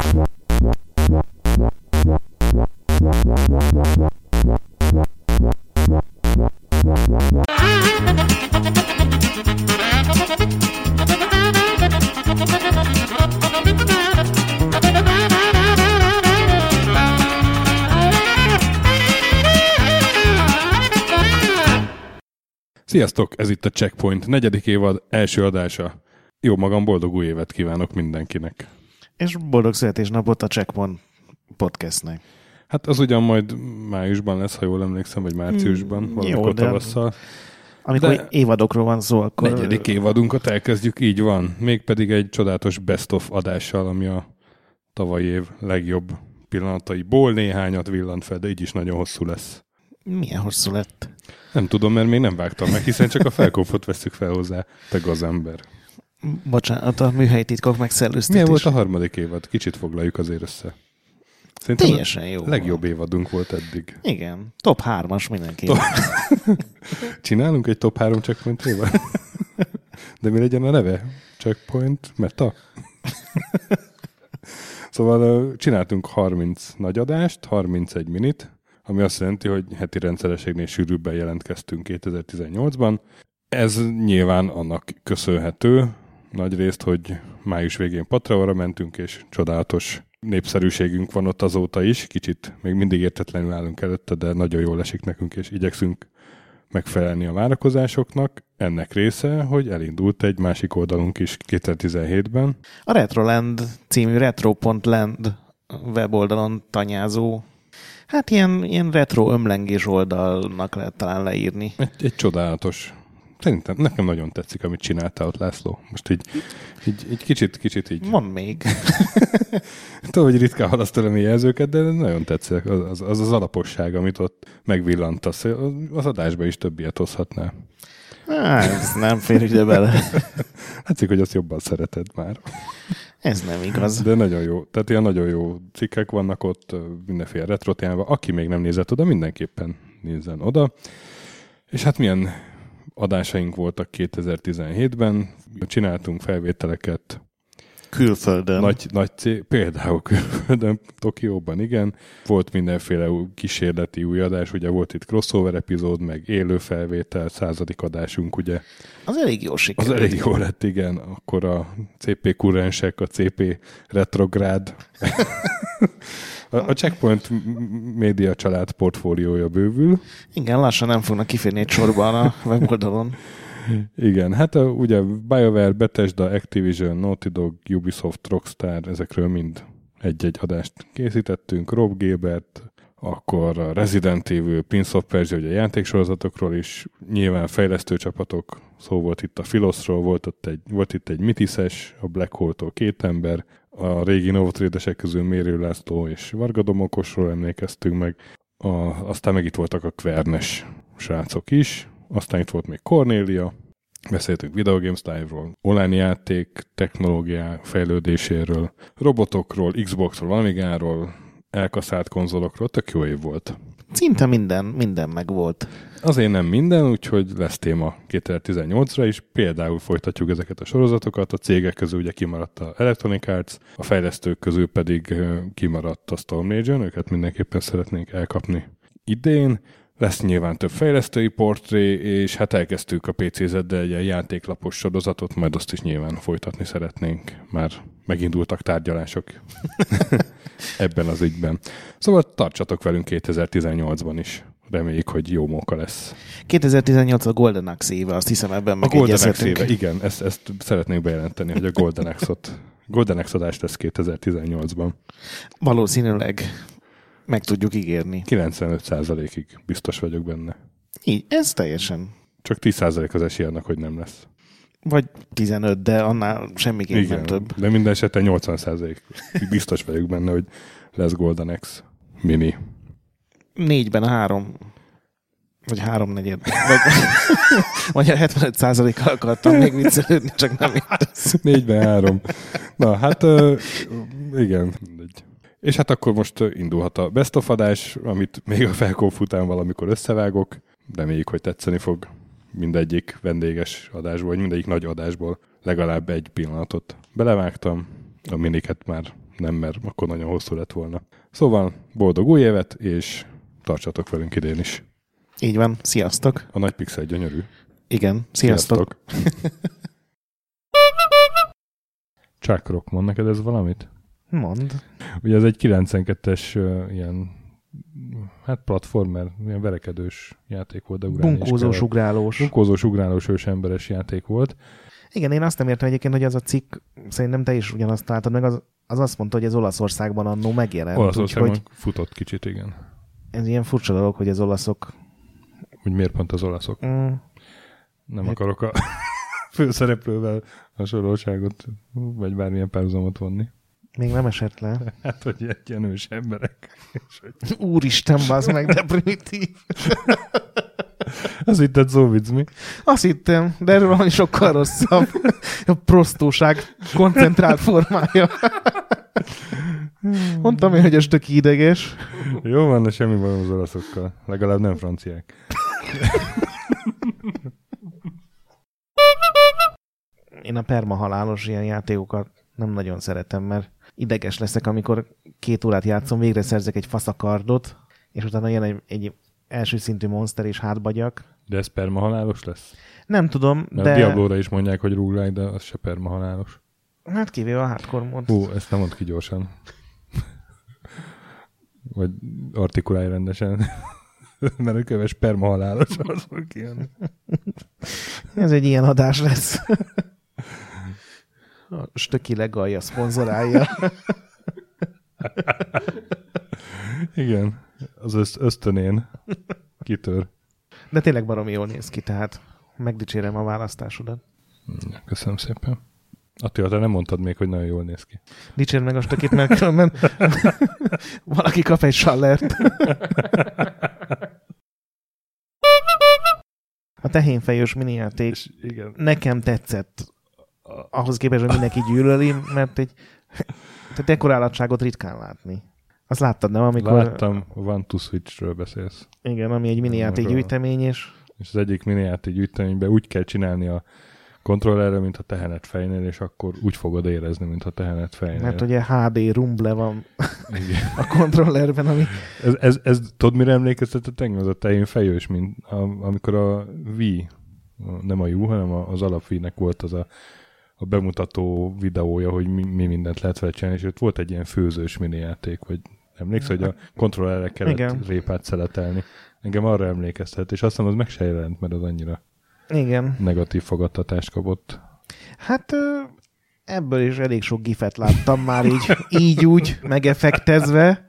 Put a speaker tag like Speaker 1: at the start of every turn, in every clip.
Speaker 1: Sziasztok, ez itt a Checkpoint 4. évad első adása. Jó magam, boldog új évet kívánok mindenkinek.
Speaker 2: És boldog születésnapot a Checkpoint podcastnek.
Speaker 1: Hát az ugyan majd májusban lesz, ha jól emlékszem, vagy márciusban, valamikor tavasszal.
Speaker 2: Amikor évadokról van szó, akkor...
Speaker 1: 4. évadunkat elkezdjük, így van. Mégpedig egy csodálatos best of adással, ami a tavalyi év legjobb pillanataiból néhányat villant fel, de így is nagyon hosszú lesz.
Speaker 2: Milyen hosszú lett?
Speaker 1: Nem tudom, mert még nem vágtam meg, hiszen csak a felkópot veszük fel hozzá, te gazember.
Speaker 2: Bocsánat, a műhelyi titkok megszellőztetés.
Speaker 1: Milyen volt a harmadik évad? Kicsit foglaljuk azért össze. Szerintem
Speaker 2: teljesen jó.
Speaker 1: Legjobb évadunk volt eddig.
Speaker 2: Igen. Top 3-as mindenki.
Speaker 1: Csinálunk egy top 3 checkpoint évad? De mi legyen a neve? Checkpoint Meta? Szóval csináltunk 30 nagy adást, 31 minit, ami azt jelenti, hogy heti rendszerességnél sűrűbben jelentkeztünk 2018-ban. Ez nyilván annak köszönhető nagy részt, hogy május végén Patreonra mentünk, és csodálatos népszerűségünk van ott azóta is. Kicsit még mindig értetlenül állunk előtte, de nagyon jól esik nekünk, és igyekszünk megfelelni a várakozásoknak. Ennek része, hogy elindult egy másik oldalunk is 2017-ben.
Speaker 2: A Retroland című retro.land weboldalon tanyázó, hát ilyen retro ömlengés oldalnak lehet talán leírni.
Speaker 1: Egy csodálatos. Szerintem nekem nagyon tetszik, amit csináltál ott, László. Most így kicsit így...
Speaker 2: Mondd még.
Speaker 1: Tudom, hogy ritkán hallasz tőlem jelzőket, de nagyon tetszik az alaposság, amit ott megvillantasz. Az adásba is több ilyet hozhatnál.
Speaker 2: Ez nem fér ide bele.
Speaker 1: Látszik, hogy azt jobban szereted már.
Speaker 2: Ez nem igaz.
Speaker 1: De nagyon jó. Tehát ilyen nagyon jó cikkek vannak ott, mindenféle retro témában. Aki még nem nézett oda, mindenképpen nézzen oda. És hát milyen adásaink voltak 2017-ben. Csináltunk felvételeket
Speaker 2: külföldön.
Speaker 1: Például külföldön, Tokióban, igen. Volt mindenféle kísérleti új adás, ugye volt itt crossover epizód, meg élő felvétel, 100. adásunk, ugye.
Speaker 2: Az elég jó sikerült.
Speaker 1: Az elég jó lett, igen. Akkor a CP kurrensek, a CP retrográd. A Checkpoint média család portfóliója bővül.
Speaker 2: Igen, lassan nem fognak kiférni egy sorban a weboldalon.
Speaker 1: Igen, hát ugye BioWare, Bethesda, Activision, Naughty Dog, Ubisoft, Rockstar, ezekről mind egy-egy adást készítettünk. Rob Gilbert, akkor a Resident Evil, Prince of Persia, ugye a játéksorozatokról is, nyilván fejlesztő csapatok, szó volt itt a Philosról, volt itt egy Mitises, a Black Hole-tól 2 ember, a régi Novotrade-esek közül Mérő László és Varga Domokosról emlékeztünk meg, aztán meg itt voltak a Kvernes srácok is, aztán itt volt még Cornélia, beszéltünk Video Games Live-ról, online játék, technológia fejlődéséről, robotokról, Xboxról, Amigáról, elkaszált konzolokról, tök jó év volt.
Speaker 2: Szinte minden meg volt.
Speaker 1: Azért nem minden, úgyhogy lesz téma 2018-ra is. Például folytatjuk ezeket a sorozatokat, a cégek közül ugye kimaradt a Electronic Arts, a fejlesztők közül pedig kimaradt a Storm Legion, őket mindenképpen szeretnénk elkapni idén. Lesz nyilván több fejlesztői portré, és hát elkezdtük a PCZ-del egy játéklapos sorozatot, majd azt is nyilván folytatni szeretnénk. Már megindultak tárgyalások ebben az ügyben. Szóval tartsatok velünk 2018-ban is. Reméljük, hogy jó móka lesz.
Speaker 2: 2018 a Golden Axe éve, azt hiszem ebben megegyezhetünk.
Speaker 1: A Golden Axe éve, igen, ezt szeretnénk bejelenteni, hogy a Golden Axe adást lesz 2018-ban.
Speaker 2: Valószínűleg meg tudjuk ígérni.
Speaker 1: 95%-ig biztos vagyok benne.
Speaker 2: Így, ez teljesen.
Speaker 1: Csak 10% az esély annak, hogy nem lesz.
Speaker 2: Vagy 15, de annál semmiképp
Speaker 1: igen,
Speaker 2: nem több.
Speaker 1: De minden esetben 80% biztos vagyok benne, hogy lesz Golden Axe Mini.
Speaker 2: 4-ben 3. Vagy 3/4. Vagy a 75%-kal akartam még viccelődni, csak nem jött.
Speaker 1: 4-ben 3. Na, hát igen. És hát akkor most indulhat a Best of adás, amit még a felkonf után valamikor összevágok. Reméljük, hogy tetszeni fog mindegyik vendéges adásból, vagy mindegyik nagy adásból legalább egy pillanatot belevágtam. A miniket már nem, mert akkor nagyon hosszú lett volna. Szóval boldog új évet, és tartsatok velünk idén is.
Speaker 2: Így van, sziasztok!
Speaker 1: A nagy pixel gyönyörű.
Speaker 2: Igen, sziasztok!
Speaker 1: Chuck Rock, mond neked ez valamit?
Speaker 2: Mondd.
Speaker 1: Ugye ez egy 92-es ilyen platformer, ilyen verekedős játék volt.
Speaker 2: Bunkózós, ugrálós.
Speaker 1: Bunkózós, ugrálós, ősemberes játék volt.
Speaker 2: Igen, én azt nem értem egyébként, hogy az a cikk, szerintem te is ugyanazt találtad meg, az azt mondta, hogy ez Olaszországban annó megjelent.
Speaker 1: Olaszországban úgy, futott kicsit, igen.
Speaker 2: Ez ilyen furcsa dolog, hogy az olaszok...
Speaker 1: Úgy miért pont az olaszok? Nem akarok a főszereplővel hasonlóságot, vagy bármilyen párhuzamot vonni.
Speaker 2: Még nem esett le.
Speaker 1: Hát, hogy egy ilyen ős emberek.
Speaker 2: Úristen, bazd meg, de primitív.
Speaker 1: Azt hitted szó vicc, mi?
Speaker 2: Azt hittem, de erről valami sokkal rosszabb. A prostóság koncentrált formája. Mondtam én, hogy ez tök ideges.
Speaker 1: Jó van, de semmi baj az olaszokkal. Legalább nem franciák.
Speaker 2: Én a permahalálos ilyen játékokat nem nagyon szeretem, mert ideges leszek, amikor 2 órát játszom, végre szerzek egy faszakardot, és utána jön egy első szintű monster és hátbagyak.
Speaker 1: De ez permahalálos lesz?
Speaker 2: Nem tudom,
Speaker 1: mert de... Diablóra is mondják, hogy roguelike, de az se permahalálos.
Speaker 2: Hát kivéve a hardcore mód.
Speaker 1: Ezt nem mondd ki gyorsan. Vagy artikulálj rendesen. Mert a köves permahalálos az fog kijönni.
Speaker 2: Ez egy ilyen adás lesz. A Stöki Legalja szponzorálja.
Speaker 1: Igen, az ösztönén kitör.
Speaker 2: De tényleg baromi jól néz ki, tehát megdicsérem a választásodat.
Speaker 1: Köszönöm szépen. Attila, te nem mondtad még, hogy nagyon jól néz ki.
Speaker 2: Dicsérd meg a Stökit, mert különben valaki kap egy sallert. A tehénfejős minijáték nekem tetszett. Ahhoz képest, hogy mindenki gyűlöli, mert tehát dekoráltságot ritkán látni. Azt láttad, nem? Amikor...
Speaker 1: Láttam, One to Switchről beszélsz.
Speaker 2: Igen, ami egy minijáték gyűjtemény, és az
Speaker 1: egyik minijáték gyűjteményben úgy kell csinálni a kontrollerre, mint a tehenet fejnél, és akkor úgy fogod érezni, mint a tehenet fejnél.
Speaker 2: Mert ugye HD rumble van a kontrollerben, ami...
Speaker 1: Ez tudod, mire emlékeztetett engem? Az a tehén fejős, mint amikor a Wii, nem a U, hanem az alap Wii-nek volt az a bemutató videója, hogy mi mindent lehet vele csinálni, és ott volt egy ilyen főzős minijáték, vagy emlékszel, hogy a kontrollerre kellett répát szeletelni. Engem arra emlékeztet, és azt hiszem, az meg se jelent, mert az annyira negatív fogadtatást kapott.
Speaker 2: Hát ebből is elég sok gifet láttam már így úgy megeffektezve.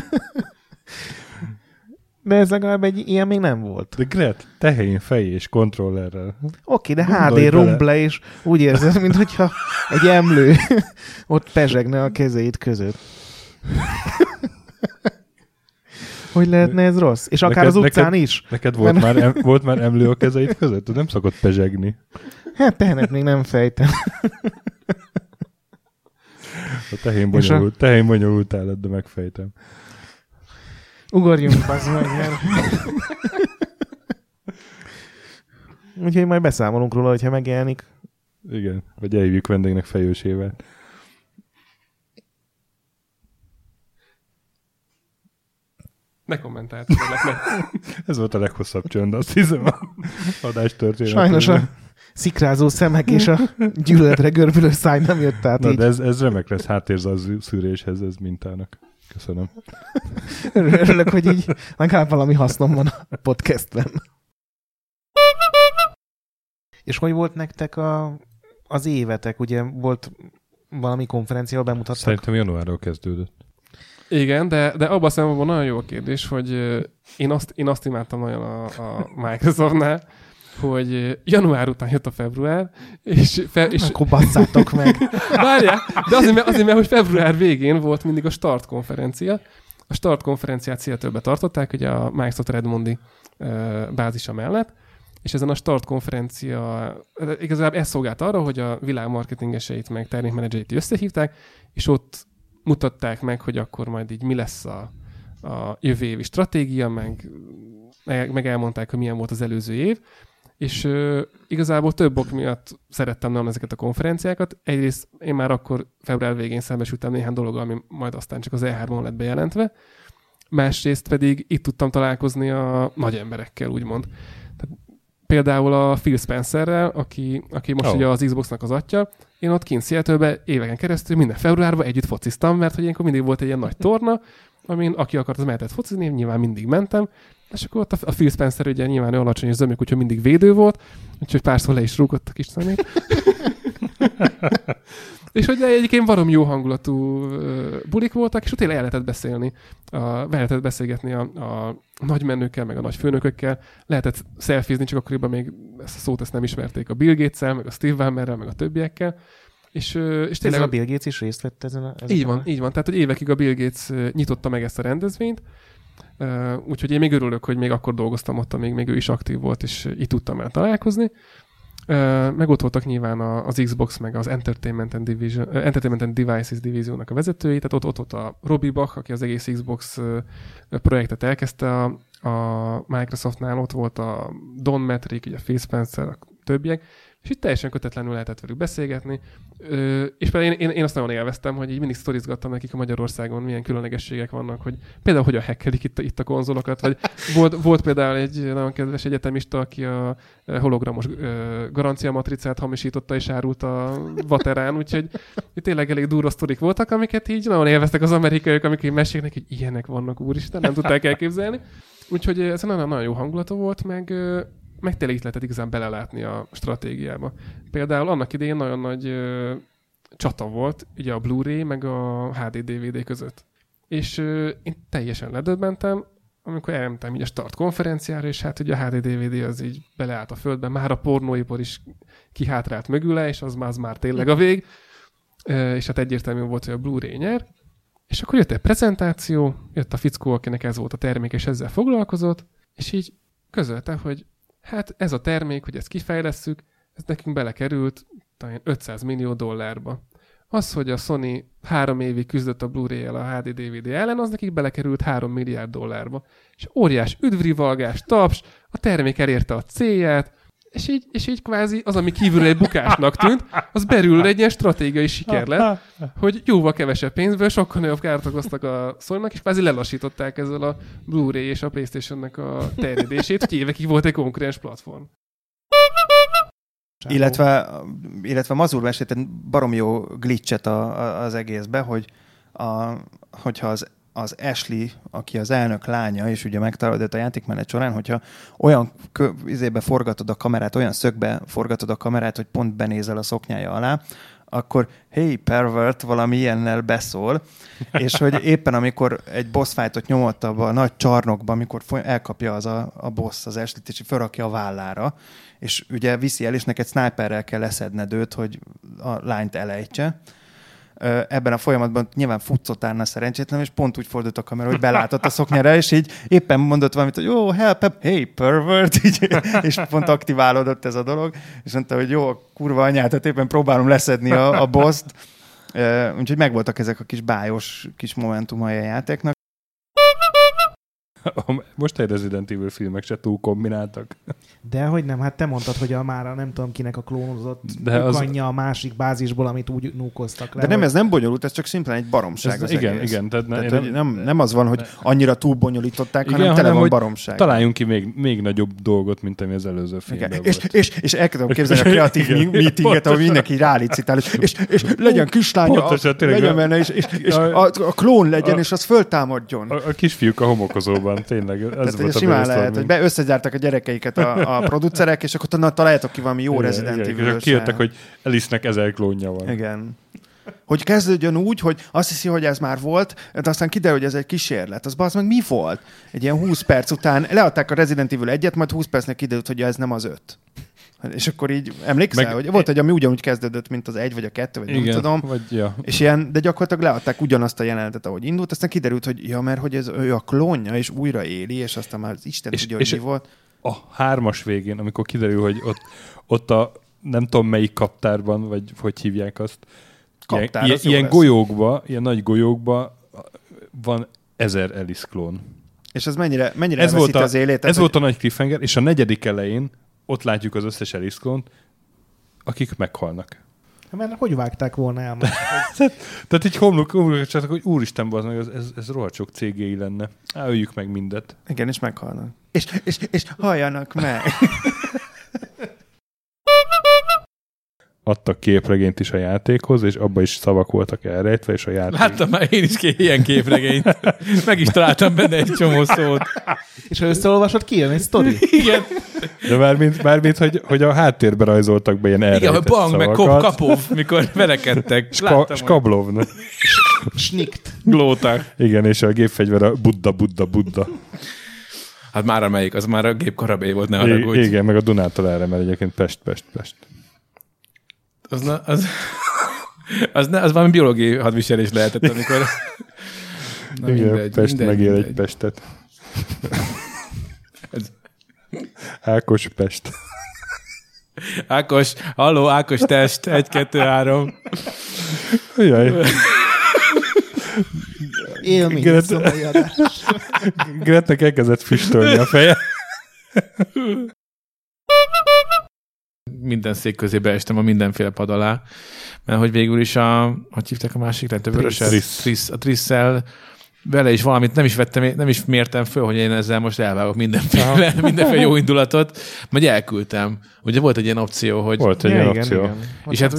Speaker 2: De ez legalább egy ilyen még nem volt.
Speaker 1: De Gret, tehén fej és kontrollerrel.
Speaker 2: Oké, de HD rumble, és úgy érzed, mintha egy emlő ott pezsegne a kezeit között. Hogy lehetne ez rossz? És akár az utcán is.
Speaker 1: Neked volt már emlő a kezeid között? Nem szokott pezsegni.
Speaker 2: Hát tehenet még nem fejtem.
Speaker 1: A tehén bonyolult állat, de megfejtem.
Speaker 2: Ugorjunk, bazd meg, mert... Úgyhogy majd beszámolunk róla, hogyha megjelenik.
Speaker 1: Igen, vagy eljövjük vendégnek fejősével.
Speaker 3: Ne kommentált.
Speaker 1: Ez volt a leghosszabb csönd, azt hiszem a adás történet.
Speaker 2: Sajnos a szikrázó szemek és a gyűlöletre görbülő száj nem jött át.
Speaker 1: Na, de ez remek lesz háttérzal szűréshez, ez mintának. Köszönöm.
Speaker 2: Örülök, hogy így legalább valami hasznom van a podcastben. És hogy volt nektek az évetek? Ugye volt valami konferencia, ahol bemutattak?
Speaker 1: Szerintem januárról kezdődött.
Speaker 3: Igen, de abban a szempontból nagyon jó a kérdés, hogy én azt imádtam nagyon a Microsoftnál, hogy január után jött a február, és
Speaker 2: akkor basszátok meg.
Speaker 3: Várjál, de azért, mert hogy február végén volt mindig a Start konferencia. A Start konferenciát Seattle-be tartották, ugye a Microsoft Redmondi bázisa mellett, és ezen a Start konferencia igazából ez szolgált arra, hogy a világ marketingeseit meg termékmenedzsereit összehívták, és ott mutatták meg, hogy akkor majd így mi lesz a jövő évi stratégia, meg elmondták, hogy milyen volt az előző év, És igazából több ok miatt szerettem nagyon ezeket a konferenciákat. Egyrészt én már akkor február végén szembesültem néhány dologgal, ami majd aztán csak az E3-on lett bejelentve. Másrészt pedig itt tudtam találkozni a nagy emberekkel, úgymond. Tehát például a Phil Spencerrel, aki most ugye az Xboxnak az atya. Én ott kint Seattle-ben éveken keresztül minden februárban együtt fociztam, mert hogy ilyenkor mindig volt egy ilyen nagy torna, amin aki akart, az mehetett focizni, én nyilván mindig mentem. És akkor ott a Phil Spencer ugye nyilván alacsony és zömök, úgyhogy mindig védő volt, úgyhogy párszor le is rúgott a kis szemét. És hogy egyébként baromi jó hangulatú bulik voltak, és ott tényleg el lehetett beszélni, lehetett beszélgetni a nagy menőkkel, meg a nagy főnökökkel, lehetett szelfizni, csak akkoriban még ezt a szót ezt nem ismerték a Bill Gates-el, meg a Steve Ballmerrel, meg a többiekkel. És tényleg
Speaker 2: a Bill Gates is részt vett ezen
Speaker 3: így van. Tehát, hogy évekig a Bill Gates nyitotta meg ezt a rendezvényt, úgyhogy én még örülök, hogy még akkor dolgoztam ott, még ő is aktív volt, és így tudtam el találkozni. Meg ott voltak nyilván az Xbox, meg az Entertainment and Devices divíziónak a vezetői, tehát ott volt a Robbie Bach, aki az egész Xbox projektet elkezdte a Microsoftnál, ott volt a Don Matrick, ugye a Phil Spencer, a többiek, és itt teljesen kötetlenül lehetett velük beszélgetni. És például én azt nagyon élveztem, hogy így mindig sztorizgattam nekik a Magyarországon, milyen különlegességek vannak, hogy például hogyan hackelik itt a konzolokat, vagy volt például egy nagyon kedves egyetemista, aki a hologramos garanciamatricát hamisította és árult a Vaterán, úgyhogy itt tényleg elég durva sztorik voltak, amiket így nagyon élveztek az amerikaiak, amik így mesélnek, hogy ilyenek vannak, úristen, nem tudták elképzelni. Úgyhogy ez nagyon jó hangulata volt, meg tényleg itt lehetett igazán belelátni a stratégiába. Például annak idején nagyon nagy csata volt, ugye a Blu-ray meg a HD DVD között. És én teljesen ledöbbentem, amikor elmentem így a Start konferenciára, és hát ugye a HD DVD az így beleállt a földbe, már a pornóipar is kihátrált mögüle, és az már tényleg a vég. És hát egyértelmű volt, hogy a Blu-ray nyer. És akkor jött egy prezentáció, jött a fickó, akinek ez volt a termék, és ezzel foglalkozott, és így közölte, hogy hát ez a termék, hogy ezt kifejlesszük, ez nekünk belekerült talán $500 millió. Az, hogy a Sony 3 évig küzdött a Blu-ray-el a HD DVD ellen, az nekik belekerült $3 milliárd. És óriás üdvrivalgás, taps, a termék elérte a célját, és így kvázi az, ami kívül egy bukásnak tűnt, az belül egy ilyen stratégiai siker lett, hogy jóval kevesebb pénzből sokkal nagyobb kárt okoztak a Sony-nak, és kvázi lelassították ezzel a Blu-ray és a PlayStation-nek a terjedését, hogy évekig volt egy konkurens platform.
Speaker 4: Illetve Mazur mesélt egy baromi jó glitchet az egészbe, hogyha az Ashley, aki az elnök lánya, és ugye megtalálod a játékmenet során, hogyha olyan forgatod a kamerát, olyan szögbe forgatod a kamerát, hogy pont benézel a szoknyája alá, akkor hey, pervert, valami ilyennel beszól, és hogy éppen amikor egy boss fightot nyomott abba a nagy csarnokba, amikor elkapja az a boss az Ashley-t, és felrakja a vállára, és ugye viszi el, és neked sniperrel kell leszedned őt, hogy a lányt elejtse. Ebben a folyamatban nyilván futszotálna szerencsétlen, és pont úgy fordult a kamera, hogy belátott a szoknyára, és így éppen mondott valamit, hogy oh, help, hey, pervert, így, és pont aktiválódott ez a dolog, és mondta, hogy jó, kurva anyát, tehát éppen próbálom leszedni a boss-t. Úgyhogy megvoltak ezek a kis bájos kis momentumai a játéknak.
Speaker 1: Most egy Resident Evil filmek se túl kombináltak.
Speaker 2: De hogy nem, hát te mondtad, hogy a nem tudom kinek a klónozott anyja a másik bázisból, amit úgy núkoztak le.
Speaker 4: De nem, ez nem bonyolult, ez csak szimplán egy baromság.
Speaker 1: Igen.
Speaker 4: Tehát nem az van, hogy annyira túl bonyolították, igen, hanem tele van baromság.
Speaker 1: Találjunk ki még nagyobb dolgot, mint ami az előző filmben volt.
Speaker 4: És el tudom képzelni a kreatív meetinget, ahol mindenki rálicitál, és legyen kislánya, legyen benne, és a klón legyen, és az föltámadjon.
Speaker 1: A kisfiúk a homokozóban. Tényleg, ez volt a
Speaker 4: simán lehet, hogy összezártak a gyerekeiket a producerek, és akkor találjátok ki valami jó Resident Evil-ös.
Speaker 1: És kijöttek, hogy Alice-nek 1000 klónja van.
Speaker 4: Igen. Hogy kezdődjön úgy, hogy azt hiszi, hogy ez már volt, de aztán kiderül, hogy ez egy kísérlet. Az meg mi volt? Egy ilyen 20 perc után leadták a Resident Evil 1-et, majd 20 percnek kiderült, hogy ez nem az 5. És akkor így emlékszel, hogy volt egy, ami ugyanúgy kezdődött, mint az 1 vagy a 2, vagy igen, nem tudom.
Speaker 1: Vagy, ja.
Speaker 4: És ilyen, de gyakorlatilag leadták ugyanazt a jelenetet, ahogy indult, aztán kiderült, hogy ja, mert hogy ő a klónja, és újra éli, és aztán már az Isten tudja, hogy mi volt.
Speaker 1: A 3-as végén, amikor kiderül, hogy ott a nem tudom melyik kaptárban, vagy hogy hívják azt, ilyen golyókba, ilyen nagy golyókba van 1000 Alice klón.
Speaker 4: És ez mennyire elveszíti az élét?
Speaker 1: Ez volt a nagy cliffhanger, és a 4. elején ott látjuk az összes Eliskont, akik meghalnak.
Speaker 2: Mert hogy vágták volna el?
Speaker 1: Tehát így homlok csak, hogy úristen, bazd, ez rohadt sok CGI lenne. Öljük meg mindet.
Speaker 4: Igen, és meghalnak. És halljanak meg!
Speaker 1: Adtak képregényt is a játékhoz, és abban is szavak voltak elrejtve, és a játék...
Speaker 5: Láttam már én is ilyen képregényt. Meg is találtam benne egy csomó szót.
Speaker 2: És ha összeolvasod, kijön egy sztori.
Speaker 5: Igen.
Speaker 1: De mármint hogy a háttérbe rajzoltak be ilyen elrejtett
Speaker 5: Igen, hogy bang, meg
Speaker 1: szavakat.
Speaker 5: Kapov, mikor verekedtek.
Speaker 1: Skablovn.
Speaker 2: Snikt.
Speaker 5: Glóták.
Speaker 1: Igen, és a gépfegyver a Budda.
Speaker 5: Hát már amelyik, az már a gép karabé volt, ne haragudj.
Speaker 1: Igen, meg a Dunától erre, mert egyébként Pest.
Speaker 5: Az valami biológiai hadviselés lehetett, amikor...
Speaker 1: Na, igen, Pest megél egy Pestet. Ákos Pest.
Speaker 5: Ákos, halló, Ákos test, 1, 2, 3.
Speaker 1: Jaj.
Speaker 2: Élmény szobai adás.
Speaker 1: Gretnek elkezdett füstölni a feje.
Speaker 5: Minden szék közé beestem a mindenféle pad alá, mert hogy végül is hogy hívták a másik rendőr, a Trisszel vele is valamit nem is mértem föl, hogy én ezzel most elvágok mindenféle jó indulatot, majd elküldtem. Ugye volt egy ilyen opció, hogy...
Speaker 1: Volt egy ilyen opció.
Speaker 2: Igen.
Speaker 5: És hát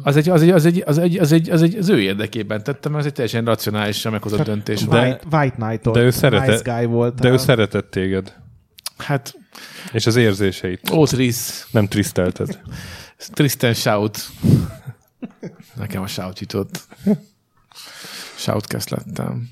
Speaker 5: az ő érdekében tettem, ez egy teljesen racionálisan meghozott döntés.
Speaker 2: White Knight-ot. Nice guy volt.
Speaker 1: De ő szeretett téged.
Speaker 5: Hát...
Speaker 1: És az érzéseit.
Speaker 5: Ó, Triss.
Speaker 1: Nem trisztelted.
Speaker 5: Tristan Shout. Nekem a Shout jutott. Shoutcast lettem.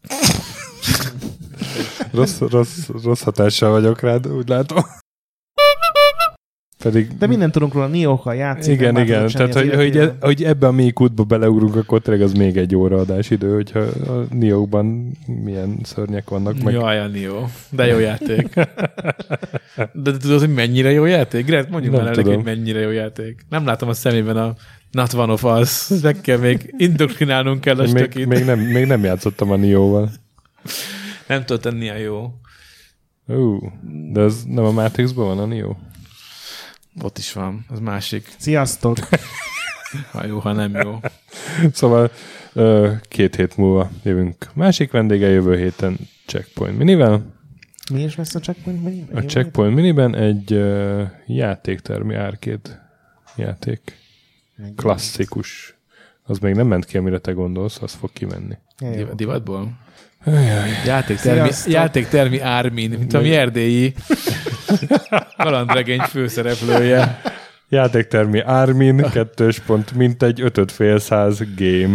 Speaker 1: Rossz hatással vagyok rád, úgy látom. Pedig...
Speaker 2: De mindent tudunk róla, Nioh-kal játszik.
Speaker 1: Igen. Tehát, hogy ebbe a mély kútba beleugrunk, akkor tényleg az még egy óra adásidő, hogyha a Nioh-ban milyen szörnyek vannak. Meg...
Speaker 5: Jaj, a Nioh. De jó játék. De tudod, hogy mennyire jó játék? Gret, mondjuk már elég, hogy mennyire jó játék. Nem látom a szemében a Not One of Us. Meg kell még indoktrinálnunk kell a stökit.
Speaker 1: Még nem játszottam a Nioh-val.
Speaker 5: Nem tudod tenni a jó.
Speaker 1: De ez nem a Matrixban van a Nioh?
Speaker 5: Ott is van, az másik.
Speaker 2: Sziasztok!
Speaker 5: Ha jó, ha nem jó.
Speaker 1: Szóval 2 hét múlva jövünk. Másik vendége jövő héten Checkpoint Minivel.
Speaker 2: Mi is lesz a Checkpoint Miniben?
Speaker 1: A Checkpoint Miniben egy játéktermi arcade játék. Klasszikus. Az még nem ment ki, amire te gondolsz, az fog kimenni.
Speaker 5: Divatból? Játéktermi Armin, mint ami erdélyi kalandregény főszereplője.
Speaker 1: Játéktermi Armin, 2. mintegy 5,5 game.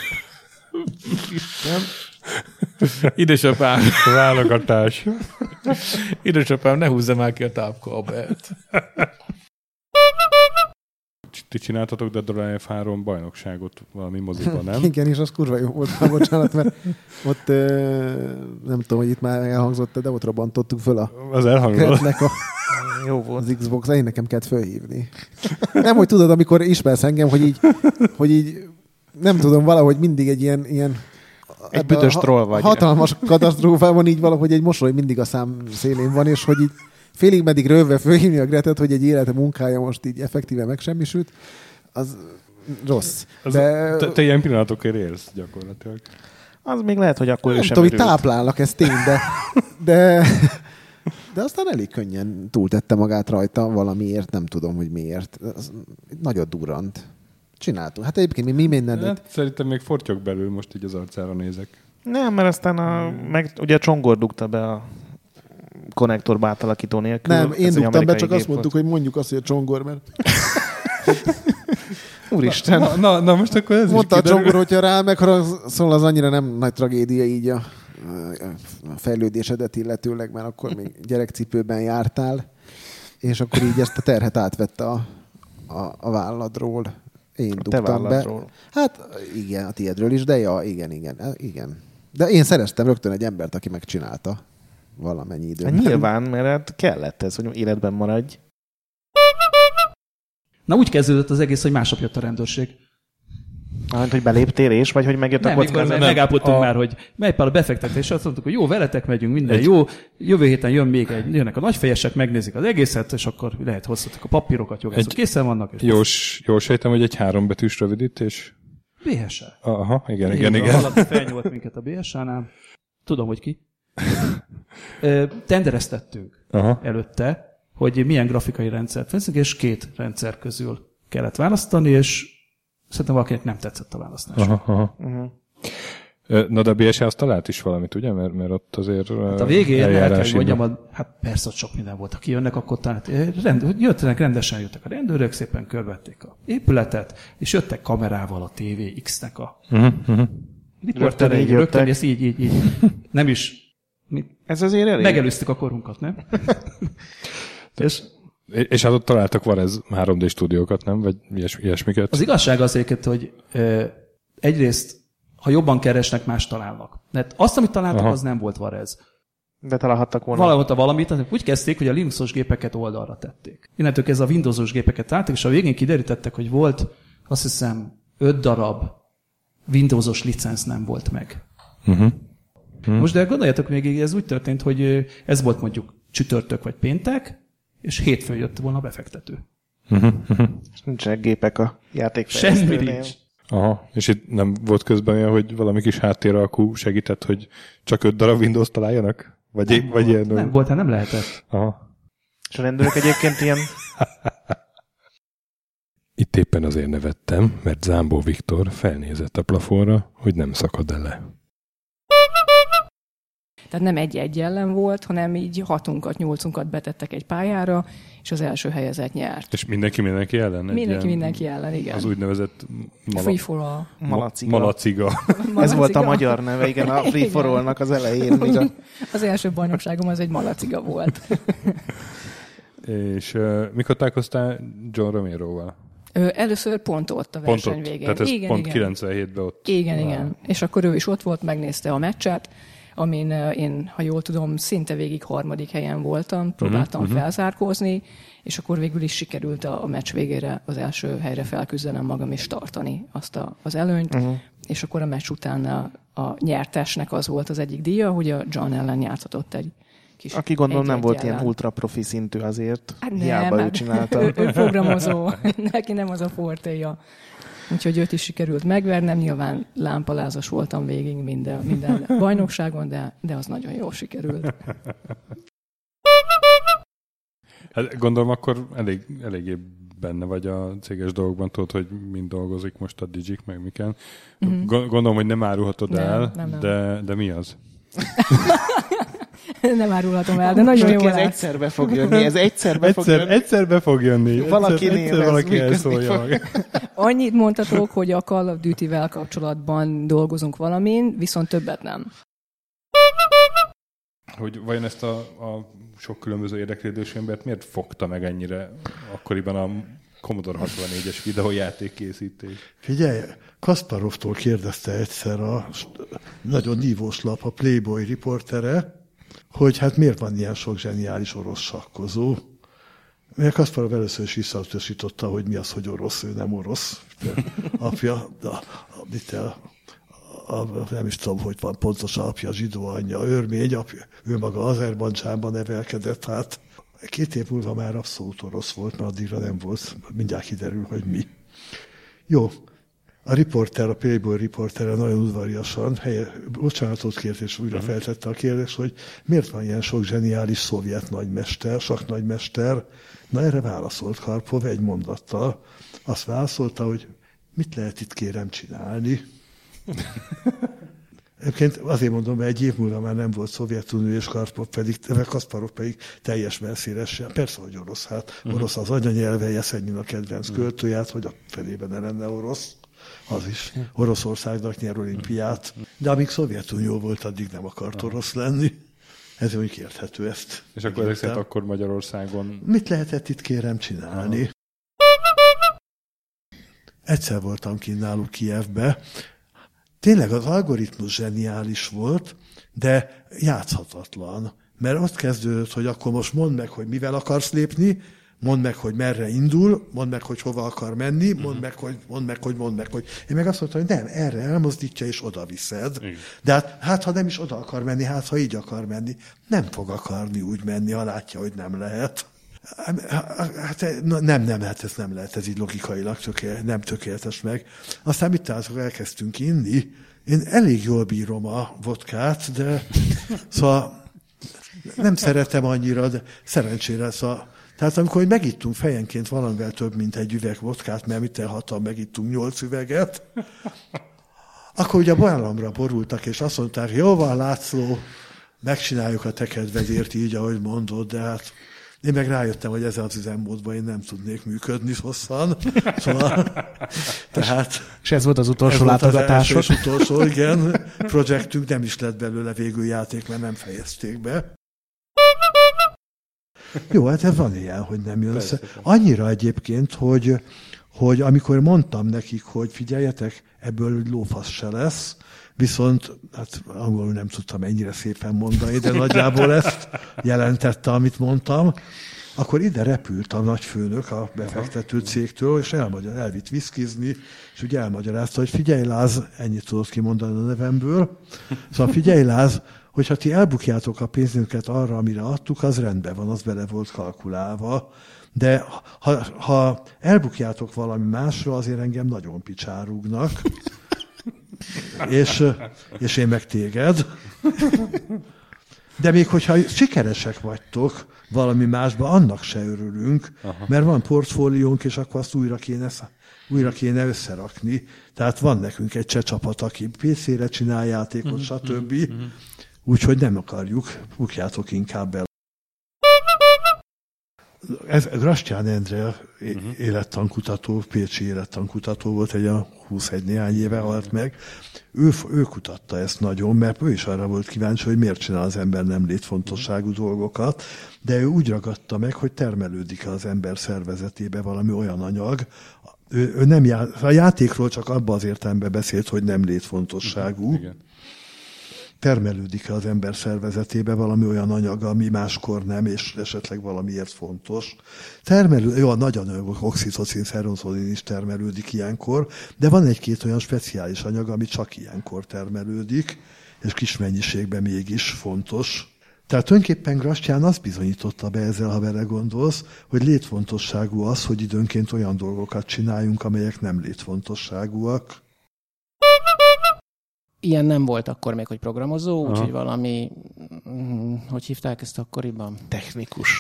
Speaker 5: Édesapám.
Speaker 1: Válogatás.
Speaker 5: Édesapám, ne húzza már ki a tápkabelt.
Speaker 1: Ti csináltatok Dead or Alive 3 bajnokságot valami moziban, nem?
Speaker 6: Igen, és az kurva jó volt, bocsánat, mert ott nem tudom, hogy itt már elhangzott, de ott robbantottuk föl
Speaker 1: az elhangzott.
Speaker 2: Jó volt.
Speaker 6: Az Xbox, én nekem kellett fölhívni. Nem, hogy tudod, amikor ismersz engem, hogy így nem tudom, valahogy mindig egy ilyen
Speaker 2: egy büdös troll vagy.
Speaker 6: Hatalmas katasztrófában így valahogy egy mosoly mindig a szám szélén van, és hogy így félig meddig rövve fölhívni a Gretet, hogy egy élete munkája most így effektíve megsemmisült, az rossz. De...
Speaker 1: Te ilyen pillanatokért élsz gyakorlatilag.
Speaker 2: Az még lehet, hogy akkor
Speaker 6: nem
Speaker 2: sem
Speaker 6: tudom, hogy táplálnak, ez tény, de aztán elég könnyen túltette magát rajta valamiért, nem tudom, hogy miért. Az nagyot durrant. Csináltunk. Hát egyébként mi mindent.
Speaker 1: Hát, szerintem még fortyog belül, most így az arcára nézek.
Speaker 2: Nem, mert aztán ugye a Csongor dugta be a konnektorba átalakító nélkül.
Speaker 6: Nem, én dugtam be, csak azt mondtuk, hogy mondjuk azt, hogy a Csongor, mert...
Speaker 2: Úristen.
Speaker 1: Na, most akkor ez
Speaker 6: mondta a Csongor, hogyha rá megharagszol, az annyira nem nagy tragédia így a fejlődésedet illetőleg, mert akkor még gyerekcipőben jártál, és akkor így ezt a terhet átvette a válladról. Én dugtam be. Hát igen, a tiédről is, de ja, igen. De én szereztem rögtön egy embert, aki megcsinálta valamennyi időben.
Speaker 2: Hát nyilván, mert hát kellett ez, hogy életben maradj.
Speaker 7: Na úgy kezdődött az egész, hogy másnap jött a rendőrség.
Speaker 2: Hogy beléptél és, vagy hogy megjött a kockázat?
Speaker 7: Nem, megállapodtunk már, hogy megy pár a befektetés, azt mondtuk, hogy jó, veletek megyünk, minden jó, jövő héten jönnek a nagyfejesek, megnézik az egészet, és akkor lehet hozzatok a papírokat, jogászok készen vannak.
Speaker 1: Jól sejtem, hogy egy 3 betűs rövidítés?
Speaker 7: BSA.
Speaker 1: Aha, igen.
Speaker 7: Valaki felnyúlt minket a BSA-nál. Tudom, hogy ki. Tendereztettünk előtte, hogy milyen grafikai rendszert veszünk, és 2 rendszer közül kellett választani, és szerintem valakinek nem tetszett a választás.
Speaker 1: Na de a BSA azt talált is valamit, ugye? Mert ott azért
Speaker 7: hát a végén el kell, hogy mondjam, hát persze, ott sok minden volt. Aki jönnek, akkor talált. Rendesen jöttek a rendőrök, szépen körvették a épületet, és jöttek kamerával a TVX-nek a riporterei. Rögtön, ez így. Nem is.
Speaker 2: Ez azért elég.
Speaker 7: Megelőztük a korunkat, nem?
Speaker 1: És hát ott találtak Varez 3D stúdiókat, nem? Vagy ilyesmiket?
Speaker 7: Az igazság az egyébként, hogy egyrészt, ha jobban keresnek, más találnak. Mert azt, amit találtak, az nem volt Varez.
Speaker 2: De találhattak volna.
Speaker 7: Valamit, úgy kezdték, hogy a Linuxos gépeket oldalra tették. Innentől kezdve a Windowsos gépeket találtak, és a végén kiderítettek, hogy volt, azt hiszem, 5 darab Windowsos licenc nem volt meg. Most de gondoljatok még, ez úgy történt, hogy ez volt mondjuk csütörtök vagy péntek, és hétfőn jött volna a befektető.
Speaker 2: És nincsenek gépek a játékfejlesztőnél.
Speaker 7: Semmi nincs.
Speaker 1: Aha, és itt nem volt közben olyan, hogy valami kis háttéralkú segített, hogy csak 5 darab Windows találjanak? Vagy ilyen?
Speaker 7: Nem volt, hát nem lehetett.
Speaker 1: Aha.
Speaker 2: És a rendőrök egyébként ilyen...
Speaker 1: Itt éppen azért nevettem, mert Zámbó Viktor felnézett a plafonra, hogy nem szakad el le.
Speaker 8: Tehát nem egy ellen volt, hanem így 6-8 betettek egy pályára, és az első helyezett nyert.
Speaker 1: És mindenki ellen?
Speaker 8: Mindenki ellen, igen.
Speaker 1: Az úgynevezett
Speaker 2: Malaciga. Ez volt a magyar neve, igen, a Free for All-nak az elején.
Speaker 8: Az első bajnokságom az egy malaciga volt.
Speaker 1: És mikor találkoztál John Romero-val?
Speaker 8: Először pont ott a verseny végén.
Speaker 1: Tehát ez igen, pont 97-ben ott.
Speaker 8: Igen. És akkor ő is ott volt, megnézte a meccset, amin én, ha jól tudom, szinte végig 3. helyen voltam, próbáltam felzárkózni, és akkor végül is sikerült a meccs végére az első helyre felküzdenem magam és tartani azt az előnyt, és akkor a meccs után a nyertesnek az volt az egyik díja, hogy a John ellen játszhatott egy kis...
Speaker 2: Aki gondolom nem volt ilyen ultra profi szintű azért,
Speaker 8: hát
Speaker 2: hiába ő csinálta.
Speaker 8: Ő programozó, neki nem az a fortéja. Úgyhogy őt is sikerült megvernem, nyilván lámpalázas voltam végig minden bajnokságon, de az nagyon jól sikerült.
Speaker 1: Hát gondolom akkor eléggé benne vagy a céges dolgokban, tudod, hogy mind dolgozik most a Digic, meg miken. Gondolom, hogy nem árulhatod el, nem. De mi az?
Speaker 8: Nem árulhatom el, de nagyon jó lesz.
Speaker 2: Egyszerbe fog jönni,
Speaker 1: Egyszerbe fog jönni.
Speaker 2: Valaki
Speaker 1: elszólja meg.
Speaker 8: Annyit mondhatok, hogy a Call of Duty-vel kapcsolatban dolgozunk valamin, viszont többet nem.
Speaker 1: Hogy vajon ezt a sok különböző érdeklődős embert miért fogta meg ennyire akkoriban a Commodore 64-es videójáték készítés?
Speaker 9: Figyelj, Kasparovtól kérdezte egyszer a nagyon nívós lap, a Playboy riportere, hogy hát miért van ilyen sok zseniális orosz sakkozó. Mert Kasparov először is visszautasította, hogy mi az, hogy orosz, ő nem orosz. Apja, nem is tudom, hogy van pontos apja, zsidó anyja, örmény, apja, ő maga Azerbajdzsánban nevelkedett, hát 2 év múlva már abszolút orosz volt, mert addigra nem volt, mindjárt kiderül, hogy mi. Jó, a Playboy riportere nagyon udvariasan bocsánatot kért, és újra feltette a kérdést, hogy miért van ilyen sok zseniális szovjet nagymester, saknagymester. Na erre válaszolt Karpov egy mondattal. Azt válaszolta, hogy mit lehet itt kérem csinálni. Egyébként azért mondom, mert egy év múlva már nem volt Szovjetunió, és Kasparov pedig teljes messzíresen. Persze, hogy orosz. Hát orosz az anyanyelve, Jeszenyin a kedvenc költőjét, hogy a felében ne lenne orosz. Az is. Oroszországnak nyer olimpiát. De amíg Szovjetunió volt, addig nem akart orosz lenni. Ez úgy érthető ezt.
Speaker 1: És akkor ezek szerint akkor Magyarországon...
Speaker 9: Mit lehetett itt kérem csinálni? Egyszer voltam kint náluk Kijevbe. Tényleg az algoritmus zseniális volt, de játszhatatlan. Mert ott kezdődött, hogy akkor most mondd meg, hogy mivel akarsz lépni, mondd meg, hogy merre indul, mondd meg, hogy hova akar menni, mondd meg, hogy. Én meg azt mondtam, hogy nem, erre elmozdítja, és oda viszed. De hát, ha nem is oda akar menni, hát, ha így akar menni, nem fog akarni úgy menni, ha látja, hogy nem lehet. Hát nem, hát ez nem lehet, ez így logikailag nem tökéletes meg. Aztán mit találtuk, elkezdtünk inni. Én elég jól bírom a vodkát, de szóval nem szeretem annyira, de szerencsére szóval. Tehát amikor megittunk fejenként valamivel több, mint egy üveg vodkát, mert mit hatan megittunk 8 üveget, akkor ugye a bajlamra borultak, és azt mondták, jó van, László, megcsináljuk a te kedvedért így, ahogy mondod, de hát én meg rájöttem, hogy ezzel az üzemmódban én nem tudnék működni hosszan. Szóval, tehát...
Speaker 2: És ez volt az utolsó látogatásod?
Speaker 9: Ez volt az utolsó, igen. Projektünk, nem is lett belőle végül játék, mert nem fejezték be. Jó, hát ez van ilyen, hogy nem jön össze. Annyira egyébként, hogy amikor mondtam nekik, hogy figyeljetek, ebből lófasz se lesz, viszont, hát angolul nem tudtam ennyire szépen mondani, de nagyjából ezt jelentette, amit mondtam, akkor ide repült a nagyfőnök a befektető cégtől, és elvitt viszkizni, és ugye elmagyarázta, hogy figyelj Láz, ennyit tudod kimondani a nevemből, szóval figyelj Láz, hogyha ti elbukjátok a pénzünket arra, amire adtuk, az rendben van, az bele volt kalkulálva, de ha elbukjátok valami másra, azért engem nagyon picsárugnak, és én meg téged. De még hogyha sikeresek vagytok valami másban, annak se örülünk, mert van portfóliónk, és akkor azt újra kéne összerakni. Tehát van nekünk egy cseh csapat, aki PC-re csinál játékot, stb. Úgyhogy nem akarjuk, bukjátok inkább el. Ez Grastyán Endre élettankutató, pécsi élettankutató volt, egy a 21 néhány éve halt meg. Ő kutatta ezt nagyon, mert ő is arra volt kíváncsi, hogy miért csinál az ember nem létfontosságú dolgokat, de ő úgy ragadta meg, hogy termelődik az ember szervezetébe valami olyan anyag. Ő nem a játékról csak abban az értelemben beszélt, hogy nem létfontosságú. Igen. Termelődik az ember szervezetébe valami olyan anyag, ami máskor nem, és esetleg valamiért fontos. Jó, a nagy anyagok, oxitocin, szerotonin is termelődik ilyenkor, de van egy-két olyan speciális anyag, ami csak ilyenkor termelődik, és kis mennyiségben mégis fontos. Tehát tulajdonképpen Grastyán azt bizonyította be ezzel, ha vele gondolsz, hogy létfontosságú az, hogy időnként olyan dolgokat csináljunk, amelyek nem létfontosságúak.
Speaker 10: Ilyen nem volt akkor még, hogy programozó, úgyhogy valami, hogy hívták ezt akkoriban?
Speaker 2: Technikus.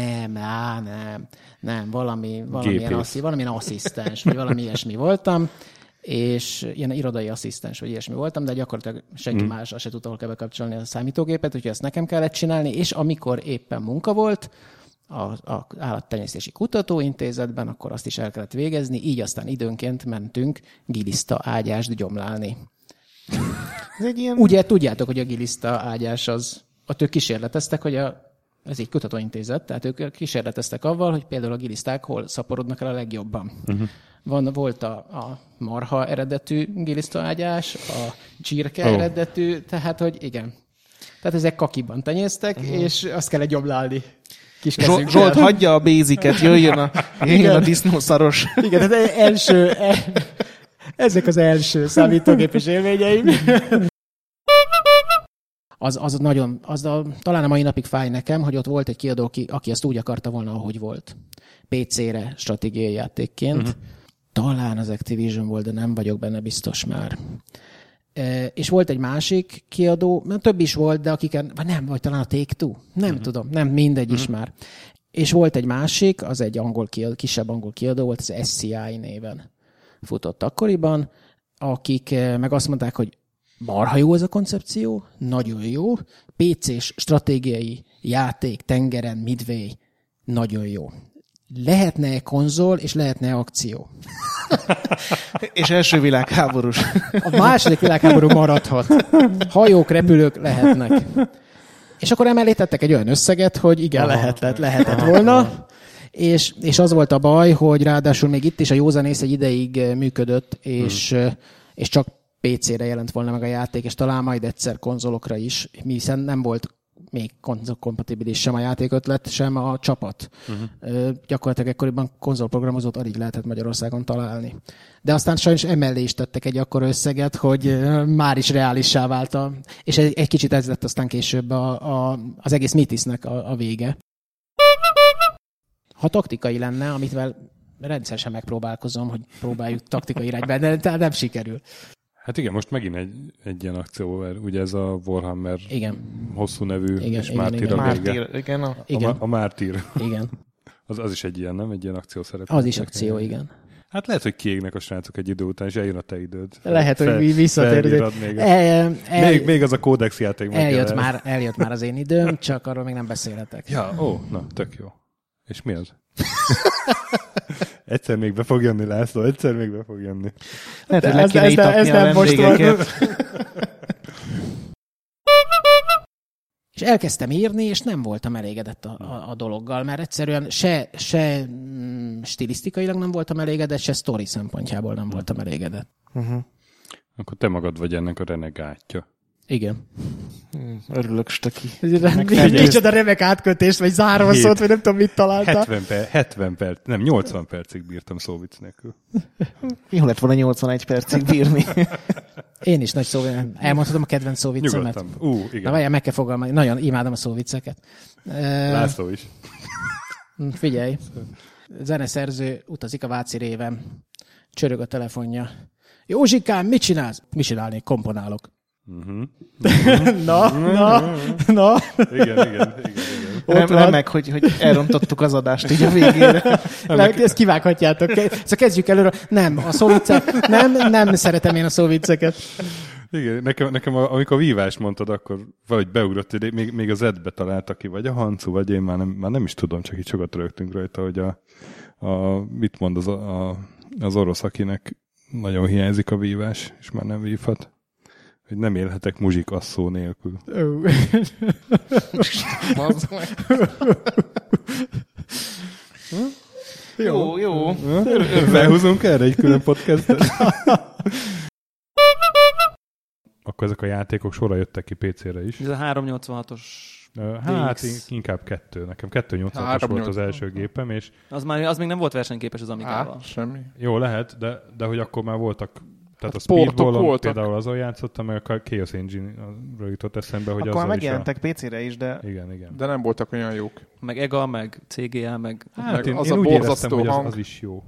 Speaker 10: Nem, valamilyen asszisztens, vagy valami ilyesmi voltam, és ilyen irodai asszisztens, vagy ilyesmi voltam, de gyakorlatilag senki más se tudta hol bekapcsolni a számítógépet, úgyhogy ezt nekem kellett csinálni, és amikor éppen munka volt, az állattenyésztési kutatóintézetben, akkor azt is el kellett végezni, így aztán időnként mentünk giliszta ágyást gyomlálni. Ugye tudjátok, hogy a giliszta ágyás az, ott ők kísérleteztek, hogy ez így kutatóintézet, tehát ők kísérleteztek avval, hogy például a giliszták hol szaporodnak el a legjobban. Volt a marha eredetű giliszta ágyás, a csirke eredetű, tehát hogy igen. Tehát ezek kakiban tenyésztek, és azt kell gyomlálni.
Speaker 2: Zsolt, hagyja a basicet, jöjjön a disznószaros.
Speaker 10: Igen, tehát ezek az első számítógépes élményeim. Talán a mai napig fáj nekem, hogy ott volt egy kiadó, aki ezt úgy akarta volna, ahogy volt. PC-re stratégiai játékként. Talán az Activision volt, de nem vagyok benne biztos már. És volt egy másik kiadó, mert több is volt, de vagy talán a Take-Two. Nem tudom, nem mindegy is már. És volt egy másik, az egy kisebb angol kiadó volt, az SCI néven futott akkoriban, akik meg azt mondták, hogy marha jó ez a koncepció, nagyon jó, PC-s stratégiai játék, tengeren, Midway, nagyon jó. Lehetne konzol, és lehetne akció.
Speaker 2: És első világháborús.
Speaker 10: A második világháború maradhat. Hajók, repülők lehetnek. És akkor emellé tettek egy olyan összeget, hogy igen, lehetett volna. És az volt a baj, hogy ráadásul még itt is a józanész egy ideig működött, és csak PC-re jelent volna meg a játék, és talán majd egyszer konzolokra is, hiszen nem volt még konzolkompatibilis sem a játékötlet, sem a csapat. Gyakorlatilag ekkoriban konzolprogramozót alig lehetett Magyarországon találni. De aztán sajnos emellé is tettek egy akkora összeget, hogy már is reálissá vált, és egy kicsit ez lett aztán később az egész Mythosnek a vége. Ha taktikai lenne, amivel rendszeresen megpróbálkozom, hogy próbáljuk taktikai irányba, de nem sikerül.
Speaker 1: Hát igen, most megint egy ilyen akció, ugye ez a Warhammer hosszú nevű, és Mártír a vége. A Mártír.
Speaker 10: Igen.
Speaker 1: Az is egy ilyen, nem? Egy ilyen akció szerep.
Speaker 10: Az is akció, igen.
Speaker 1: Hát lehet, hogy kiégnek a srácok egy idő után, és eljön a te időd.
Speaker 10: Lehet, hogy visszatér.
Speaker 1: Még az a kódex játék.
Speaker 10: Eljött már az én időm, csak arról még nem beszélhetek.
Speaker 1: Ja, na, tök jó. És mi az? Egyszer még be fog jönni, László, egyszer még be fog jönni.
Speaker 2: Lehet, hogy le kéne itatni a vendégeket.
Speaker 10: És elkezdtem írni, és nem voltam elégedett a dologgal, mert egyszerűen se stilisztikailag nem voltam elégedett, se sztori szempontjából nem voltam elégedett.
Speaker 1: Akkor te magad vagy ennek a renegátja.
Speaker 10: Igen.
Speaker 2: Örülök, Stöki.
Speaker 10: Kicsoda remek átkötést, vagy zárószót, vagy nem tudom, mit találtál.
Speaker 1: 70 perc, nem, 80 percig bírtam szóvic nélkül.
Speaker 2: Jó lett volna 81 percig bírni.
Speaker 10: Én is nagy szóvic. Elmondhatom a kedvenc szóvicemet.
Speaker 1: Nyugodtan. Igen.
Speaker 10: Na várjál, meg kell fogalmazni. Nagyon imádom a szóviceket.
Speaker 1: László is.
Speaker 10: Figyelj. Zeneszerző utazik a Váci réven. Csörög a telefonja. Józsikám, mit csinálsz? Mit csinálnék? Komponálok. Na.
Speaker 1: Igen.
Speaker 2: Remek, hogy elrontottuk az adást így a végére.
Speaker 10: Ezt kivághatjátok. Szóval kezdjük előre. Nem, a szóviccek. Nem szeretem én a szóvicceket.
Speaker 1: Igen, nekem amikor a vívást mondtad, akkor valahogy beugrott, hogy még az Edbe találta ki, vagy a Hancu, vagy én már nem is tudom, csak így sokat rögtünk rajta, hogy mit mond az orosz, akinek nagyon hiányzik a vívás, és már nem vívhat. Hogy nem élhetek muzsikasszó nélkül.
Speaker 2: Jó.
Speaker 1: Felhúzunk erre egy külön podcastet. Akkor ezek a játékok sorra jöttek ki PC-re is.
Speaker 11: Ez a 386-os
Speaker 1: Hát inkább 2. Nekem 286-os volt az első gépem, és...
Speaker 11: Az még nem volt versenyképes az Amigával.
Speaker 9: Semmi.
Speaker 1: Jó, lehet, de hogy akkor már voltak... Tehát a Speedball-on például azon játszottam, meg a Chaos Engine-ről jutott eszembe, hogy
Speaker 2: akkor megjelentek PC-re is, de...
Speaker 1: Igen.
Speaker 9: De nem voltak olyan jók.
Speaker 11: Meg EGA, meg CGA, meg...
Speaker 1: Hát én úgy éreztem, hogy az is jó.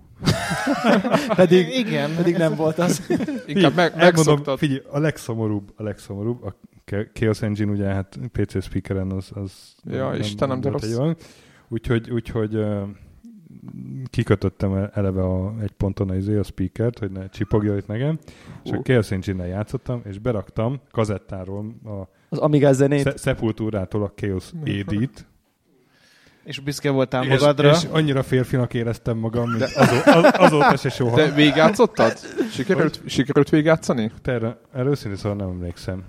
Speaker 11: pedig nem volt az.
Speaker 9: Inkább megszoktad.
Speaker 1: Figyelj, a legszomorúbb, a Chaos Engine ugye hát PC speakeren az
Speaker 9: ja, Istenem, de rossz.
Speaker 1: Úgyhogy kikötöttem eleve egy ponton a speakert, hogy ne csipogja itt nekem, és a Chaos Engine-nel játszottam, és beraktam kazettáról
Speaker 11: az Amiga zenét.
Speaker 1: Sepultúrától a Chaos AD-t.
Speaker 2: És büszke voltál magadra.
Speaker 1: És annyira férfinak éreztem magam, mint azóta se soha.
Speaker 9: De végigjátszottad? Sikerült végigjátszani?
Speaker 1: Erre őszintén szóval nem emlékszem.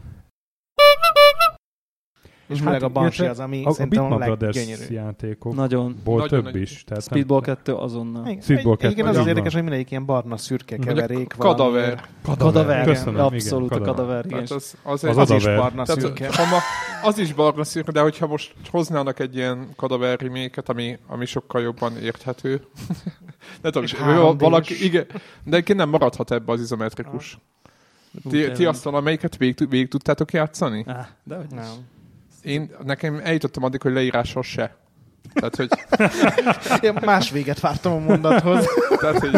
Speaker 2: És főleg a Banshee az, ami szerintem a leggyönyörű
Speaker 1: játékok.
Speaker 11: Nagyon.
Speaker 1: Volt több is. Tehát
Speaker 11: Speedball 2 azonnal.
Speaker 1: Speedball 2.
Speaker 2: Igen, az érdekes, hogy mindegyik ilyen barna szürke keverék van.
Speaker 9: Kadaver.
Speaker 1: Köszönöm,
Speaker 11: abszolút
Speaker 1: igen,
Speaker 11: a kadaver. Igen.
Speaker 2: Az is barna szürke.
Speaker 9: Az is barna szürke, de hogyha most hoznának egy ilyen kadaver remake-et, ami sokkal jobban érthető. Nem tudom, valaki, igen, de ki nem maradhat ebbe az izometrikus. Ti azt amelyiket végig tudtátok játszani?
Speaker 11: De hogy nem.
Speaker 9: Nekem eljutottam addig, hogy leírással se. Tehát, hogy...
Speaker 2: Én más véget vártam a mondathoz.
Speaker 9: Tehát, hogy...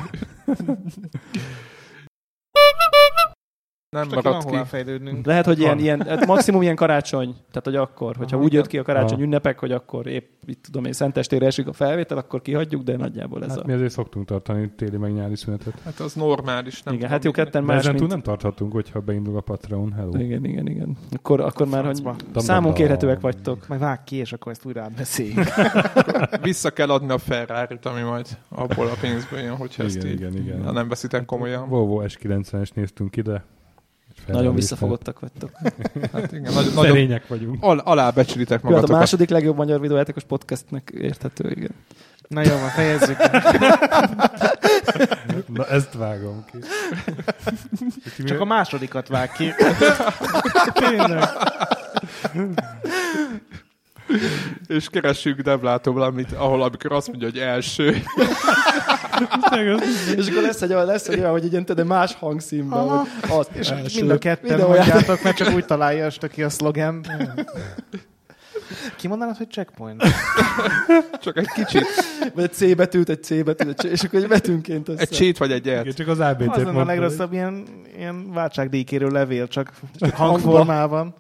Speaker 9: Nem maradt ki.
Speaker 11: Lehet, hogy ilyen maximum ilyen karácsony, tehát hogy akkor, hogyha úgy jött ki a karácsony ünnepek, hogy akkor épp, itt tudom én, Szentestére esik a felvétel, akkor kihagyjuk, de nagyjából ez
Speaker 1: mi azért szoktunk tartani téli meg nyári szünetet.
Speaker 9: Hát az normális. Nem
Speaker 11: igen, hát jó ketten más,
Speaker 1: ezentúl nem tarthatunk, hogyha beindul a Patreon. Hello.
Speaker 11: Igen. Akkor már, hogy számon kérhetőek vagytok.
Speaker 2: Majd vág ki, és akkor ezt újra átbeszéljük.
Speaker 9: Vissza kell adni a Ferrari-t, ami majd abból a pénzből jön, hogyha ezt így nem veszitek komolyan.
Speaker 1: Volvo S90-es néztünk ide.
Speaker 11: Nagyon visszafogottak vagytok.
Speaker 9: Hát igen,
Speaker 1: szerények vagyunk.
Speaker 9: Alábecsülitek magatokat.
Speaker 11: A második legjobb magyar videójátékos podcastnek érthető, igen.
Speaker 2: Na jó, már fejezzük.
Speaker 1: Na ezt vágom ki.
Speaker 2: Csak a másodikat vág ki. Tényleg.
Speaker 12: És keressünk, nem látom valamit, amikor azt mondja, hogy első.
Speaker 11: És akkor lesz egy olyan, hogy egy ilyen más hangszínben.
Speaker 2: És mind a ketten mondjátok, mert csak úgy találja ki a szlogent. Ki mondanád, hogy checkpoint?
Speaker 12: Csak egy kicsit.
Speaker 11: Vagy egy C betűt, és akkor egy betűnként össze.
Speaker 12: Egy csét vagy egy et.
Speaker 1: Csak az ABC-t
Speaker 2: mondtad. Az a legrosszabb ilyen váltságdíjkérő levél, csak hangformában.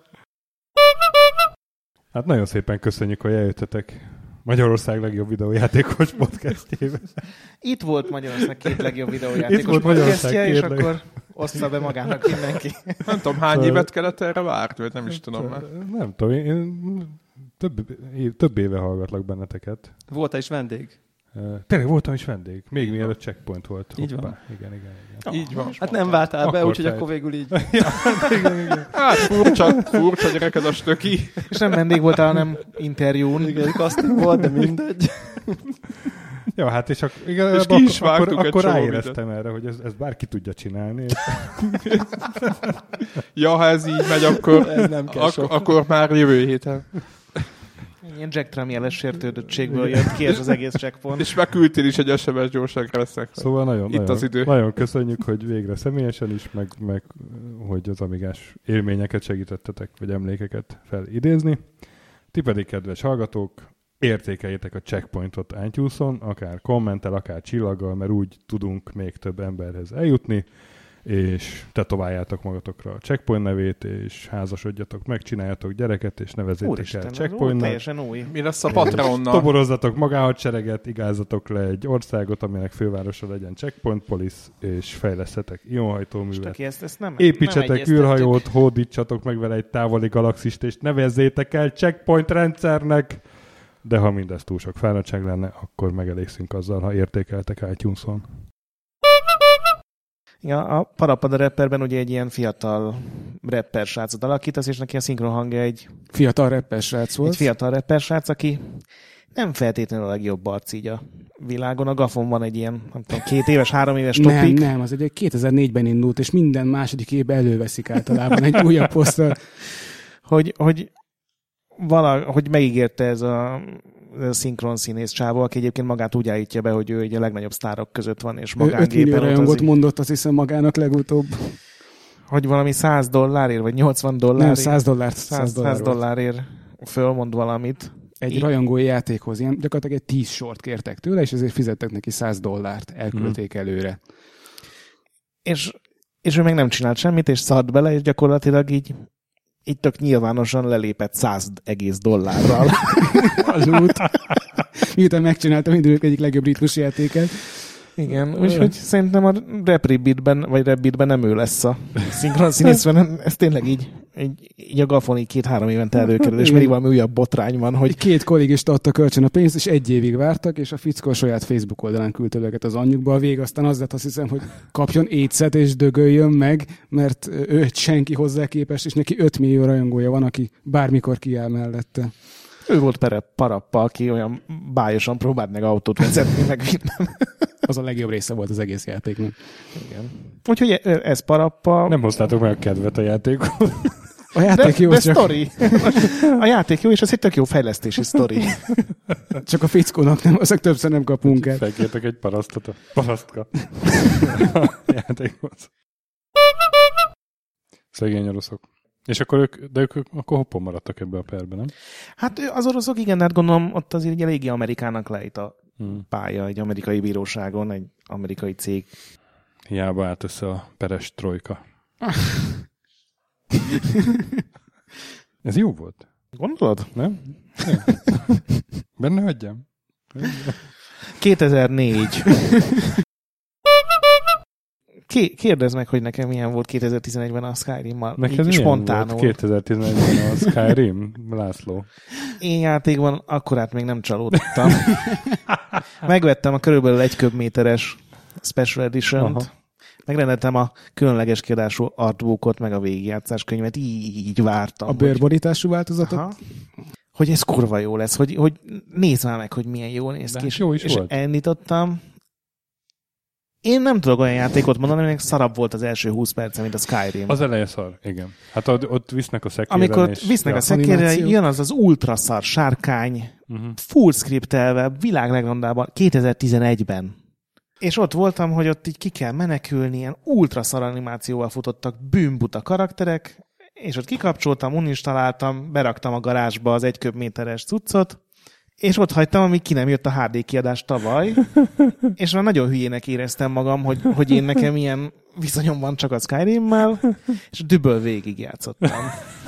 Speaker 1: Hát nagyon szépen köszönjük, hogy eljöttetek Magyarország legjobb videójátékos podcastjében.
Speaker 2: Itt volt Magyarország 2 legjobb videójátékos podcastje, és akkor ossza be magának mindenki.
Speaker 12: Nem tudom, hány évet kellett erre várni, vagy nem is tudom már.
Speaker 1: Nem tudom, én több éve hallgatlak benneteket.
Speaker 11: Voltál is vendég?
Speaker 1: Tényleg voltam is vendég. Még mielőtt checkpoint volt.
Speaker 11: Így van.
Speaker 1: Igen.
Speaker 12: Így van.
Speaker 11: Hát nem váltál be, úgyhogy akkor végül így.
Speaker 1: Igen.
Speaker 12: Hát furcsa gyerek ez a stöki.
Speaker 2: És nem vendég voltál, hanem interjún.
Speaker 11: Igen, casting volt, de mindegy.
Speaker 1: Ja, hát és akkor ráéreztem erre, hogy ezt bárki tudja csinálni.
Speaker 12: Ja, ha ez így megy, akkor,
Speaker 11: ez nem kell
Speaker 12: akkor már jövő héten.
Speaker 2: Ilyen Jack Tramiel-es sértődöttségből jött ki ez az egész checkpoint.
Speaker 12: És megküldtél is egy SMS gyorsan lesznek.
Speaker 1: Szóval
Speaker 12: itt az idő.
Speaker 1: Nagyon köszönjük, hogy végre személyesen is, meg hogy az Amigás élményeket segítettetek, vagy emlékeket felidézni. Ti pedig, kedves hallgatók, értékeljétek a checkpointot iTunes-on, akár kommentel, akár csillaggal, mert úgy tudunk még több emberhez eljutni, és tetováljátok magatokra a checkpoint nevét, és házasodjatok, megcsináljatok gyereket, és nevezzétek el checkpointnak.
Speaker 2: Teljesen új.
Speaker 12: Mi lesz a Patreonnal?
Speaker 1: Toborozzatok magánhadsereget, igázzatok le egy országot, aminek fővárosa legyen Checkpoint Police, és fejleszthetek ionhajtóművet. Építsetek űrhajót, hódítsatok meg vele egy távoli galaxist, és nevezzétek el Checkpoint rendszernek. De ha mindez túl sok fáradtság lenne, akkor megelégszünk azzal, ha értékeltek iTunes-on.
Speaker 2: Ja, a Parappa the Rapperben ugye egy ilyen fiatal rapper srácot alakítasz, és neki a szinkron hangja egy...
Speaker 10: Fiatal rapper srác volt.
Speaker 2: Egy fiatal rapper srác, aki nem feltétlenül a legjobb arc így a világon. A Gafon van egy ilyen, nem tudom, 2 éves, 3 éves topik.
Speaker 10: Nem, az egy 2004-ben indult, és minden második évben előveszik általában egy újabb poszttal.
Speaker 2: hogy megígérte ez a szinkron színész csávó, aki egyébként magát úgy állítja be, hogy ő egy a legnagyobb sztárok között van, és magángépen
Speaker 10: 5 millió rajongot mondott, azt hiszem magának legutóbb.
Speaker 2: Hogy valami $100 vagy $80.
Speaker 10: Nem, $100.
Speaker 2: $100 fölmond valamit.
Speaker 10: Egy rajongói játékhoz. Ilyen, gyakorlatilag egy 10 sort kértek tőle, és ezért fizettek neki $100. Elküldték előre.
Speaker 2: És ő meg nem csinált semmit, és szart bele, és gyakorlatilag így tök nyilvánosan lelépett $100,000.
Speaker 10: Az út. Miután megcsináltam idők egyik legjobb ritmusjátéket.
Speaker 2: Igen, úgyhogy szerintem a Rap-Beatben nem ő lesz a szinkron színész, mert ez tényleg így a Gafon így 2-3 évente előkerül, és még valami újabb botrány van, hogy...
Speaker 10: 2 kollégista adta kölcsön a pénzt, és 1 évig vártak, és a fickó a saját Facebook oldalán küldte őket az anyjukba. A vég aztán az lett, azt hiszem, hogy kapjon AIDS-et és dögöljön meg, mert ő egy senki hozzá képest, és neki 5 millió rajongója van, aki bármikor kiáll mellette.
Speaker 2: Ő volt Parappa, aki olyan bájosan próbált meg autót vezetni, meg minden.
Speaker 10: Az a legjobb része volt az egész játéknak.
Speaker 2: Igen. Úgyhogy ez Parappa...
Speaker 1: Nem hoztátok meg a kedvet a játékot.
Speaker 10: A játék jó,
Speaker 2: de sztori. A játék jó, és ez egy tök jó fejlesztési sztori.
Speaker 10: Csak a fickónak nem, azok többször nem kap munkát.
Speaker 1: Felkértek egy parasztka a játékhoz. Szegény oroszok. És akkor ők akkor hoppon maradtak ebbe a perbe, nem?
Speaker 2: Hát az oroszok, igen, hát gondolom ott azért egy eléggé Amerikának lejt a pálya egy amerikai bíróságon, egy amerikai cég.
Speaker 1: Hiába állt össze a peres trojka. Ez jó volt.
Speaker 2: Gondolod?
Speaker 1: Nem? Benne hagyjam.
Speaker 2: 2004. Kérdezd meg, hogy nekem milyen volt 2011-ben a Skyrim-mal.
Speaker 1: Neked milyen spontánul volt 2011-ben a Skyrim, László?
Speaker 2: Én játékban akkorát még nem csalódtam. Megvettem a körülbelül 1 köbméteres Special Edition-t. Megrendeltem a különleges kiadású artbookot, meg a végigjátszás könyvet. Így vártam.
Speaker 10: A bőrborítású változatot?
Speaker 2: Aha. Hogy ez kurva jó lesz. Hogy nézd már meg, hogy milyen jól néz ki.
Speaker 1: Jó is
Speaker 2: és
Speaker 1: volt.
Speaker 2: elnyitottam, Én nem tudok olyan játékot mondani, aminek szarabb volt az első 20 perce, mint a Skyrim.
Speaker 1: Az eleje szar, igen. Hát ott visznek a szekérre.
Speaker 2: Amikor visznek a szekérre, jön az ultra szar sárkány, full scriptelve, világ legrondában, 2011-ben. És ott voltam, hogy ott így ki kell menekülni, ilyen ultra szar animációval futottak bűnbuta karakterek, és ott kikapcsoltam, uninstaláltam, beraktam a garázsba az 1 köbméteres cuccot, és ott hagytam, amíg ki nem jött a HD kiadás tavaly, és már nagyon hülyének éreztem magam, hogy én nekem ilyen viszonyom van csak a Skyrimmel, és düböl végig játszottam.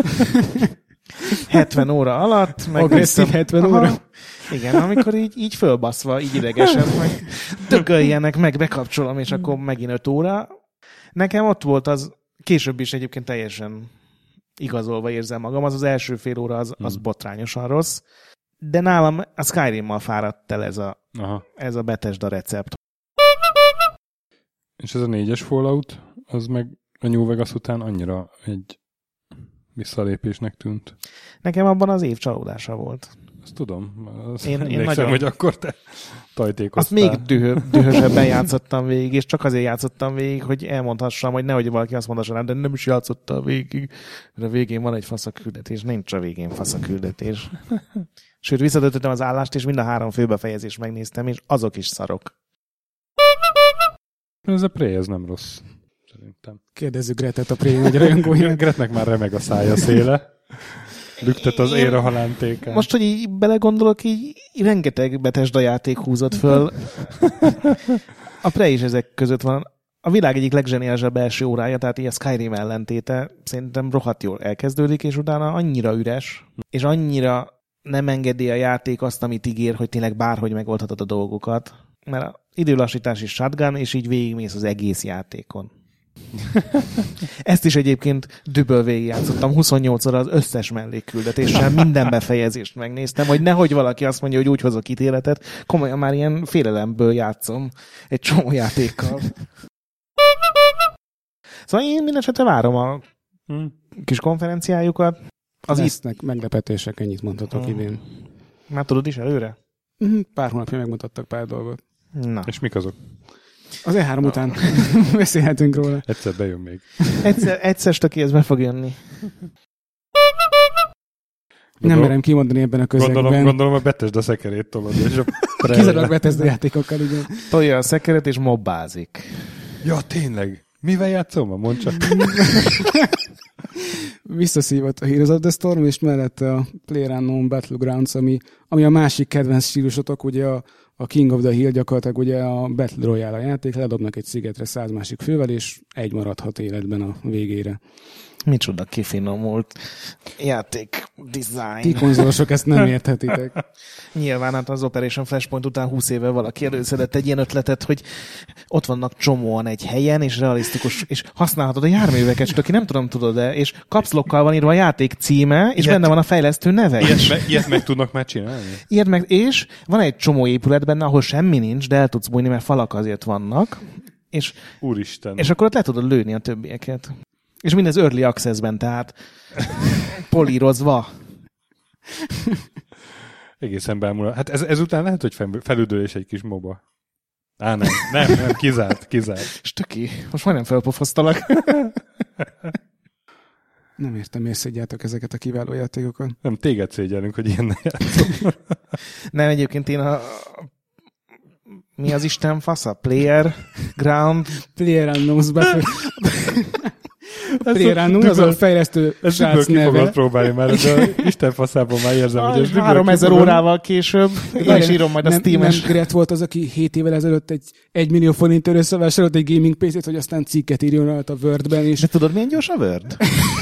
Speaker 2: 70 óra alatt.
Speaker 13: Agresszív 70 óra.
Speaker 2: Igen, amikor így fölbaszva, így idegesen, hogy dögöljenek meg, bekapcsolom, és akkor megint 5 óra. Nekem ott volt az, később is egyébként teljesen igazolva érzem magam, az első fél óra az botrányosan rossz, de nálam a Skyrimmal fáradt el ez a Bethesda recept.
Speaker 1: És ez a 4-es Fallout, az meg a New Vegas után annyira egy visszalépésnek tűnt.
Speaker 2: Nekem abban az év csalódása volt.
Speaker 1: Azt tudom.
Speaker 2: Én
Speaker 1: nagyon... hogy akkor te tajtékoztál.
Speaker 2: Azt még dühösebben játszottam végig, és csak azért játszottam végig, hogy elmondhassam, hogy nehogy valaki azt mondhassa rám, de nem is játszottam végig, mert a végén van egy faszaküldetés. Nincs a végén faszaküldetés. Sőt, visszatöltöttem az állást, és mind a 3 főbefejezést megnéztem, és azok is szarok.
Speaker 1: Ez a Prey, ez nem rossz. Szerintem.
Speaker 13: Kérdezzük Gretet a Prey nagy rajongója.
Speaker 1: Gretnek már remeg a szája széle. Lüktet az ér a halántékán.
Speaker 2: Most, hogy így belegondolok, így rengeteg Bethesda játék húzott föl. A Prey is ezek között van. A világ egyik legzseniálisabb első órája, tehát így a Skyrim ellentéte szerintem rohadt jól elkezdődik, és utána annyira üres, és annyira nem engedi a játék azt, amit ígér, hogy tényleg bárhogy megoldhatod a dolgokat. Mert az időlassítás is shotgun, és így végigmész az egész játékon. Ezt is egyébként düböl végigjátszottam 28-szor az összes mellékküldetéssel, minden befejezést megnéztem, hogy nehogy valaki azt mondja, hogy úgy hozok ítéletet, komolyan már ilyen félelemből játszom egy csomó játékkal. Szóval én mindenesetre várom a kis konferenciájukat.
Speaker 13: Lesznek meglepetések, ennyit mondhatok idén.
Speaker 2: Már tudod is előre?
Speaker 13: Pár hónapja megmutattak pár dolgot.
Speaker 2: Na.
Speaker 1: És mik azok?
Speaker 13: Az E3 után beszélhetünk róla.
Speaker 1: Egyszer bejön még.
Speaker 2: Egyszer stöki, ez be fog jönni.
Speaker 13: Nem merem kimondani ebben a közegben.
Speaker 1: Gondolom a Bethesda szekerét tolod.
Speaker 13: Kizárólag Bethesda játékokkal, igen.
Speaker 2: Tolja a szekeret és mobbázik.
Speaker 1: Ja, tényleg. Mivel játszom? Mondd csak.
Speaker 13: Visszaszívott a Heroes of the Storm, és mellette a PlayerUnknown Battlegrounds, ami a másik kedvenc stílusotok, ugye a King of the Hill gyakorlatilag ugye a Battle Royale a játék, ledobnak egy szigetre 100 másik fővel, és egy maradhat életben a végére.
Speaker 2: Micsoda kifinomult játék design.
Speaker 13: Ti konzolosok ezt nem érthetitek.
Speaker 2: Nyilván hát az Operation Flashpoint után 20 éve valaki előszedett egy ilyen ötletet, hogy ott vannak csomóan egy helyen, és realisztikus, és használhatod a járműveket, csak aki nem tudom, tudod-e, és kapszlokkal van írva a játék címe, és benne van a fejlesztő neve is.
Speaker 1: Ilyet meg tudnak már csinálni?
Speaker 2: Ilyet meg, és van egy csomó épület benne, ahol semmi nincs, de el tudsz bújni, mert falak azért vannak. És,
Speaker 1: Úristen.
Speaker 2: És akkor ott le tudod lőni a többieket. És mindez early access-ben, tehát polírozva.
Speaker 1: Egészen bámulva. Hát ezután lehet, hogy felüdülés egy kis moba. Nem, kizárt.
Speaker 2: Stöki, most majdnem felpofoztalak.
Speaker 13: Nem értem, miért szégyeltek ezeket a kiváló játékokat.
Speaker 1: Nem, téged szégyelünk, hogy ilyennel játszom.
Speaker 2: Nem, egyébként én mi az Isten fasza? PlayerUnknown
Speaker 13: PlayerUnknown, az a fejlesztő srác neve.
Speaker 1: Fogod próbálni már, de Isten faszában már érzem, hogy ez
Speaker 2: 3000 órával később, és írom majd a Steam-es.
Speaker 13: Nem Gret volt az, aki 7 évvel ezelőtt egy 1 millió forintért összevásárolt egy gaming PC-t, hogy aztán cikket írjon rá a Word-ben is.
Speaker 2: De tudod, milyen gyors a Word?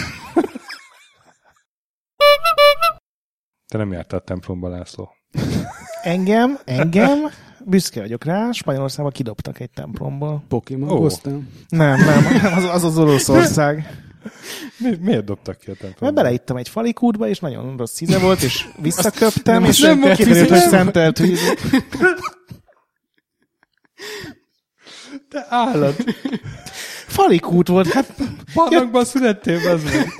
Speaker 1: Te nem jártál templomba, László.
Speaker 2: Engem, büszke vagyok rá, Spanyolországban kidobtak egy templomból.
Speaker 13: Pokémon
Speaker 2: Nem, az Oroszország.
Speaker 1: Miért dobtak ki a templomból?
Speaker 2: Mert beleittem egy falikútba, és nagyon rossz íze volt, és visszaköptem, és kiderült, hogy szentelt víz.
Speaker 1: Te állat!
Speaker 2: Falikút volt, hát...
Speaker 1: Barlangban születtél, az meg.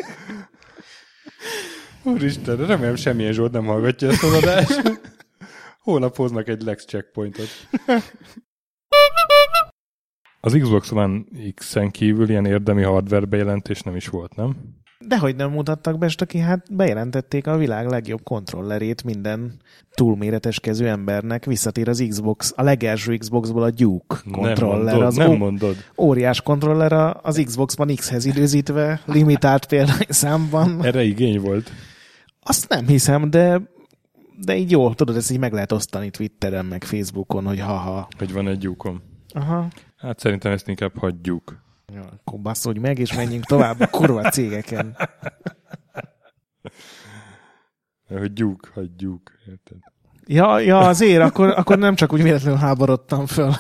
Speaker 1: Úristen, remélem semmilyen Zsolt nem hallgatja ezt az adást. Holnap hoznak egy Lex checkpointot. Az Xbox One X-en kívül ilyen érdemi hardware bejelentés nem is volt, nem?
Speaker 2: Dehogy nem mutattak be, aki hát bejelentették a világ legjobb kontrollerét minden túlméretes kezű embernek. Visszatér az Xbox, a legelső Xboxból a Duke kontroller.
Speaker 1: Nem mondod.
Speaker 2: Óriás kontroller az Xbox One X-hez időzítve, limitált példányszámban.
Speaker 1: Erre igény volt.
Speaker 2: Azt nem hiszem, de így jó, tudod, ezt így meg lehet osztani Twitteren, meg Facebookon, hogy haha.
Speaker 1: Hogy van egy Duke-om.
Speaker 2: Aha.
Speaker 1: Hát szerintem ezt inkább hagyjuk.
Speaker 2: Ja, akkor basszolj meg, és menjünk tovább a kurva cégeken.
Speaker 1: Hogy Duke, hagyjuk, érted?
Speaker 2: Ja, azért, akkor nem csak úgy véletlenül háborodtam föl.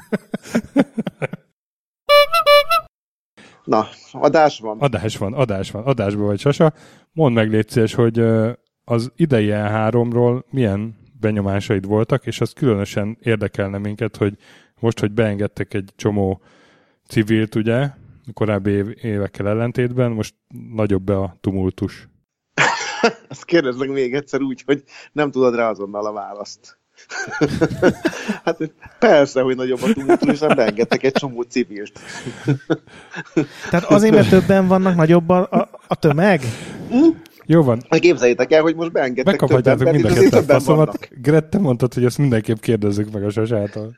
Speaker 6: Na, adás van.
Speaker 1: Adásban vagy, Sasa. Mondd meg, légy szíves, hogy az idei E3-ról milyen benyomásaid voltak, és az különösen érdekelne minket, hogy most, hogy beengedtek egy csomó civilt, ugye, korábbi évekkel ellentétben, most nagyobb be a tumultus.
Speaker 6: Ezt kérdezlek még egyszer úgy, hogy nem tudod rá azonnal a választ. Hát persze, hogy nagyobb a tumultus, hiszen beengedtek egy csomó civilt.
Speaker 2: Tehát azért, mert többen vannak, nagyobb a tömeg?
Speaker 1: Jó van.
Speaker 6: Képzeljétek el, hogy most beengedtek több embert, és azért többen vannak.
Speaker 1: Gret, te mondtad, hogy ezt mindenképp kérdezzük meg a Sasától.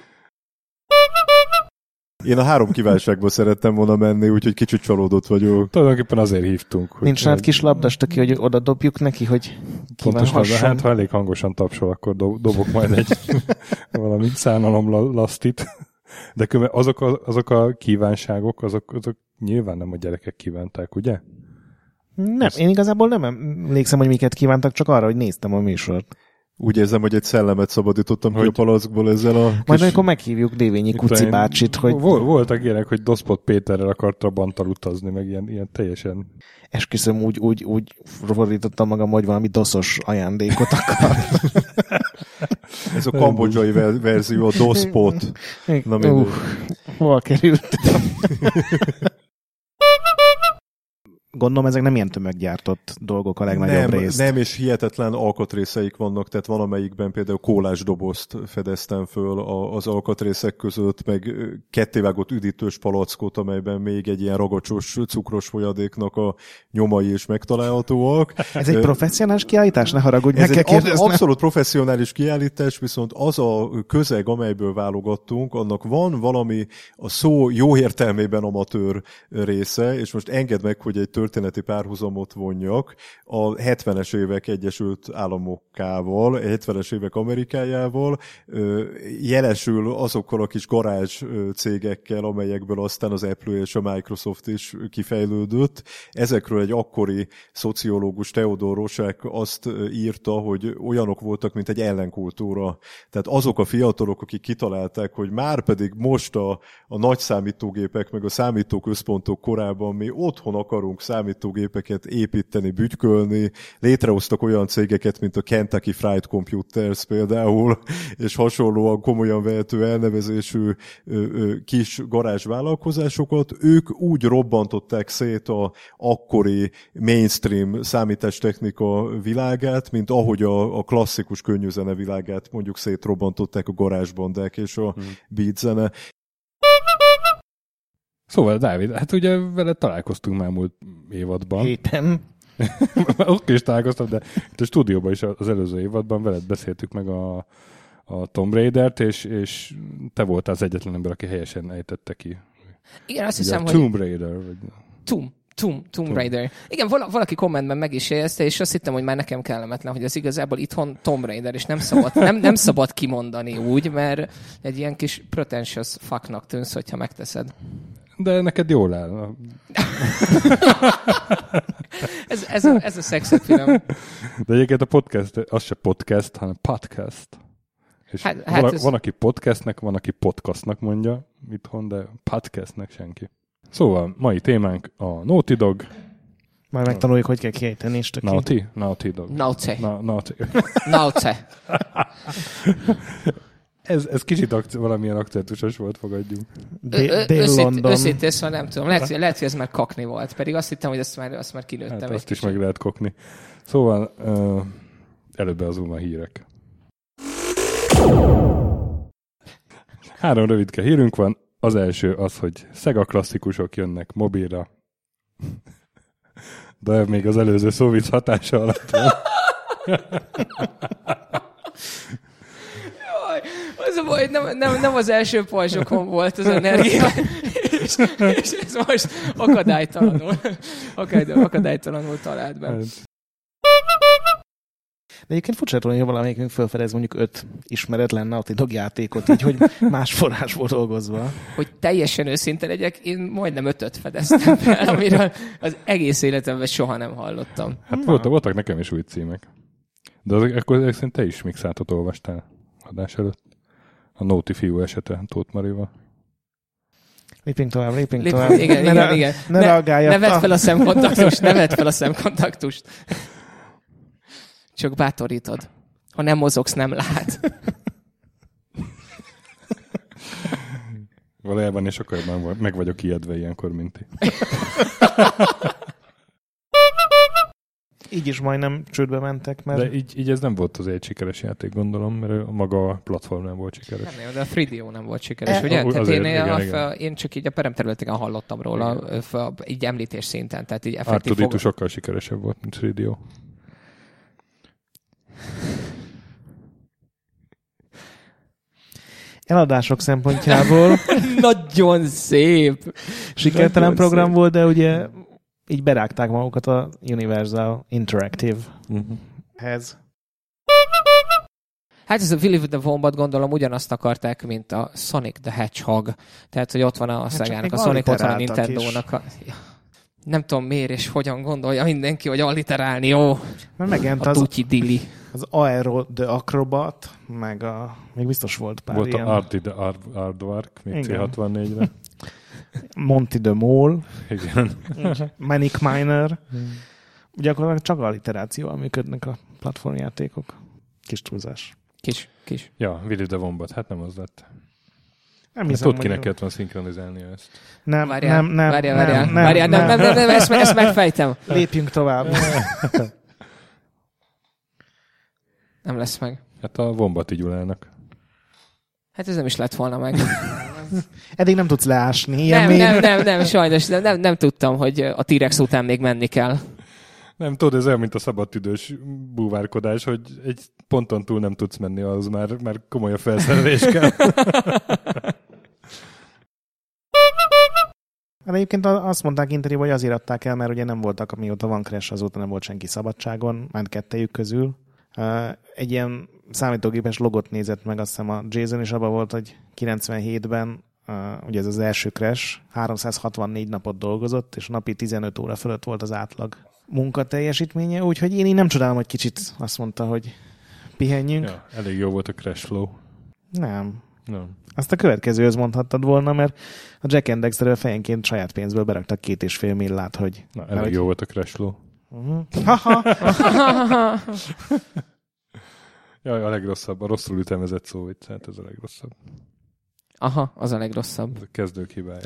Speaker 14: Én a 3 kívánságból szerettem volna menni, úgyhogy kicsit csalódott vagyok.
Speaker 1: Tulajdonképpen azért hívtunk.
Speaker 2: Nincs rád kis labdast, aki, hogy oda dobjuk neki, hogy kívánhasson.
Speaker 1: Hát, ha elég hangosan tapsol, akkor dobok majd egy valami szánalomlasztit. De azok a kívánságok, azok nyilván nem a gyerekek kívánták, ugye?
Speaker 2: Nem, én igazából nem emlékszem, hogy miket kívántak, csak arra, hogy néztem a műsort.
Speaker 14: Úgy érzem, hogy egy szellemet szabadítottam ki a palackból ezzel a
Speaker 2: Majd amikor meghívjuk Dévényi Kuci bácsit, hogy...
Speaker 1: Voltak ilyenek, hogy Doszpot Péterrel akart Trabanttal utazni, meg ilyen teljesen...
Speaker 2: Esküszöm, úgy fordítottam magam, hogy valami doszos ajándékot akar.
Speaker 14: Ez a kambodzsai verzió, a Doszpot.
Speaker 2: Hol kerültem? Gondolom, ezek nem ilyen tömeggyártott dolgok a legnagyobb részt.
Speaker 14: Nem, és hihetetlen alkatrészeik vannak, tehát valamelyikben például kólás dobozt fedeztem föl az alkatrészek között, meg kettévágott üdítős palackot, amelyben még egy ilyen ragacsos, cukros folyadéknak a nyomai is megtalálhatóak.
Speaker 2: Ez egy professzionális kiállítás? Ne haragudj,
Speaker 14: meg kell kérdeznem. Abszolút professzionális kiállítás, viszont az a közeg, amelyből válogattunk, annak van valami a szó jó értelmében amatőr része, és most engedd meg, hogy egy történeti párhuzamot vonjak a 70-es évek Egyesült Államokkával, 70-es évek Amerikájával, jelesül azokkal a kis garázs cégekkel, amelyekből aztán az Apple és a Microsoft is kifejlődött. Ezekről egy akkori szociológus, Theodor Roszák azt írta, hogy olyanok voltak, mint egy ellenkultúra. Tehát azok a fiatalok, akik kitalálták, hogy már pedig most a nagy számítógépek, meg a számítóközpontok korában mi otthon akarunk számítógépeket építeni, bütykölni, létrehoztak olyan cégeket, mint a Kentucky Fried Computers például, és hasonlóan komolyan vehető elnevezésű kis garázsvállalkozásokat. Ők úgy robbantották szét a akkori mainstream számítástechnika világát, mint ahogy a klasszikus könnyűzene világát mondjuk szétrobbantották a garázsbandák és a beatzene.
Speaker 1: Szóval, Dávid, hát ugye veled találkoztunk már múlt évadban.
Speaker 2: Héten.
Speaker 1: Ott is találkoztam, de itt a stúdióban is az előző évadban veled beszéltük meg a Tomb Raider-t, és te voltál az egyetlen ember, aki helyesen ejtette ki.
Speaker 10: Igen, azt hiszem, hogy...
Speaker 1: Tomb Raider. Vagy...
Speaker 10: Tomb Raider. Igen, valaki kommentben meg is jegyezte, és azt hittem, hogy már nekem kellemetlen, hogy az igazából itthon Tomb Raider, és nem szabad kimondani úgy, mert egy ilyen kis pretentious fucknak tűnsz, hogyha megteszed.
Speaker 1: De neked jól áll.
Speaker 10: ez a szexepilem.
Speaker 1: De egyébként a podcast, az se podcast, hanem podcast. És van, aki podcastnek, van, aki podcastnak mondja itthon, de podcastnek senki. Szóval, mai témánk a Naughty Dog.
Speaker 2: Már megtanuljuk, hogy kell kiejteni is.
Speaker 1: Naughty Dog.
Speaker 10: Naughty.
Speaker 1: Ez kicsit valamilyen akcentusos volt, fogadjunk.
Speaker 10: Őszintén szóval nem tudom. Lehet, hogy ez már kakni volt. Pedig azt hittem, hogy azt már kilőttem.
Speaker 1: Hát azt is meg lehet kokni. Szóval előbb beazulva a hírek. 3 rövidke hírünk van. Az első az, hogy Sega klasszikusok jönnek mobilra, de még az előző szóvic hatása alatt van.
Speaker 10: Az a baj, nem az első pajzsokon volt az energia, és ez most akadálytalanul talált be.
Speaker 2: De egyébként furcsa lett volna, hogy valamelyikünk felfedez mondjuk 5 ismeretlen Naughty Dog játékot, így, hogy más forrásból dolgozva.
Speaker 10: Hogy teljesen őszinte legyek, én majdnem 5-öt fedeztem fel, amiről az egész életemben soha nem hallottam.
Speaker 1: Hát voltak nekem is új címek. De akkor szerint te is mixátot olvastál adás előtt. A Naughty fiú esete Tóth Marival.
Speaker 2: Lépjünk tovább.
Speaker 10: Igen.
Speaker 2: Ne reagáljak.
Speaker 10: Ne vedd fel a szemkontaktust. Csak bátorítod. Ha nem mozogsz, nem lát.
Speaker 1: Valójában és sokkal meg vagyok ijedve ilyenkor, mint ti.
Speaker 2: Így is majdnem csődbe mentek, mert...
Speaker 1: De így ez nem volt az egy sikeres játék, gondolom, mert maga a platform nem volt sikeres.
Speaker 10: Nem, de a 3DO nem volt sikeres, ugye? Tehát én csak így a peremterületeken hallottam róla, így említés szinten. Tehát így effektív...
Speaker 1: R2D2 sokkal sikeresebb volt, mint 3DO.
Speaker 2: Eladások szempontjából...
Speaker 10: Nagyon szép!
Speaker 2: Sikertelen program volt, de ugye így berágták magukat a Universal Interactive-hez.
Speaker 10: Hát ez a Willy the Wombat gondolom ugyanazt akarták, mint a Sonic the Hedgehog. Tehát, hogy ott van a Sega-nak, a Sonic, ott van a Nintendo-nak. Nem tudom miért és hogyan gondolja mindenki, hogy alliterálni jó.
Speaker 2: Mert megjelent
Speaker 10: a Tucci Dilly.
Speaker 2: Az Aero the Acrobat, meg még biztos volt pár
Speaker 1: volt
Speaker 2: ilyen.
Speaker 1: Volt a Arty the Aardvark, még C64-re.
Speaker 2: Monty the Mole.
Speaker 1: Igen.
Speaker 2: Manic Miner. Ugye akkor csak alliterációval működnek a platformjátékok. Kis túlzás.
Speaker 10: Kis.
Speaker 1: Ja, Willy the Wombat, hát nem az lett.
Speaker 2: Nem hiszem,
Speaker 1: ott kinek kellett volna szinkronizálnia ezt.
Speaker 10: Nem, ezt megfejtem.
Speaker 2: Lépjünk tovább.
Speaker 10: Nem lesz meg.
Speaker 1: Hát a Wombati Gyulának.
Speaker 10: Hát ez nem is lett volna meg.
Speaker 2: Eddig nem tudsz leásni.
Speaker 10: Nem, sajnos nem tudtam, hogy a T-Rex után még menni kell.
Speaker 1: Nem, tudod, ez olyan, mint a szabadtüdős búvárkodás, hogy egy ponton túl nem tudsz menni, az már komoly a felszerelés kell.
Speaker 2: Hát egyébként azt mondták interjúban, hogy azért adták el, mert ugye nem voltak, amióta van Crash, azóta nem volt senki szabadságon, már kettejük közül. Egy ilyen számítógépes logot nézett meg, azt hiszem a Jason is abban volt, hogy 97-ben, ugye ez az első Crash, 364 napot dolgozott, és napi 15 óra fölött volt az átlag munkateljesítménye, úgyhogy én így nem csodálom, hogy kicsit azt mondta, hogy pihenjünk.
Speaker 1: Ja, elég jó volt a Crash Flow.
Speaker 2: Nem. Azt a következőhöz mondhattad volna, mert a Jack and Dexterről fejenként saját pénzből beraktak 2,5 millát, hogy...
Speaker 1: Na, elég jó volt a Crash Flow. Jaj, a legrosszabb. A rosszul ütemezett szó, itt, hát ez a legrosszabb.
Speaker 10: Aha, az a legrosszabb.
Speaker 1: Ez a kezdők hibája.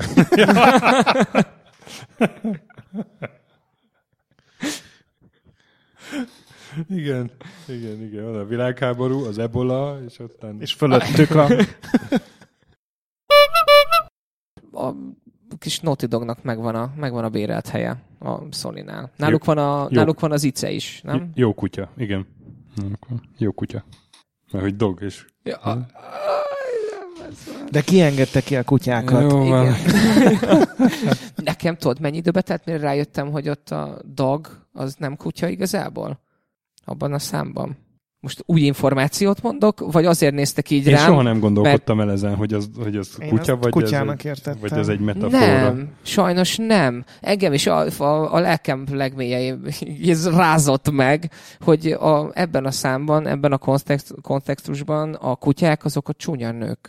Speaker 1: Igen. Van a világháború, az ebola, és aztán...
Speaker 2: És fölöttük
Speaker 10: a kis Naughty Dognak megvan a bérelt helye a Sony-nál. Náluk van az ICE is, nem?
Speaker 1: Jó kutya, igen. Jó kutya. Mert hogy dog, és...
Speaker 10: Ja.
Speaker 2: De ki engedte ki a kutyákat?
Speaker 1: Jó,
Speaker 10: igen. Nekem tudod, mennyi időbe telt, mire rájöttem, hogy ott a dog az nem kutya igazából? Abban a számban. Most új információt mondok, vagy azért néztek így rám?
Speaker 1: Én soha nem gondolkodtam el ezen, hogy az kutya, vagy ez egy metafora.
Speaker 10: Nem, sajnos nem. Engem is a lelkem legmélyeim rázott meg, hogy ebben a számban, ebben a kontextusban a kutyák azok a csúnya nők.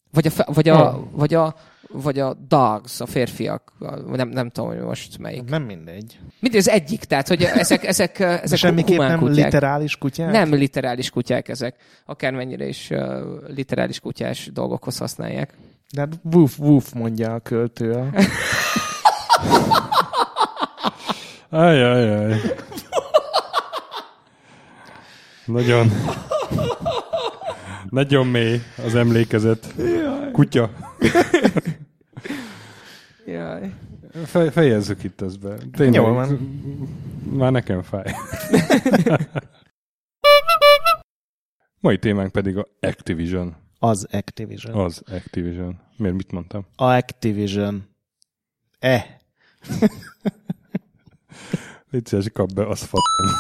Speaker 10: Vagy a dogs, a férfiak. Nem tudom, hogy most melyik.
Speaker 2: Nem mindegy.
Speaker 10: Mindegy, az egyik, tehát, hogy ezek
Speaker 2: semmiképp
Speaker 10: humán
Speaker 2: nem
Speaker 10: kutyák.
Speaker 2: literális kutyák?
Speaker 10: Nem literális kutyák ezek. Akármennyire is literális kutyás dolgokhoz használják.
Speaker 2: De hát woof mondja a költő.
Speaker 1: Ajajaj. Nagyon mély az emlékezet. Kutya. Fejezzük itt ezt be. Tényleg,
Speaker 2: jól van.
Speaker 1: Már nekem fáj. Mai témánk pedig a Activision.
Speaker 2: Az Activision.
Speaker 1: Az Activision. Miért mit mondtam?
Speaker 2: A Activision.
Speaker 1: Légy szíves, kap be, az f***en.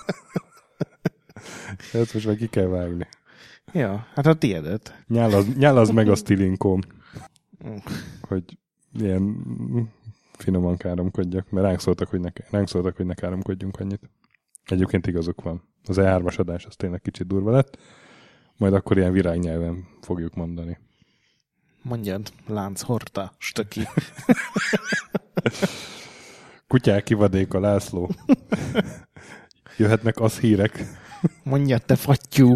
Speaker 1: Ezt most meg ki kell vágni.
Speaker 2: Ja, hát a tiédet.
Speaker 1: Nyálazd meg a stilinkóm. Hogy ilyen finoman káromkodjak, mert ránk szóltak, hogy ne káromkodjunk annyit. Egyébként igazuk van. Az E3-as adás az tényleg kicsit durva lett. Majd akkor ilyen virágnyelven fogjuk mondani.
Speaker 2: Mondjad, lánc horta, stöki.
Speaker 1: Kutyák kivadéka, László. Jöhetnek az hírek.
Speaker 2: Mondjad, te fattyú.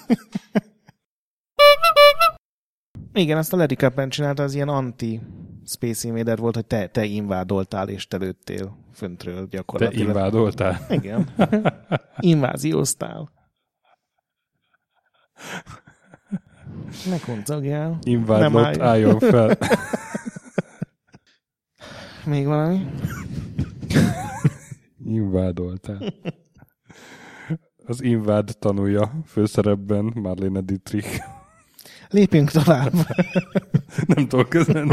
Speaker 2: Igen, azt a Larry Kaplan csinálta, az ilyen anti-Space Invader volt, hogy te invádoltál és te lőttél föntről gyakorlatilag.
Speaker 1: Te invádoltál?
Speaker 2: Igen. Invázióztál. Ne koncagjál.
Speaker 1: Invádlott, álljon fel.
Speaker 2: Még valami?
Speaker 1: Invádoltál. Az invád tanulja főszerepben Marlene Dietrich.
Speaker 2: Lépjünk tovább.
Speaker 1: Nem tudok közben.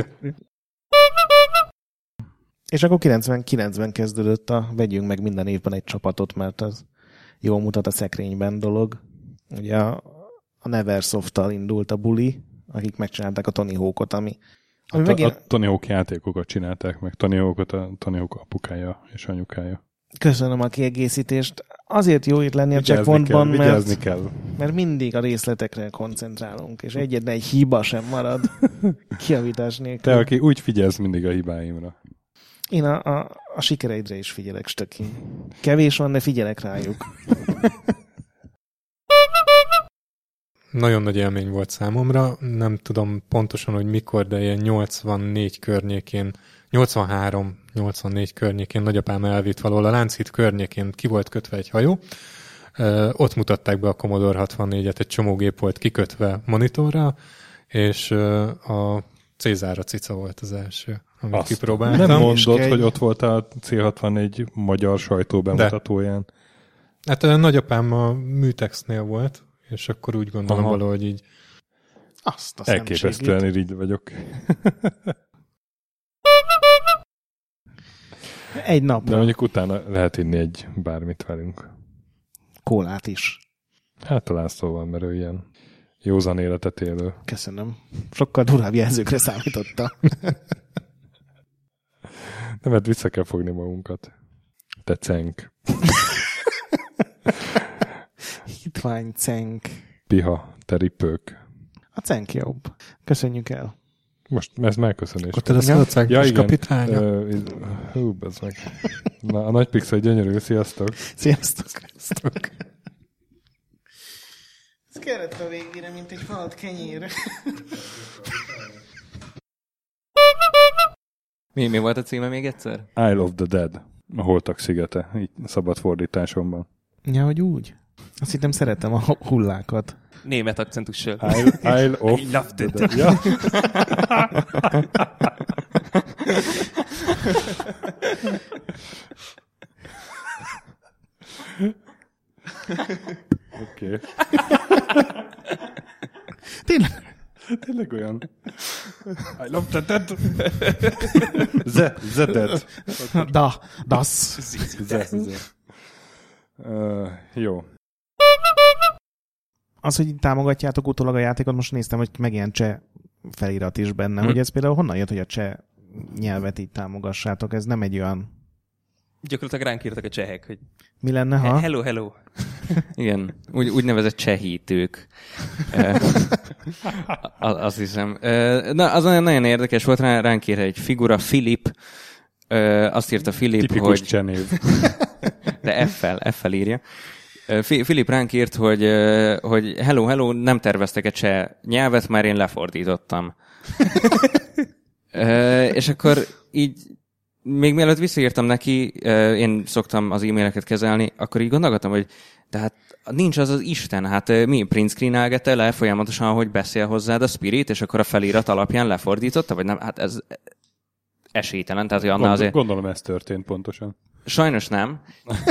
Speaker 2: És akkor 99-ben kezdődött a vegyünk meg minden évben egy csapatot, mert az jól mutat a szekrényben dolog. Ugye a Neversoft-tal indult a buli, akik megcsinálták a Tony Hawkot, ami
Speaker 1: a Tony Hawk játékokat csinálták meg. Tony Hawkot a Tony Hawk apukája és anyukája.
Speaker 2: Köszönöm a kiegészítést. Azért jó itt lenni a checkpointban, mert mindig a részletekre koncentrálunk, és egyetlen egy hiba sem marad kijavítás nélkül.
Speaker 1: Te, aki úgy figyelsz mindig a hibáimra.
Speaker 2: Én a sikereidre is figyelek, stöki. Kevés van, de figyelek rájuk.
Speaker 15: Nagyon nagy élmény volt számomra. Nem tudom pontosan, hogy mikor, de ilyen 84 környékén, 83-84 környékén nagyapám elvitt valahol a Lánchíd környékén ki volt kötve egy hajó. Ott mutatták be a Commodore 64-et, egy csomó gép volt kikötve monitorra, és a Cézára cica volt az első, amit kipróbáltam.
Speaker 1: Nem mondod, hogy ott volt a C64 magyar sajtó bemutatóján.
Speaker 15: Hát a nagyapám a Műtexnél volt, és akkor úgy gondolom valahogy így.
Speaker 2: Azt a
Speaker 1: elképesztően irigy vagyok.
Speaker 2: Egy napra.
Speaker 1: De mondjuk utána lehet inni egy bármit velünk.
Speaker 2: Kólát is.
Speaker 1: Hát talán szóval, mert ő ilyen józan életet élő.
Speaker 2: Köszönöm. Sokkal durvább jelzőkre számította.
Speaker 1: Nem, mert vissza kell fogni magunkat. Te cenk.
Speaker 2: Hitvány cenk.
Speaker 1: Piha, te ripők.
Speaker 2: A cenk jobb. Köszönjük el.
Speaker 1: Most ez megköszönés.
Speaker 15: Akkor te leszel a cenkes kapitánya?
Speaker 1: Hú, bezd meg. Na, a nagy pixel gyönyörű, sziasztok.
Speaker 2: Sziasztok. Ez kellett a végére, mint egy falat kenyér.
Speaker 16: Mi volt a címe még egyszer?
Speaker 1: Isle of the Dead. A Holtak szigete, így szabad fordításomban.
Speaker 2: Ja, hogy úgy? Azt hittem szeretem a hullákat.
Speaker 16: Német akcentussal.
Speaker 1: Isle of the Dead. Ja. Oké. Tényleg olyan. I love the dead. The dead.
Speaker 2: Das.
Speaker 1: Jó.
Speaker 2: Az, hogy támogatjátok utólag a játékot, most néztem, hogy megjelent cseh felirat is benne, hogy ez például honnan jött, hogy a cseh nyelvet így támogassátok? Ez nem egy olyan...
Speaker 16: Gyakorlatilag ránk írtak a csehek, hogy...
Speaker 2: Mi lenne, ha?
Speaker 16: Hello. Igen, úgynevezett csehítők. Azt hiszem. Na, az nagyon érdekes volt, ránk írt egy figura, Filip. Azt írta Filip,
Speaker 1: tipikus
Speaker 16: hogy...
Speaker 1: cseh név.
Speaker 16: De F-fel írja. Filip ránk írt, hogy hello, nem terveztek egy cseh nyelvet, már én lefordítottam. És akkor így még mielőtt visszaírtam neki, én szoktam az e-maileket kezelni, akkor így gondolkodtam, hogy tehát nincs az az Isten, hát mi print screenelgette le folyamatosan, hogy beszél hozzád a Spirit, és akkor a felirat alapján lefordította, vagy nem? Hát esélytelen. Tehát, hogy annál azért...
Speaker 1: Gondolom ez történt pontosan.
Speaker 16: Sajnos nem.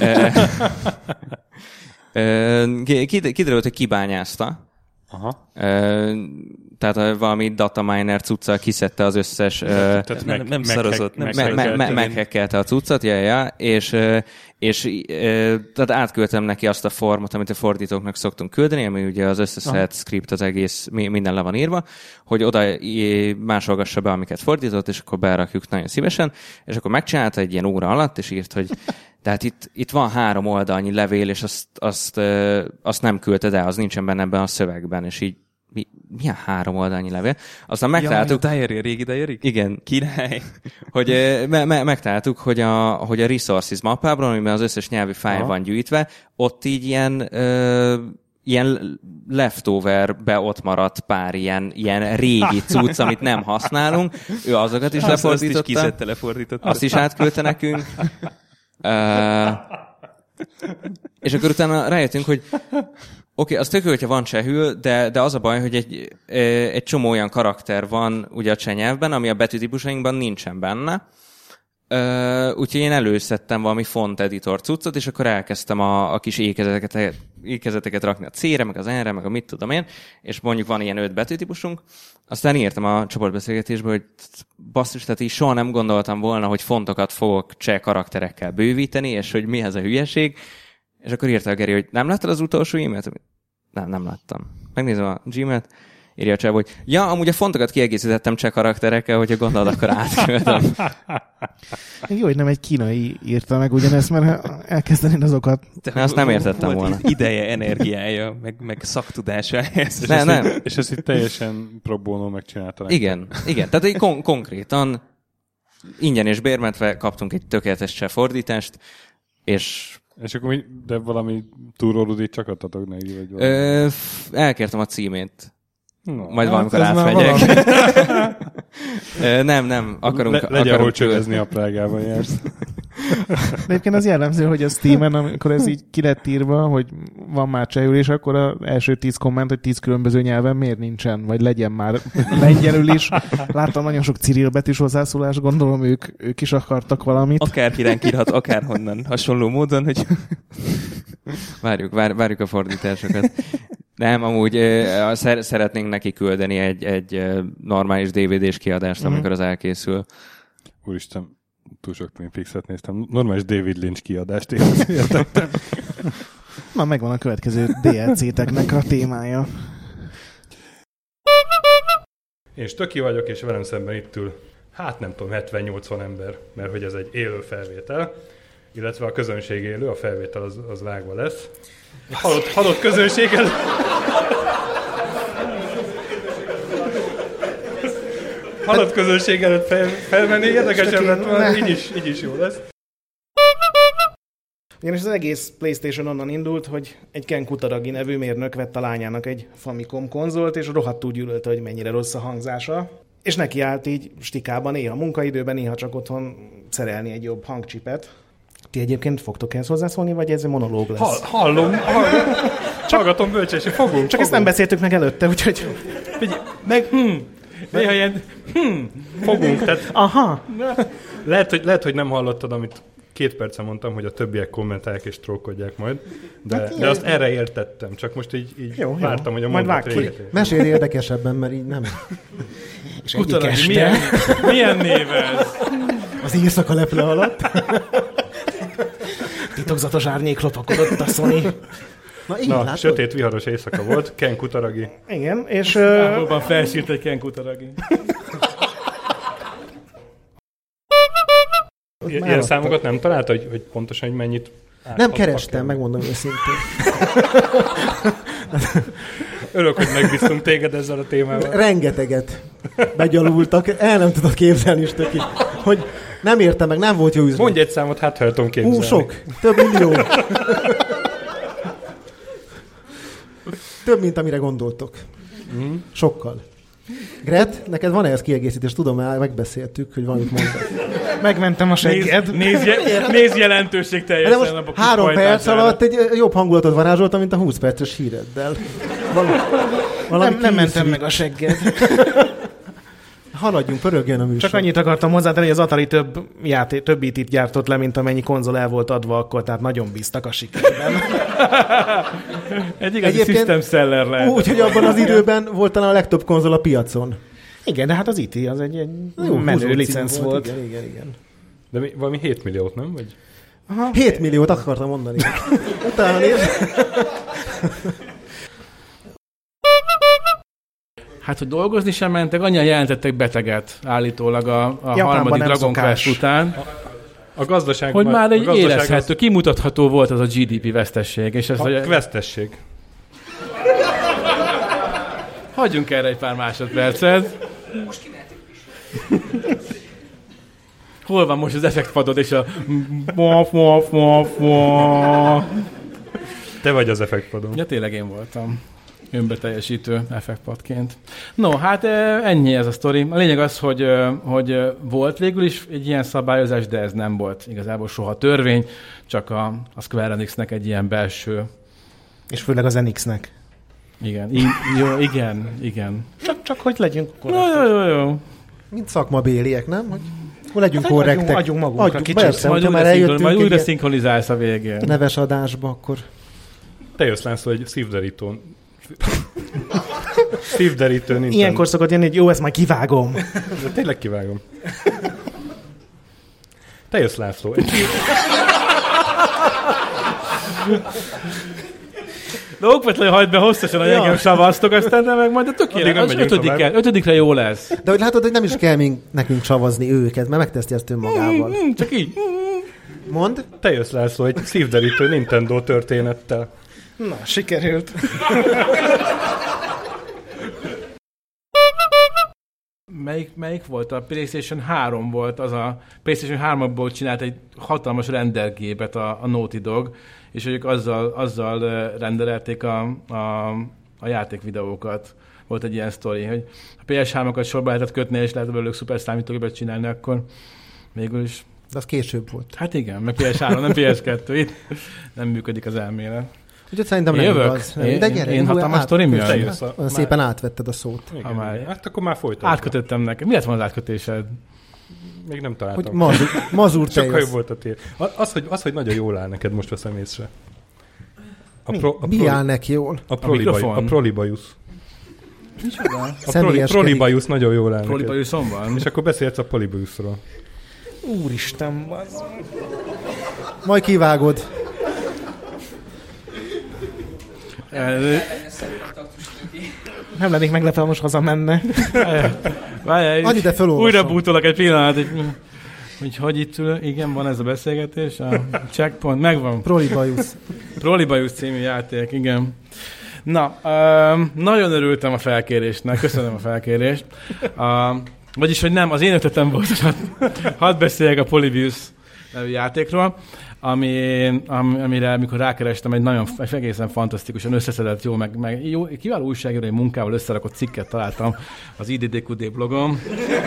Speaker 16: Kiderült, hogy kibányázta.
Speaker 1: Aha.
Speaker 16: Tehát valami dataminer cuccal kiszedte az összes...
Speaker 11: nem szarozott.
Speaker 16: Meghekkelte a cuccot, és tehát átküldtem neki azt a formot, amit a fordítóknak szoktunk küldeni, ami ugye az összeszedett script, az egész, minden le van írva, hogy oda másolgassa be, amiket fordított, és akkor berakjuk nagyon szívesen, és akkor megcsinálta egy ilyen óra alatt, és írt, hogy tehát itt van 3 oldalnyi levél, és azt nem küldted el, az nincsen benne ebben a szövegben, és így milyen 3 oldalnyi levél? Aztán megtaláltuk...
Speaker 11: Ja, a régi diary?
Speaker 16: Igen.
Speaker 11: Király.
Speaker 16: Hogy megtaláltuk, hogy a resources mappában, amiben az összes nyelvi fájl van gyűjtve, ott így ilyen leftoverbe ott maradt pár ilyen régi cucc, amit nem használunk. Ő azokat is lefordította.
Speaker 11: Azt is kiszedte, lefordította.
Speaker 16: Azt is átküldte nekünk. És akkor utána rájöttünk, hogy oké, az tök jó, hogyha van csehül, de az a baj, hogy egy csomó olyan karakter van ugye a cseh nyelvben, ami a betűtípusainkban nincsen benne. Úgyhogy én előszedtem valami font editor cuccot, és akkor elkezdtem a kis ékezeteket rakni a C-re, meg az N-re, meg a mit tudom én, és mondjuk van ilyen 5 betűtípusunk. Aztán írtam a csoportbeszélgetésbe, hogy basszus, tehát így soha nem gondoltam volna, hogy fontokat fogok cseh karakterekkel bővíteni, és hogy mi ez a hülyeség. És akkor írta a Geri, hogy nem láttad az utolsó e-mailt? Nem láttam. Megnézem a Gmailt, írja a csáv, hogy ja, amúgy a fontokat kiegészítettem cseh karakterekkel, hogyha gondolod, akkor átküldöm.
Speaker 2: Jó, hogy nem egy kínai írta meg ugyanezt, mert elkezdenéd azokat...
Speaker 16: Azt nem értettem volna.
Speaker 11: Ideje, energiája, meg szaktudása.
Speaker 1: És ezt itt teljesen pro bono megcsinálta.
Speaker 16: Igen. Tehát így konkrétan ingyen és bérmentve kaptunk egy tökéletes cseh fordítást, és
Speaker 1: akkor de valami túrórudit csak adtatok neki? Vagy
Speaker 16: elkértem a címét. Majd valamikor átmegyek. Nem.
Speaker 1: Legyen hol csövezni a Prágában jársz.
Speaker 2: De egyébként az jellemző, hogy a Steamen, amikor ez így ki lett írva, hogy van már csehül, és akkor az első 10 komment, hogy 10 különböző nyelven miért nincsen, vagy legyen már lengyelül is. Láttam nagyon sok Cyril betűs hozzászólás, gondolom ők is akartak valamit.
Speaker 11: Akárkiránk írhat, akárhonnan hasonló módon, hogy...
Speaker 16: Várjuk a fordításokat. Nem, amúgy szeretnénk neki küldeni egy normális DVD-s kiadást, amikor az elkészül.
Speaker 1: Úristen, túl sok Twin Peaks-et néztem. Normális David Lynch kiadást értettem.
Speaker 2: Na, megvan a következő DLC-teknek a témája.
Speaker 1: Én Stöki vagyok, és velem szemben itt ül, nem tudom, 70-80 ember, mert hogy ez egy élő felvétel, illetve a közönség élő, a felvétel az vágva lesz. Halott közönség előtt. Halott közönség előtt felmenni, érdekesebb lett volna, így is jó lesz.
Speaker 2: Ugyanis az egész PlayStation onnan indult, hogy egy Ken Kutaragi nevű mérnök vett a lányának egy Famicom konzolt, és rohadtul gyűlölte, hogy mennyire rossz a hangzása. És neki állt így stikában, néha munkaidőben, néha csak otthon szerelni egy jobb hangcsipet. Ti egyébként fogtok ehhez hozzászólni, vagy ez egy monológ lesz?
Speaker 1: Hallom. Hallgatom bölcsésé, fogunk.
Speaker 2: Csak ezt nem beszéltük meg előtte, úgyhogy...
Speaker 1: Néha ilyen fogunk, tehát...
Speaker 2: Aha.
Speaker 1: Lehet, hogy nem hallottad, amit 2 percen mondtam, hogy a többiek kommentálják és trókodják majd, de azt erre értettem, csak most így jó, vártam, hogy a mondat véget.
Speaker 6: Mesélj érdekesebben, mert így nem.
Speaker 2: És egyik este...
Speaker 1: Milyen név ez?
Speaker 6: Az éjszaka leple alatt.
Speaker 2: Titokzatos árnyék lopakodott a Sony.
Speaker 1: Na sötét, viharos éjszaka volt, Ken Kutaragi.
Speaker 2: Igen, és...
Speaker 11: Távolban felsírt egy Ken Kutaragi.
Speaker 1: Ilyen számokat nem talált, hogy pontosan, hogy mennyit...
Speaker 6: Nem kerestem, megmondom őszintén.
Speaker 1: Örülök, hogy megbíztunk téged ezzel a témával.
Speaker 6: Rengeteget begyalultak, el nem tudok képzelni is tökig, hogy nem értem meg, nem volt jó üzlet.
Speaker 1: Mondj egy számot, hát el tudom képzelni.
Speaker 6: Sok, több millió. Több, mint amire gondoltok. Sokkal. Gret, neked van ehhez kiegészítés? Tudom, megbeszéltük, hogy valamit mondasz.
Speaker 2: Megmentem a segged.
Speaker 11: Nézz jelentőség teljesen.
Speaker 6: De most 3 perc alatt egy jobb hangulatot varázsoltam, mint a 20 perces híreddel.
Speaker 2: Nem mentem meg a segged.
Speaker 6: Haladjunk, pörögjön a műsor.
Speaker 2: Csak annyit akartam hozzátenni, hogy az Atari több IT-t gyártott le, mint amennyi konzol el volt adva akkor, tehát nagyon bíztak a sikerben.
Speaker 11: Egy igazi system seller lehet.
Speaker 6: Úgyhogy abban az időben volt talán a legtöbb konzol a piacon.
Speaker 2: Igen, de hát az IT az egy menő licenc volt.
Speaker 6: Igen.
Speaker 1: De valami 7 milliót, nem? Vagy?
Speaker 6: Aha. 7 milliót akartam mondani. Utána
Speaker 11: Hát, hogy dolgozni sem mentek, annyian jelentettek beteget állítólag a harmadik Dragon Quest után.
Speaker 1: A gazdaság
Speaker 11: hogy már egy érezhető, kimutatható volt az a GDP vesztesség. És ez
Speaker 1: a vesztesség.
Speaker 11: Hagyjunk erre egy pár másodpercet.
Speaker 10: Most kimehetünk is.
Speaker 11: Hol van most az effektpadod és a...
Speaker 1: Te vagy az effektpadon.
Speaker 11: Ja, tényleg én voltam. Önbeteljesítő effektpadként. No, hát ennyi ez a sztori. A lényeg az, hogy volt végül is egy ilyen szabályozás, de ez nem volt igazából soha törvény, csak a Square Enixnek egy ilyen belső...
Speaker 2: És főleg az Enixnek.
Speaker 11: Igen. Igen.
Speaker 2: Csak hogy legyünk korrektek.
Speaker 11: Jó.
Speaker 6: Mint szakmabéliek, nem? Hogy legyünk korrektek.
Speaker 2: Adjunk magunkra kicsit.
Speaker 11: Majd újra szinkronizálsz a végén.
Speaker 6: Neves adásba, akkor...
Speaker 1: Te jössz, László, egy szívderítón. Szívderítő Nintendo.
Speaker 2: Ilyenkor szokott jönni, hogy jó, ezt majd kivágom.
Speaker 1: De tényleg kivágom. Te jössz, László.
Speaker 11: De okvetlenül hagyd be hosszasan, hogy engem savaztok, aztán meg majd a tökéletes. Ötödikre jó lesz.
Speaker 6: De hogy látod, hogy nem is kell nekünk savazni őket, mert megteszti ezt önmagával.
Speaker 11: Csak így.
Speaker 6: Mondd.
Speaker 1: Te jössz, László, egy szívderítő Nintendo történettel.
Speaker 2: Na, sikerült.
Speaker 11: Melyik volt? A PlayStation 3 volt, az a PlayStation 3-ból csinált egy hatalmas rendergépet a Naughty Dog, és ők azzal rendelték a játékvideókat. Volt egy ilyen sztori, hogy a PS3-okat sorba lehetett kötni, és lehetett belőlük szuper számítógépet csinálni, akkor végül is...
Speaker 6: De az később volt.
Speaker 11: Hát igen, meg PS3, nem PS2, itt nem működik az elmélet.
Speaker 6: Úgyhogy szerintem nem igaz.
Speaker 11: De gyere, én hatalmas sztorim jön.
Speaker 6: Szépen átvetted a szót.
Speaker 1: Igen, hát akkor már folytatva.
Speaker 11: Átkötöttem nekem. Mi lett volna az átkötésed?
Speaker 1: Még nem találtam.
Speaker 6: Hogy mazur te
Speaker 1: sokkal jobb volt a tér. Az, hogy nagyon jól áll neked, most veszem észre.
Speaker 6: Mi áll neki jól?
Speaker 1: A Prolibajusz.
Speaker 11: Micsoda?
Speaker 1: A Prolibajusz nagyon jól áll neked.
Speaker 11: Prolibajuszon van.
Speaker 1: És akkor beszélhetsz a Polibajuszról.
Speaker 2: Úristen, bazd.
Speaker 6: Majd kivágod.
Speaker 2: Nem lennék meglepve, most hazamenne.
Speaker 11: Várjál, ide felolvasom. Újra bútolok egy pillanat, hogy itt ül, igen, van ez a beszélgetés, a checkpoint, megvan. Prolibajusz című játék, igen. Na, nagyon örültem a felkérésnek, köszönöm a felkérést. Vagyis, hogy nem, az én ötletem volt, hogy hadd beszéljek a Polybius nevű játékról, amire, amikor rákerestem, egy egészen fantasztikusan összeszedett, jó, meg jó, kiváló újságírói munkával összerakott cikket találtam az IDDQD blogom.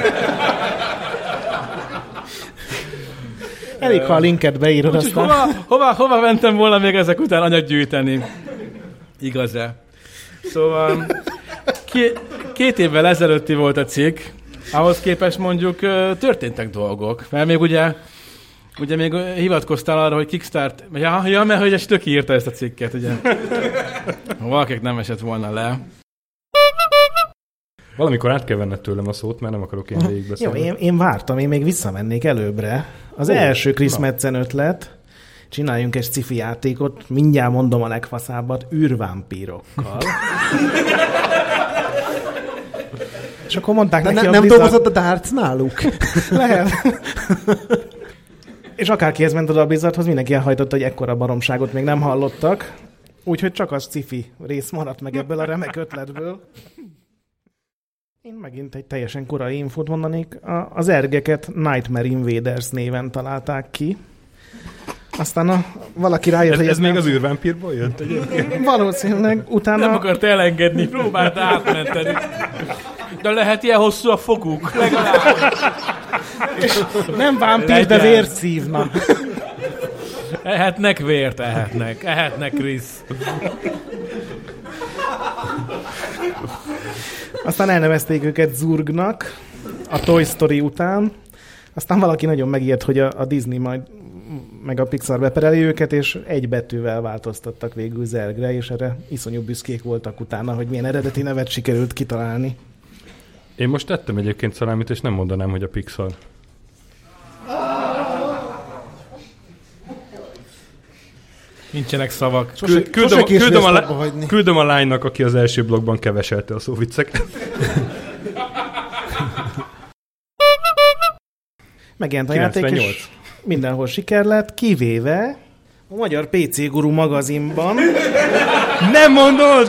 Speaker 2: Elég, ha a linket beírod, aztán...
Speaker 11: Hova mentem volna még ezek után anyag gyűjteni? Igaz-e? Szóval 2 évvel ezelőtti volt a cikk, ahhoz képest mondjuk történtek dolgok, mert még ugye még hivatkoztál arra, hogy Kickstart... Ja, mert hogy Stöki írta ezt a cikket, ugye? Valakik nem esett volna le.
Speaker 1: Valamikor át kell venned tőlem a szót, mert nem akarok én végigbeszélni.
Speaker 2: Jó, én vártam, én még visszamennék előbbre. Az első Chris Metzen ötlet, csináljunk egy sci-fi játékot, mindjárt mondom a legfaszábbat, űrvámpírokkal. És akkor mondták neki
Speaker 6: nem dolgozott a Darts náluk?
Speaker 2: Lehet. És akárkihez ment oda a Blizzardhoz, mindenki elhajtotta, hogy ekkora baromságot még nem hallottak. Úgyhogy csak a sci-fi rész maradt meg ebből a remek ötletből. Én megint egy teljesen korai infót mondanék. Az ergeket Nightmare Invaders néven találták ki. Aztán valaki rájött, hogy
Speaker 1: ez még az űrvámpírból jött egyébként?
Speaker 2: Valószínűleg utána...
Speaker 11: Nem akart elengedni, próbált átmenteni. De lehet ilyen hosszú a foguk, legalább.
Speaker 2: Nem vámpír, de vért szívnak.
Speaker 11: Ehetnek vért, ehetnek Krisz.
Speaker 2: Aztán elnevezték őket Zurgnak, a Toy Story után. Aztán valaki nagyon megijedt, hogy a Disney majd meg a Pixar bepereli őket, és egy betűvel változtattak végül Zergre, és erre iszonyú büszkék voltak utána, hogy milyen eredeti nevet sikerült kitalálni.
Speaker 1: Én most tettem egyébként szalámit, és nem mondanám, hogy a Pixar.
Speaker 11: Nincsenek szavak.
Speaker 1: Küldöm a lánynak, aki az első blogban keveselte a szóvicceket.
Speaker 2: Megjelent a játék, és mindenhol siker lett, kivéve a Magyar PC Guru magazinban.
Speaker 1: Nem mondod!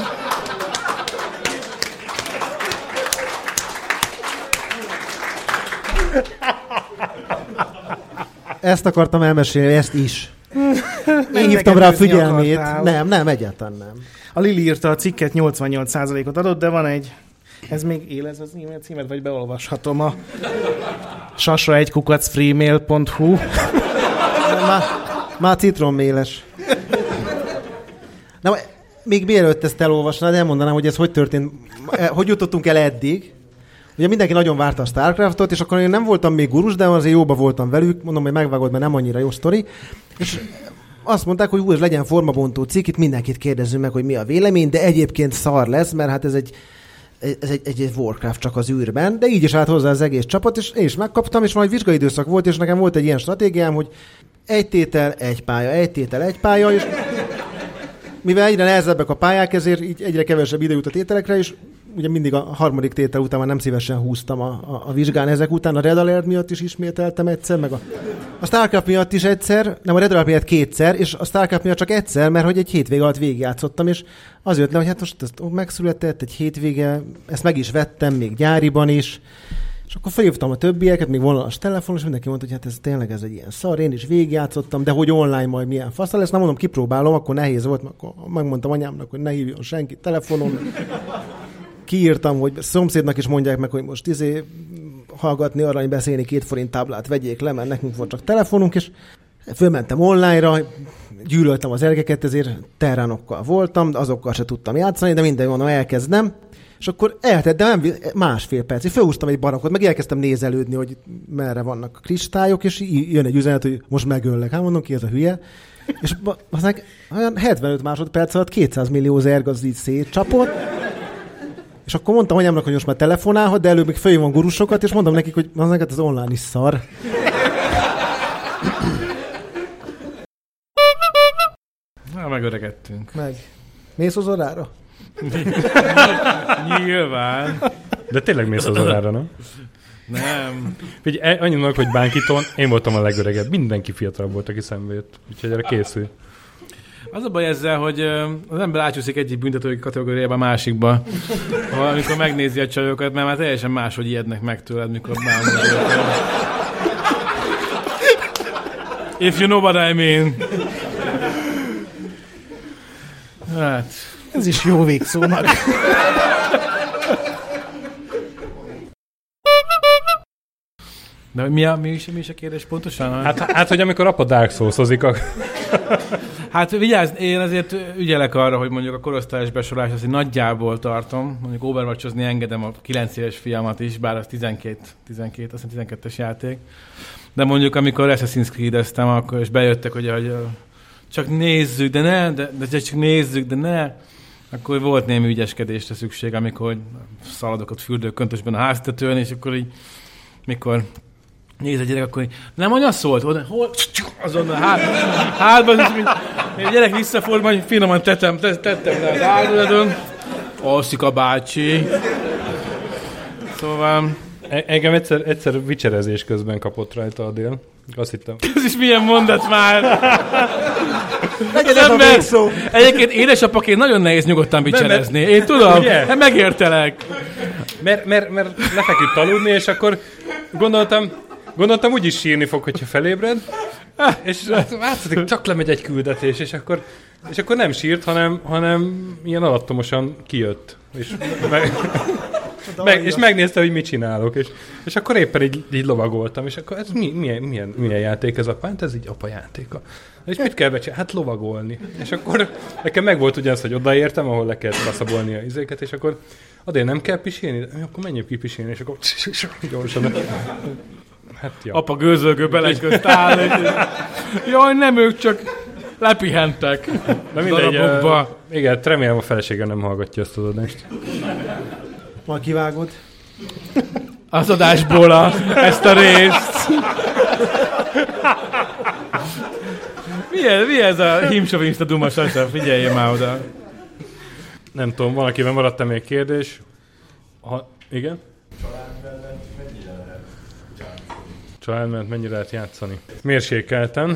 Speaker 6: Ezt akartam elmesélni, ezt is. Én hívtam rá a figyelmét. Nem, egyáltalán nem.
Speaker 2: A Lili írta a cikket, 88%-ot adott, de van egy... Ez még él ez az e-mail címet, vagy beolvashatom a sasra1kukacfreemail.hu.
Speaker 6: Már citronméles. Na, még mielőtt ezt elolvasnád, elmondanám, hogy ez hogy történt, hogy jutottunk el eddig. Ugye mindenki nagyon várta a Starcraftot, és akkor én nem voltam még gurus, de azért jóba voltam velük, mondom, hogy megvágod, mert nem annyira jó sztori. És azt mondták, hogy legyen formabontó cikk, itt mindenkit kérdezzünk meg, hogy mi a vélemény, de egyébként szar lesz, mert hát ez egy Warcraft csak az űrben, de így is állt hozzá az egész csapat, és én is megkaptam, és majd vizsgai időszak volt, és nekem volt egy ilyen stratégiám, hogy egy tétel, egy pálya, és mivel egyre nehezebbek a pályák, ezért így egyre kevesebb idő jut a tételekre, és ugye mindig a harmadik tétel után már nem szívesen húztam a vizsgán ezek után. A Red Alert miatt is ismételtem egyszer, meg a Starcraft miatt is egyszer, nem a Red Alert miatt kétszer, és a Starcraft miatt csak egyszer, mert hogy egy hétvége alatt végigjátszottam, és az jött le, hogy hát most ezt megszületett egy hétvége, ezt meg is vettem, még gyáriban is, és akkor felhívtam a többieket, még vonalas telefonon, és mindenki mondta, hogy hát ez tényleg ez egy ilyen szar, én is végigjátszottam, de hogy online majd milyen faszal lesz, nem mondom, kipróbálom, akkor nehéz volt, akkor megmondtam anyámnak, hogy ne hívjon senki telefonon. Kiírtam, hogy szomszédnak is mondják meg, hogy most hallgatni, arra, beszélni 2 forint táblát vegyék le, mert nekünk volt csak telefonunk, és fölmentem online-ra, gyűlöltem az ergeket, ezért terránokkal voltam, azokkal se tudtam játszani, de minden mondom, elkezdem. És akkor eltett, de nem másfél perc. Fölhúztam egy barakot, meg elkezdtem nézelődni, hogy merre vannak a kristályok, és jön egy üzenet, hogy most megöllek. Hát mondom, ki ez a hülye. És aztán 75 másodperc alatt 200 millió zerg az így szétcsapott. És akkor mondtam anyámnak, hogy most már telefonálhat, de előbb még följön gurusokat, és mondom nekik, hogy az online is szar.
Speaker 11: Na, megöregedtünk.
Speaker 6: Mész az orára?
Speaker 11: Nyilván.
Speaker 1: De tényleg mész az orára, nem?
Speaker 11: Nem.
Speaker 1: Figyelj, annyinak, hogy Bánkiton én voltam a legöregebb. Mindenki fiatalabb volt, aki szemvét. Úgyhogy erre készül.
Speaker 11: Az a baj ezzel, hogy az ember átcsúszik egyik büntetői kategóriába a másikba. Amikor megnézi a csajokat, mert már teljesen máshogy ijednek meg tőled, mikor bánod. If you know what I mean. Hát...
Speaker 2: Ez is jó végszónak.
Speaker 11: De mi is a kérdés pontosan?
Speaker 1: Hát, hogy amikor apa Dark Souls-ozik,
Speaker 11: Hát vigyázz, én azért ügyelek arra, hogy mondjuk a korosztályos besorolás azt nagyjából tartom. Mondjuk Overwatchozni engedem a 9 éves fiamat is, bár az 12, azt hiszem 12-es játék. De mondjuk amikor Assassin's Creed-eztem, akkor és bejöttek, hogy csak nézzük, de ne, de csak nézzük, de ne. Akkor volt némi ügyeskedésre szükség, amikor szaladok ott fürdőköntösben a háztetőn, és akkor így, mikor néz a gyerek, akkor így, nem anya szólt, hol? Azonnal hátban, és a gyerek visszafordul, majd finoman tettem le az áldozaton. Alszik a bácsi. Szóval...
Speaker 1: Engem egyszer vicserezés közben kapott rajta a Dél. Azt hittem.
Speaker 11: Ez is milyen mondat már!
Speaker 6: Legyen ez a végszó!
Speaker 11: Egyébként édesapaként nagyon nehéz nyugodtan vicserezni. Én tudom, megértelek.
Speaker 1: Mert lefeküdt aludni, és akkor gondoltam úgyis sírni fog, hogyha felébred. És látszik, csak lemegy egy küldetés, és akkor nem sírt, hanem ilyen alattomosan kijött. És megnézte, hogy mit csinálok, és akkor éppen így lovagoltam, és akkor ez milyen játék ez, apám? Ez így apa játéka. És mit kell becsinálni? Hát lovagolni. És akkor nekem meg volt ugyanaz, hogy odaértem, ahol le kellett kaszabolni a izéket, és akkor Adén nem kell pisilni? Akkor menjünk ki pisilni, és akkor gyorsan. Hát, ja.
Speaker 11: Apa gőzölgő belegy közt áll. Jaj, nem, ők csak lepihentek.
Speaker 1: Na mindegy, igen, remélem a feleségem nem hallgatja ezt az adást.
Speaker 6: Majd kivágod.
Speaker 11: Az adásból ezt a részt. Mi ez a himsovinista duma sasa? Figyeljél már oda.
Speaker 1: Nem tudom, valakiben maradt még kérdés. Igen? Családmenet mennyire lehet játszani? Mérsékelten.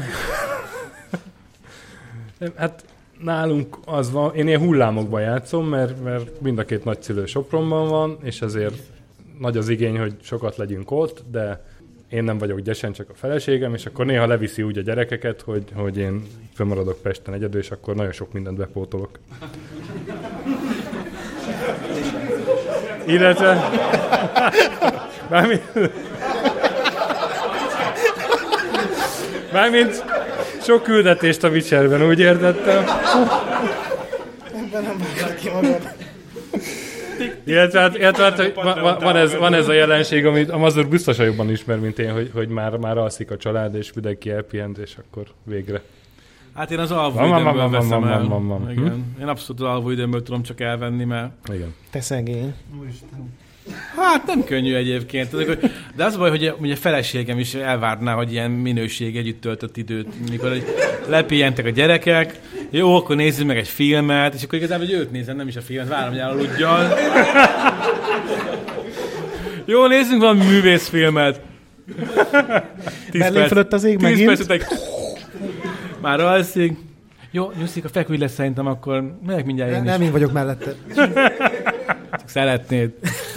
Speaker 1: Hát nálunk az van, én ilyen hullámokban játszom, mert mind a két nagyszülő Sopronban van, és ezért nagy az igény, hogy sokat legyünk ott, de én nem vagyok gyesen, csak a feleségem, és akkor néha leviszi úgy a gyerekeket, hogy én fennmaradok Pesten egyedül, és akkor nagyon sok mindent bepótolok. Illetve... Mármint sok küldetést a Witcherben, úgy értettem.
Speaker 6: Ebben nem vágod ki magad.
Speaker 1: Illetve van ez a jelenség, amit a Mazur biztosan jobban ismer, mint én, hogy már alszik a család, és mindenki elpihent, és akkor végre.
Speaker 11: Hát én az alvóidőmből veszem el. Igen. Én abszolút az alvóidőmből tudom csak elvenni, mert...
Speaker 1: Igen.
Speaker 6: Te szegény.
Speaker 11: Hát nem könnyű egyébként. De az a baj, hogy a feleségem is elvárná, hogy ilyen minőség együtt töltött időt, mikor lepihentek a gyerekek, jó, akkor nézzük meg egy filmet, és akkor igazából, hogy őt nézem, nem is a filmet, várom, hogy elaludjon. Jó, nézzünk valami művészfilmet.
Speaker 6: Berlin fölött az ég megint.
Speaker 11: 10 percet, már alszik. Jó, nyugszik, a feküdj lesz szerintem, akkor megyek mindjárt én is.
Speaker 6: Nem én vagyok mellette.
Speaker 11: Csak szeretnéd.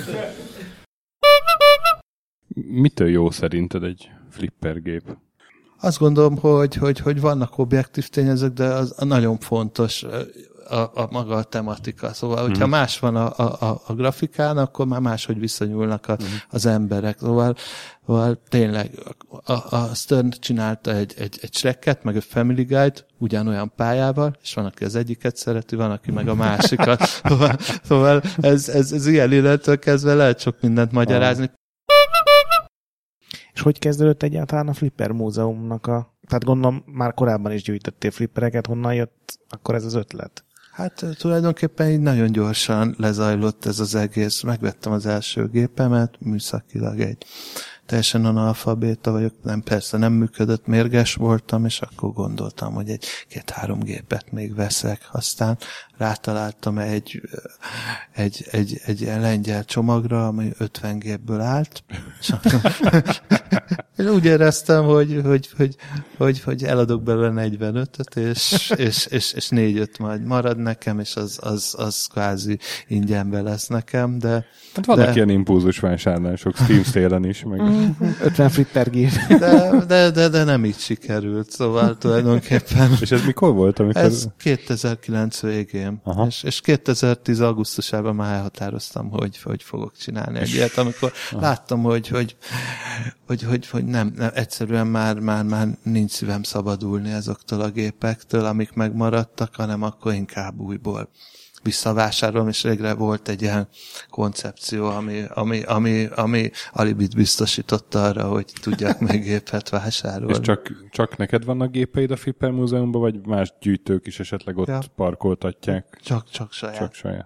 Speaker 1: Mitől jó szerinted egy flippergép?
Speaker 17: Azt gondolom, hogy vannak objektív tényezők, de az nagyon fontos a maga a tematika. Szóval, hogyha más van a grafikán, akkor már máshogy viszonyulnak az emberek. Szóval tényleg a Stern csinálta egy Shrek-et, meg egy Family Guide ugyanolyan pályával, és van, aki az egyiket szereti, van, aki meg a másikat. Szóval ez ilyen illetől kezdve lehet sok mindent magyarázni.
Speaker 2: És hogy kezdődött egyáltalán a Flipper Múzeumnak Tehát gondolom már korábban is gyűjtöttél flippereket, honnan jött akkor ez az ötlet?
Speaker 17: Hát tulajdonképpen így nagyon gyorsan lezajlott ez az egész. Megvettem az első gépemet, műszakilag egy teljesen analfabéta vagyok, persze nem működött, mérges voltam, és akkor gondoltam, hogy egy 2-3 gépet még veszek. Aztán rátaláltam egy lengyel csomagra, ami 50 gépből állt, és úgy éreztem, hogy eladok belőle 45-öt, és 4-5 majd marad nekem, és az kvázi ingyenbe lesz nekem, de...
Speaker 1: Hát vannak ilyen impulzus vásárlások Steam Sale-en is, meg...
Speaker 2: 50 flipper gép.
Speaker 17: De nem így sikerült, szóval tulajdonképpen...
Speaker 1: És ez mikor volt? Amikor...
Speaker 17: Ez 2009 végén. És 2010 augusztusában már elhatároztam, hogy fogok csinálni egy ilyet, amikor láttam, hogy nem, egyszerűen már nincs szívem szabadulni ezoktól a gépektől, amik megmaradtak, hanem akkor inkább újból visszavásárolom, és végre volt egy ilyen koncepció, ami alibit biztosította arra, hogy tudjak még gépet vásárolni.
Speaker 1: És csak neked vannak gépeid a Flipper Múzeumban, vagy más gyűjtők is esetleg ott parkoltatják?
Speaker 17: Csak saját.
Speaker 1: Csak saját.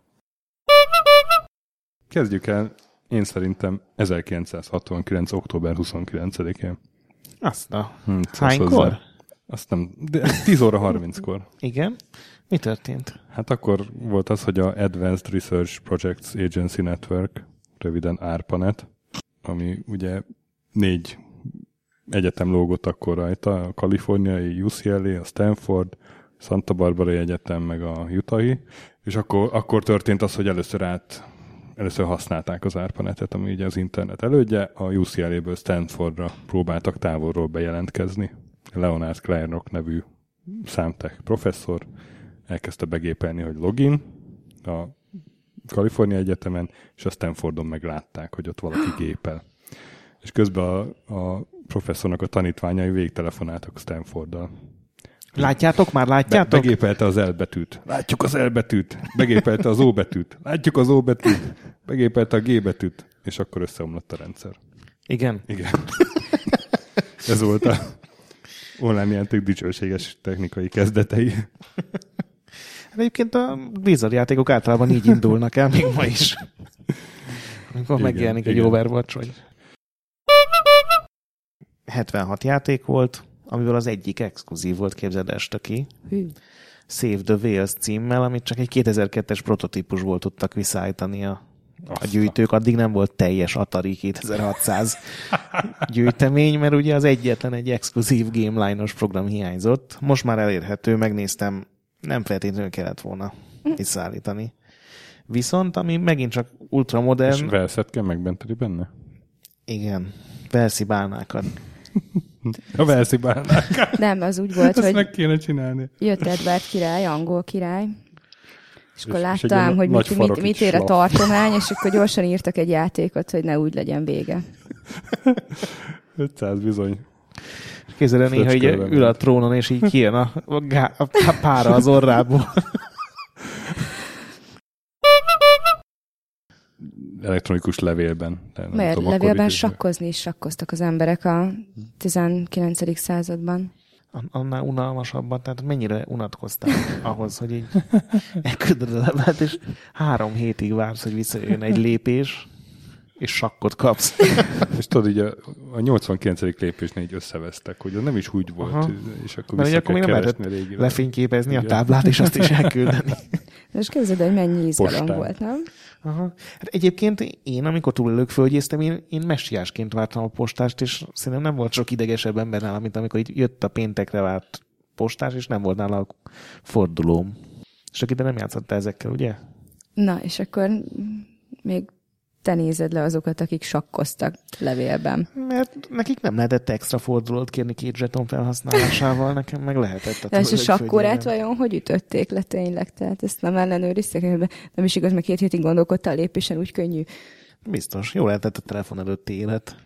Speaker 1: Kezdjük el, én szerintem 1969. október 29-én.
Speaker 2: Hánykor?
Speaker 1: Azt nem, de 10 óra 30-kor.
Speaker 2: Igen. Mi történt?
Speaker 1: Hát akkor volt az, hogy a Advanced Research Projects Agency Network, röviden ARPANET, ami ugye 4 egyetem lógott akkor rajta, a kaliforniai UCLA, a Stanford, Santa Barbara Egyetem, meg a Utahi, és akkor történt az, hogy először használták az ARPANET-et, ami ugye az internet elődje, a UCLA-ből Stanfordra próbáltak távolról bejelentkezni. Leonard Kleinrock nevű számtech professzor elkezdte begépelni, hogy login a Kalifornia Egyetemen, és a Stanfordon meglátták, hogy ott valaki gépel. És közben a professzornak a tanítványai végtelefonáltak Stanforddal.
Speaker 2: Látjátok már, látjátok?
Speaker 1: Begépelte az L betűt. Látjuk az L betűt. Begépelte az O betűt. Látjuk az O betűt. Begépelte a G betűt. És akkor összeomlott a rendszer.
Speaker 2: Igen?
Speaker 1: Igen. Ez volt a online játék dicsőséges technikai kezdetei.
Speaker 2: Egyébként a Blizzard játékok általában így indulnak el, még ma is. Amikor megjelenik egy Overwatch, vagy... 76 játék volt, amiből az egyik exkluzív volt, képzeld este ki. Save the Whales címmel, amit csak egy 2002-es prototípusból tudtak visszaállítani a gyűjtők. Addig nem volt teljes Atari 2600 gyűjtemény, mert ugye az egyetlen egy exkluzív GameLine-os program hiányzott. Most már elérhető, megnéztem, nem feltétlenül kellett volna visszaállítani. Viszont, ami megint csak ultramodern...
Speaker 1: És Velszet kell megmenteni benne?
Speaker 2: Igen, Velszi bálnákat.
Speaker 1: A Velszi bálnákat.
Speaker 8: Nem, az úgy volt,
Speaker 1: ezt
Speaker 8: hogy
Speaker 1: meg kéne csinálni.
Speaker 8: Jött Edward király, angol király, és akkor láttam, hogy mit ér a tartomány, és akkor gyorsan írtak egy játékot, hogy ne úgy legyen vége.
Speaker 1: 500 bizony.
Speaker 2: Képzeld el, néha így ül a trónon, és így kijön a pára az orrából.
Speaker 1: Elektronikus levélben.
Speaker 8: Mert levélben sakkozni is sakkoztak az emberek a 19. században.
Speaker 2: Annál unalmasabban, tehát mennyire unatkoztál ahhoz, hogy így elküldöd a levelet, és 3 hétig vársz, hogy visszajön egy lépés, és sakkot kapsz.
Speaker 1: És tudod, így a 89. lépésnél így összevesztek, hogy az nem is úgy volt,
Speaker 2: aha.
Speaker 1: És akkor
Speaker 2: vissza kell keresni a régire. Lefényképezni igen. A táblát, és azt is elküldeni.
Speaker 8: És képzeld, hogy mennyi izgalom volt, nem?
Speaker 2: Aha. Hát egyébként én, amikor túlélőkföldjéztem, én messiásként vártam a postást, és szerintem nem volt sok idegesebb ember nálam, mint amikor itt jött a péntekre várt postás, és nem volt nála a fordulóm. És aki nem játszotta ezekkel, ugye?
Speaker 8: Na, és akkor még te nézed le azokat, akik sakkoztak levélben.
Speaker 2: Mert nekik nem lehetett extra fordulót kérni 2 zseton felhasználásával, nekem meg lehetett.
Speaker 8: De és a sakkorát vajon hogy ütötték le tényleg? Tehát ezt nem ellenőriztek? Nem is igaz, meg 2 hétig gondolkodtál a lépésen, úgy könnyű.
Speaker 2: Biztos. Jó lehetett a telefon előtti élet.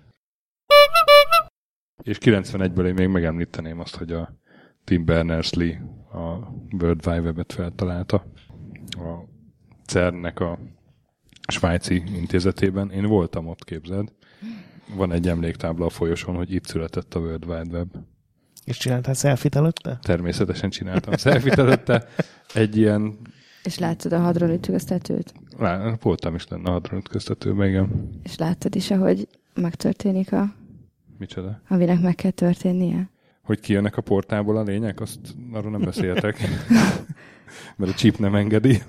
Speaker 1: És 91-ből én még megemlíteném azt, hogy a Tim Berners-Lee a World Wide Web-et feltalálta. A CERN-nek a svájci intézetében. Én voltam ott, képzeld. Van egy emléktábla a folyosón, hogy itt született a World Wide Web.
Speaker 2: És csináltál selfie-t előtte?
Speaker 1: Természetesen csináltam selfie-t előtte. Egy ilyen...
Speaker 8: És láttad a hadron ütköztetőt?
Speaker 1: Voltam is lenne a hadron ütköztetőben, igen.
Speaker 8: És láttad is, ahogy megtörténik a...
Speaker 1: Micsoda?
Speaker 8: Aminek meg kell történnie?
Speaker 1: Hogy kijönnek a portából a lények? Azt arról nem beszéltek. Mert a chip nem engedi.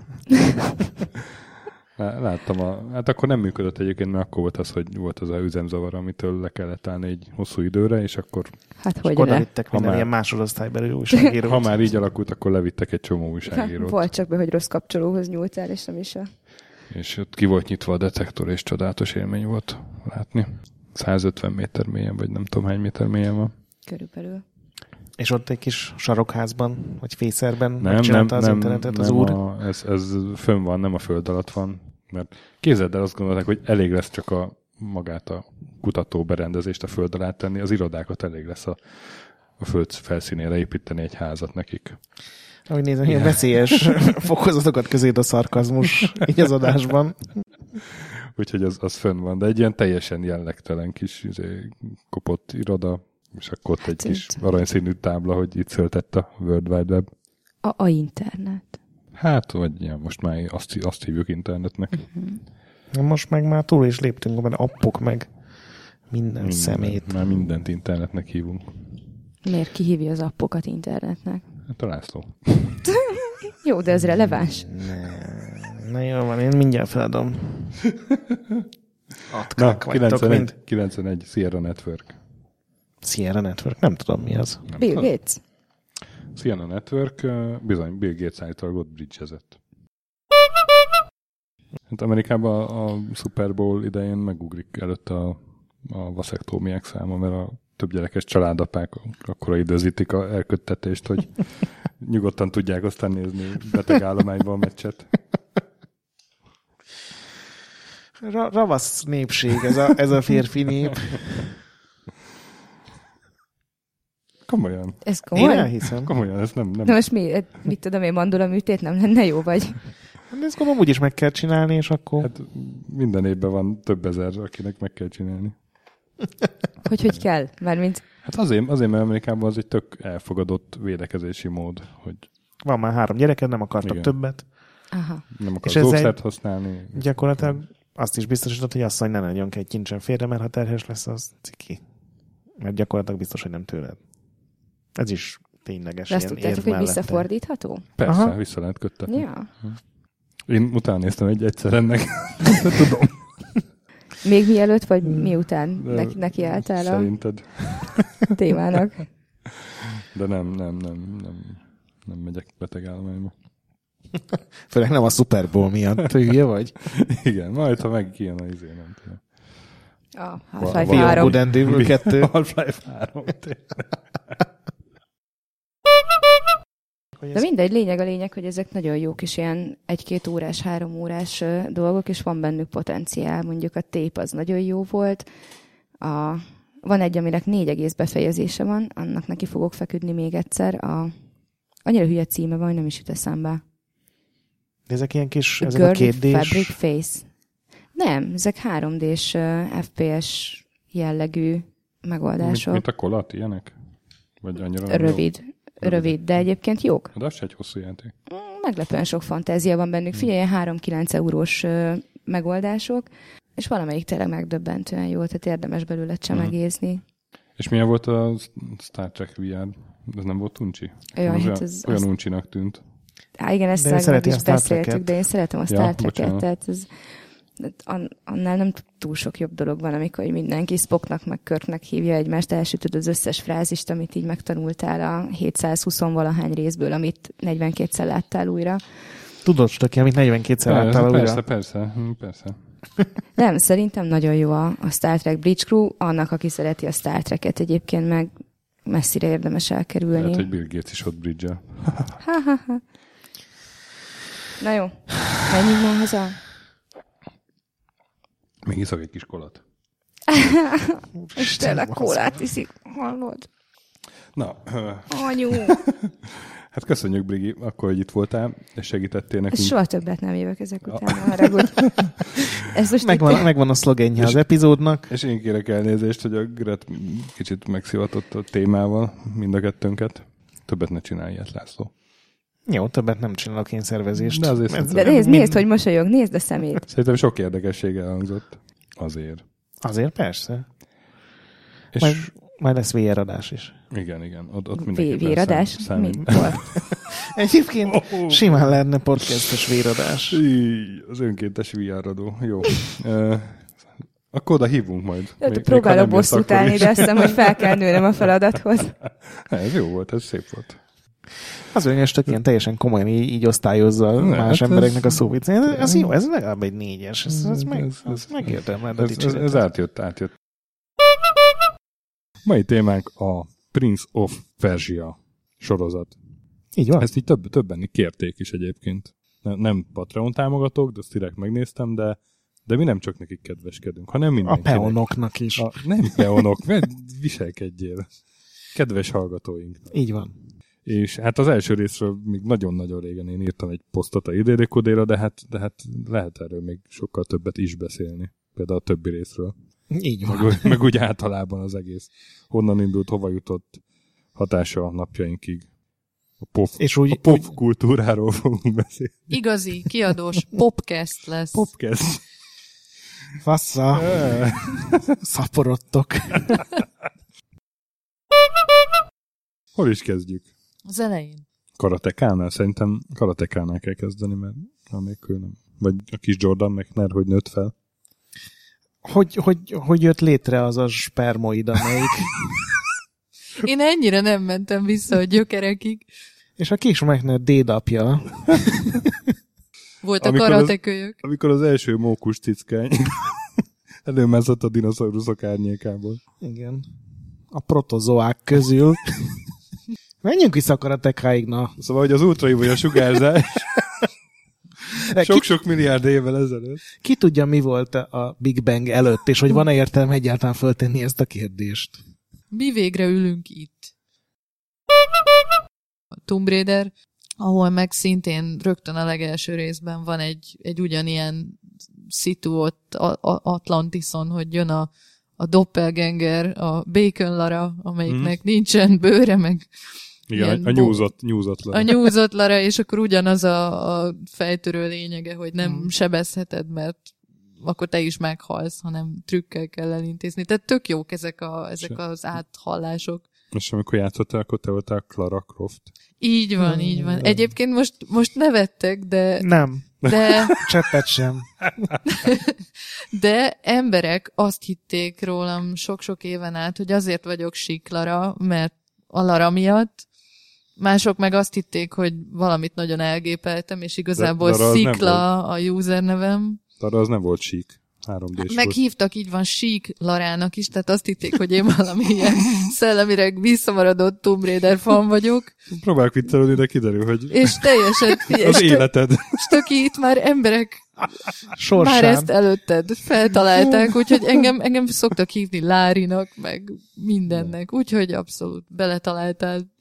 Speaker 1: Láttam, hát akkor nem működött egyébként, mert akkor volt az, hogy volt az a üzemzavar, amitől le kellett állni egy hosszú időre, és akkor...
Speaker 8: Hát hogy
Speaker 2: oda vittek minden ilyen másodosztálybeli újságírót.
Speaker 1: Ha már így alakult, akkor levittek egy csomó újságírót.
Speaker 8: Volt csak be, hogy rossz kapcsolóhoz nyúltál, és nem is a...
Speaker 1: És ott ki volt nyitva a detektor, és csodálatos élmény volt látni. 150 méter mélyen, vagy nem tudom hány méter mélyen van.
Speaker 8: Körülbelül.
Speaker 2: És ott egy kis sarokházban, vagy fészerben megcsinálta az internetet az úr?
Speaker 1: Ez fönn van, nem a föld alatt van. Mert képzeld el, azt gondolták, hogy elég lesz csak magát a kutató berendezést a föld alá tenni, az irodákat elég lesz a föld felszínére építeni egy házat nekik.
Speaker 2: Ahogy nézem, ilyen veszélyes fokozatokat közé a szarkazmus így az adásban.
Speaker 1: Úgyhogy az fönn van, de egy ilyen teljesen jellegtelen kis kopott iroda, és akkor ott egy kis aranyszínű tábla, hogy itt született a World Wide Web.
Speaker 8: A internet.
Speaker 1: Hát, vagy ja, most már azt hívjuk internetnek.
Speaker 2: Uh-huh. Most meg már túl is léptünk, mert appok meg minden szemét.
Speaker 1: Már mindent internetnek hívunk.
Speaker 8: Miért kihívja az appokat internetnek?
Speaker 1: Hát a László.
Speaker 8: Jó, de ez releváns.
Speaker 2: Na jó van, én mindjárt feladom.
Speaker 1: Na, 91 Sierra Network.
Speaker 2: Sierra Network? Nem tudom, mi az.
Speaker 8: Bill Gates?
Speaker 1: Sierra Network, bizony, Bill Gates által ott bridge-ezett. Hát Amerikában a Super Bowl idején megugrik előtte a vaszektómiák száma, mert a több gyerekes családapák akkora időzítik a elköttetést, hogy nyugodtan tudják aztán nézni beteg állományban a meccset.
Speaker 2: Ravasz népség ez a férfi nép.
Speaker 1: Komolyan.
Speaker 8: Ez komolyan?
Speaker 2: Én elhiszem.
Speaker 1: Komolyan, ez nem...
Speaker 8: Na most mit tudom én, mandulaműtét nem lenne jó, vagy?
Speaker 2: Ezt gondolom úgyis meg kell csinálni, és akkor...
Speaker 1: Hát minden évben van több ezer, akinek meg kell csinálni.
Speaker 8: Hogy kell? Mármint...
Speaker 1: Hát azért, mert Amerikában az egy tök elfogadott védekezési mód, hogy...
Speaker 2: Van már 3 gyereked, nem akartak
Speaker 1: Igen.
Speaker 2: többet.
Speaker 8: Aha.
Speaker 1: Nem akarsz gókszert használni.
Speaker 2: Gyakorlatilag azt is biztosított, hogy asszony ne legyen egy kincsen félre, mert ha terhes lesz, az ciki. Mert gyakorlatilag biztos, hogy nem tőled. Ez is tényleges.
Speaker 8: De azt tudtátok, hogy visszafordítható?
Speaker 1: Persze,
Speaker 2: Aha.
Speaker 1: vissza lehet köttetni.
Speaker 8: Ja.
Speaker 1: Én utána néztem egyszer ennek. Tudom.
Speaker 8: Még mielőtt, vagy miután neki álltál
Speaker 1: szerinted
Speaker 8: a témának?
Speaker 1: De nem megyek betegállományba.
Speaker 2: Főleg nem a Super Bowl miatt, hülye vagy?
Speaker 1: Igen, majd ha meg kijön a nem tudom.
Speaker 8: A Half-Life 3.
Speaker 2: Good and Evil 2.
Speaker 1: Half-Life 3.
Speaker 8: De mindegy, lényeg, hogy ezek nagyon jó kis ilyen 1-2 órás, 3 órás dolgok, és van bennük potenciál. Mondjuk a Tape az nagyon jó volt. Van egy, aminek 4 egész befejezése van, annak neki fogok feküdni még egyszer. Annyira hülye címe van, hogy nem is jut eszembe.
Speaker 2: De ezek ilyen kis, ezek a 2D-s...
Speaker 8: Fabric Face. Nem, ezek 3D-s FPS jellegű megoldások.
Speaker 1: Mint a kolat, ilyenek? Vagy annyira
Speaker 8: Rövid, de egyébként jók.
Speaker 1: De az se egy hosszú játék.
Speaker 8: Meglepően sok fantázia van bennük. Figyelj, 3-9 eurós megoldások, és valamelyik tényleg megdöbbentően jó, tehát érdemes belőle csemegézni.
Speaker 1: És milyen volt a Star Trek VR? Ez nem volt uncsi?
Speaker 8: Jaj,
Speaker 1: olyan uncsinak tűnt.
Speaker 8: Igen, ezt meg is beszéltük, de én szeretem a Star Trek-et, tehát ez... annál nem túl sok jobb dolog van, amikor mindenki Spocknak meg Kirknek hívja egymást, elsütöd az összes frázist, amit így megtanultál a 720-valahány részből, amit 42-szer láttál újra.
Speaker 2: Tudod, Stöki, amit 42-szer láttál újra?
Speaker 1: Persze.
Speaker 8: Nem, szerintem nagyon jó a Star Trek Bridge Crew, annak, aki szereti a Star Trek-et egyébként meg messzire érdemes elkerülni.
Speaker 1: Lehet, hogy Bill Gates is ott bridge-el.
Speaker 8: Na jó, menjünk már haza.
Speaker 1: Még iszok egy kis kolat.
Speaker 8: És tényleg kólát iszik, hallod?
Speaker 1: Na.
Speaker 8: Anyu.
Speaker 1: Hát köszönjük, Brigi, akkor, hogy itt voltál, és segítettél nekünk.
Speaker 8: Soha többet nem jövök ezek után, haragudj.
Speaker 2: Megvan a szlogenje az epizódnak.
Speaker 1: És én kérek elnézést, hogy a Gret kicsit megszivatott a témával mind a kettőnket. Többet ne csinálj ilyet, László.
Speaker 2: Jó, többet nem csinálok én szervezést.
Speaker 1: De
Speaker 8: nézd, hogy mosolyog, nézd a szemét.
Speaker 1: Szerintem sok érdekesség elhangzott. Azért.
Speaker 2: Persze.
Speaker 1: És
Speaker 2: majd lesz VR adás is.
Speaker 1: Igen. Ott mindenképpen
Speaker 8: VR adás? Mi volt?
Speaker 2: Egyébként simán lehetne podcastes VR adás.
Speaker 1: Az önkéntes VR adó. Jó. Akkor oda hívunk majd.
Speaker 8: Próbálok bosszút állni, de azt hiszem, hogy fel kell nőnem a feladathoz.
Speaker 1: Ez jó volt, ez szép volt.
Speaker 2: Az öngyestek ilyen teljesen komolyan így osztályozza más embereknek a szóvicén. Ez jó, ez legalább egy 4-es. Ez megérdemel.
Speaker 1: Ez átjött. Mai témánk a Prince of Persia sorozat.
Speaker 2: Így van.
Speaker 1: Ezt így többen kérték is egyébként. Nem Patreon támogatók, de azt direkt megnéztem, de mi nem csak nekik kedveskedünk, hanem mindenkinek.
Speaker 2: A peonoknak is.
Speaker 1: Nem peonok, viselkedjél. Kedves hallgatóink.
Speaker 2: Így van.
Speaker 1: És hát az első részről még nagyon-nagyon régen én írtam egy posztot a idédékodéra, de hát lehet erről még sokkal többet is beszélni. Például a többi részről.
Speaker 2: Így van.
Speaker 1: Meg úgy általában az egész. Honnan indult, hova jutott hatása a napjainkig. A pop kultúráról fogunk beszélni.
Speaker 18: Igazi, kiadós popcast lesz.
Speaker 1: Popcast.
Speaker 2: Fassza. Szaporodtok.
Speaker 1: Hol is kezdjük?
Speaker 18: Az elején.
Speaker 1: Karatekánál? Szerintem karatekánál kell kezdeni, mert annélkül nem. Vagy a kis Jordan McNair, hogy nőtt fel.
Speaker 2: Hogy jött létre az a spermoid, amelyik...
Speaker 18: Én ennyire nem mentem vissza a gyökerekig.
Speaker 2: És a kis McNair dédapja.
Speaker 18: Volt a karatekölyök.
Speaker 1: Amikor az első mókus cickány előmászott a dinoszauruszok árnyékából.
Speaker 2: Igen. A protozoák közül. Menjünk vissza a karatekáig, na.
Speaker 1: Szóval, hogy az ultraibolya sugárzás sok-sok milliárd évvel ezelőtt.
Speaker 2: Ki tudja, mi volt a Big Bang előtt, és hogy van-e értelme egyáltalán föltenni ezt a kérdést?
Speaker 18: Mi végre ülünk itt. Tomb Raider, ahol meg szintén rögtön a legelső részben van egy ugyanilyen szitu ott Atlantison, hogy jön a doppelganger, a Bacon Lara, amelyiknek nincsen bőre, meg
Speaker 1: igen, a nyúzott Lara.
Speaker 18: A nyúzott Lara, és akkor ugyanaz a fejtörő lényege, hogy nem sebezheted, mert akkor te is meghalsz, hanem trükkel kell elintézni. Tehát tök jók ezek az áthallások.
Speaker 1: És amikor játszottál, akkor te voltál Clara Croft.
Speaker 18: Így van, így van. Egyébként most nevettek, de...
Speaker 2: Nem.
Speaker 18: De...
Speaker 2: Cseppet sem.
Speaker 18: De emberek azt hitték rólam sok-sok éven át, hogy azért vagyok sík Lara, mert a Lara miatt. Mások meg azt hitték, hogy valamit nagyon elgépeltem, és igazából Szikla a user nevem.
Speaker 1: Lara az nem volt sík. 3D-s
Speaker 18: meghívtak, így van, sík Larának is, tehát azt hitték, hogy én valami ilyen szellemileg visszamaradott Tomb Raider fan vagyok.
Speaker 1: Próbálok viccelődni, de kiderül, hogy
Speaker 18: és teljesen
Speaker 1: az életed.
Speaker 18: És töki itt már emberek sorsán. Már ezt előtted feltalálták, úgyhogy engem szoktak hívni Lárinak, meg mindennek, úgyhogy abszolút beletaláltál.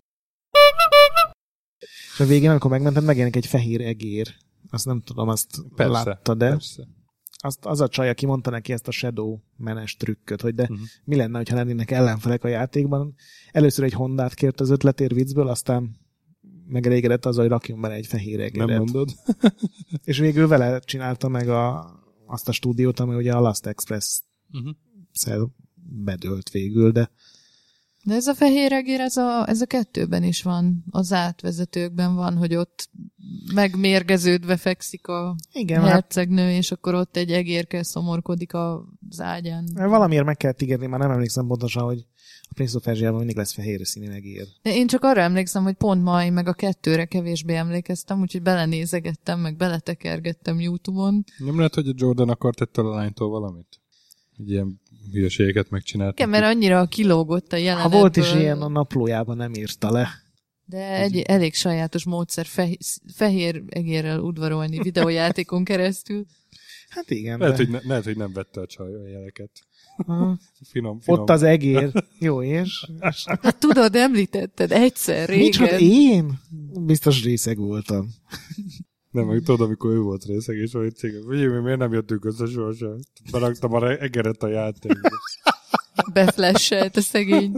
Speaker 2: És a végén, amikor megmentem, megjelenik egy fehér egér. Azt nem tudom, azt látta, de... Persze. Az a csaj, aki mondta neki ezt a Shadow menes trükköt, hogy de mi lenne, hogyha lennének ellenfelek a játékban. Először egy Hondát kért az ötletér viccből, aztán megelégedett azzal, hogy rakjunk bele egy fehér egeret.
Speaker 1: Nem mondod?
Speaker 2: És végül vele csinálta meg azt a stúdiót, ami ugye a Last Express-szel bedőlt végül, de
Speaker 18: ez a fehér egér, ez a 2-ben is van, az átvezetőkben van, hogy ott megmérgeződve fekszik a hercegnő, és akkor ott egy egérke szomorkodik az ágyán.
Speaker 2: Valamiért meg kell ígérni, már nem emlékszem pontosan, hogy a Prince of Persia-ban mindig lesz fehér színű egér.
Speaker 18: Én csak arra emlékszem, hogy pont ma meg a 2-re kevésbé emlékeztem, úgyhogy belenézegettem, meg beletekergettem YouTube-on.
Speaker 1: Nem lehet, hogy a Jordan akart ettől a lánytól valamit? Egy ilyen hülyeségeket megcsináltak.
Speaker 18: Igen, mert annyira kilógott a jelenetből.
Speaker 2: Ha volt is ilyen, a naplójában nem írta le.
Speaker 18: De egy elég sajátos módszer fehér egérrel udvarolni videójátékon keresztül.
Speaker 2: Hát igen.
Speaker 1: Lehet, hogy nem vette a csaj a jeleket. Finom.
Speaker 2: Ott az egér. Jó, és?
Speaker 18: Hát tudod, említetted egyszer régen.
Speaker 2: Micsoda, én? Biztos részeg voltam.
Speaker 1: Nem, meg tudod, amikor ő volt részeg, és olyan cégek, hogy miért nem jöttünk össze sohasem? Beraktam a egeret a játékba.
Speaker 18: Beflasselt a szegény.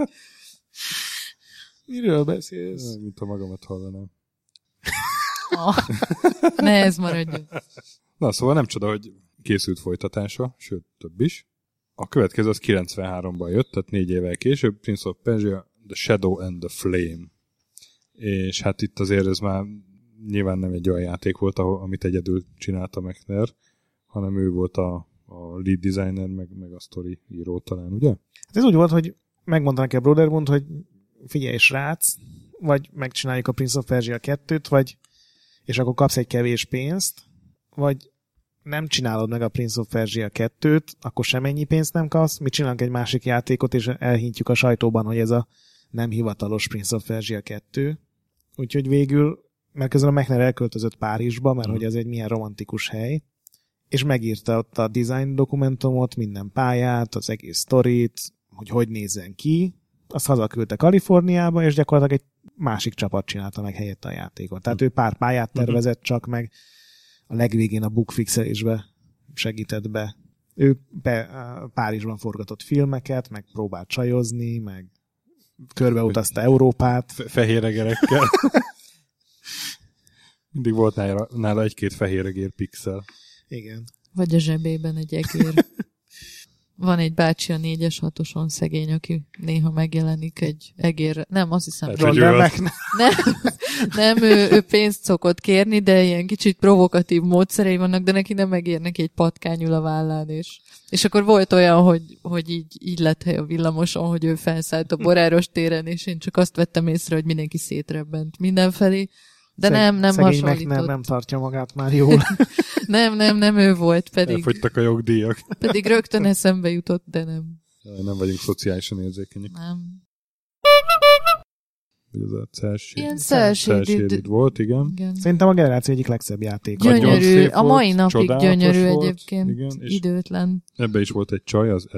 Speaker 2: Miről beszélsz?
Speaker 1: Mint ha magamat hallanám.
Speaker 18: Ne ez maradjon.
Speaker 1: Na, szóval nem csoda, hogy készült folytatása, sőt, több is. A következő az 93-ban jött, tehát 4 évvel később, Prince of Persia, The Shadow and the Flame. És hát itt azért ez már nyilván nem egy olyan játék volt, amit egyedül csinálta Mechner, hanem ő volt a lead designer, meg a story író talán, ugye?
Speaker 2: Hát ez úgy volt, hogy megmondta neki a Broderbund, hogy figyelj srác, vagy megcsináljuk a Prince of Persia 2-t, vagy és akkor kapsz egy kevés pénzt, vagy nem csinálod meg a Prince of Persia 2-t, akkor semennyi pénzt nem kapsz, mi csinálunk egy másik játékot, és elhintjük a sajtóban, hogy ez a nem hivatalos Prince of Persia 2. Úgyhogy végül, mert közben a Mechner elköltözött Párizsba, mert hogy ez egy milyen romantikus hely, és megírta ott a design dokumentumot, minden pályát, az egész sztorit, hogy nézzen ki, azt hazaküldte Kaliforniába, és gyakorlatilag egy másik csapat csinálta meg helyette a játékot. Tehát ő pár pályát tervezett csak meg, a legvégén a bookfixelésbe segített be. Ő Párizsban forgatott filmeket, meg próbált csajozni, meg körbeutazta Európát.
Speaker 1: Fehéregerekkel. Mindig volt nála egy-két fehéregér pixel.
Speaker 2: Igen.
Speaker 18: Vagy a zsebében egy egér. Van egy bácsi a 4-es 6-oson szegény, aki néha megjelenik egy egér. Nem, azt hiszem. Nem, ő pénzt szokott kérni, de ilyen kicsit provokatív módszerei vannak, de neki nem megér neki egy patkányul a vállán, és akkor volt olyan, hogy így lett hely a villamoson, hogy ő felszállt a Boráros téren, és én csak azt vettem észre, hogy mindenki szétrebbent mindenfelé. De nem hasonlított.
Speaker 2: Nem tartja magát már jól.
Speaker 18: nem ő volt, pedig...
Speaker 1: Elfogytak a jogdíjak.
Speaker 18: Pedig rögtön eszembe jutott, de nem.
Speaker 1: Nem vagyunk szociálisan érzékenyek.
Speaker 18: Nem.
Speaker 1: Vagy az a
Speaker 18: Cell-shaded
Speaker 1: volt, igen.
Speaker 2: Szerintem a generáció egyik legszebb játék.
Speaker 18: Gyönyörű, a mai napig gyönyörű volt, egyébként, igen, időtlen.
Speaker 1: Ebbe is volt egy csaj, az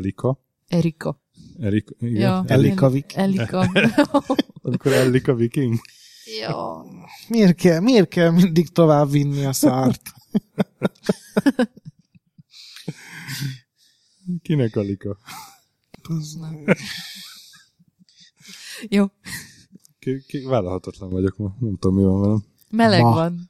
Speaker 18: Erika.
Speaker 1: Igen.
Speaker 2: Ja, Elika Viking.
Speaker 18: Elika.
Speaker 1: Amikor Elika Viking.
Speaker 18: Jó.
Speaker 2: Miért kell mindig tovább vinni a szart?
Speaker 1: Kinek Alika?
Speaker 18: Jó.
Speaker 1: Vállalhatatlan vagyok ma. Nem tudom, mi van velem.
Speaker 18: Meleg van.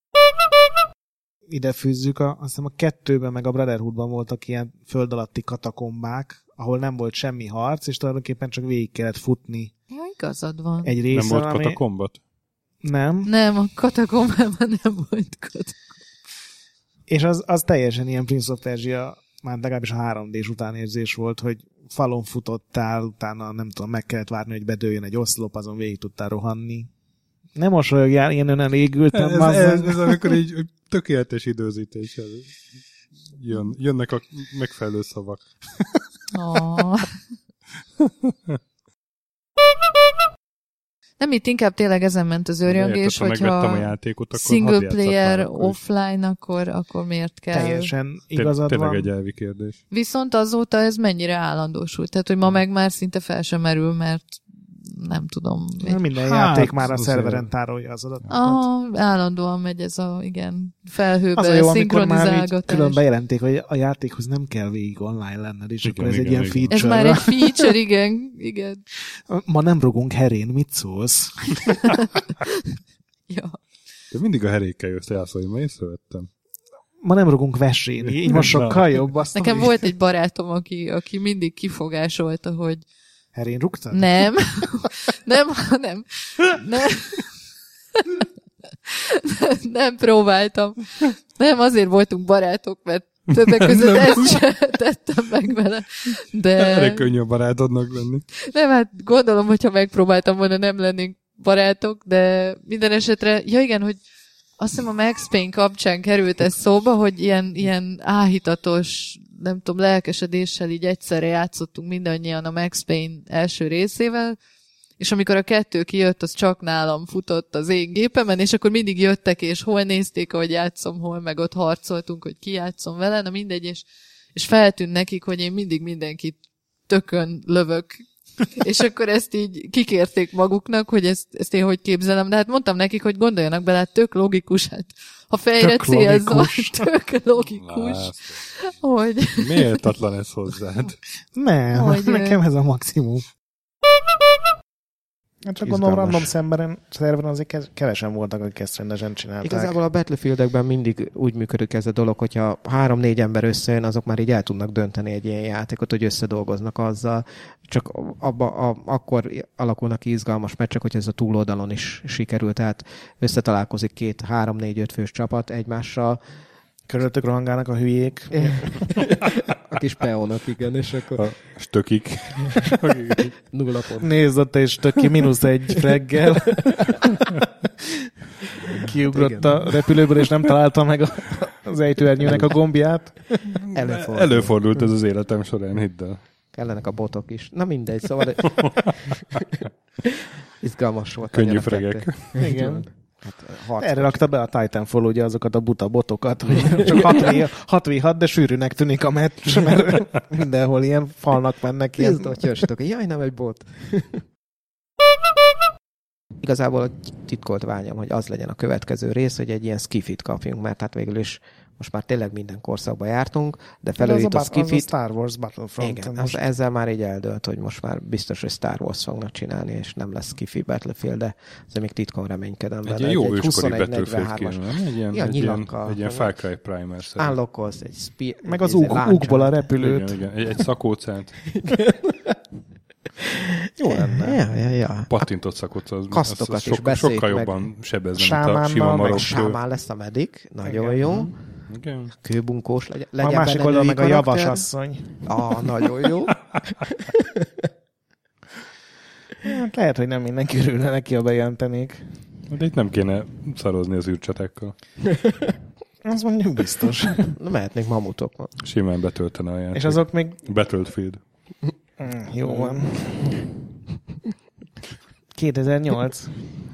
Speaker 2: Ide fűzzük, azt hiszem a 2-ben meg a Brotherhoodban voltak ilyen föld alatti katakombák, ahol nem volt semmi harc, és tulajdonképpen csak végig kellett futni.
Speaker 18: Ja, igazad van.
Speaker 2: Egy részen,
Speaker 1: nem volt katakombat?
Speaker 2: Nem.
Speaker 18: Nem, a katakombában nem volt katakombat.
Speaker 2: És az teljesen ilyen Prince of Persia, már legalábbis a 3D-s utánérzés volt, hogy falon futottál, utána nem tudom, meg kellett várni, hogy bedőljön egy oszlop, azon végig tudtál rohanni. Nem mosolyogjál, én önen égültem.
Speaker 1: Ez amikor így tökéletes időzítés. Jönnek a megfelelő szavak.
Speaker 18: Nem, itt inkább tényleg ezen ment az őrjöngés, hogyha single player offline, akkor miért kell?
Speaker 2: Teljesen igazad van.
Speaker 1: Tényleg egy elvi kérdés.
Speaker 18: Viszont azóta ez mennyire állandósult? Tehát, hogy ma meg már szinte fel sem merül, mert nem tudom.
Speaker 2: Minden játék már a szerveren tárolja az adatokat.
Speaker 18: Állandóan megy ez a felhőbe szinkronizálgatás.
Speaker 2: Külön bejelenték, hogy a játékhoz nem kell végig online lenned, és igen, akkor ez egy ilyen feature.
Speaker 18: Ez már egy feature, igen.
Speaker 2: Ma nem rugunk herén, mit szólsz?
Speaker 18: Ja.
Speaker 1: De mindig a herékkel jössz elszólni, ma észrevettem.
Speaker 2: Ma nem rugunk vesén, így most sokkal jobb.
Speaker 18: Nekem volt egy barátom, aki mindig kifogásolta, hogy
Speaker 2: herén rúgtad?
Speaker 18: Nem, nem próbáltam. Nem, azért voltunk barátok, mert többek között ezt sem tettem meg vele. De...
Speaker 1: Erre könnyű a barátodnak lenni.
Speaker 18: Nem, hát gondolom, hogyha megpróbáltam volna, nem lennénk barátok, de minden esetre, ja igen, hogy azt hiszem a Max Payne kapcsán került ez szóba, hogy ilyen áhítatos, nem tudom, lelkesedéssel így egyszerre játszottunk mindannyian a Max Payne első részével, és amikor a 2 kijött, az csak nálam futott az én gépemen, és akkor mindig jöttek, és hol nézték, ahogy játszom, hol meg ott harcoltunk, hogy ki játszom vele, na mindegy, és feltűnt nekik, hogy én mindig mindenkit tökön lövök. És akkor ezt így kikérték maguknak, hogy ezt én hogy képzelem, de hát mondtam nekik, hogy gondoljanak bele, hát tök logikus, hát ha fejre célzol, tök logikus. Hogy...
Speaker 1: Méltatlan ez hozzád?
Speaker 2: Nem, hogy nekem ez a maximum. Csak gondolom, random szerveren azért kevesen voltak, akik ezt rendesen csinálták.
Speaker 6: Igazából a Battlefieldekben mindig úgy működik ez a dolog, hogyha 3-4 ember összejön, azok már így el tudnak dönteni egy ilyen játékot, hogy összedolgoznak azzal. Csak akkor alakulnak ki izgalmas meccsek, hogy ez a túloldalon is sikerült. Tehát összetalálkozik 2-3-4-5 fős csapat egymással.
Speaker 2: Körülöttük rohangálnak a hülyék.
Speaker 6: A kis peónak, igen, és akkor...
Speaker 1: A stökik.
Speaker 6: 0 pont.
Speaker 2: Nézd ott, és stöki -1 reggel. Kiugrott a repülőből, és nem találta meg az ejtőernyőnek a gombját.
Speaker 1: Előfordult ez az életem során, hidd el.
Speaker 6: Kellenek a botok is. Na mindegy, szóval... izgalmas volt.
Speaker 1: Könnyű fregek.
Speaker 2: Igen. Hát, erre rakta be a Titanfall ugye azokat a buta botokat, hogy csak 6v6, de sűrűnek tűnik a meccs, mert mindenhol ilyen falnak mennek.
Speaker 6: Ilyen dotyostok. Jaj, nem egy bot. Igazából a titkolt vágyam, hogy az legyen a következő rész, hogy egy ilyen skifit kapjunk, mert hát végül is most már tényleg minden korszakba jártunk, de felőjött a skifit.
Speaker 2: Az a Star Wars Battlefront.
Speaker 6: Igen, ezzel már így eldőlt, hogy most már biztos, hogy Star Wars fognak csinálni, és nem lesz skifi Battlefield, de azért még titkon reménykedem
Speaker 1: bele. Egy jó őskori Battlefield kéne, egy ilyen Far Cry Primer szerint.
Speaker 6: Unlockolsz egy
Speaker 2: meg az ugból a repülőt.
Speaker 1: Igen. Egy szakócát.
Speaker 2: Jó lenne.
Speaker 6: Ja.
Speaker 1: Pattintott szakot, az
Speaker 6: sokkal
Speaker 1: jobban sebezne, mint a sima marok.
Speaker 6: Sámán lesz a medic, nagyon jó.
Speaker 1: Igen.
Speaker 6: Kőbunkós legyen.
Speaker 2: A másik oldal meg a javasasszony.
Speaker 6: Nagyon jó.
Speaker 2: Hát lehet, hogy nem mindenki örülne neki, ha bejelentenék.
Speaker 1: De itt nem kéne szarozni az űrcsatákkal.
Speaker 2: Az mondjuk biztos.
Speaker 6: Na, mehetnék mamutok.
Speaker 1: Simán betöltene a játék.
Speaker 2: És azok még...
Speaker 1: Battlefield.
Speaker 2: Jó van. 2008.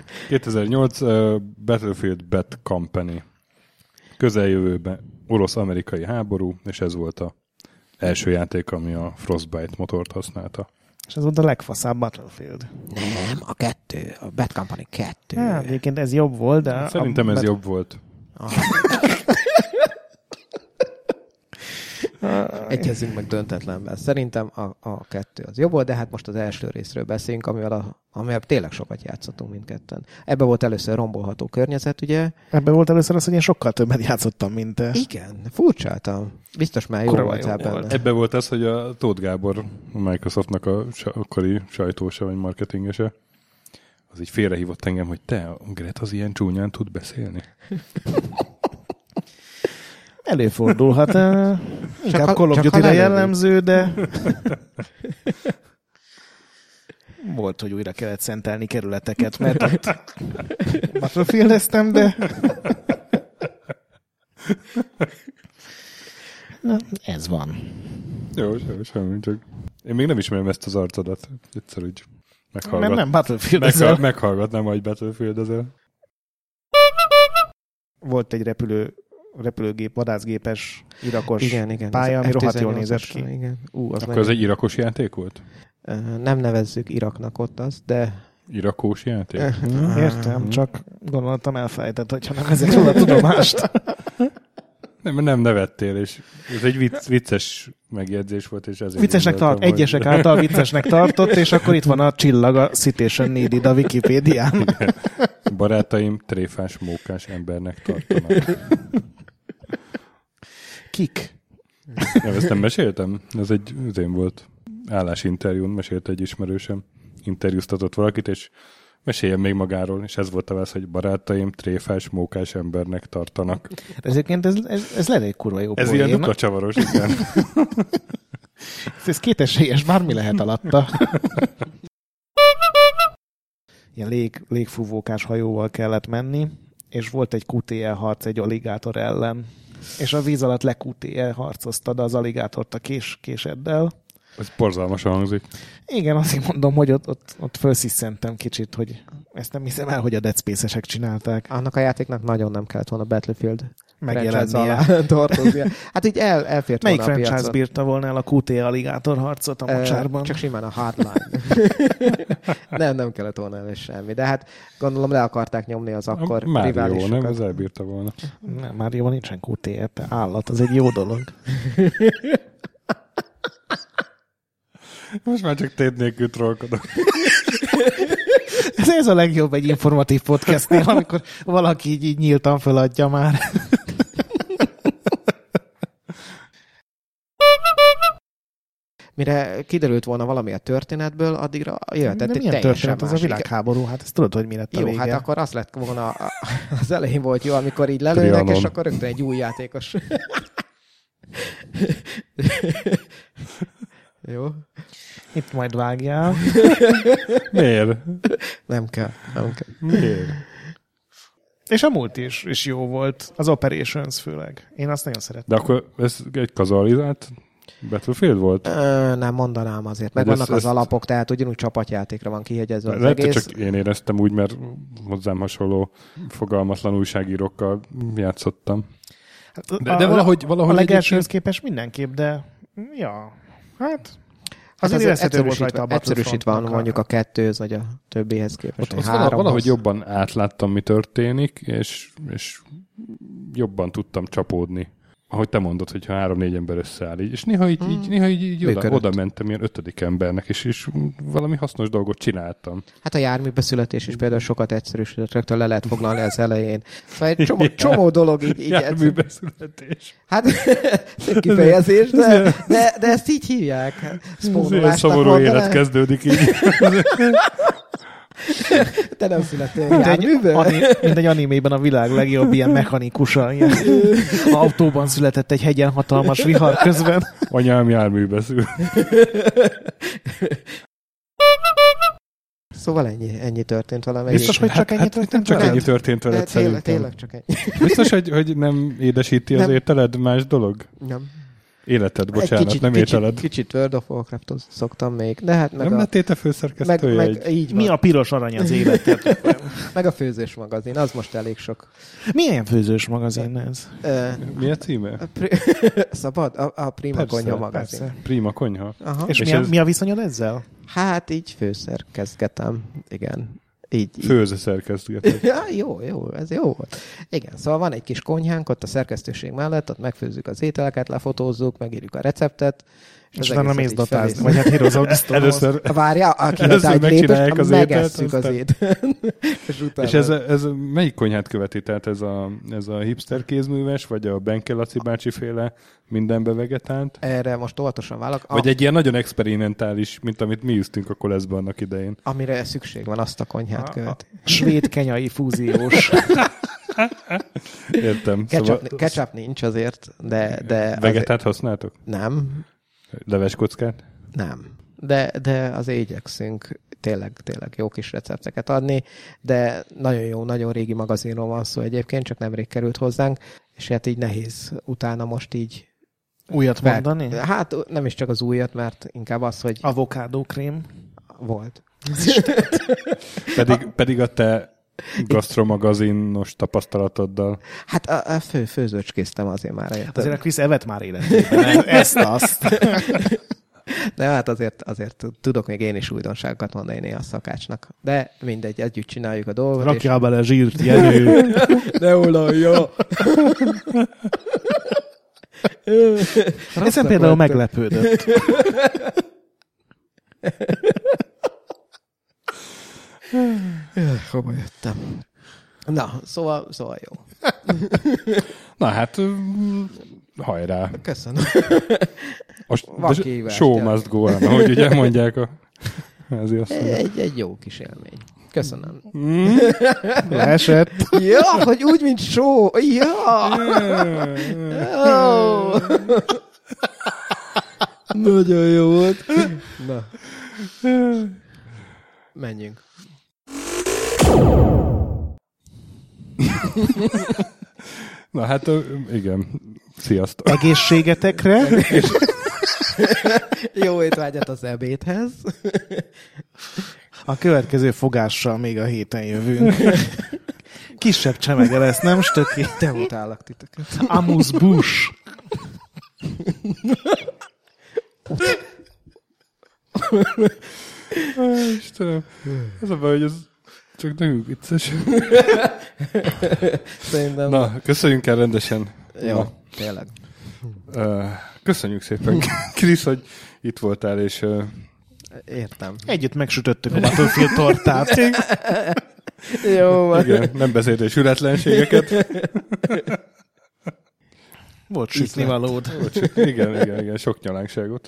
Speaker 1: Battlefield Bad Company. Közeljövőben orosz-amerikai háború, és ez volt az első játék, ami a Frostbite motort használta.
Speaker 2: És ez volt a legfaszább Battlefield.
Speaker 10: Nem, a 2, a Bad Company 2.
Speaker 2: Hát, egyébként ez jobb volt, de...
Speaker 1: Szerintem ez jobb volt.
Speaker 10: Egyezünk meg döntetlenben. Szerintem a 2 az jobb volt, de hát most az első részről beszélünk, amivel tényleg sokat játszottunk mindketten. Ebben volt először rombolható környezet, ugye?
Speaker 2: Ebben volt először az, hogy én sokkal többet játszottam, mint te.
Speaker 10: Igen, furcsáltam. Biztos már jó voltál benne.
Speaker 1: Ebben volt az, hogy a Tóth Gábor, a Microsoftnak a akkori sajtósa vagy marketingese, az így félrehívott engem, hogy te, a Gret az ilyen csúnyán tud beszélni.
Speaker 2: Előfordulhat. Inkább Call of Duty-re jellemző, de volt, hogy újra kellett szentelni kerületeket, mert ott Battlefield-eztem, de na, ez van.
Speaker 1: Jó, semmi, csak én még nem ismerem ezt az arcodat. Egyszer úgy
Speaker 2: nem Battlefield-ezel.
Speaker 1: Meghallgatnám, hogy Battlefield-ezel.
Speaker 2: Volt egy repülőgép, vadászgépes, irakos pálya, ami rohadt jól nézett ki.
Speaker 10: Igen.
Speaker 1: Akkor ez egy irakos játék volt?
Speaker 10: Nem nevezzük Iraknak ott az, de...
Speaker 1: Irakós játék?
Speaker 2: Értem, csak gondoltam elfelejtett, hogyha nem ezek róla tudomást.
Speaker 1: Nem nevettél, és ez egy vicces megjegyzés volt, és ezért
Speaker 2: viccesnek tart, egyesek által viccesnek tartott, és akkor itt van a csillag a Citation Needed a Wikipédián.
Speaker 1: Igen. Barátaim tréfás, mókás embernek tartanak.
Speaker 2: Kik?
Speaker 1: Nem, ezt nem meséltem? Ez én volt állásinterjún, mesélt egy ismerősem, interjúztatott valakit, és meséljen még magáról, és ez volt a válasz, hogy barátaim tréfás, mókás embernek tartanak.
Speaker 2: Ezért ez elég kurva jó
Speaker 1: ez poén. Ilyen dukacsavaros, igen.
Speaker 2: Ez kétesélyes, bármi lehet alatta. Ilyen légfúvókás hajóval kellett menni, és volt egy QTE harc egy aligátor ellen. És a víz alatt QTE harcoztad az aligátort a késeddel.
Speaker 1: Ez borzalmasan hangzik.
Speaker 2: Igen, azért mondom, hogy ott felszisszentem kicsit, hogy ezt nem hiszem el, hogy a Dead Space-esek csinálták.
Speaker 10: Annak a játéknak nagyon nem kellett volna Battlefield
Speaker 2: megjelennie.
Speaker 10: Tartoznia. Hát így elfért
Speaker 2: melyik
Speaker 10: volna a
Speaker 2: franchise bírta volna el a QTE aligátor harcot a mocsárban?
Speaker 10: Csak simán a Hardline. nem kellett volna el semmi. De hát gondolom le akarták nyomni az akkor riválisokat.
Speaker 1: Mario, nem? Az elbírta volna.
Speaker 2: Nem, Mario-ban nincsen QTE, te állat, az egy jó dolog.
Speaker 1: Most már csak tét nélkül trollkodok.
Speaker 2: Ez a legjobb egy informatív podcastnél, amikor valaki így nyíltan föladja már.
Speaker 10: Mire kiderült volna valami a történetből, addigra jöhetett egy teljesen
Speaker 2: történet, ez a világháború, hát ezt tudod, hogy mi lett a vége.
Speaker 10: Jó, hát akkor az lett volna, az elején volt jó, amikor így lelőnek, Trianon. És akkor rögtön egy új játékos. Jó.
Speaker 2: Itt majd vágjál.
Speaker 1: Miért?
Speaker 10: Nem kell.
Speaker 1: Miért?
Speaker 2: És a multi is jó volt. Az Operations főleg. Én azt nagyon szerettem.
Speaker 1: De akkor ez egy kazualizált Battlefield volt?
Speaker 10: Nem mondanám azért. Meg vannak az alapok, tehát ugyanúgy csapatjátékra van kihegyezve az egész.
Speaker 1: Csak én éreztem úgy, mert hozzám hasonló fogalmatlan újságírókkal játszottam.
Speaker 2: De valahogy a legelsőhöz képest mindenképp, de ja, hát
Speaker 10: azért egyszerűsítve van mondjuk a 2-höz, vagy a többihez képest.
Speaker 1: Ott valahogy jobban átláttam, mi történik, és jobban tudtam csapódni. Ahogy te mondod, hogyha 3-4 ember összeáll így. És néha így oda mentem ilyen 5. embernek, és valami hasznos dolgot csináltam.
Speaker 10: Hát a járműbeszületés is például sokat egyszerűsített, rögtön le lehet foglalni az elején. Szóval egy csomó dolog így
Speaker 1: járműbeszületés.
Speaker 10: Hát szép kifejezés, de ezt így hívják.
Speaker 1: Spónolásnak szomorú élet kezdődik így.
Speaker 10: Te nem születtél járműből?
Speaker 2: Mint egy animében a világ legjobb ilyen mechanikusa. Ilyen autóban született egy hegyen hatalmas vihar közben.
Speaker 1: Anyám járműbe szül.
Speaker 10: Szóval ennyi történt vele.
Speaker 2: Biztos, hogy csak ennyi történt
Speaker 1: veled? Csak ennyi történt veled szerintem.
Speaker 10: Tényleg csak ennyi.
Speaker 1: Biztos, hogy nem édesíti az ételed más dolog?
Speaker 10: Nem.
Speaker 1: Életed, bocsánat, nem ételed.
Speaker 19: Kicsit World of Warcraftot szoktam még, de hát meg
Speaker 1: nem lettél te főszerkesztője?
Speaker 19: Meg így
Speaker 2: mi a piros arany az életed?
Speaker 19: Meg a főzős magazin, az most elég sok.
Speaker 2: Milyen főzős magazin ez?
Speaker 1: Mi a címe?
Speaker 19: Szabad? A Prima Konyha magazin.
Speaker 1: Persze. Prima Konyha.
Speaker 2: Aha. És mi a viszonyod ezzel?
Speaker 19: Hát így főszerkesztgetem, igen. Így.
Speaker 1: Főszerkesztgetem.
Speaker 19: Ja, jó, ez jó volt. Igen, szóval van egy kis konyhánk ott a szerkesztőség mellett, ott megfőzzük az ételeket, lefotózzuk, megírjuk a receptet.
Speaker 2: És utána mész datázni, vagy hát Heroes of the Storm.
Speaker 1: Először
Speaker 19: várjál, aki egy lépést, megesszük az ételt.
Speaker 1: És ez melyik konyhát követi? Tehát ez a hipster kézműves, vagy a Benke Laci bácsi féle mindenbe vegetált?
Speaker 19: Erre most óvatosan válok.
Speaker 1: Vagy egy ilyen nagyon experimentális, mint amit mi üztünk a koleszbe annak idején.
Speaker 19: Amire szükség van, azt a konyhát követi.
Speaker 2: Svéd-kenyai fúziós.
Speaker 1: Értem.
Speaker 19: Ketchup nincs azért, de
Speaker 1: vegetát használtok?
Speaker 19: Nem.
Speaker 1: Leveskockát?
Speaker 19: Nem. De azért igyekszünk tényleg jó kis recepteket adni, de nagyon jó, nagyon régi magazinról van szó egyébként, csak nemrég került hozzánk, és hát így nehéz utána most így
Speaker 2: újat mondani?
Speaker 19: Hát nem is csak az újat, mert inkább az, hogy...
Speaker 2: Avokádókrém?
Speaker 19: Volt.
Speaker 1: pedig a te gasztromagazinos tapasztalatoddal.
Speaker 19: Hát a főzőcskéztem azért már. Érted.
Speaker 2: Azért a Krisz evett már életében. Ezt-azt.
Speaker 19: De hát azért tudok még én is újdonságokat mondani néha Szakácsnak. De mindegy, együtt csináljuk a dolgot.
Speaker 2: Rakjál bele zsírt, Jenő!
Speaker 19: Ne olajja!
Speaker 2: Ezen például meglepődött.
Speaker 19: Hova jöttem? Na, szóval jó.
Speaker 1: Na hát, hajrá.
Speaker 19: Köszönöm.
Speaker 1: The show must go on, ahogy ugye mondják a
Speaker 19: egy jó kis élmény. Köszönöm.
Speaker 2: Leesett.
Speaker 19: Ja, hogy úgy, mint show. Ja. Nagyon jó volt. Na. Menjünk.
Speaker 1: Na hát, igen. Sziasztok.
Speaker 2: Egészségetekre.
Speaker 19: Jó étvágyat az ebédhez.
Speaker 2: A következő fogással még a héten jövünk. Kisebb csemege lesz, nem stöki?
Speaker 19: Te utállak titeket.
Speaker 2: Amuse Bush.
Speaker 1: Istenem. Ez a baj, hogy ez csak nagyon vicces.
Speaker 19: Szerintem.
Speaker 1: Na, köszönjünk el rendesen.
Speaker 19: Jó, tényleg.
Speaker 1: Köszönjük szépen, Krisz, hogy itt voltál, és...
Speaker 19: Értem.
Speaker 2: Együtt megsütöttük a Battlefield tortát.
Speaker 19: Jó van.
Speaker 1: Igen, nem beszéltél ületlenségeket.
Speaker 2: Volt sütnivalód.
Speaker 1: Igen, sok nyalánkságot.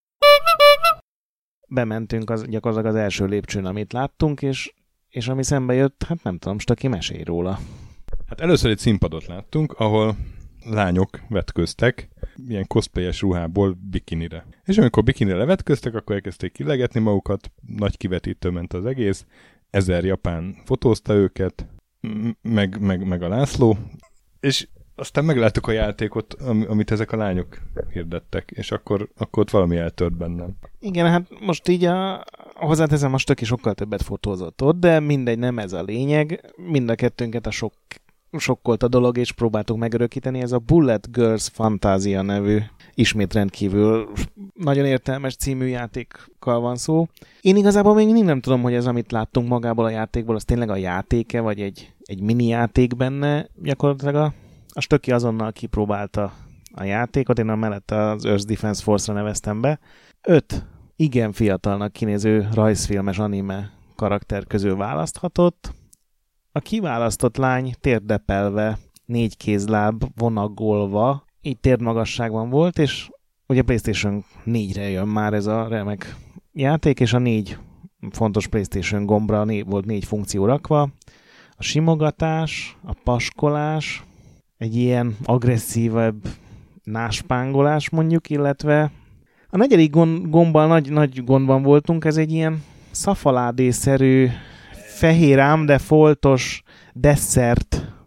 Speaker 2: Bementünk gyakorlatilag az első lépcsőn, amit láttunk, és ami szembe jött, hát nem tudom, Stöki, mesélj róla.
Speaker 1: Hát először egy színpadot láttunk, ahol lányok vetköztek, ilyen cosplayes ruhából bikinire. És amikor bikinire levetköztek, akkor elkezdték kilegetni magukat, nagy kivetítő ment az egész, 1000 japán fotózta őket, meg a László, és aztán megláttuk a játékot, amit ezek a lányok hirdettek, és akkor ott valami eltört bennem.
Speaker 2: Igen, hát most így hozzáteszem, most Stöki sokkal többet fotózott ott, de mindegy, nem ez a lényeg. Mind a kettőnket sokkolt a dolog, és próbáltuk megörökíteni. Ez a Bullet Girls Fantasia nevű, ismét rendkívül nagyon értelmes című játékkal van szó. Én igazából még mindig nem tudom, hogy ez, amit láttunk magából a játékból, az tényleg a játéke, vagy egy mini játék benne. Gyakorlatilag a Stöki azonnal kipróbálta a játékot, én mellett az Earth Defense Force-ra neveztem be. 5 igen fiatalnak kinéző rajzfilmes anime karakter közül választhatott. A kiválasztott lány térdepelve, 4 kézláb vonagolva, így térdmagasságban volt, és ugye PlayStation 4-re jön már ez a remek játék, és a 4 fontos PlayStation gombra volt 4 funkció rakva. A simogatás, a paskolás, egy ilyen agresszívebb náspángolás mondjuk, illetve a 4. gombbal nagy gondban voltunk, ez egy ilyen szafaládészerű, fehér ám, de foltos desszert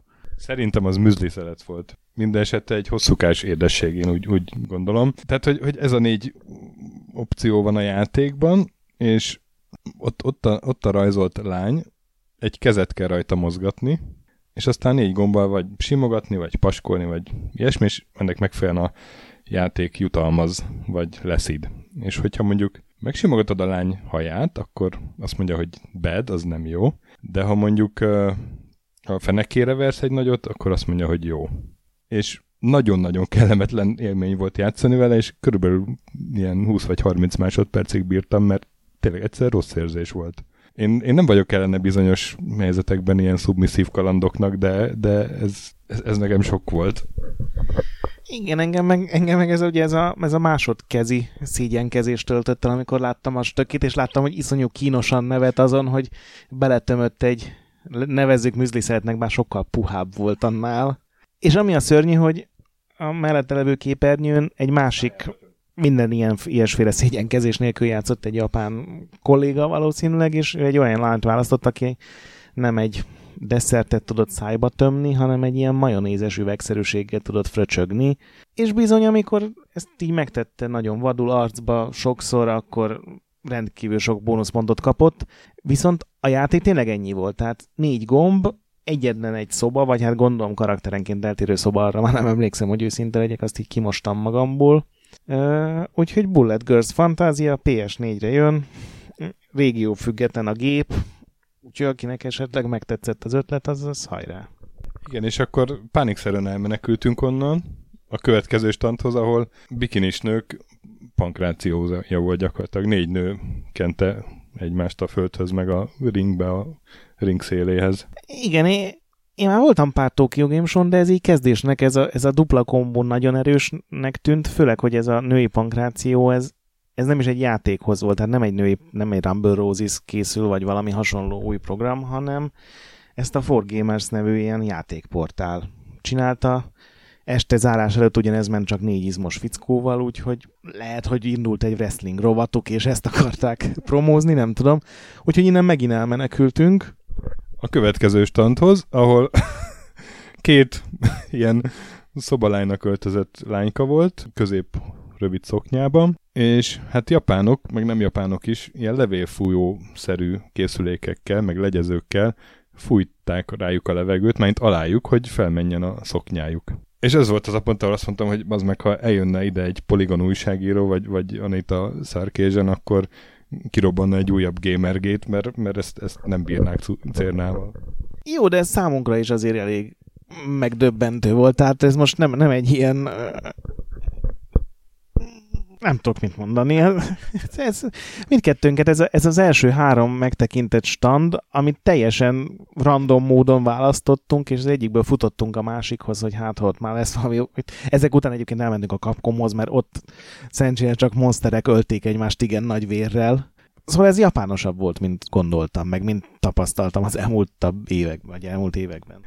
Speaker 1: Szerintem az müzli szelet volt. Mindenesetre egy hosszúkás édesség, én úgy gondolom. Tehát, hogy ez a 4 opció van a játékban, és ott a rajzolt lány, egy kezet kell rajta mozgatni, és aztán 4 gombbal vagy simogatni, vagy paskolni, vagy ilyesmi, és ennek megfelelően a játék jutalmaz, vagy leszid. És hogyha mondjuk megsimogatod a lány haját, akkor azt mondja, hogy bad, az nem jó, de ha mondjuk a fenekére versz egy nagyot, akkor azt mondja, hogy jó. És nagyon-nagyon kellemetlen élmény volt játszani vele, és körülbelül ilyen 20 vagy 30 másodpercig bírtam, mert tényleg egyszer rossz érzés volt. Én nem vagyok ellene bizonyos helyzetekben ilyen szubmisszív kalandoknak, de ez nekem sok volt.
Speaker 2: Igen, engem meg ez ugye ez a másodkezi szégyenkezést töltött el, amikor láttam a stökit, és láttam, hogy iszonyú kínosan nevet azon, hogy beletömött egy, nevezzük müzliszeletnek, bár sokkal puhább volt annál. És ami a szörnyű, hogy a mellette levő képernyőn egy másik, minden ilyesféle szégyenkezés nélkül játszott egy japán kolléga valószínűleg, és ő egy olyan lányt választott, aki nem egy desszertet tudott szájba tömni, hanem egy ilyen majonézes üvegszerűséggel tudott fröcsögni, és bizony, amikor ezt így megtette nagyon vadul arcba sokszor, akkor rendkívül sok bónuszpontot kapott, viszont a játék tényleg ennyi volt, tehát 4 gomb, egyetlen egy szoba, vagy hát gondolom karakterenként eltérő szoba, arra már nem emlékszem, hogy őszinte legyek, azt így kimostam magamból. Úgyhogy Bullet Girls Fantasia PS4-re jön, régió független a gép, úgyhogy akinek esetleg megtetszett az ötlet, az hajrá.
Speaker 1: Igen, és akkor pánikszerűen elmenekültünk onnan a következő standhoz, ahol bikinis nők pankrációja volt gyakorlatilag. 4 nő kente egymást a földhöz, meg a ringbe, a ring széléhez.
Speaker 2: Igen, én már voltam pár Tokyo Game Show-n, de ez így kezdésnek, ez a dupla kombó nagyon erősnek tűnt, főleg, hogy ez a női pankráció, ez nem is egy játékhoz volt, tehát nem egy Rumble Roses készül, vagy valami hasonló új program, hanem ezt a 4Gamers nevű ilyen játékportál csinálta. Este zárás előtt ugyanez ment csak 4 izmos fickóval, úgyhogy lehet, hogy indult egy wrestling rovatuk, és ezt akarták promózni, nem tudom. Úgyhogy innen megint elmenekültünk.
Speaker 1: A következő standhoz, ahol 2 ilyen szobalánynak öltözött lányka volt, közép rövid szoknyában, és hát japánok, meg nem japánok is ilyen levélfújó-szerű készülékekkel, meg legyezőkkel fújták rájuk a levegőt, mint alájuk, hogy felmenjen a szoknyájuk. És ez volt az a pont, ahol azt mondtam, hogy az meg, ha eljönne ide egy Polygon újságíró, vagy Anita Sarkeesian, akkor kirobbanna egy újabb Gamergate, mert ezt nem bírnák cérnával.
Speaker 2: Jó, de ez számunkra is azért elég megdöbbentő volt, tehát ez most nem egy ilyen... Nem tudok mit mondani. Mindkettőnket ez az első 3 megtekintett stand, amit teljesen random módon választottunk, és az egyikből futottunk a másikhoz, hogy hát ott már lesz valami. Ezek után egyébként elmentünk a Capcomhoz, mert ott szerencsére csak monsterek ölték egymást igen nagy vérrel. Szóval ez japánosabb volt, mint gondoltam, meg mint tapasztaltam az elmúlt években.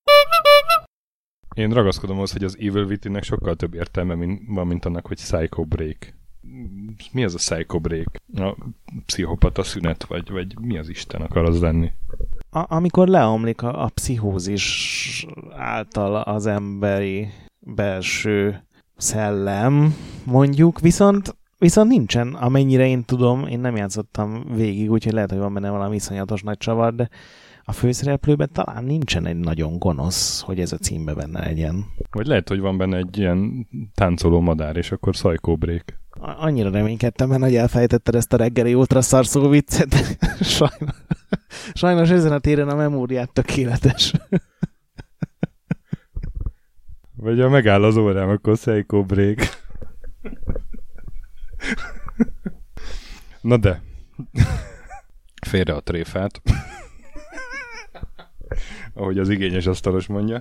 Speaker 1: Én ragaszkodom ahhoz, hogy az Evil Within-nek sokkal több értelme van, mint annak, hogy Psycho Break. Mi az a Psycho Break? A pszichopata szünet, vagy mi az Isten akar az lenni?
Speaker 2: Amikor leomlik a pszichózis által az emberi belső szellem, mondjuk, viszont nincsen, amennyire én tudom, én nem játszottam végig, úgyhogy lehet, hogy van benne valami iszonyatos nagy csavar, de a főszereplőben talán nincsen egy nagyon gonosz, hogy ez a címbe benne legyen.
Speaker 1: Vagy lehet, hogy van benne egy ilyen táncoló madár, és akkor Psycho Break.
Speaker 2: Annyira reménykedtem benne, hogy elfejtetted ezt a reggeli ultraszarszó viccet. Sajnos ezen a téren a memóriát tökéletes.
Speaker 1: Vagy ha megáll az órám, akkor Psycho Break. Na de. Félre a tréfát. Ahogy az igényes asztalos mondja.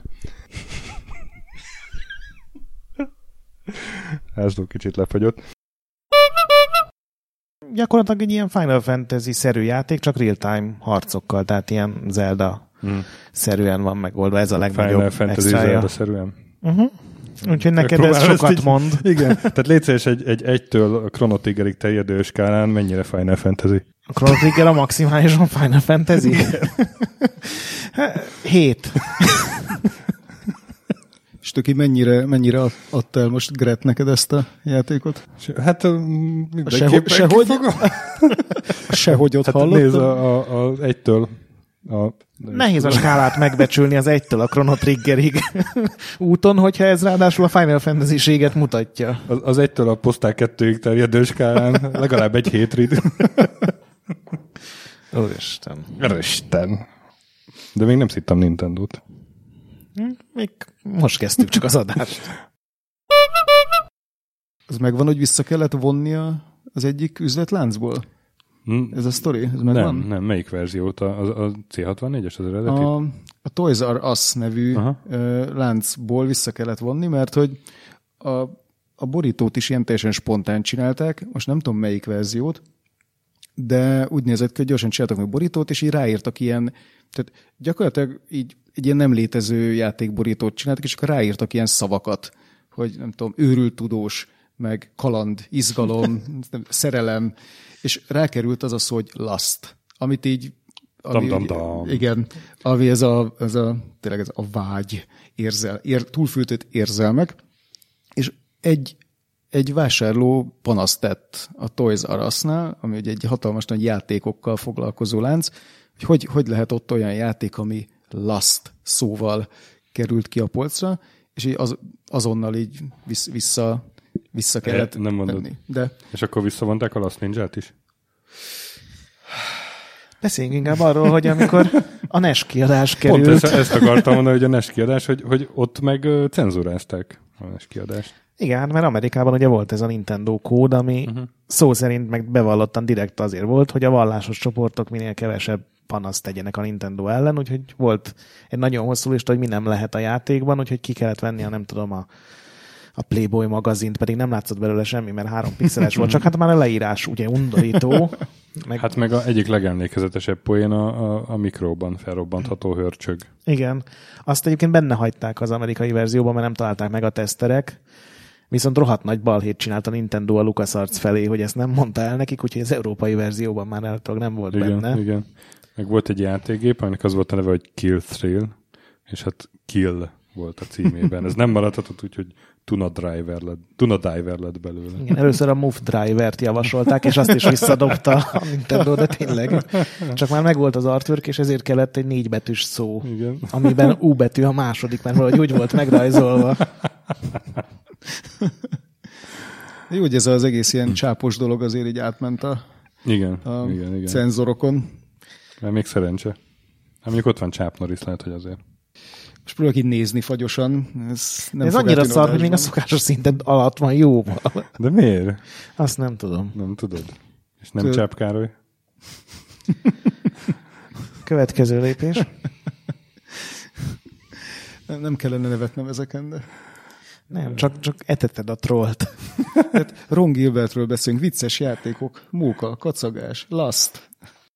Speaker 1: Ez kicsit lefagyott.
Speaker 2: Gyakorlatilag egy ilyen Final Fantasy-szerű játék, csak real-time harcokkal, tehát ilyen Zelda-szerűen van megoldva. Ez a legnagyobb
Speaker 1: Final Fantasy Zelda-szerűen.
Speaker 2: Úgyhogy neked ez sokat mond.
Speaker 1: Igen, tehát légy szíves egy 1-től a Chrono Triggerig terjedő skálán mennyire Final Fantasy?
Speaker 2: A Chrono Trigger a maximálisan Final Fantasy? 7.
Speaker 20: És tök mennyire adta el most Gret neked ezt a játékot?
Speaker 1: Hát mindenképpen
Speaker 20: sehogy ott hallottam.
Speaker 1: Nézd, az 1-től
Speaker 2: nehéz a skálát megbecsülni az 1-től a Chrono Triggerig úton, hogyha ez ráadásul a Final Fantasy-séget mutatja.
Speaker 1: Az 1-től a Postal 2-ig terjedő skálán legalább egy hétrid. Úristen. De még nem szittem Nintendót.
Speaker 2: Még most kezdtük csak az adást.
Speaker 20: Az megvan, hogy vissza kellett vonnia az egyik üzletláncból? Ez a sztori? Ez megvan?
Speaker 1: Nem. Melyik verziót? A C64-es az eredeti?
Speaker 20: A Toys R Us nevű láncból vissza kellett vonni, mert hogy a borítót is ilyen teljesen spontán csinálták, most nem tudom melyik verziót, de úgy nézett ki, hogy gyorsan csináltak meg borítót, és így ráírtak ilyen, tehát gyakorlatilag így egy ilyen nem létező játékborítót csináltak, és akkor ráírtak ilyen szavakat, hogy nem tudom, őrült tudós, meg kaland, izgalom, szerelem, és rákerült az a szó, hogy lust, amit így, igen, ami ez a tényleg ez a vágy, túlfűtött érzelmek, és egy vásárló panaszt tett a Toys R Us-nál, ami egy hatalmas nagy játékokkal foglalkozó lánc, hogy lehet ott olyan játék, ami lust szóval került ki a polcra, és így azonnal így vissza kellett
Speaker 1: nem mondod.
Speaker 20: tenni. De...
Speaker 1: És akkor visszavonták a Last Ninja-t is?
Speaker 2: Beszéljünk inkább arról, hogy amikor a NES kiadás került...
Speaker 1: Pont ezt akartam mondani, hogy a NES kiadás, hogy ott meg cenzúrázták a NES kiadást.
Speaker 2: Igen, mert Amerikában ugye volt ez a Nintendo kód, ami szó szerint meg bevallottan direkt azért volt, hogy a vallásos csoportok minél kevesebb panaszt tegyenek a Nintendo ellen, úgyhogy volt egy nagyon hosszú lista, hogy mi nem lehet a játékban, úgyhogy ki kellett venni a Playboy magazint, pedig nem látszott belőle semmi, mert 3 pixeles volt, csak hát már a leírás ugye undorító.
Speaker 1: Hát meg a egyik legemlékezetesebb poén a mikróban felrobbantható hörcsög.
Speaker 2: Igen. Azt egyébként benne hagyták az amerikai verzióban, mert nem találták meg a teszterek. Viszont rohadt nagy balhét csinált a Nintendo a LucasArts felé, hogy ezt nem mondta el nekik, úgyhogy az európai verzióban már állítólag nem volt benne. Igen.
Speaker 1: Meg volt egy játékgép, aminek az volt a neve, hogy Kill Thrill, és hát Kill volt a címében. Ez nem maradhatott úgy, hogy Tuna Diver lett belőle.
Speaker 2: Igen, először a Move Driver-t javasolták, és azt is visszadobta a Nintendo, de tényleg. Csak már megvolt az artwork, és ezért kellett egy 4 betűs szó, igen, amiben U betű a második, mert valahogy úgy volt megrajzolva.
Speaker 20: Jó, hogy ez az egész ilyen csápos dolog azért így átment a cenzorokon.
Speaker 1: Mert még szerencse. Mondjuk ott van Chap Norris, lehet, hogy azért.
Speaker 20: Most próbálok így nézni fagyosan.
Speaker 2: Ez annyira szar, hogy még a szokásos szinten alatt van jóval.
Speaker 1: De miért?
Speaker 2: Azt nem tudom.
Speaker 1: Nem tudod. És nem Csáp Károly?
Speaker 2: Következő lépés.
Speaker 20: Nem kellene nevetnem ezeken, de...
Speaker 2: Nem, csak eteted a trollt.
Speaker 20: Hát Ron Gilbertről beszélünk, vicces játékok, móka, kacagás, lust.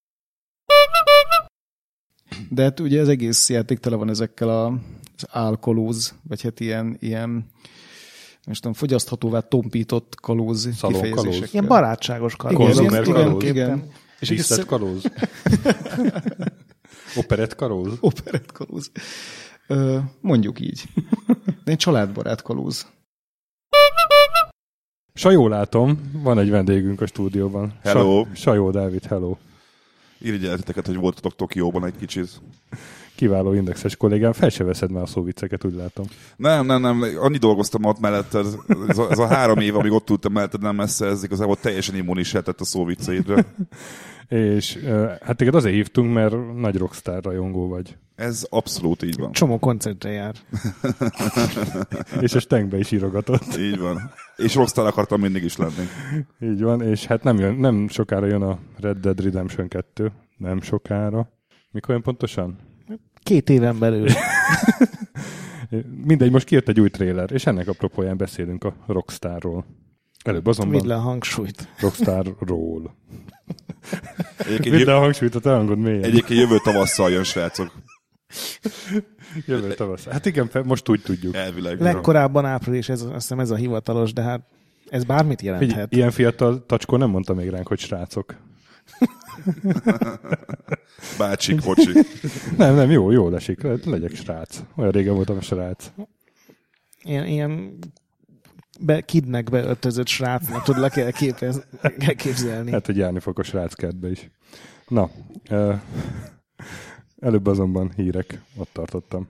Speaker 20: De hát ugye az egész játék tele van ezekkel az álkalóz, vagy hát ilyen most nem fogyaszthatóvá tompított kalóz kifejezések.
Speaker 2: Ilyen barátságos kalóz.
Speaker 1: Konzumer kalóz. Igen. És Tisztett kalóz. Operett kalóz.
Speaker 20: Operett kalóz. Mondjuk így. De egy családbarát kalóz.
Speaker 1: Sajó látom, van egy vendégünk a stúdióban.
Speaker 21: Hello.
Speaker 1: Sajó Dávid, hello.
Speaker 21: Irigyelek titeket, hogy voltatok Tokióban egy kicsit.
Speaker 1: Kiváló indexes kollégám, fel se veszed már a szóvicceket, úgy látom.
Speaker 21: Nem, annyi dolgoztam ott melletted. Ez a 3 év, amíg ott ültem melletted, nem messze, ez igazából teljesen immunis lehetett a szóvicceidre.
Speaker 1: És hát téged azért hívtunk, mert nagy rockstar rajongó vagy.
Speaker 21: Ez abszolút így van.
Speaker 2: Csomó koncertre jár.
Speaker 1: És a Stankbe is írogatott.
Speaker 21: Így van. És rockstar akartam mindig is lenni.
Speaker 1: Így van, és hát nem sokára jön a Red Dead Redemption 2. Nem sokára. Mikor jön pontosan?
Speaker 2: 2 éven belül.
Speaker 1: Mindegy, most kijött egy új trailer, és ennek apropóján beszélünk a Rockstarról. Előbb azonban...
Speaker 2: Vidd le a hangsúlyt.
Speaker 1: Rockstarról. Vidd le a hangsúlyt, a te hangod mélyen.
Speaker 21: Egyébként jövő tavasszal jön, srácok.
Speaker 1: Jövő tavasszal. Hát igen, most úgy tudjuk.
Speaker 21: Elvileg.
Speaker 2: Legkorábban április, azt hiszem ez a hivatalos, de hát ez bármit jelenthet.
Speaker 1: Ilyen fiatal tacskó nem mondta még ránk, hogy srácok.
Speaker 21: Bácsik, bocsi.
Speaker 1: Nem, jó esik. Legyek srác. Olyan régen voltam a srác.
Speaker 2: ilyen kidnek beöltözött srácnak tudlak elképzelni.
Speaker 1: Hát egy járnifokos sráckertbe is. Na, előbb azonban hírek, ott tartottam.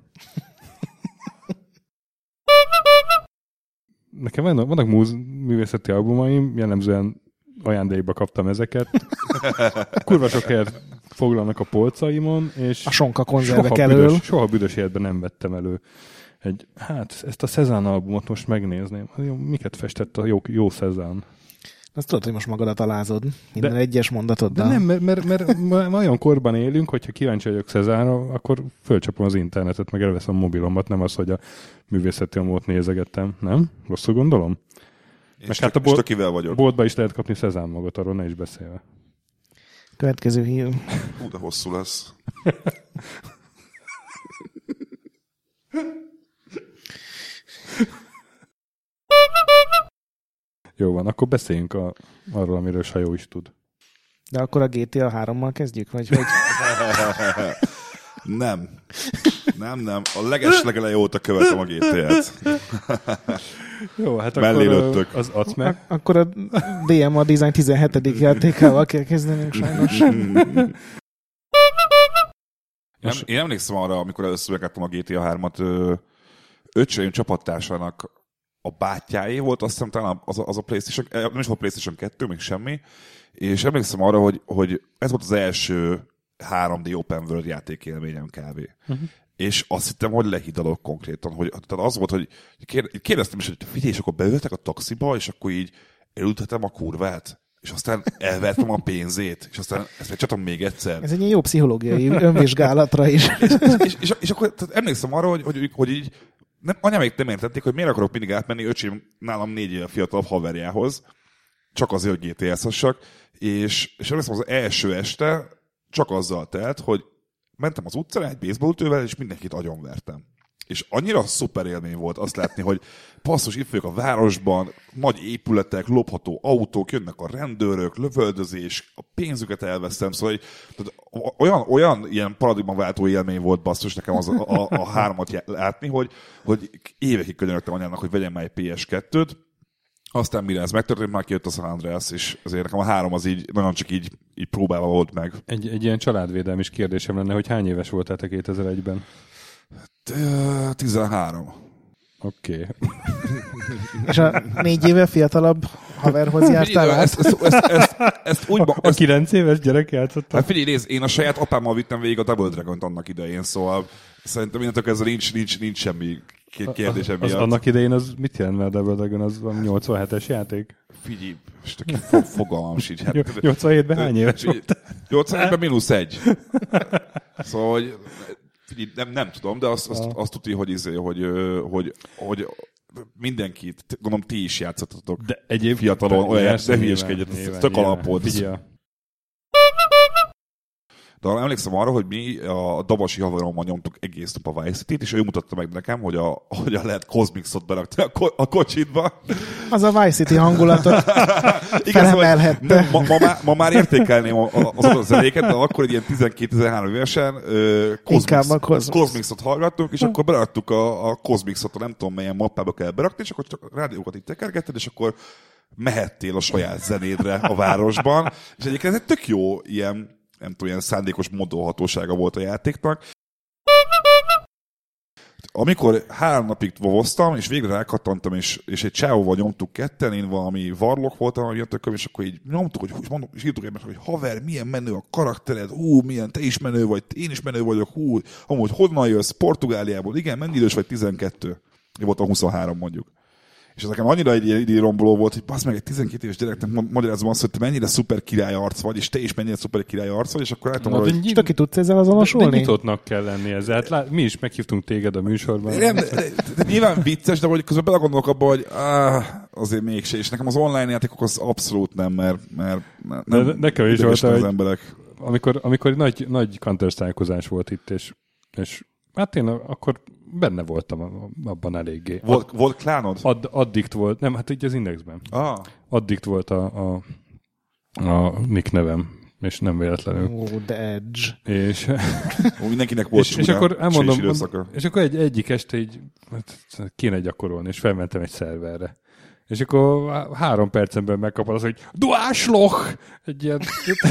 Speaker 1: Nekem vannak művészeti albumaim, jellemzően ajándékba kaptam ezeket. Kurva sok helyet foglalnak a polcaimon, és
Speaker 2: a sonka konzervek elől.
Speaker 1: Soha büdös életben nem vettem elő. Ezt a Cézanne albumot most megnézném. Miket festett a jó Cézanne?
Speaker 2: Azt tudod, hogy most magadat alázod minden egyes mondatoddal.
Speaker 1: De nem, mert olyan korban élünk, hogyha kíváncsi vagyok Cézanne-ra, akkor fölcsapom az internetet, meg elveszem a mobilomat, nem az, hogy a művészeti albumot nézegettem. Nem? Rosszul gondolom?
Speaker 21: És hát a
Speaker 1: boltba is lehet kapni Cézanne magot, arról ne is beszélve.
Speaker 2: Következő hír.
Speaker 21: Hú, de hosszú lesz.
Speaker 1: Jó van, akkor beszéljünk arról, amiről Sajó is tud.
Speaker 2: De akkor a GTA 3-mal kezdjük? Vagy hogy?
Speaker 21: Nem. A legelején óta követem a GTA-t.
Speaker 1: Jó, hát
Speaker 21: mellé
Speaker 1: akkor az adsz meg.
Speaker 2: Akkor a DMA Design 17. játékával kell kezdenünk sajnos.
Speaker 21: Én emlékszem arra, amikor először megkaptam a GTA 3-at, öccsém csapattársának a bátyjáé volt, azt hiszem talán az a PlayStation, nem is volt PlayStation 2, még semmi, és emlékszem arra, hogy ez volt az első 3D Open World játékélményem kb. Uh-huh. És azt hittem, hogy lehidalok konkrétan, hogy tehát az volt, hogy kérdeztem is, hogy figyelj, és akkor beültek a taxiba, és akkor így elültetem a kurvát, és aztán elvertem a pénzét, és aztán ezt megcsináltam még egyszer.
Speaker 2: Ez egy ilyen jó pszichológiai önvizsgálatra is.
Speaker 21: és akkor emlékszem arra, hogy így anyámék nem értették, hogy miért akarok mindig átmenni öcsém nálam 4 éve fiatalabb haverjához, csak azért, hogy GTA-szassak, és emlékszem az első este csak azzal telt, hogy mentem az utcára egy baseballütővel, és mindenkit agyonvertem. És annyira szuper élmény volt azt látni, hogy basszus, itt vagyok a városban, nagy épületek, lopható autók, jönnek a rendőrök, lövöldözés, a pénzüket elvesztem, szóval olyan ilyen paradigmaváltó élmény volt basszus nekem az a 3-at látni, hogy évekig könyörögtem anyámnak, hogy vegyem már egy PS2-t, aztán mire ez megtörtént, már kijött a San Andreas, és azért nekem a 3 az így nagyon csak így próbálva volt meg.
Speaker 1: Egy ilyen családvédelmi kérdésem lenne, hogy hány éves voltál te 2001-ben?
Speaker 21: 13.
Speaker 1: Oké.
Speaker 2: És a 4 éve fiatalabb haverhoz jártál át?
Speaker 21: Ezt úgy...
Speaker 1: A 9 éves gyerek játszottam?
Speaker 21: Hát figyelj, nézd, én a saját apámmal vittem végig a Double Dragon-t annak idején, szóval szerintem mindentől ezzel nincs semmi kérdésem miatt.
Speaker 1: Annak idején az mit jelent, mert a Double Dragon az 87-es játék?
Speaker 21: Figyelj, most fogalmam sincs.
Speaker 1: 87-ben hány éves volt?
Speaker 21: 87-ben -1. Szóval, hogy nem tudom, de azt tudja, hogy mindenkit, gondolom ti is játszottatok.
Speaker 1: De egyébként
Speaker 21: fiatalon olyan, de hülyeskedjet, tök alap volt. De emlékszem arra, hogy mi a Dabasi haverommal nyomtuk egész nap a Vice City-t, és ő mutatta meg nekem, hogy hogyan lehet Cosmixot berakni a kocsitba.
Speaker 2: Az a Vice City hangulatot felemelhette.
Speaker 21: Ma már értékelném az zenéket, de akkor egy ilyen 12-13 évesen Cosmixot hallgattunk, és akkor beraktuk a Cosmixot, nem tudom melyen mappába kell berakni, és akkor csak a rádiókat itt tekergetted, és akkor mehettél a saját zenédre a városban. És egyébként ez egy tök jó ilyen, nem tudom, ilyen szándékos modolhatósága volt a játéknak. Amikor 3 napig vovoztam, és végre rákattantam, és egy csávóval nyomtuk ketten, én valami varlok voltam, ami jöttököm, és akkor így nyomtuk, és írtuk egymást, hogy haver, milyen menő a karaktered, milyen te is menő vagy, én is menő vagyok, amúgy honnan jössz, Portugáliából, igen, mennyi idős vagy, 12. Én voltam 23 mondjuk. És ez nekem annyira egy romboló volt, hogy bassz meg egy 12 éves gyereknek magyarázom azt, hogy te mennyire szuper király arc vagy, és te is mennyire szuper király arc vagy, és akkor látom arra, hogy...
Speaker 2: És ki tudsz ezzel azonosulni?
Speaker 1: De nyitottnak kell lenni ezzel. Hát mi is meghívtunk téged a műsorban.
Speaker 21: Nem, de nyilván vicces, de hogy közben belegondolok abba, hogy azért mégse, és nekem az online játékok az abszolút nem, mert nem
Speaker 1: nekem is volt,
Speaker 21: az emberek.
Speaker 1: Amikor nagy counter-strike-ozás volt itt, és hát én akkor benne voltam abban eléggé.
Speaker 21: Volt klánod?
Speaker 1: Addict volt. Nem, hát így az Indexben. Addict volt a nick nevem. És nem véletlenül.
Speaker 2: The Edge.
Speaker 1: És,
Speaker 21: mindenkinek volt
Speaker 1: és akkor elmondom, és akkor egyik este így kéne gyakorolni, és felmentem egy szerverre. És akkor 3 percemben megkapod az, hogy Duásloch! Egy ilyen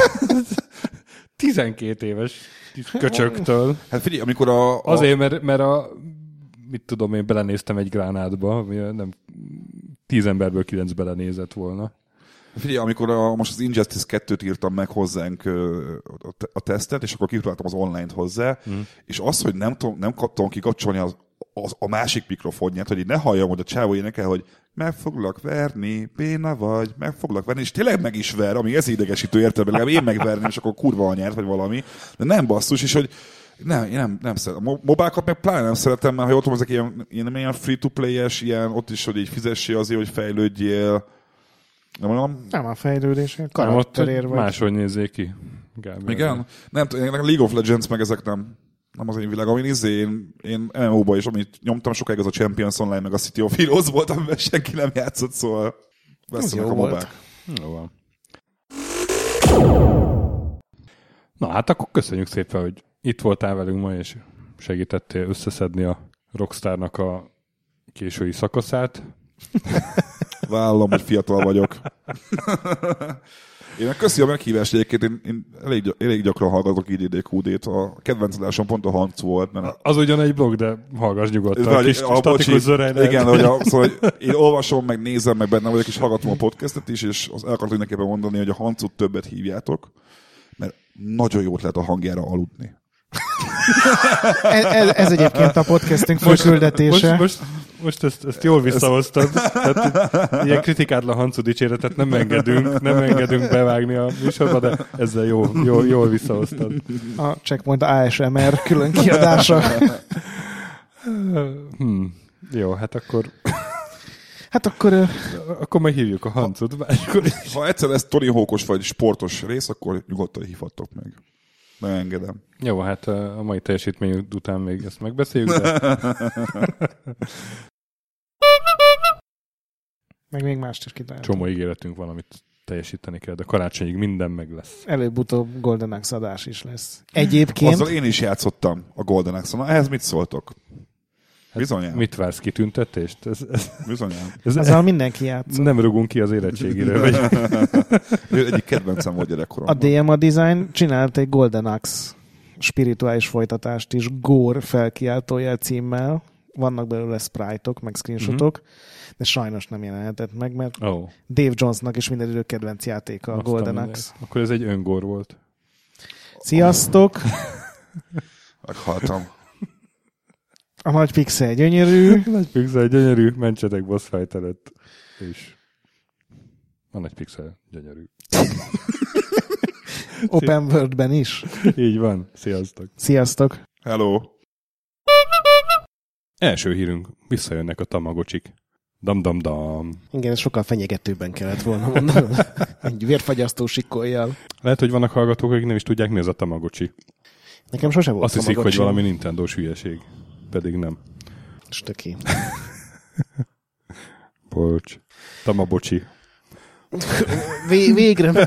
Speaker 1: 12 éves köcsöktől.
Speaker 21: Hát figyelj, amikor
Speaker 1: azért, mert mit tudom én, belenéztem egy gránátba, ami nem 10 emberből 9 belenézett volna.
Speaker 21: Figyelj, amikor most az Injustice 2-t írtam meg hozzánk a tesztet, és akkor kipróbáltam az online-t hozzá, és az, hogy nem tudom kikapcsolni a másik mikrofonját, hogy így ne halljam, hogy a csávó énekel, hogy meg foglak verni, béna vagy, meg foglak verni, és tényleg meg is ver, ami ez idegesítő értelemben, legalább én megverném, és akkor kurva anyárt, vagy valami, de nem basszus, és hogy nem szeretem. A mobákat meg pláne nem szeretem, mert ha jól tudom, ezek ilyen free-to-play-es, ilyen, ott is, hogy így fizessél azért, hogy fejlődjél.
Speaker 2: Nem a fejlődés,
Speaker 1: karakterér vagy. Máshogy nézzék ki. Gábor.
Speaker 21: Igen? Nem tudom, League of Legends meg ezek nem az én világom. Én MMO-ba is, amit nyomtam sokáig, az a Champions Online, meg a City of Heroes volt, amiben senki nem játszott, szóval vesznek a mobák.
Speaker 1: Jó van. Na hát akkor köszönjük szépen, hogy itt voltál velünk ma, és segítettél összeszedni a Rockstarnak a késői szakaszát.
Speaker 21: Vállalom, hogy fiatal vagyok. Én köszi a meghívást egyébként, én elég gyakran hallgatok IDDQD-t, a kedvenc adásom pont a Hancu volt. Mert
Speaker 1: az ugyan egy blog, de hallgass nyugodtan. Kis statikus zörejlet.
Speaker 21: Igen, szóval én olvasom, meg nézem, meg benne vagyok, és hallgatom a podcastet is, és el akartam mindenképpen mondani, hogy a Hancut többet hívjátok, mert nagyon jót lehet a hangjára aludni.
Speaker 2: Ez egyébként a podcastünk főküldetése.
Speaker 1: Most ezt jól visszahoztad. Tehát, ilyen kritikátlan Hancu dicséretet nem engedünk bevágni a műsorba, de ezzel jól visszahoztad.
Speaker 2: A Checkpoint ASMR külön kiadása.
Speaker 1: Jó, hát akkor...
Speaker 2: Akkor
Speaker 1: majd hívjuk a Hancut.
Speaker 21: Ha egyszer lesz Tony Hawkos vagy sportos rész, akkor nyugodtan hívhattok meg. Megengedem.
Speaker 1: Jó, hát a mai teljesítmény után még ezt megbeszéljük, de...
Speaker 2: Meg még mást is kitaláltunk.
Speaker 1: Csomó ígéretünk van, amit teljesíteni kell, de karácsonyig minden meg lesz.
Speaker 2: Előbb-utóbb Golden Axe adás is lesz. Egyébként...
Speaker 21: Azzal én is játszottam a Golden Axe-on. Ehhez mit szóltok? Bizonyán.
Speaker 1: Mit vársz, kitüntetést?
Speaker 21: Bizonyán.
Speaker 2: Azzal mindenki játszott.
Speaker 1: Nem rugunk ki az érettségére.
Speaker 21: Egyik kedvencem volt gyerekkoromban.
Speaker 2: A DMA Design csinált egy Golden Axe spirituális folytatást is, Gore felkiáltójel címmel. Vannak belőle sprite-ok, meg screenshotok, de sajnos nem jelenhetett meg, mert Dave Jonesnak is minden idő kedvenc játéka a Golden Axe.
Speaker 1: Akkor ez egy öngór volt.
Speaker 2: Sziasztok!
Speaker 21: Meghaltam.
Speaker 2: A nagy pixel gyönyörű.
Speaker 1: Nagy pixel gyönyörű, mentsetek boss fight előtt. És a nagy pixel gyönyörű.
Speaker 2: Open World-ben is.
Speaker 1: Így van. Sziasztok.
Speaker 2: Sziasztok.
Speaker 21: Hello.
Speaker 1: Első hírünk. Visszajönnek a Tamagocsik. Dam-dam-dam.
Speaker 2: Igen, ez sokkal fenyegetőbben kellett volna mondanom. Egy vérfagyasztó sikoljal.
Speaker 1: Lehet, hogy vannak hallgatók, akik nem is tudják, mi az a Tamagocsi.
Speaker 2: Nekem sose volt
Speaker 1: Azt hiszik, hogy valami Nintendo-s hülyeség. Pedig nem.
Speaker 2: Stöki.
Speaker 1: Bocs. Tamabocsi.
Speaker 2: Végre.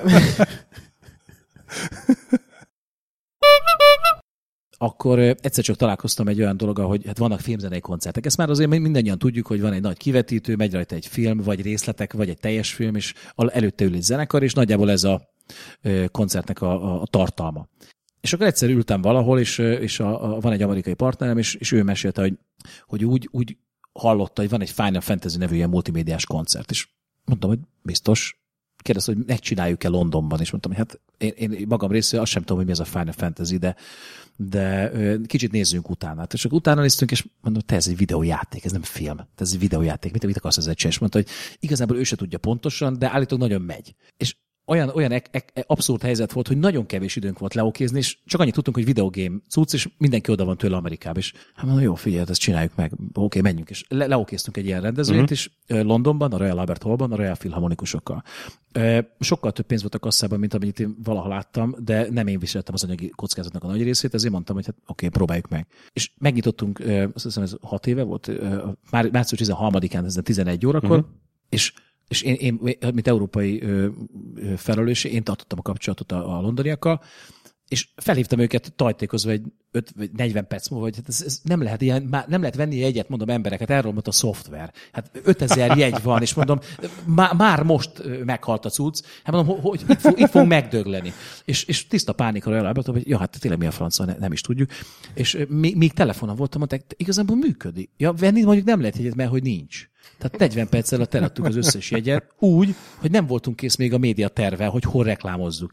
Speaker 3: Akkor egyszer csak találkoztam egy olyan dologgal, hogy hát vannak filmzenei koncertek. Ezt már azért mindannyian tudjuk, hogy van egy nagy kivetítő, megy rajta egy film, vagy részletek, vagy egy teljes film, és előtte ül egy zenekar, és nagyjából ez a koncertnek a tartalma. És akkor egyszer ültem valahol, és van egy amerikai partnerem, és ő mesélte, hogy úgy hallotta, hogy van egy Final Fantasy nevű ilyen multimédiás koncert, és mondtam, hogy biztos. Kérdezte, hogy megcsináljuk-e Londonban, és mondtam, hogy hát én magam részéről azt sem tudom, hogy mi ez a Final Fantasy, de kicsit nézzünk utána. És akkor utána néztünk, és mondom, te ez egy videójáték, ez nem film, ez egy videójáték, mit akarsz ezzel csinálni? És mondta, hogy igazából ő se tudja pontosan, de állítólag nagyon megy. És olyan abszurd helyzet volt, hogy nagyon kevés időnk volt leokézni, és csak annyit tudtunk, hogy videogame cucc, és mindenki oda van tőle Amerikába. És hát mondom, jó, figyelj, ezt csináljuk meg. Oké, menjünk. És leokéztünk egy ilyen rendezvényt is Londonban, a Royal Albert Hallban, a Royal Philharmonikusokkal. Sokkal több pénz volt a kasszában, mint amit én valaha láttam, de nem én viseltem az anyagi kockázatnak a nagy részét, ezért mondtam, hogy hát oké, próbáljuk meg. És megnyitottunk, azt hiszem ez 6 éve volt, március 13-án, ez 11 órakor, és és én mint európai felelős, én tartottam a kapcsolatot a londoniakkal, és felhívtam őket tajtékozva egy 5 vagy 40 perc múlva, hogy ez nem lehet ilyen, nem lehet venni jegyet, mondom embereket, erről mondta a szoftver. Hát 5000 jegy van, és mondom, már most meghalt a cucc, hát mondom, hogy itt fog megdögleni. És tiszta pánikra elállítottam, hogy ja, hát tényleg mi a francia, nem is tudjuk. És még telefonon voltam, mondták, igazából működik. Ja, venni mondjuk nem lehet jegyet, mert hogy nincs. Tehát 40 perccel alatt eladtuk az összes jegyet, úgy, hogy nem voltunk kész még a média tervvel, hogy hol reklámozzuk.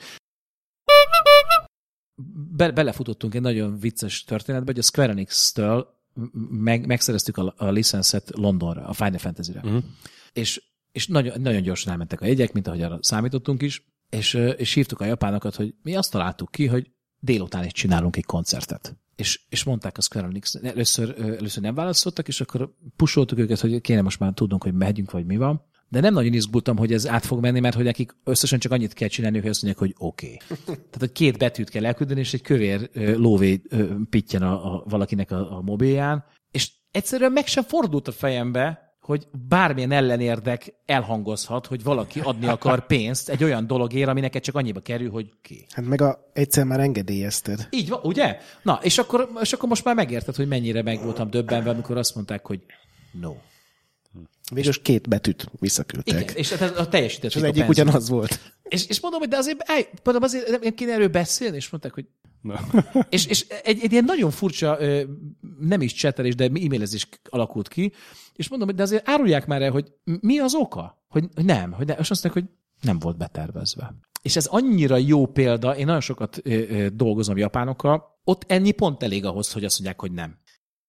Speaker 3: Belefutottunk egy nagyon vicces történetbe, hogy a Square Enix-től megszereztük a licenszet Londonra, a Final Fantasy-re. Uh-huh. És nagyon, nagyon gyorsan elmentek a jegyek, mint ahogy arra számítottunk is, és hívtuk a japánokat, hogy mi azt találtuk ki, hogy délután is csinálunk egy koncertet. És mondták a Square Enix, először nem válaszoltak, és akkor pusoltuk őket, hogy kéne most már tudnunk, hogy megyünk, vagy mi van. De nem nagyon izgultam, hogy ez át fog menni, mert hogy nekik összesen csak annyit kell csinálni, hogy azt mondják, hogy oké. Tehát, hogy 2 betűt kell elküldeni, és egy kövér lóvé pittyen valakinek a mobilján. És egyszerűen meg sem fordult a fejembe, hogy bármilyen ellenérdek elhangozhat, hogy valaki adni akar pénzt egy olyan dologért, ami neked csak annyiba kerül, hogy ki.
Speaker 2: Hát meg egyszer már engedélyezted.
Speaker 3: Így van, ugye? Na, és akkor most már megérted, hogy mennyire meg voltam döbbenve, amikor azt mondták, hogy no.
Speaker 2: Végülis 2 betűt visszaküldtek.
Speaker 3: Igen, és a teljesítették.
Speaker 2: És az egyik ugyanaz volt.
Speaker 3: És mondom, hogy de azért nem kéne erről beszélni, és mondták, hogy no. és egy ilyen nagyon furcsa, nem is csetelés, de e-mailezés alakult ki, és mondom, hogy de azért árulják már el, hogy mi az oka? Hogy nem. És azt mondták, hogy nem volt betervezve. És ez annyira jó példa, én nagyon sokat dolgozom japánokkal, ott ennyi pont elég ahhoz, hogy azt mondják, hogy nem.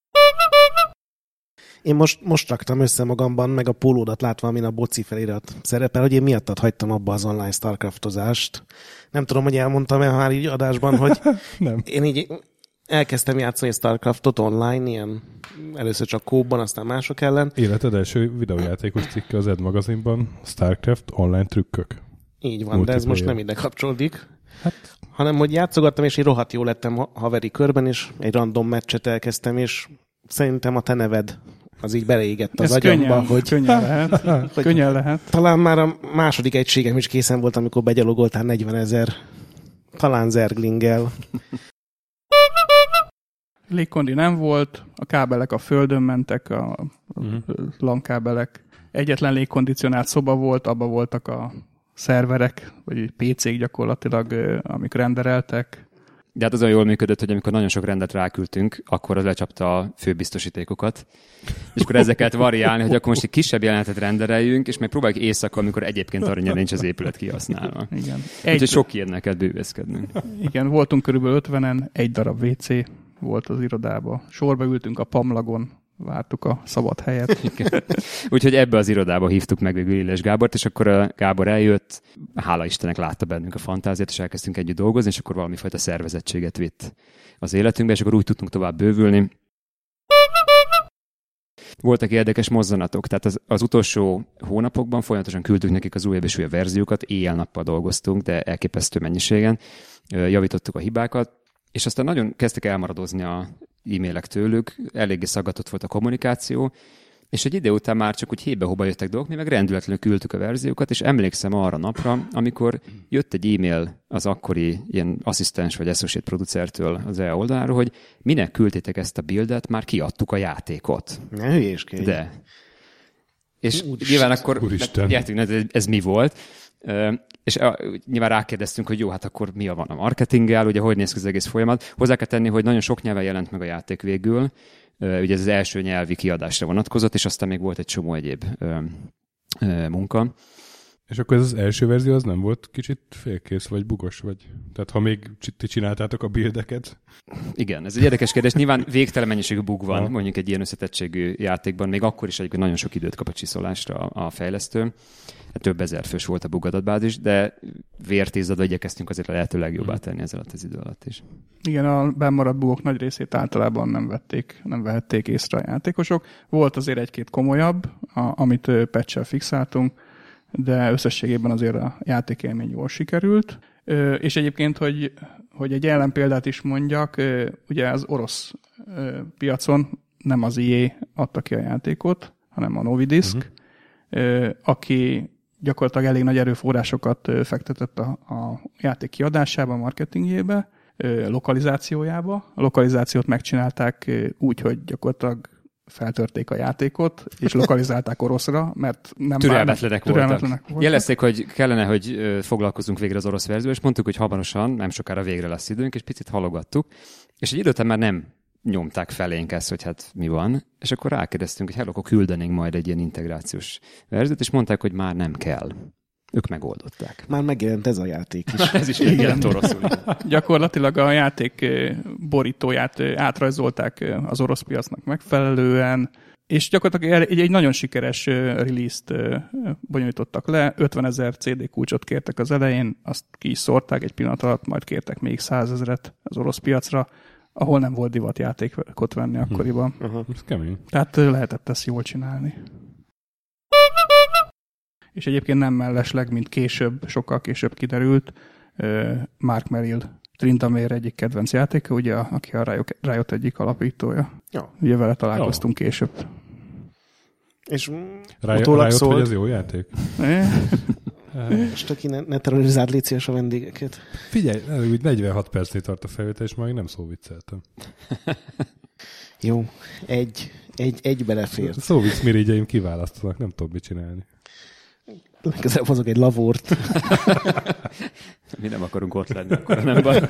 Speaker 2: Én most raktam össze magamban, meg a pólódat látva, amin a boci felirat szerepel, hogy én miattad hagytam abba az online Starcraftozást. Nem tudom, hogy elmondtam-e már így adásban, hogy
Speaker 1: nem.
Speaker 2: Én így elkezdtem játszani a Starcraftot online, ilyen először csak kóban, aztán mások ellen.
Speaker 1: Életed első videójátékos cikke az Ed magazinban, Starcraft online trükkök.
Speaker 2: Így van, de ez most nem ide kapcsolódik. Hát. Hanem, hogy játszogattam, és én rohadt jó lettem haveri körben, és egy random meccset elkezdtem, és szerintem a te neved az így beleégett az agyamba, hogy...
Speaker 11: Könnyen lehet. Könnyen lehet.
Speaker 2: Talán már a második egységem is készen volt, amikor begyalogoltál 40 000, talán Zerglinggel.
Speaker 11: Légkondi nem volt, a kábelek a földön mentek, a LAN kábelek. Egyetlen légkondicionált szoba volt, abban voltak a szerverek, vagy PC-k gyakorlatilag, amik rendereltek.
Speaker 4: De hát az olyan jól működött, hogy amikor nagyon sok rendet ráküldtünk, akkor az lecsapta a főbiztosítékokat. És akkor ezzel kellett variálni, hogy akkor most egy kisebb jelenetet rendereljünk, és meg próbáljuk éjszaka, amikor egyébként arra nincs az épület kihasználva.
Speaker 11: Igen.
Speaker 4: Úgyhogy sok ilyennek kell bővészkednünk.
Speaker 11: Igen, voltunk körülbelül 50-en, egy darab WC volt az irodában. Sorba ültünk a pamlagon, vártuk a szabad helyet.
Speaker 4: Úgyhogy ebbe az irodába hívtuk meg végül Illes Gábort, és akkor a Gábor eljött, hála Istennek látta bennünk a fantáziát, és elkezdtünk együtt dolgozni, és akkor valamifajta szervezettséget vitt az életünkbe, és akkor úgy tudtunk tovább bővülni. Voltak érdekes mozzanatok, tehát az utolsó hónapokban folyamatosan küldtük nekik az újabb és újabb verziókat, éjjel-nappal dolgoztunk, de elképesztő mennyiségen, javítottuk a hibákat, és aztán nagyon kezdtek elmaradozni a e-mailek tőlük, eléggé szaggatott volt a kommunikáció, és egy idő után már csak úgy hébe-hóba jöttek dolgok, mi meg rendületlenül küldtük a verziókat, és emlékszem arra napra, amikor jött egy e-mail az akkori ilyen asszisztens vagy associate producertől az EA oldaláról, hogy minek küldtétek ezt a buildet, már kiadtuk a játékot.
Speaker 2: Ne hülyéskedj.
Speaker 4: De. És nyilván akkor gyertünk, ez mi volt. És nyilván rákérdeztünk, hogy jó, hát akkor mi van a marketinggel, ugye hogy néz ki az egész folyamat. Hozzá kell tenni, hogy nagyon sok nyelven jelent meg a játék végül. Ugye ez az első nyelvi kiadásra vonatkozott, és aztán még volt egy csomó egyéb munka.
Speaker 1: És akkor ez az első verzió az nem volt kicsit félkész, vagy bugos, vagy? Tehát ha még ti csináltátok a buildeket?
Speaker 4: Igen, ez egy érdekes kérdés. Nyilván végtelen mennyiségű bug van, mondjuk egy ilyen összetettségű játékban, még akkor is egyébként nagyon sok időt kap a csiszolásra a fejlesztő. Több ezer fős volt a bug adatbázis, de vértízadva igyekeztünk azért a lehető legjobbá tenni ezzel az idő alatt is.
Speaker 11: Igen, a bennmaradt bugok nagy részét általában nem vehették észre a játékosok. Volt azért egy-két komolyabb, amit patch-el fixáltunk, de összességében azért a játékélmény jól sikerült. És egyébként, hogy egy ellenpéldát is mondjak, ugye az orosz piacon nem az EA adta ki a játékot, hanem a Novidisk, aki
Speaker 7: gyakorlatilag elég nagy erőforrásokat fektetett a játék kiadásába, marketingjébe, lokalizációjába. A lokalizációt megcsinálták úgy, hogy gyakorlatilag feltörték a játékot, és lokalizálták oroszra, mert nem
Speaker 4: türelmetlenek voltak. Jelezték, hogy kellene, hogy foglalkozunk végre az orosz verzió, és mondtuk, hogy hamarosan, nem sokára végre lesz időnk, és picit halogattuk. És egy idő után már nem nyomták felénk ezt, hogy hát mi van, és akkor rákérdeztünk, hogy akkor küldenénk majd egy ilyen integrációs verziót, és mondták, hogy már nem kell. Ők megoldották.
Speaker 2: Már megjelent ez a játék is.
Speaker 4: Ez is megjelent oroszul.
Speaker 7: Gyakorlatilag a játék borítóját átrajzolták az orosz piacnak megfelelően, és gyakorlatilag egy nagyon sikeres release-t bonyolítottak le. 50 000 CD kulcsot kértek az elején, azt ki is szórták egy pillanat alatt, majd kértek még 100 000-et az orosz piacra, ahol nem volt divat játékot venni akkoriban.
Speaker 1: Ez kemény.
Speaker 7: Tehát lehetett ezt jól csinálni. És egyébként nem mellesleg, mint sokkal később kiderült, Mark Merrill, Tryndamere egyik kedvenc játéka, ugye, aki a Riot egyik alapítója.
Speaker 2: Ja.
Speaker 7: Ugye vele találkoztunk később.
Speaker 2: És
Speaker 1: Riot, hogy ez jó játék?
Speaker 2: Most aki ne terrorizáld, légy szíves a vendégeket.
Speaker 1: Figyelj, úgy 46 percnél tart a felvétel, és még nem szóvicceltem.
Speaker 2: Jó, egy belefért.
Speaker 1: Szóvic mirigyeim kiválasztanak, nem tudom mit csinálni.
Speaker 2: Legközelebb hozok egy lavort.
Speaker 4: Mi nem akarunk ott lenni, akkor nem baj.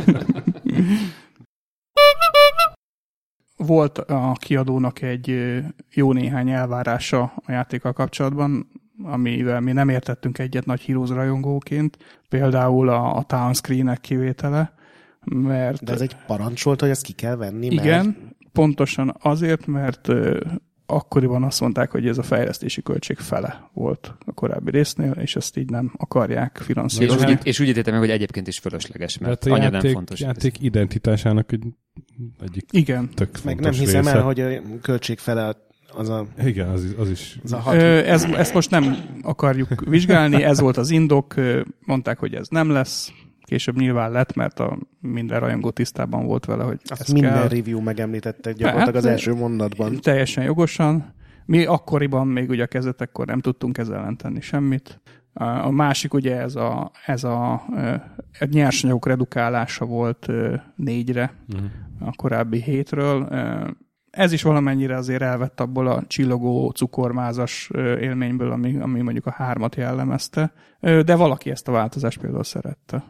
Speaker 7: Volt a kiadónak egy jó néhány elvárása a játékkal kapcsolatban, amivel mi nem értettünk egyet nagy Heroes rajongóként. Például a town screenek kivétele, mert...
Speaker 2: De ez egy parancs volt, hogy ezt ki kell venni,
Speaker 7: igen, pontosan azért, mert akkoriban azt mondták, hogy ez a fejlesztési költség fele volt a korábbi résznél, és ezt így nem akarják finanszírozni.
Speaker 4: És úgy ítéltem meg, hogy egyébként is fölösleges, mert anya nem fontos.
Speaker 1: Játék identitásának egyik
Speaker 7: igen.
Speaker 1: tök
Speaker 2: meg nem hiszem
Speaker 1: része.
Speaker 2: el, hogy a költség fele az a...
Speaker 1: Igen, az is.
Speaker 7: Ezt most nem akarjuk vizsgálni, ez volt az indok, mondták, hogy ez nem lesz. Később nyilván lett, mert minden rajongó tisztában volt vele, hogy
Speaker 2: azt
Speaker 7: ez
Speaker 2: minden
Speaker 7: kell.
Speaker 2: review megemlítette gyakorlatilag az első mondatban.
Speaker 7: Teljesen jogosan. Mi akkoriban még ugye a kezdetekkor nem tudtunk ezzel ellen tenni semmit. A másik ugye ez a nyersanyagok redukálása volt 4-re a korábbi 7-ről. Ez is valamennyire azért elvett abból a csillogó cukormázas élményből, ami mondjuk a 3-at jellemezte. De valaki ezt a változást például szerette.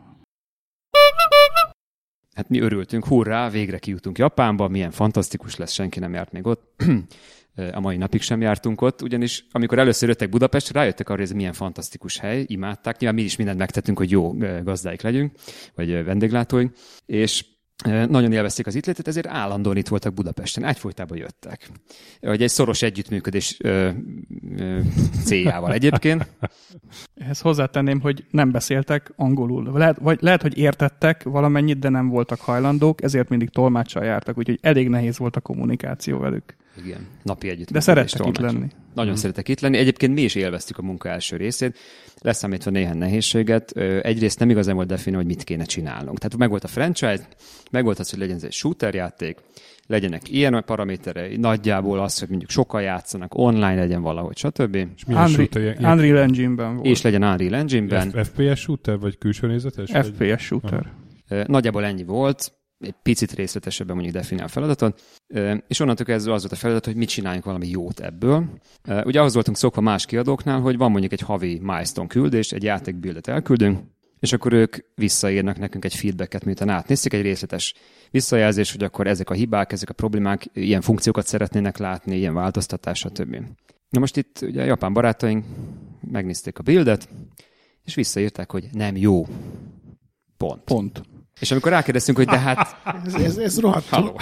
Speaker 4: Hát mi örültünk, hurrá, végre kijutunk Japánba, milyen fantasztikus lesz, senki nem járt még ott. A mai napig sem jártunk ott, ugyanis amikor először jöttek Budapestre, rájöttek arra, hogy ez milyen fantasztikus hely, imádták, nyilván mi is mindent megtettünk, hogy jó gazdáik legyünk, vagy vendéglátóink, és nagyon élvezték az itt létet, ezért állandóan itt voltak Budapesten, egyfolytában jöttek. Vagy egy szoros együttműködés céljával egyébként.
Speaker 7: Ehhez hozzátenném, hogy nem beszéltek angolul. Lehet, hogy értettek valamennyit, de nem voltak hajlandók, ezért mindig tolmáccsal jártak, úgyhogy elég nehéz volt a kommunikáció velük.
Speaker 4: Igen, napi együttműködés.
Speaker 7: De szerettek itt lenni.
Speaker 4: Nagyon szeretek itt lenni. Egyébként mi is élveztük a munka első részét, leszámítva néhány nehézséget. Egyrészt nem igazán volt definiálva, hogy mit kéne csinálnunk. Tehát meg volt a franchise, meg volt az, hogy legyen ez egy shooter játék, legyenek ilyen paraméterei, nagyjából az, hogy mondjuk sokan játszanak, online legyen valahogy, stb.
Speaker 7: Unreal Engine-ben volt.
Speaker 4: És legyen Unreal Engine-ben.
Speaker 1: FPS shooter, vagy külső nézetes?
Speaker 7: FPS shooter.
Speaker 4: Nagyjából ennyi volt. Egy picit részletesebben mondjuk definiál a feladatot, és onnantól kezdve az volt a feladat, hogy mit csináljunk valami jót ebből. Ugye ahhoz voltunk szokva más kiadóknál, hogy van mondjuk egy havi milestone küldés, egy játékbuildet elküldünk, és akkor ők visszaírnak nekünk egy feedbacket, miután átnézték, egy részletes visszajelzés, hogy akkor ezek a hibák, ezek a problémák, ilyen funkciókat szeretnének látni, ilyen változtatás, stb. Na most itt ugye a japán barátaink megnézték a buildet, és visszaírták, hogy nem jó. Pont. És amikor rákérdeztünk, hogy de hát...
Speaker 2: ez rohadtul.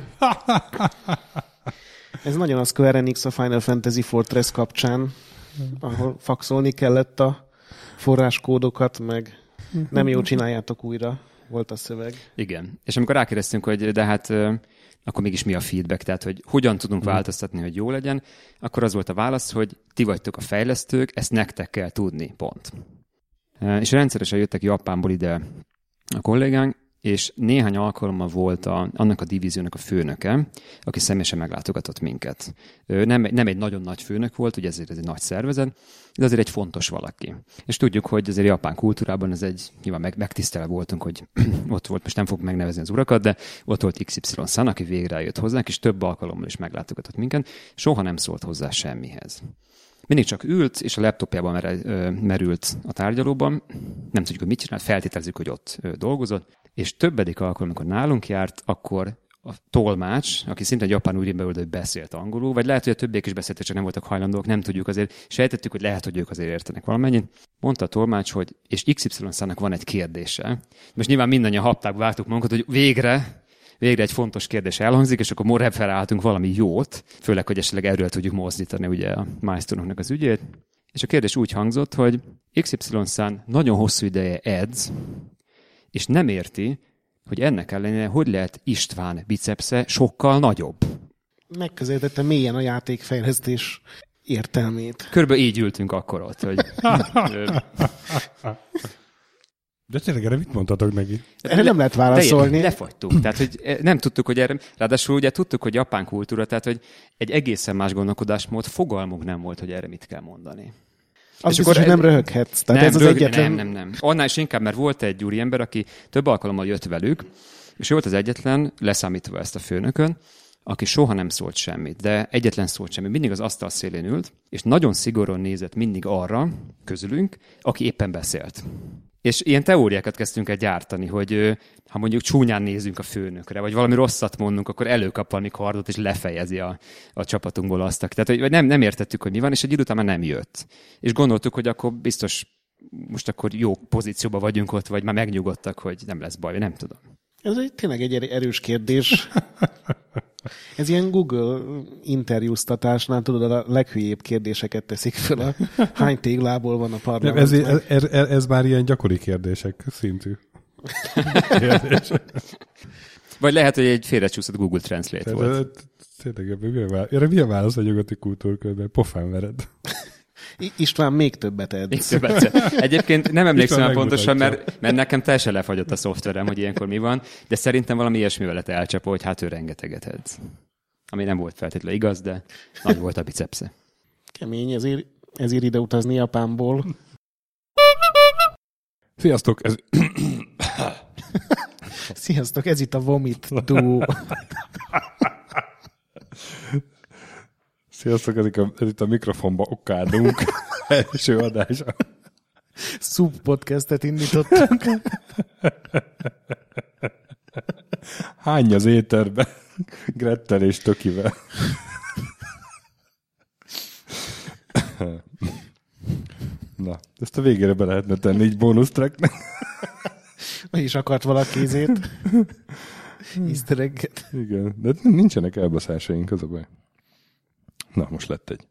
Speaker 2: Ez nagyon a Square Enix a Final Fantasy Fortress kapcsán, ahol faxolni kellett a forráskódokat, meg nem jó, csináljátok újra, volt a szöveg.
Speaker 4: Igen. És amikor rákérdeztünk, hogy de hát akkor mégis mi a feedback, tehát hogy hogyan tudunk változtatni, hogy jó legyen, akkor az volt a válasz, hogy ti vagytok a fejlesztők, ezt nektek kell tudni, pont. És rendszeresen jöttek Japánból ide a kollégánk, és néhány alkalommal volt annak a divíziónak a főnöke, aki személyesen meglátogatott minket. Nem egy nagyon nagy főnök volt, ugye ezért ez egy nagy szervezet, de azért egy fontos valaki. És tudjuk, hogy azért japán kultúrában ez nyilván megtisztelve voltunk, hogy ott volt, most nem fogok megnevezni az urakat, de ott volt XY-san, aki végre jött hozzánk, és több alkalommal is meglátogatott minket, soha nem szólt hozzá semmihez. Mindig csak ült, és a laptopjában merült a tárgyalóban, nem tudjuk, hogy mit csinált, feltételezzük, hogy ott dolgozott, és többedik alkalom, amikor nálunk járt, akkor a tolmács, aki szinte egy japán úriember volt, hogy beszélt angolul, vagy lehet, hogy a többiek is beszéltek, csak nem voltak hajlandók, nem tudjuk, azért sejtettük, hogy lehet, hogy ők azért értenek valamennyit. Mondta a tolmács, hogy és XY-szának van egy kérdése. Most nyilván mindannyian haptákba vártuk magunkat, hogy végre egy fontos kérdés elhangzik, és akkor referáltunk valami jót, főleg, hogy esetleg erről tudjuk mozdítani ugye a milestone-oknak az ügyét. És a kérdés úgy hangzott, hogy XY-szán nagyon hosszú ideje edz, és nem érti, hogy ennek ellenére hogy lehet István bicepsze sokkal nagyobb.
Speaker 2: Megközelítette mélyen a játékfejlesztés értelmét.
Speaker 4: Körülbelül így ültünk akkor ott, hogy...
Speaker 1: De tényleg erre mit mondtatok neki?
Speaker 2: Erre nem lehet válaszolni.
Speaker 4: Lefagytunk. Tehát, hogy nem tudtuk, hogy erre... Ráadásul ugye tudtuk, hogy japán kultúra, tehát, hogy egy egészen más gondolkodásmód, fogalmunk nem volt, hogy erre mit kell mondani.
Speaker 2: Azt biztos, hogy nem röhöghetsz. Tehát ez az egyetlen...
Speaker 4: Nem. Annál is inkább, mert volt egy úriember, aki több alkalommal jött velük, és ő volt az egyetlen, leszámítva ezt a főnökön, aki soha nem szólt semmit, de egyetlen szólt semmit. Mindig az asztal szélén ült, és nagyon szigorúan nézett mindig arra, közülünk, aki éppen beszélt. És ilyen teóriákat kezdtünk el gyártani, hogy ha mondjuk csúnyán nézünk a főnökre, vagy valami rosszat mondunk, akkor előkap valami kardot, és lefejezi a csapatunkból azt. Tehát hogy nem értettük, hogy mi van, és egy idő után már nem jött. És gondoltuk, hogy akkor biztos most akkor jó pozícióban vagyunk ott, vagy már megnyugodtak, hogy nem lesz baj, nem tudom.
Speaker 2: Ez tényleg egy erős kérdés. Ez ilyen Google interjúztatásnál, tudod, a leghülyébb kérdéseket teszik fel. Hány téglából van a parlamentben?
Speaker 1: Ez már ilyen gyakori kérdések szintű.
Speaker 4: Vagy lehet, hogy egy félrecsúszott Google Translate volt.
Speaker 1: Tényleg, erre milyen válasz a nyugati kultúrkörben? Pofán vered.
Speaker 2: István még többet edz.
Speaker 4: Még többet. Egyébként nem emlékszem el pontosan, mert nekem teljesen lefagyott a szoftverem, hogy ilyenkor mi van, de szerintem valami ilyesmivel lett elcsapva, hogy hát ő rengeteget edz. Ami nem volt feltétlenül igaz, de nagy volt a bicepsze.
Speaker 2: Kemény, ezért ide utazni Japánból.
Speaker 1: Sziasztok!
Speaker 2: Sziasztok, ez itt a Vomit Duo.
Speaker 1: Sziasztok, ez itt a mikrofonba okádunk. Első adása.
Speaker 2: Subpodcastet indítottunk.
Speaker 1: Hány az éterbe? Grettel és Tökivel. Na, ezt a végére be lehetne tenni így bónusz tracknek.
Speaker 2: Meg is akart valaki ízét. Easter egget.
Speaker 1: Igen, de nincsenek elbaszásaink, az a baj. Na, most lett egy.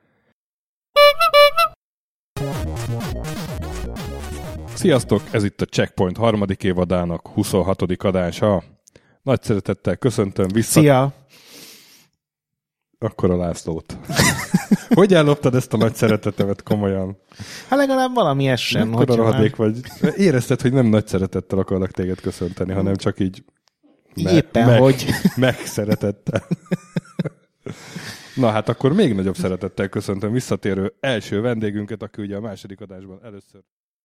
Speaker 1: Sziasztok! Ez itt a Checkpoint harmadik évadának 26. adása. Nagy szeretettel köszöntöm vissza.
Speaker 2: Szia!
Speaker 1: Akkor a Lászlót. Hogy elloptad ezt a nagy szeretetemet komolyan?
Speaker 2: Hát legalább valami essen.
Speaker 1: Hogy rohadék vagy. Érezted, hogy nem nagy szeretettel akarlak téged köszönteni, hanem csak így
Speaker 2: hogy
Speaker 1: megszeretettel. Na hát akkor még nagyobb szeretettel köszöntöm visszatérő első vendégünket, aki ugye a második adásban először.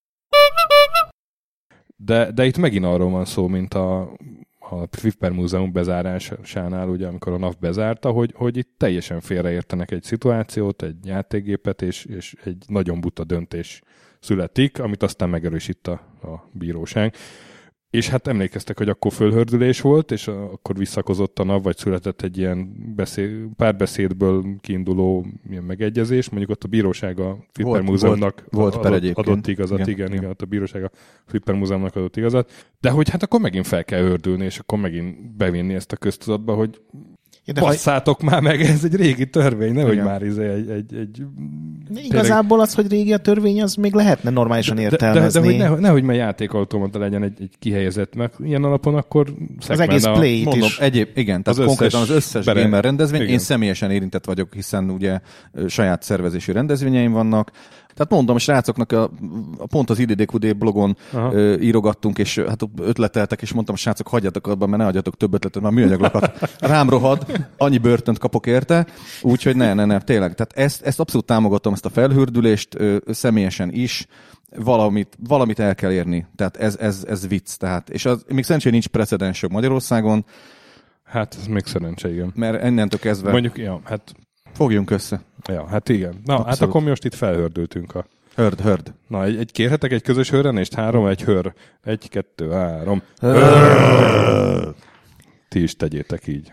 Speaker 1: De itt megint arról van szó, mint a Flipper Múzeum bezárásánál, ugye, amikor a NAV bezárta, hogy itt teljesen félreértenek egy szituációt, egy játékgépet, és egy nagyon buta döntés születik, amit aztán megerősít a bíróság. És hát emlékeztek, hogy akkor fölhördülés volt, és akkor visszakozott a NAV, vagy született egy ilyen párbeszédből kiinduló ilyen megegyezés. Mondjuk ott a bíróság a Flipper Múzeumnak adott igazat. Igen, ott a bíróság a Flipper Múzeumnak adott igazat. De hogy hát akkor megint fel kell hördülni, és akkor megint bevinni ezt a köztudatba, hogy Passzátok már meg, ez egy régi törvény, nehogy már egy
Speaker 2: igazából az, hogy régi a törvény, az még lehetne normálisan értelmezni.
Speaker 1: De hogy nehogy már játékautomata legyen egy kihelyezett, meg ilyen alapon akkor
Speaker 2: az egész play-t is.
Speaker 5: Igen, tehát konkrétan az összes gamer rendezvény, én személyesen érintett vagyok, hiszen ugye saját szervezésű rendezvényeim vannak. Tehát mondom, srácoknak pont az IDDQD blogon írogattunk, és hát ötleteltek, és mondtam, srácok, hagyjatok abban, mert ne hagyjatok több ötletet, mert műanyaglakat rám rohad, annyi börtönt kapok érte, úgyhogy ne, tényleg. Tehát ezt abszolút támogatom, ezt a felhördülést személyesen is, valamit el kell érni. Tehát ez vicc. Tehát. És még szerencsére nincs precedensök Magyarországon.
Speaker 1: Hát ez még szerencse, igen.
Speaker 5: Mert ennentől kezdve...
Speaker 1: Mondjuk, ja, hát...
Speaker 5: Fogjunk össze.
Speaker 1: Ja, hát igen. Na, abszolút. Hát akkor mi most itt felhördültünk a...
Speaker 5: Hörd.
Speaker 1: Na, kérhetek egy közös hörrenést? 3, 1 hör. 1, 2, 3. Ti is tegyétek így.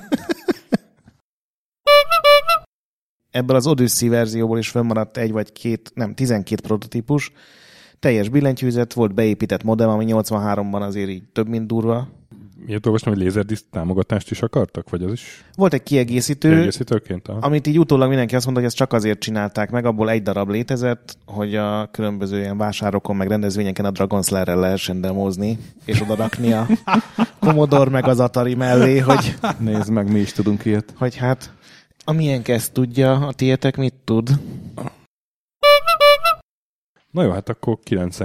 Speaker 2: Ebből az Odyssey verzióból is fönnmaradt 12 prototípus. Teljes billentyűzet, volt beépített modem, ami 83-ban azért így több, mint durva.
Speaker 1: Miért olvastam, hogy Laserdisc támogatást is akartak? Vagy az is?
Speaker 2: Volt egy kiegészítőként, amit így utólag mindenki azt mondta, hogy ezt csak azért csinálták meg, abból egy darab létezett, hogy a különböző ilyen vásárokon, meg rendezvényeken a Dragon Slayer-rel lehessen demozni, és oda rakni a Commodore meg az Atari mellé, hogy...
Speaker 5: Nézd meg, mi is tudunk ilyet.
Speaker 2: Hogy hát, a miénk ezt tudja, a tiétek mit tud?
Speaker 1: Na jó, hát akkor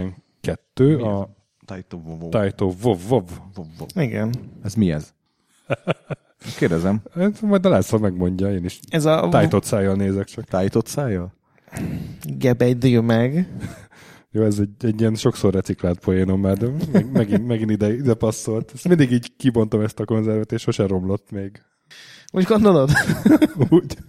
Speaker 1: 92 a
Speaker 5: Taito Vov.
Speaker 2: Igen.
Speaker 5: Ez mi ez? Kérdezem.
Speaker 1: Majd a László megmondja, én is
Speaker 2: ez a
Speaker 1: tájtott szájjal nézek csak.
Speaker 5: Tájtott szájjal?
Speaker 2: Gebedjük meg.
Speaker 1: Jó, ez egy ilyen sokszor reciklált poénom már, de megint ide passzolt. Ezt mindig így kibontom ezt a konzervet, és sose romlott még.
Speaker 2: Úgy gondolod?
Speaker 1: Úgy.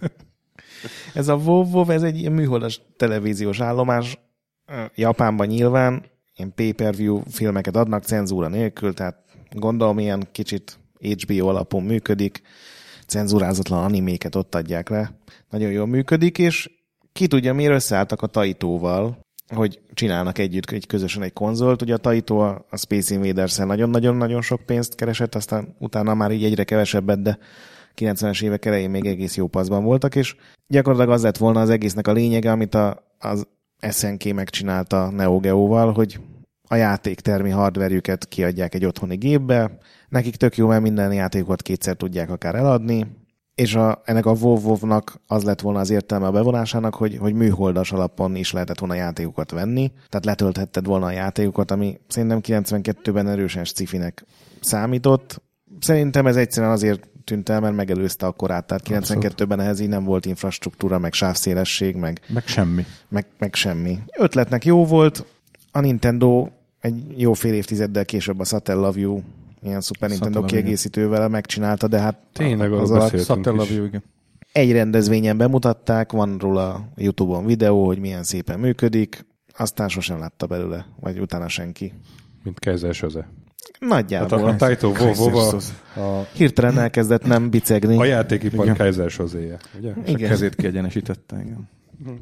Speaker 2: Ez a WoW, ez egy ilyen műholdas televíziós állomás. Japánban nyilván ilyen pay-per-view filmeket adnak cenzúra nélkül, tehát gondolom ilyen kicsit HBO alapon működik, cenzúrázatlan animéket ott adják le. Nagyon jól működik, és ki tudja, miért összeálltak a Taitóval, hogy csinálnak együtt közösen egy konzolt. Ugye a Taito a Space Invaders-en nagyon-nagyon sok pénzt keresett, aztán utána már így egyre kevesebbet, de 90-es évek elején még egész jó paszban voltak, és gyakorlatilag az lett volna az egésznek a lényege, amit az SNK megcsinálta Neo Geo-val, hogy a játéktermi hardverjüket kiadják egy otthoni gépbe, nekik tök jó, mert minden játékot kétszer tudják akár eladni, és ennek a WoW-nak az lett volna az értelme a bevonásának, hogy műholdas alapon is lehetett volna játékokat venni, tehát letölthetted volna a játékokat, ami szerintem 92-ben erősen sci-finek számított. Szerintem ez egyszerűen azért tűnt el, mert megelőzte a korát, tehát 92-ben ehhez így nem volt infrastruktúra, meg sávszélesség, meg
Speaker 5: semmi.
Speaker 2: Meg semmi. Ötletnek jó volt, a Nintendo egy jó fél évtizeddel később a Satellaview ilyen Super Nintendo kiegészítővel megcsinálta, de hát
Speaker 1: tényleg az
Speaker 5: Satellaview, igen.
Speaker 2: Egy rendezvényen bemutatták, van róla YouTube-on videó, hogy milyen szépen működik, aztán sosem látta belőle, vagy utána senki.
Speaker 1: Mint Kaiser Soze.
Speaker 2: Nagyjából.
Speaker 1: Hát a Taito Vov
Speaker 2: hirtelen elkezdett nem bicegni.
Speaker 1: A játékipar Kaiser Sozéje, ugye?
Speaker 5: És a kezét kiegyenesítette, igen.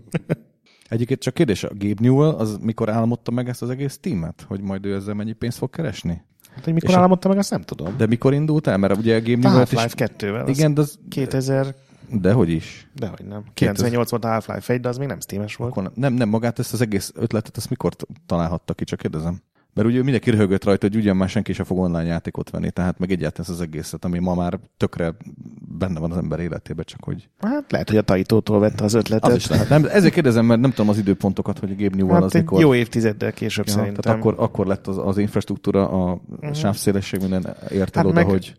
Speaker 5: Egyébként csak kérdés, a Gabe Newell az mikor álmodta meg ezt az egész tímet? Hogy majd ő ezzel mennyi pénzt fog keresni?
Speaker 2: Hát, hogy mikor álmodta meg, azt nem tudom.
Speaker 5: De mikor indult el? Mert ugye a Gabe Newell is...
Speaker 2: Half-Life 2-vel.
Speaker 5: Igen, de az...
Speaker 2: 2000...
Speaker 5: Dehogy is.
Speaker 2: Dehogy nem. 98 volt a Half-Life 1, de az még nem Steam-es volt.
Speaker 5: Akkor nem magát ezt az egész ötletet, ezt mikor találhatta ki, csak kérdezem. Mert ugye mindenki röhögött rajta, hogy ugyan már senki sem fog online játékot venni, tehát meg egyáltalán az egészet, ami ma már tökre benne van az ember életében, csak hogy...
Speaker 2: Hát lehet, hogy a Taitótól vette az ötletet.
Speaker 5: Az is lehet. Nem, ezért kérdezem, mert nem tudom az időpontokat, hogy a Gabe Newell az mikor...
Speaker 2: jó évtizeddel később szerintem.
Speaker 5: Tehát akkor lett az infrastruktúra, a sávszélesség minden ért el oda, hogy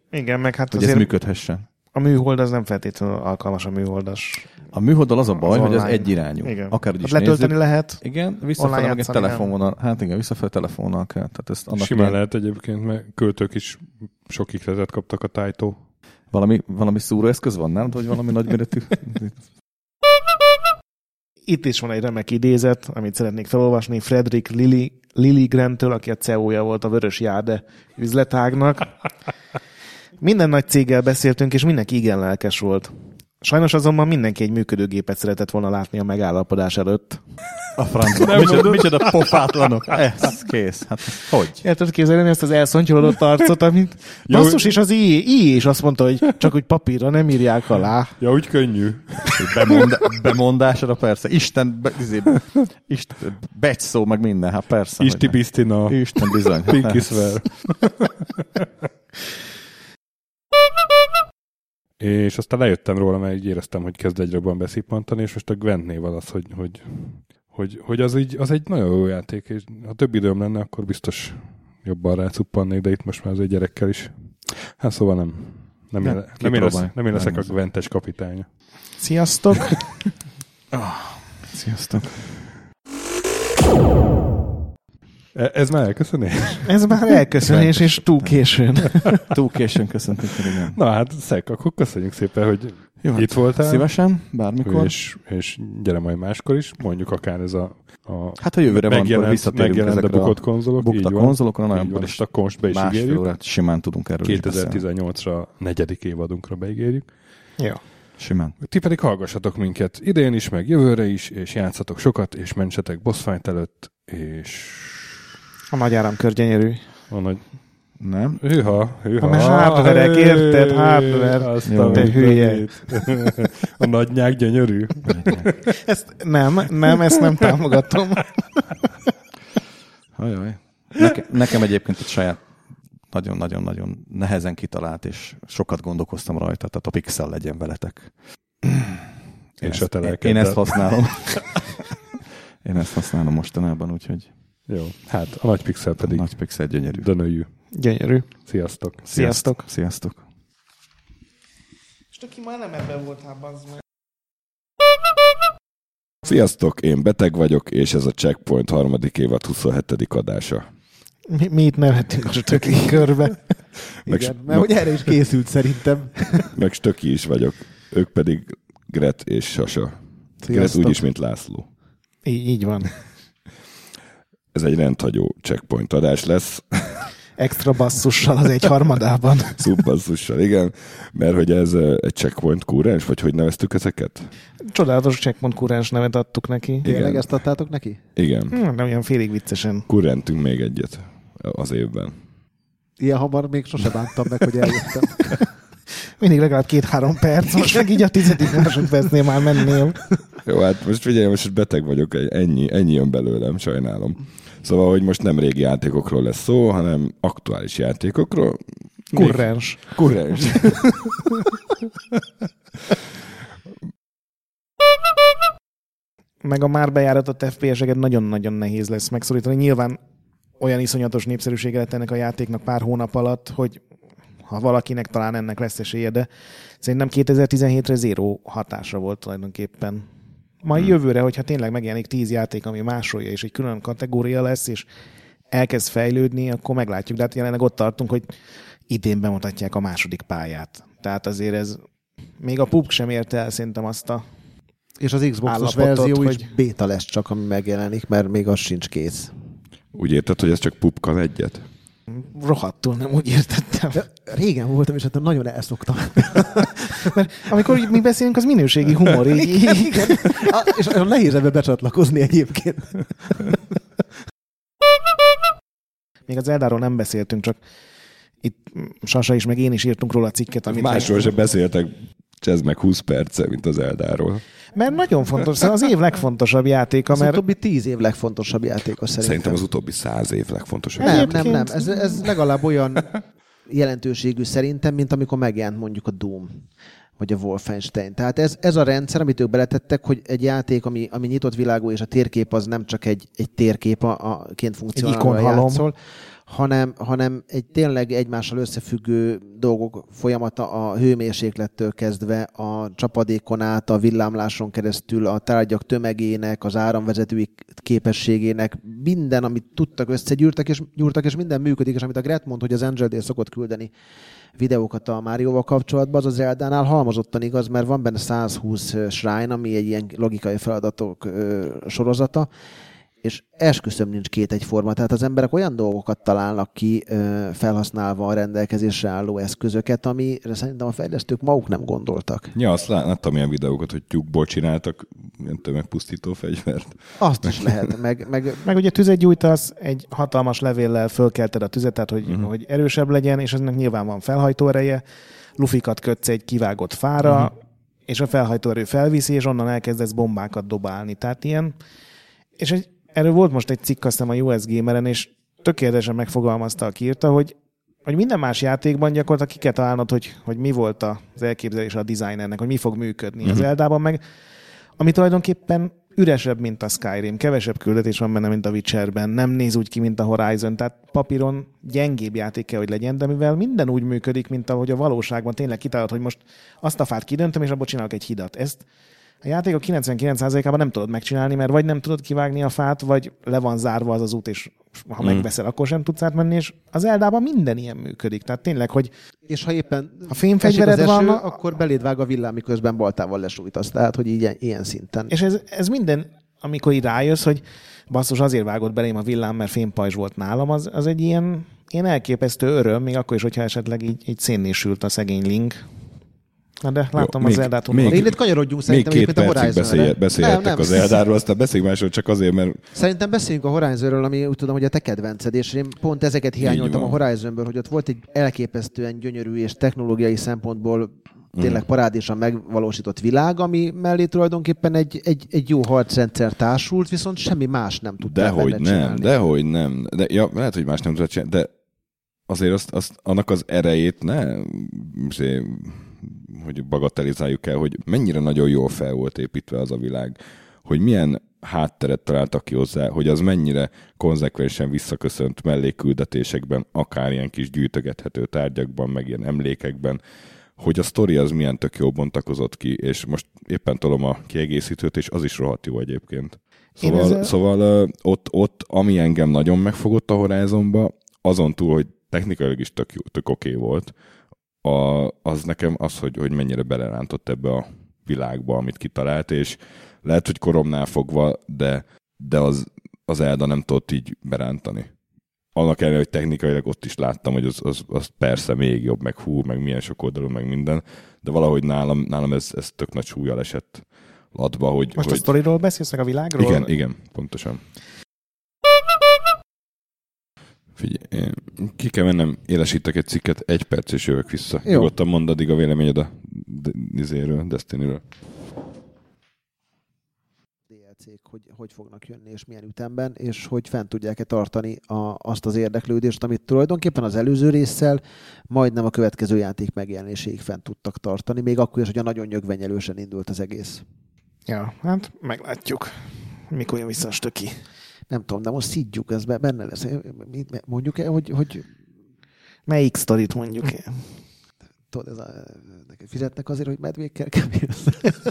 Speaker 5: ez működhessen.
Speaker 2: A műhold az nem feltétlenül alkalmas a műholdas.
Speaker 5: A műholddal az a baj, hogy az egyirányú.
Speaker 2: Akárhogy is letölteni nézzük. Lehet.
Speaker 5: Igen, visszafele meg egy telefonvonal. Hát igen, visszafele telefonnal kell. Tehát ezt
Speaker 1: simán lehet egyébként, mert költők is sok ikletet kaptak a Taito.
Speaker 5: Valami szúróeszköz van, nem? Vagy valami nagyméretű?
Speaker 2: Itt is van egy remek idézet, amit szeretnék felolvasni. Frederick Lilligren-től, aki a CEO-ja volt a Vörös Jáde üzletágnak. Minden nagy céggel beszéltünk, és mindenki igen lelkes volt. Sajnos azonban mindenki egy működőgépet szeretett volna látni a megállapodás előtt.
Speaker 5: A francba. Micsoda pofátlanok. Ez kész. Hát hogy?
Speaker 2: El tudod képzelni ezt az elszontyolodott arcot, amit basszus, és az I is azt mondta, hogy csak úgy papírra nem írják alá.
Speaker 1: Ja, úgy könnyű.
Speaker 5: Bemondásra persze. Isten becsszó, meg minden, hát persze.
Speaker 1: Isti Pisztina.
Speaker 5: Isten bizony.
Speaker 1: Pinkisver. És aztán lejöttem róla, mert így éreztem, hogy kezd egyre jobban beszippantani, és most a Gwentnél van az, hogy az egy nagyon jó játék, és ha több időm lenne, akkor biztos jobban rácuppannék, de itt most már az egy gyerekkel is. Hát szóval nem én leszek a Gwentes kapitánya.
Speaker 2: Sziasztok!
Speaker 5: Sziasztok!
Speaker 1: Ez már elköszönés?
Speaker 2: Ez már elköszönés, és túl későn.
Speaker 5: Túl későn köszöntünk. Igen.
Speaker 1: Na hát, Szek, akkor köszönjük szépen, hogy jó, itt voltál.
Speaker 5: Szívesen, bármikor.
Speaker 1: És gyere majd máskor is, mondjuk akár ez a
Speaker 5: hát a jövőre van, akkor visszatérünk ezekre
Speaker 1: bukott konzolok.
Speaker 5: Bukta konzolokra, nagyon
Speaker 1: van, és akkor most be is ígérjük.
Speaker 5: Órát simán tudunk erről
Speaker 1: 2018-ra 4. évadunkra beígérjük.
Speaker 2: Jó.
Speaker 5: Simán.
Speaker 1: Ti pedig hallgassatok minket idén is, meg jövőre is, és játszatok sokat, és mentsetek boss fight előtt, és...
Speaker 2: A nagy áramkör gyönyörű.
Speaker 5: Nem?
Speaker 1: Hűha.
Speaker 2: A hardverek, érted? Hardver. Te hülye.
Speaker 1: A nagynyák gyönyörű.
Speaker 2: Ezt ezt nem támogatom.
Speaker 5: Hajaj. Nekem egyébként egy saját nagyon-nagyon-nagyon nehezen kitalált, és sokat gondolkoztam rajta, tehát a Pixel legyen veletek. Én ezt használom. Én ezt használom mostanában, úgyhogy...
Speaker 1: Jó, hát a nagy Pixel pedig...
Speaker 5: A nagy Pixel gyönyörű.
Speaker 1: Dönöljű.
Speaker 2: Gyönyörű.
Speaker 1: Sziasztok.
Speaker 5: Sziasztok.
Speaker 2: És aki már nem ebben voltál, bazd meg.
Speaker 9: Sziasztok, én beteg vagyok, és ez a Checkpoint 3. évad 27. adása.
Speaker 2: Mi itt nevettünk a Stöki körbe.
Speaker 6: Igen, mert hogy erre is készült szerintem.
Speaker 9: Meg Stöki is vagyok. Ők pedig Gret és Sasa. Gret úgyis, mint László.
Speaker 2: Így van.
Speaker 9: Ez egy rendhagyó Checkpoint adás lesz.
Speaker 2: Extra basszussal az 1/3.
Speaker 9: Szubbasszussal, igen. Mert hogy ez egy Checkpoint kúrens, vagy hogy neveztük ezeket?
Speaker 2: Csodálatos Checkpoint kúrens nevet adtuk neki.
Speaker 6: Tényleg ezt adtátok neki?
Speaker 9: Igen.
Speaker 2: Nem olyan félig viccesen.
Speaker 9: Kúrentünk még egyet az évben.
Speaker 6: Ilyen hamar még sose bántam meg, hogy eljöttem.
Speaker 2: Mindig legalább 2-3 perc, most meg így a 10. másodpercnél már mennél.
Speaker 9: Jó, hát most figyelj, most beteg vagyok, ennyi jön belőlem, sajnálom. Szóval, hogy most nem régi játékokról lesz szó, hanem aktuális játékokról.
Speaker 2: Kurrens. Meg a már bejáratott FPS-eket nagyon-nagyon nehéz lesz megszorítani. Nyilván olyan iszonyatos népszerűsége lett ennek a játéknak pár hónap alatt, hogy ha valakinek talán ennek lesz esélye, de szerintem 2017-re zéró hatásra volt tulajdonképpen. Majd jövőre, hogyha tényleg megjelenik 10 játék, ami másolja, és egy külön kategória lesz, és elkezd fejlődni, akkor meglátjuk. De hát jelenleg ott tartunk, hogy idén bemutatják a második pályát. Tehát azért ez, még a PUBG sem érte el szerintem azt a
Speaker 6: és az Xbox-os verzió is béta lesz csak, ami megjelenik, mert még az sincs kész.
Speaker 9: Úgy érted, hogy ez csak pupkal egyet?
Speaker 2: Rohadtul nem úgy értettem.
Speaker 6: De régen voltam, és hát nagyon elszoktam.
Speaker 2: Mert amikor mi beszélünk, az minőségi humor. Igen.
Speaker 6: És nehéz ebbe becsatlakozni egyébként.
Speaker 2: Még az Zeldáról nem beszéltünk, csak itt Sasa is, meg én is írtunk róla a cikket. Amit
Speaker 9: másról sem beszéltek, ez meg 20 perce, mint az Zeldáról.
Speaker 2: Mert nagyon fontos, az év legfontosabb játéka.
Speaker 6: Az utóbbi 10 év legfontosabb játéka
Speaker 9: szerintem az utóbbi 100 év legfontosabb.
Speaker 6: Nem. Ez legalább olyan jelentőségű szerintem, mint amikor megjelent mondjuk a Doom, vagy a Wolfenstein. Tehát ez a rendszer, amit ők beletettek, hogy egy játék, ami nyitott világú, és a térkép az nem csak egy térkép ként funkcionálva játszol, hanem egy tényleg egymással összefüggő dolgok folyamata a hőmérséklettől kezdve, a csapadékon át, a villámláson keresztül, a tárgyak tömegének, az áramvezetői képességének, minden, amit tudtak, összegyűrtek, és minden működik, és amit a Gret mond, hogy az Angel szokott küldeni videókat a Márióval kapcsolatban, az az Zeldánál halmozottan igaz, mert van benne 120 shrine, ami egy ilyen logikai feladatok sorozata, és esküszöm nincs két egyforma. Tehát az emberek olyan dolgokat találnak ki felhasználva a rendelkezésre álló eszközöket, amire szerintem a fejlesztők maguk nem gondoltak.
Speaker 9: Ja, azt láttam ilyen videókat, hogy tyúkból csináltak ilyen tömegpusztító fegyvert.
Speaker 6: Azt is lehet.
Speaker 2: Meg ugye tüzet gyújtasz, egy hatalmas levéllel fölkelted a tüzet, tehát hogy erősebb legyen, és ennek nyilván van felhajtó ereje, lufikat kötsz egy kivágott fára, és a felhajtóerő felviszi, és onnan elkezdesz bombákat dobálni. Tehát ilyen... És erről volt most egy cikk, aztán a US Gameren, és tökéletesen megfogalmazta, aki írta, hogy minden más játékban gyakorlatilag ki kell találnod, hogy mi volt az elképzelés a designernek, hogy mi fog működni. Az Eldában meg, ami tulajdonképpen üresebb, mint a Skyrim, kevesebb küldetés van benne, mint a Witcherben, nem néz úgy ki, mint a Horizon, tehát papíron gyengébb játék kell, hogy legyen, de mivel minden úgy működik, mint ahogy a valóságban tényleg kitalálod, hogy most azt a fát kidöntöm, és abból csinálok egy hidat. Ezt a játékok 99%-ában nem tudod megcsinálni, mert vagy nem tudod kivágni a fát, vagy le van zárva az út, és ha megveszel, akkor sem tudsz átmenni, és az Eldában minden ilyen működik. Tehát tényleg, hogy
Speaker 6: és ha éppen
Speaker 2: a fémfegyvered van,
Speaker 6: akkor beléd vág a villám, miközben baltával lesújtasz. Tehát, hogy így ilyen szinten.
Speaker 2: És ez minden, amikor így rájössz, hogy basszus, azért vágott belém a villám, mert fémpajzs volt nálam, az egy ilyen elképesztő öröm, még akkor is, hogyha esetleg így szénné sült a szegény Link. Na de látom az Eldát.
Speaker 6: Én itt kanyarodjunk szerintem
Speaker 9: egyébként a Horizonra. Beszélhettek az Eldáról, aztán beszéljünk másról csak azért, mert...
Speaker 6: Szerintem beszéljünk a Horizonről, ami úgy tudom, hogy a te kedvenced, és én pont ezeket hiányoltam a Horizonből, hogy ott volt egy elképesztően gyönyörű és technológiai szempontból tényleg parádésan megvalósított világ, ami mellé tulajdonképpen egy jó harcrendszer társult, viszont semmi más nem tudtál benne csinálni.
Speaker 9: Dehogy nem. Lehet, hogy más nem tudtál csinálni, de azért annak az erejét hogy bagatelizáljuk el, hogy mennyire nagyon jól fel volt építve az a világ, hogy milyen hátteret találtak ki hozzá, hogy az mennyire konzekvensen visszaköszönt mellékküldetésekben, akár ilyen kis gyűjtögethető tárgyakban, meg ilyen emlékekben, hogy a sztori az milyen tök jól bontakozott ki, és most éppen tolom a kiegészítőt, és az is rohadt jó egyébként. Szóval ott, ami engem nagyon megfogott a Horizonba, azon túl, hogy technikailag is tök oké volt, az nekem az, hogy mennyire belerántott ebbe a világba, amit kitalált, és lehet, hogy koromnál fogva, de az Elda nem tudott így berántani. Annak ellenére, hogy technikailag ott is láttam, hogy az persze még jobb, meg milyen sok oldalú, meg minden, de valahogy nálam ez tök nagy súllyal esett latba, hogy...
Speaker 2: Most a sztoriról beszélsz, meg a világról?
Speaker 9: Igen, pontosan. Figyelj, ki kell mennem, élesítek egy cikket, 1 perc és jövök vissza. Nyugodtan mondd addig a véleményed a Destiny-ről.
Speaker 6: DLC-k hogy fognak jönni, és milyen ütemben, és hogy fent tudják-e tartani azt az érdeklődést, amit tulajdonképpen az előző résszel majdnem a következő játék megjelenéséig fent tudtak tartani, még akkor is, hogy nagyon nyögvenyelősen indult az egész.
Speaker 2: Ja, hát meglátjuk. Mikor jön vissza a stöki.
Speaker 6: Nem tudom, de most szidjuk, ez benne lesz. Mondjuk el, hogy...
Speaker 2: Melyik sztorit mondjuk el?
Speaker 6: Tudod, fizetnek azért, hogy medvékkel kevélsz.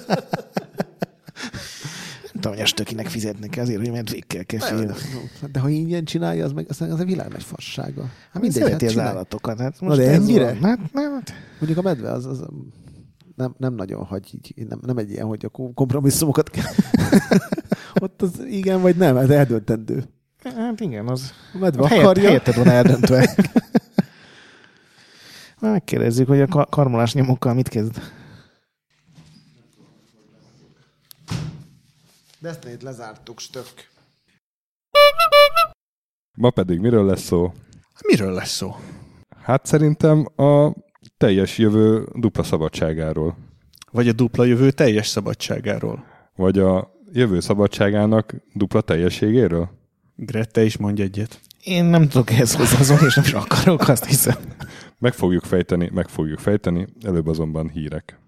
Speaker 2: Nem tudom, hogy a stökinek fizetnek azért, hogy medvékkel kefél.
Speaker 6: De ha ingyen csinálja, az a világ nagy fassága.
Speaker 2: Hát mindegy, az állatokat. Hát
Speaker 6: most de ennyire?
Speaker 2: Hát.
Speaker 6: Mondjuk a medve az nem nagyon hagy így, nem egy ilyen, hogy a kompromisszumokat kell. Ott az igen vagy nem, ez eldöntendő.
Speaker 2: Hát igen, az
Speaker 6: a medve akarja.
Speaker 2: Helyetted van eldöntve. Megkérdezzük, hogy a karmolás nyomokkal mit kezd.
Speaker 6: Destiny-t lezártuk, stök.
Speaker 1: Ma pedig miről lesz szó?
Speaker 20: Miről lesz szó?
Speaker 1: Hát szerintem a teljes jövő dupla szabadságáról.
Speaker 20: Vagy a dupla jövő teljes szabadságáról.
Speaker 1: Vagy a jövő szabadságának dupla teljességéről?
Speaker 20: Grette is mondj egyet.
Speaker 2: Én nem tudok ehhez hozzászólni, és nem is akarok, azt hiszem.
Speaker 1: Meg fogjuk fejteni, előbb azonban hírek.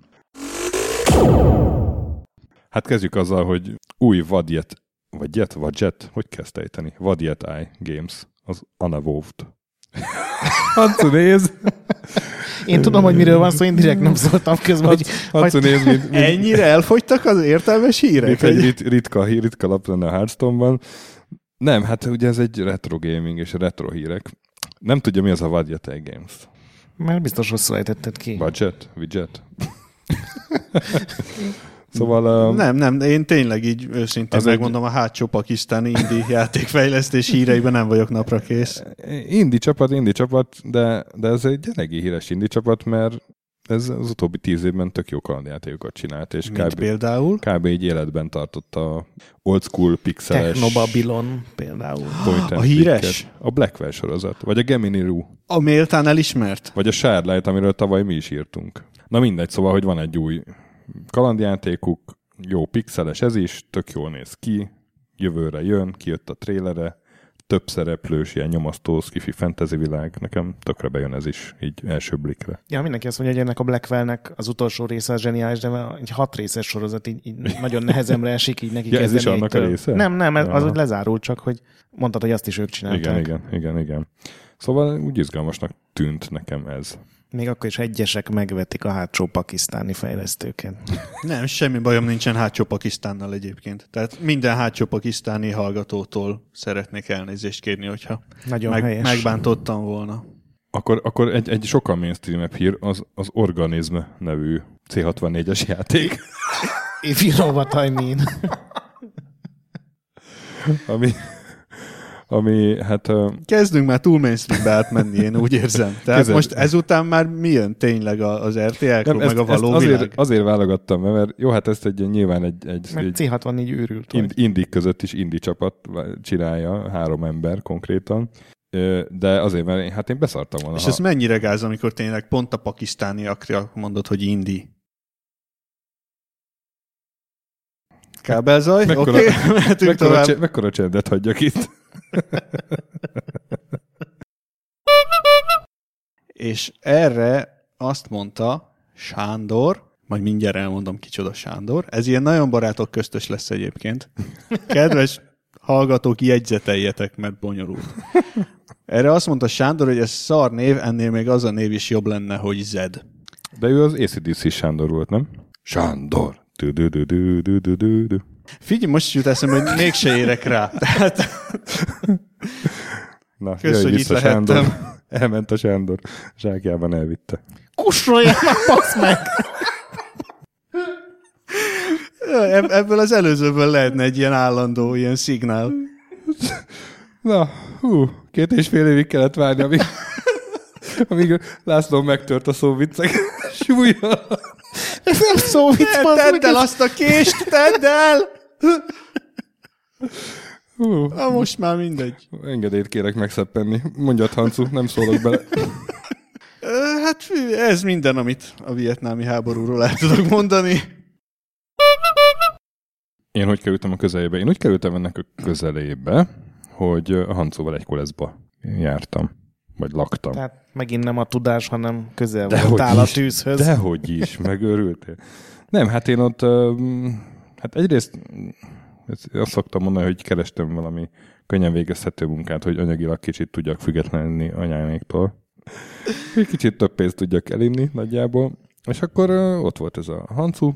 Speaker 1: Hát kezdjük azzal, hogy új Vadjet, hogy kezd ejteni? Vadjet Eye Games, az Unavoved. Hancu néz!
Speaker 2: Én tudom, hogy miről van szó, én direkt nem szóltam közben,
Speaker 1: hogy néz,
Speaker 20: ennyire elfogytak az értelmes hírek?
Speaker 1: Egy ritka lap lenne a Hearthstone-ban. Nem, hát ugye ez egy retro gaming és retro hírek. Nem tudja, mi az a Vadjet Eye Games.
Speaker 2: Mert biztos rosszul ejtetted ki.
Speaker 1: Widget? Szóval...
Speaker 14: Nem, én tényleg így őszintén megmondom, a hátsó pakisztáni indie játékfejlesztés híreiben nem vagyok napra kész.
Speaker 1: Indie csapat, de ez egy elég híres indie csapat, mert ez az utóbbi 10 évben tök jó kalandjátékokat csinált, és kb. Így életben tartotta old school pixeles...
Speaker 2: Technobabylon például.
Speaker 14: A híres?
Speaker 1: A Blackwell sorozat, vagy a Gemini Rue.
Speaker 14: A méltán elismert?
Speaker 1: Vagy a Shardlight, amiről tavaly mi is írtunk. Na mindegy, szóval, hogy van egy új kalandjátékuk, jó pixeles ez is, tök jól néz ki, jövőre jön, kijött a trélere, több szereplős, ilyen nyomasztó skifi fantasy világ, nekem tökre bejön ez is, így első blikre.
Speaker 2: Ja, mindenki azt mondja, hogy ennek a Blackwellnek az utolsó része az zseniális, de egy 6 részes sorozat így nagyon nehezemre esik így neki
Speaker 1: kezdeni. Ez is annak a része?
Speaker 2: Nem, az úgy lezárult, csak hogy mondtad, hogy azt is ők csinálták.
Speaker 1: Igen. Szóval úgy izgalmasnak tűnt nekem ez.
Speaker 2: Még akkor is egyesek megvetik a hátsó pakisztáni fejlesztőket.
Speaker 14: Nem, semmi bajom nincsen hátsó Pakisztánnal egyébként. Tehát minden hátsó pakisztáni hallgatótól szeretnék elnézést kérni, hogyha megbántottam volna.
Speaker 1: Akkor egy sokkal mainstream-ebb hír, az Organism nevű C64-es játék.
Speaker 2: If you know what I mean.
Speaker 1: Ami hát...
Speaker 14: Kezdünk már túl mainstreambe átmenni, én úgy érzem. Tehát most ezután már mi jön tényleg az RTL-kről, meg a való világ?
Speaker 1: Azért válogattam, mert jó, hát ezt nyilván egy
Speaker 2: C64 őrült.
Speaker 1: Indik között is indie csapat csinálja, 3 ember konkrétan. De azért, mert én beszartam volna.
Speaker 14: És ez mennyire gáz, amikor tényleg pont a pakisztániakra mondod, hogy indie? Kábelzaj? Oké, mehetünk tovább.
Speaker 1: Mekkora csendet hagyjak itt?
Speaker 14: És erre azt mondta Sándor, majd mindjárt elmondom, kicsoda Sándor, ez ilyen nagyon barátok köztös lesz egyébként. Kedves hallgatók, jegyzeteljetek, mert bonyolult. Erre azt mondta Sándor, hogy ez szar név, ennél még az a név is jobb lenne, hogy Zed.
Speaker 1: De ő az AC/DC Sándor volt, nem? Sándor.
Speaker 14: Figyelj, most jut eszembe, hogy mégse érek rá. Tehát...
Speaker 1: Na, kösz, hogy itt lehettem. Elment a Sándor. Zsákjában elvitte.
Speaker 2: Kussolja már, basz meg!
Speaker 14: Ebből az előzőből lehetne egy ilyen állandó, ilyen szignál.
Speaker 1: Na, 2,5 évig kellett várni, amíg László megtört a szóviccek súlya.
Speaker 2: Ez nem szóvicc,
Speaker 14: tedd el azt a kést, tedd el! Most már mindegy.
Speaker 1: Engedélyt kérek megszeppenni. Mondjad, Hancu, nem szólok bele.
Speaker 14: Hát ez minden, amit a vietnámi háborúról el tudok mondani.
Speaker 1: Én hogy kerültem a közelébe? Én úgy kerültem ennek a közelébe, hogy a Hancóval egy koleszba jártam. Vagy laktam.
Speaker 2: Tehát megint nem a tudás, hanem közel voltál a tűzhöz.
Speaker 1: Dehogy is, megőrültél. Nem, hát én ott, hát egyrészt azt szoktam mondani, hogy kerestem valami könnyen végezhető munkát, hogy anyagilag kicsit tudjak függetlenni anyáméktól. Egy kicsit több pénzt tudjak elinni nagyjából. És akkor ott volt ez a Hancu.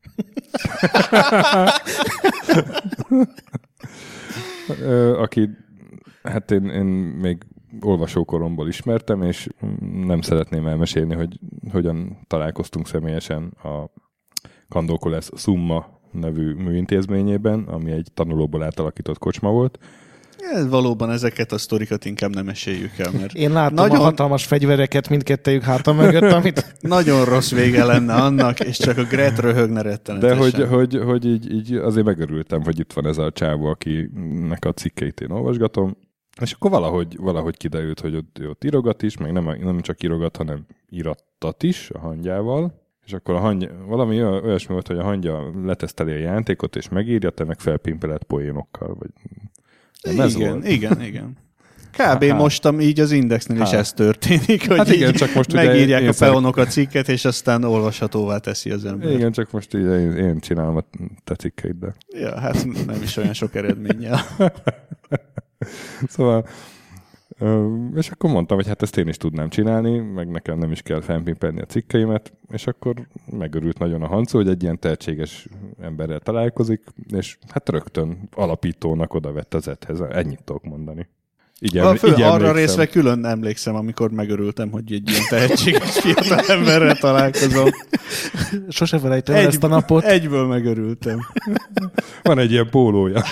Speaker 1: Aki, hát én még olvasókoromból ismertem, és nem szeretném elmesélni, hogy hogyan találkoztunk személyesen a Kandókolász Summa nevű műintézményében, ami egy tanulóból átalakított kocsma volt.
Speaker 14: Valóban ezeket a sztorikat inkább nem eséljük el, mert...
Speaker 2: Én láttam nagyon... a hatalmas fegyvereket mindkettejük hátam mögött, amit...
Speaker 14: Nagyon rossz vége lenne annak, és csak a Gret röhögne rettenetesen.
Speaker 1: De hogy így azért megörültem, hogy itt van ez a csávó, akinek a cikkeit én olvasgatom, és akkor valahogy kiderült, hogy ott írogat is, meg nem csak írogat, hanem írattat is a hangyával, és akkor a hangya, valami olyasmi volt, hogy a hangya leteszteli a játékot, és megírja, te meg felpimpeled poénokkal, vagy...
Speaker 14: Igen. Kb. Most így az Indexnél is ez történik, hogy
Speaker 1: hát igen, csak most
Speaker 14: megírják a peonok a cikket, és aztán olvashatóvá teszi az ember.
Speaker 1: Igen, csak most így én csinálom a te cikkeiddel.
Speaker 14: Ja, hát nem is olyan sok eredménnyel.
Speaker 1: Szóval, és akkor mondtam, hogy hát ezt én is tudnám csinálni, meg nekem nem is kell felpimpelni a cikkeimet, és akkor megörült nagyon a Hancu, hogy egy ilyen tehetséges emberrel találkozik, és hát rögtön alapítónak oda vett az Edhez. Ennyit tudok mondani.
Speaker 5: Arra részre külön emlékszem, amikor megörültem, hogy egy ilyen tehetséges fiatal emberrel találkozom.
Speaker 2: Sose felejtem ezt a napot.
Speaker 5: Egyből megörültem.
Speaker 1: Van egy ilyen pólója.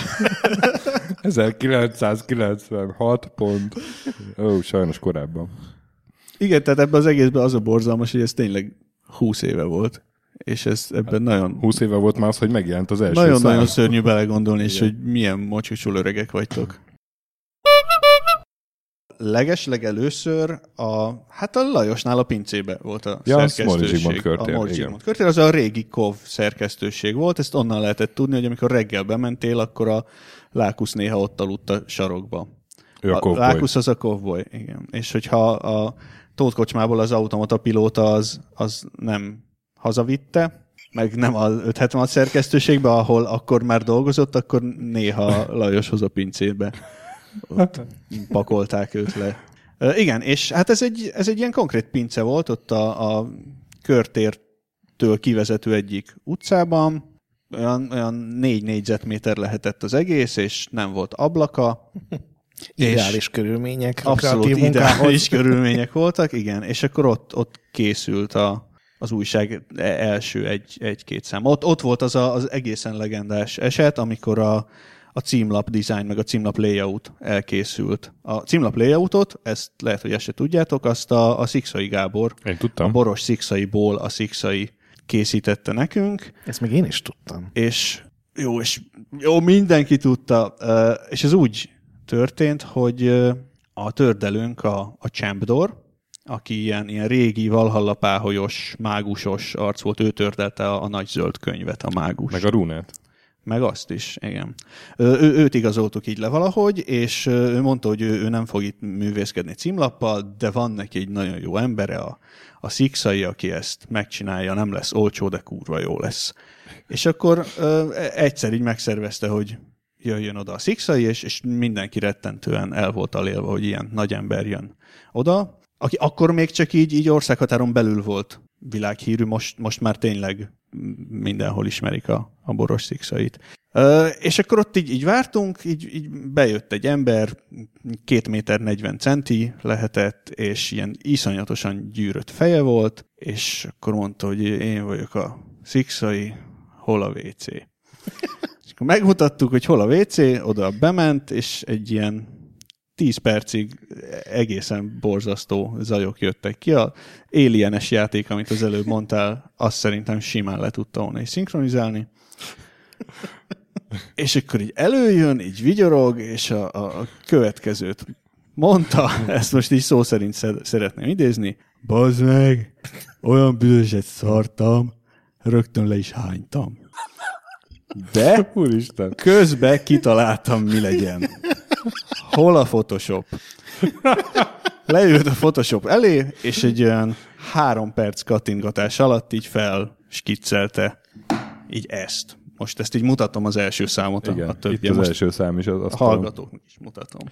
Speaker 1: 1996 pont. Sajnos korábban.
Speaker 5: Igen, tehát ebben az egészben az a borzalmas, hogy ez tényleg 20 éve volt. És ez ebben nagyon...
Speaker 1: 20 éve volt már az, hogy megjelent az első
Speaker 5: Nagyon-nagyon szörnyű belegondolni, és hogy milyen mocsicsul öregek vagytok. Legeslegelőször a Lajosnál a pincébe volt a szerkesztőség. A Móricz Zsigmond Körtér, az a régi KOV szerkesztőség volt, ezt onnan lehetett tudni, hogy amikor reggel bementél, akkor a Lákusz néha ott aludt a sarokba. A Lákusz az a kovboly, igen. És hogyha a Tóth Kocsmából az automata pilóta az nem hazavitte, meg nem a 576 szerkesztőségbe, ahol akkor már dolgozott, akkor néha Lajoshoz a pincébe ott pakolták őt le. Igen, és hát ez egy ilyen konkrét pince volt ott a Körtértől kivezető egyik utcában, olyan 4 négyzetméter lehetett az egész, és nem volt ablaka.
Speaker 2: Ideális körülmények.
Speaker 5: Abszolút ideális körülmények voltak, igen, és akkor ott készült az újság első egy-két szám. Ott volt az egészen legendás eset, amikor a címlap design, meg a címlap layout elkészült. A címlap layoutot, ezt lehet, hogy ezt se tudjátok, azt a Szikszai Gábor,
Speaker 1: én tudtam.
Speaker 5: A Boros Szikszaiból a Szikszai készítette nekünk.
Speaker 2: Ezt még én is tudtam.
Speaker 5: És jó, mindenki tudta. És ez úgy történt, hogy a tördelőnk, a Champdor, aki ilyen régi Valhalla páholyos, mágusos arc volt, ő tördelte a nagy zöld könyvet, a mágus.
Speaker 1: Meg a runát.
Speaker 5: Meg azt is, igen. Őt igazoltuk így le valahogy, és ő mondta, hogy ő nem fog itt művészkedni címlappal, de van neki egy nagyon jó embere, a Szikszai, aki ezt megcsinálja, nem lesz olcsó, de kurva jó lesz. És akkor egyszer így megszervezte, hogy jöjjön oda a Szikszai, és mindenki rettentően el volt alélve, hogy ilyen nagy ember jön oda, aki akkor még csak így országhatáron belül volt világhírű, most már tényleg mindenhol ismerik a Boros Szikszait. És akkor ott így vártunk, így bejött egy ember, 2 méter 40 centi lehetett, és ilyen iszonyatosan gyűrött feje volt, és akkor mondta, hogy én vagyok a Szikszai, hol a WC? És akkor megmutattuk, hogy hol a WC, oda bement, és egy ilyen 10 percig egészen borzasztó zajok jöttek ki. A Alien-es játék, amit az előbb mondtál, azt szerintem simán le tudta volna is szinkronizálni. És akkor így előjön, így vigyorog, és a következőt mondta, ezt most így szó szerint szeretném idézni. Bazd meg, olyan büdöset szartam, rögtön le is hánytam. De
Speaker 1: Úristen.
Speaker 5: Közben kitaláltam, mi legyen. Hol a Photoshop? Leült a Photoshop elé, és egy olyan 3 perc kattintgatás alatt így felskiccelte így ezt. Most ezt így mutatom az első számot.
Speaker 1: Igen,
Speaker 5: a többi.
Speaker 1: Itt az első szám is.
Speaker 5: A hallgatóknak is mutatom.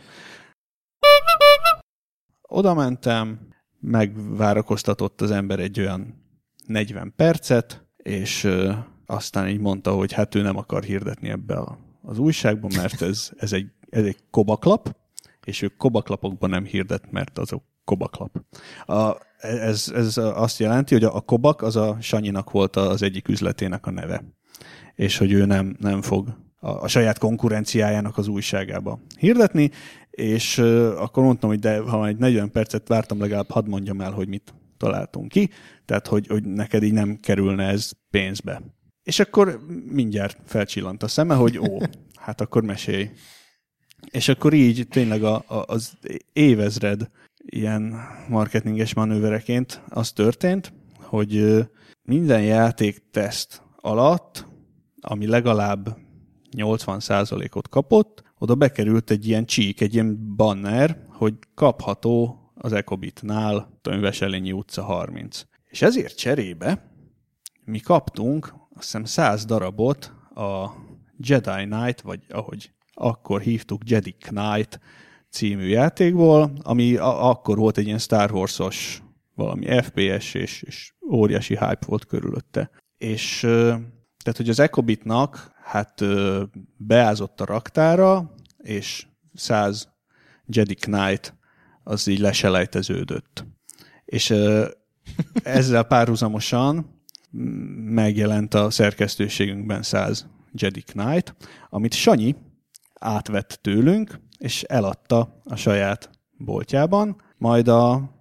Speaker 5: Oda mentem, megvárakoztatott az ember egy olyan 40 percet, és aztán így mondta, hogy hát ő nem akar hirdetni ebbe az újságban, mert ez egy kobaklap, és ő kobaklapokban nem hirdet, mert azok kobaklap. Ez azt jelenti, hogy a kobak az a Sanyinak volt az egyik üzletének a neve, és hogy ő nem fog a saját konkurenciájának az újságába hirdetni, és akkor mondtam, hogy de ha egy 40 percet vártam, legalább hadd mondjam el, hogy mit találtunk ki, tehát hogy neked így nem kerülne ez pénzbe. És akkor mindjárt felcsillant a szeme, hogy hát akkor mesélj. És akkor így tényleg az évezred ilyen marketinges manővereként az történt, hogy minden játékteszt alatt, ami legalább 80%-ot kapott, oda bekerült egy ilyen csík, egy ilyen banner, hogy kapható az Ecobitnál, Veselényi utca 30. És ezért cserébe mi kaptunk azt hiszem 100 darabot a Jedi Knight, vagy ahogy akkor hívtuk, Jedi Knight című játékból, ami akkor volt egy ilyen Star Wars-os valami FPS, és óriási hype volt körülötte. És tehát, hogy az Ecobitnak hát beázott a raktára, és 180
Speaker 12: Jedi Knight az így leselejteződött. És ezzel párhuzamosan megjelent a szerkesztőségünkben 100 Jedi Knight, amit Sanyi átvett tőlünk, és eladta a saját boltjában, majd a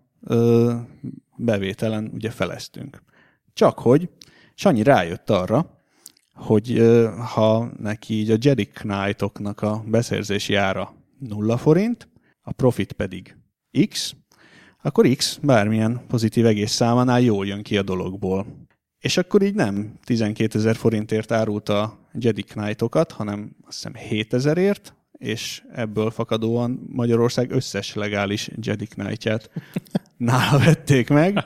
Speaker 12: bevételen ugye feleztünk. Csak hogy Sanyi rájött arra, hogy ha neki így a Jedi Knight-oknak a beszerzési ára 0 forint, a profit pedig X, akkor X bármilyen pozitív egész számánál jól jön ki a dologból. És akkor így nem 12 000 forintért árult a Jedi Knight-okat, hanem azt hiszem 7 000-ért, és ebből fakadóan Magyarország összes legális Jedi Knight-ját nála vették meg,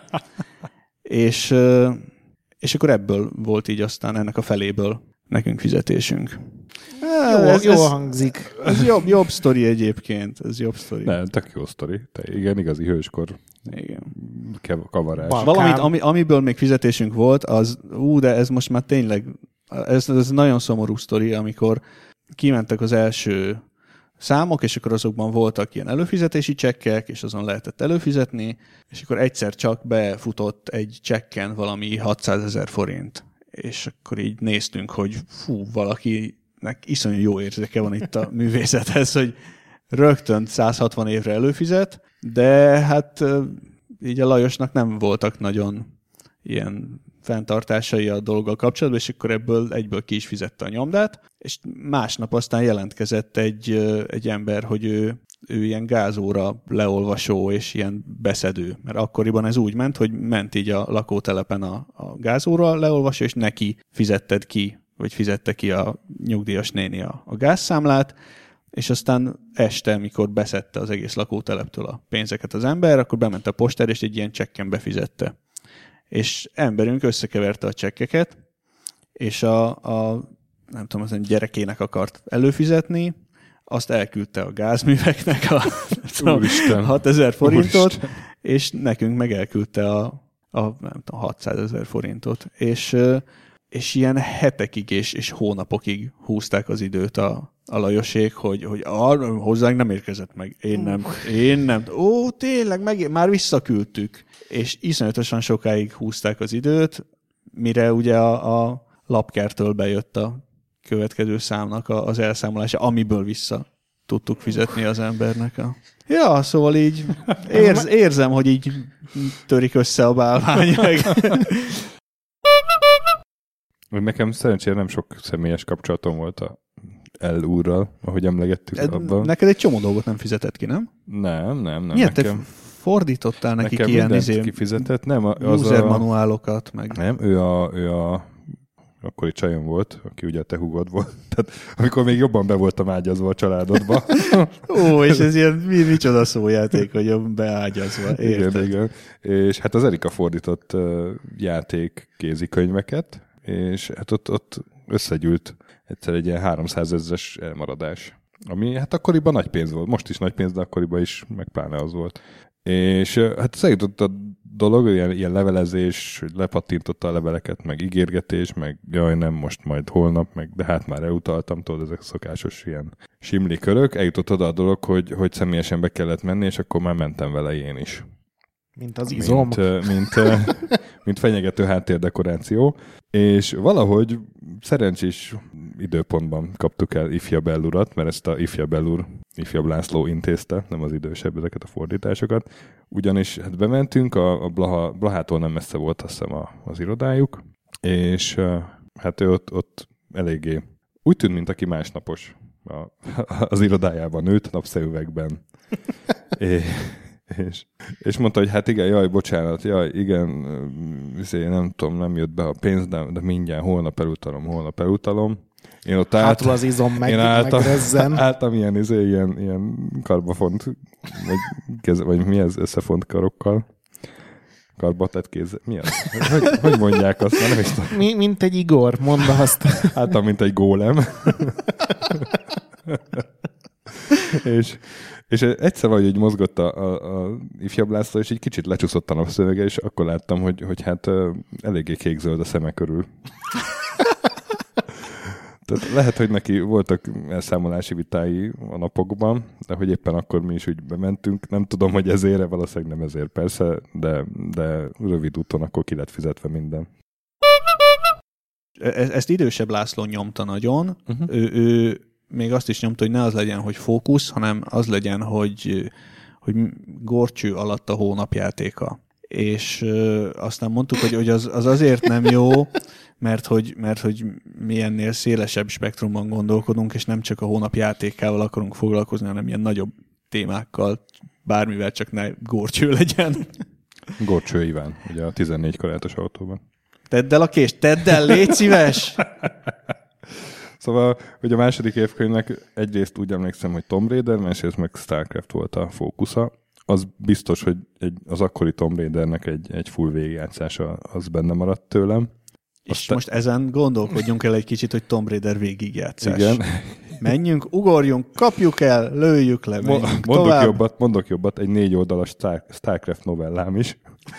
Speaker 12: és akkor ebből volt így aztán ennek a feléből nekünk fizetésünk.
Speaker 2: Jó hangzik.
Speaker 12: Ez jobb sztori egyébként. Ez jobb sztori.
Speaker 1: Nem, tök jó sztori. Igen, igazi hőskor.
Speaker 12: Igen.
Speaker 1: Kavarás.
Speaker 12: Valamit, amiből még fizetésünk volt, az, de ez most már tényleg, ez nagyon szomorú sztori, amikor kimentek az első számok, és akkor azokban voltak ilyen előfizetési csekkek, és azon lehetett előfizetni, és akkor egyszer csak befutott egy csekken valami 600 000 forint. És akkor így néztünk, hogy valakinek iszonyú jó érzéke van itt a művészethez, hogy rögtön 160 évre előfizet, de hát így a Lajosnak nem voltak nagyon ilyen fenntartásai a dologgal kapcsolatban, és akkor ebből egyből ki is fizette a nyomdát, és másnap aztán jelentkezett egy ember, hogy ő ilyen gázóra leolvasó és ilyen beszedő. Mert akkoriban ez úgy ment, hogy ment így a lakótelepen a gázóra leolvasó, és neki fizetted ki, vagy fizette ki a nyugdíjas néni a gázszámlát, és aztán este, mikor beszedte az egész lakóteleptől a pénzeket az ember, akkor bement a postára, és egy ilyen csekken befizette. És emberünk összekeverte a csekkeket, és a nem tudom, az gyerekének akart előfizetni, azt elküldte a gázműveknek a 6000 forintot, Úristen. És nekünk meg elküldte a nem tudom, 600 000 forintot. És ilyen hetekig és hónapokig húzták az időt a Lajosék, hogy hozzánk nem érkezett meg. Én nem. Ó, tényleg, már visszaküldtük. És iszonyatosan sokáig húzták az időt, mire ugye a lapkertől bejött a következő számnak az elszámolása, amiből vissza tudtuk fizetni az embernek. Ja, szóval így érzem, hogy így törik össze a bálvány.
Speaker 1: Nekem szerencsére nem sok személyes kapcsolatom volt a L úrral, ahogy emlegettük abban.
Speaker 12: Neked egy csomó dolgot nem fizetett ki, nem?
Speaker 1: Nem.
Speaker 12: Miért te fordítottál nekik ilyen
Speaker 1: kifizetett? Nem,
Speaker 12: user manuálokat, meg...
Speaker 1: Nem, ő a akkori csajom volt, aki ugye a te húgod volt. Tehát amikor még jobban be voltam ágyazva a családodba.
Speaker 12: Ó, és ez ilyen micsoda szójáték, hogy beágyazva. Érted?
Speaker 1: Igen. És hát az Erika fordított játék kézikönyveket, és hát ott összegyűlt egyszer egy ilyen 300 000-es elmaradás. Ami hát akkoriban nagy pénz volt. Most is nagy pénz, de akkoriban is meg pláne az volt. És hát összejutott a dolog, ilyen levelezés, hogy lepattintotta a leveleket, meg ígérgetés, meg jaj nem, most majd holnap, meg de hát már elutaltam, tudod, ezek szokásos ilyen simli körök. Eljutott oda a dolog, hogy személyesen be kellett menni, és akkor már mentem vele én is.
Speaker 2: Mint az izom.
Speaker 1: Mint fenyegető háttérdekoráció. És valahogy szerencsés időpontban kaptuk el Ifjabb Ellurat, mert ezt a Ifjabb László intézte, nem az idősebb, ezeket a fordításokat. Ugyanis hát bementünk, a Blahától nem messze volt, azt hiszem az irodájuk, és hát ő ott eléggé úgy tűnt, mint aki másnapos az irodájában nőtt, napszemüvegben. És mondta, hogy hát igen, jaj, bocsánat, igen, nem tudom, nem jött be a pénz, de mindjárt holnap elutalom. Én ott
Speaker 2: hátul az izom megrezzen.
Speaker 1: Álltam ilyen karbafont, vagy mi ez, összefont karokkal. Karbatett kéz. Mi az? Hogy mondják azt? Nem is tudom.
Speaker 2: Mint egy Igor, mondd azt.
Speaker 1: Álltam, mint egy gólem. És egyszer valahogy mozgott a Ifjabb László, és egy kicsit lecsúszott a napszövege, és akkor láttam, hogy hát eléggé kék-zöld a szeme körül. Tehát lehet, hogy neki voltak elszámolási vitái a napokban, de hogy éppen akkor mi is úgy bementünk. Nem tudom, hogy ezért, valószínűleg nem ezért persze, de rövid úton akkor ki lett fizetve minden.
Speaker 12: Ezt idősebb László nyomta nagyon. Ő még azt is nyomta, hogy ne az legyen, hogy fókusz, hanem az legyen, hogy górcső alatt a hónapjátéka. És aztán mondtuk, hogy az azért nem jó, mert hogy mi ennél szélesebb spektrumban gondolkodunk, és nem csak a hónapjátékával akarunk foglalkozni, hanem ilyen nagyobb témákkal, bármivel csak ne górcső legyen.
Speaker 1: Górcső Iván, ugye a 14 karátos autóban.
Speaker 12: Tedd el a kést, tedd el, légy szíves!
Speaker 1: Szóval, hogy a második évkönyvnek egyrészt úgy emlékszem, hogy Tomb Raider, másrészt meg StarCraft volt a fókusza. Az biztos, hogy az akkori Tomb Raidernek egy full végigjátszása az benne maradt tőlem.
Speaker 12: És most ezen gondolkodjunk el egy kicsit, hogy Tomb Raider végigjátszás.
Speaker 1: Igen.
Speaker 12: Menjünk, ugorjunk, kapjuk el, lőjük le, menjünk tovább.
Speaker 1: Mondok jobbat, egy 4 oldalas StarCraft novellám is.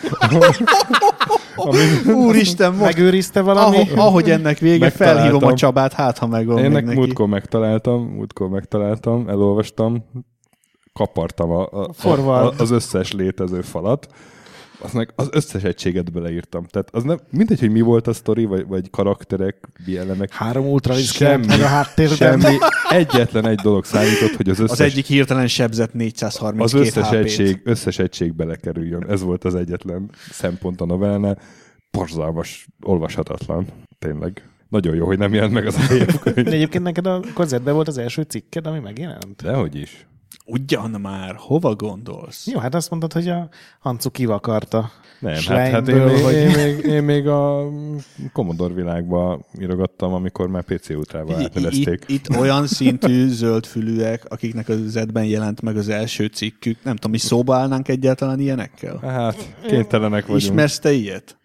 Speaker 12: Úristen,
Speaker 2: megőrizte valami?
Speaker 12: Ahogy ennek vége, felhívom a Csabát, hát ha megvan még neki.
Speaker 1: Múltkor megtaláltam, elolvastam, kapartam az összes létező falat, az összes egységet beleírtam. Tehát az nem, mindegy, hogy mi volt a sztori, vagy karakterek, elemek.
Speaker 2: 3 ultraliszkelt meg a háttérben.
Speaker 1: Semmi. Egyetlen egy dolog számított, hogy az összes...
Speaker 12: Az egyik hirtelen sebzett 432
Speaker 1: az összes egység belekerüljön. Ez volt az egyetlen szempont a novellánál. Borzalmas, olvashatatlan. Tényleg. Nagyon jó, hogy nem jelent meg az a évkönyv.
Speaker 2: De egyébként neked a koncertben volt az első cikked, ami megjelent?
Speaker 1: Dehogy is.
Speaker 12: Ugyan már, hova gondolsz?
Speaker 2: Jó, hát azt mondtad, hogy a Hancu kivakarta.
Speaker 1: Nem, hát én még a Commodore világba írogattam, amikor már PC Ultrával átnevezték.
Speaker 12: Itt olyan szintű zöldfülűek, akiknek az Z-ben jelent meg az első cikkük. Nem tudom, mi szóba állnánk egyáltalán ilyenekkel?
Speaker 1: Hát, kénytelenek vagyunk.
Speaker 12: Ismersz te ilyet?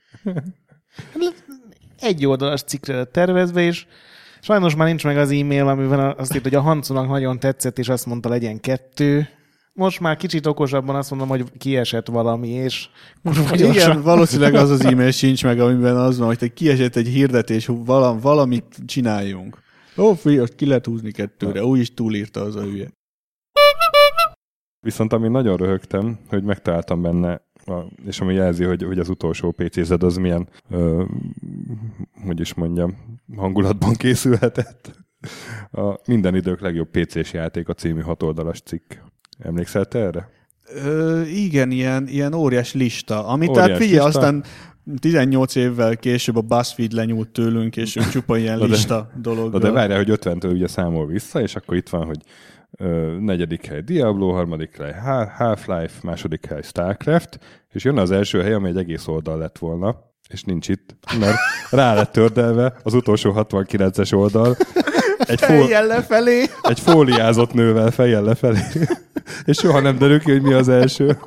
Speaker 2: Egy oldalas cikkre lett tervezve, és sajnos már nincs meg az e-mail, amiben azt írt, hogy a Hancunak nagyon tetszett, és azt mondta, legyen 2. Most már kicsit okosabban azt mondom, hogy kiesett valami, és...
Speaker 12: Igen, valószínűleg az az e-mail sincs meg, amiben az van, hogy te kiesett egy hirdetés, valamit csináljunk. Ó, figyelj, ki lehet húzni 2-re, úgyis túlírta az a hülye.
Speaker 1: Viszont amin nagyon röhögtem, hogy megtaláltam benne, és ami jelzi, hogy az utolsó PC-zed az milyen, hogy is mondjam, hangulatban készülhetett. A minden idők legjobb PC-s játék a című 6 oldalas cikk. Emlékszel te erre?
Speaker 12: Igen, ilyen óriás lista. Amit tehát figyelj, aztán 18 évvel később a BuzzFeed lenyúlt tőlünk, és ő csupa ilyen lista dolog.
Speaker 1: De várjál, hogy 50-től ugye számol vissza, és akkor itt van, hogy 4. hely Diablo, 3. hely Half-Life, 2. hely StarCraft, és jön az első hely, ami egy egész oldal lett volna, és nincs itt, mert rá lett tördelve az utolsó 69-es oldal.
Speaker 12: Fejjel lefelé.
Speaker 1: Egy fóliázott nővel fejjel lefelé. És soha nem derül ki, hogy mi az első.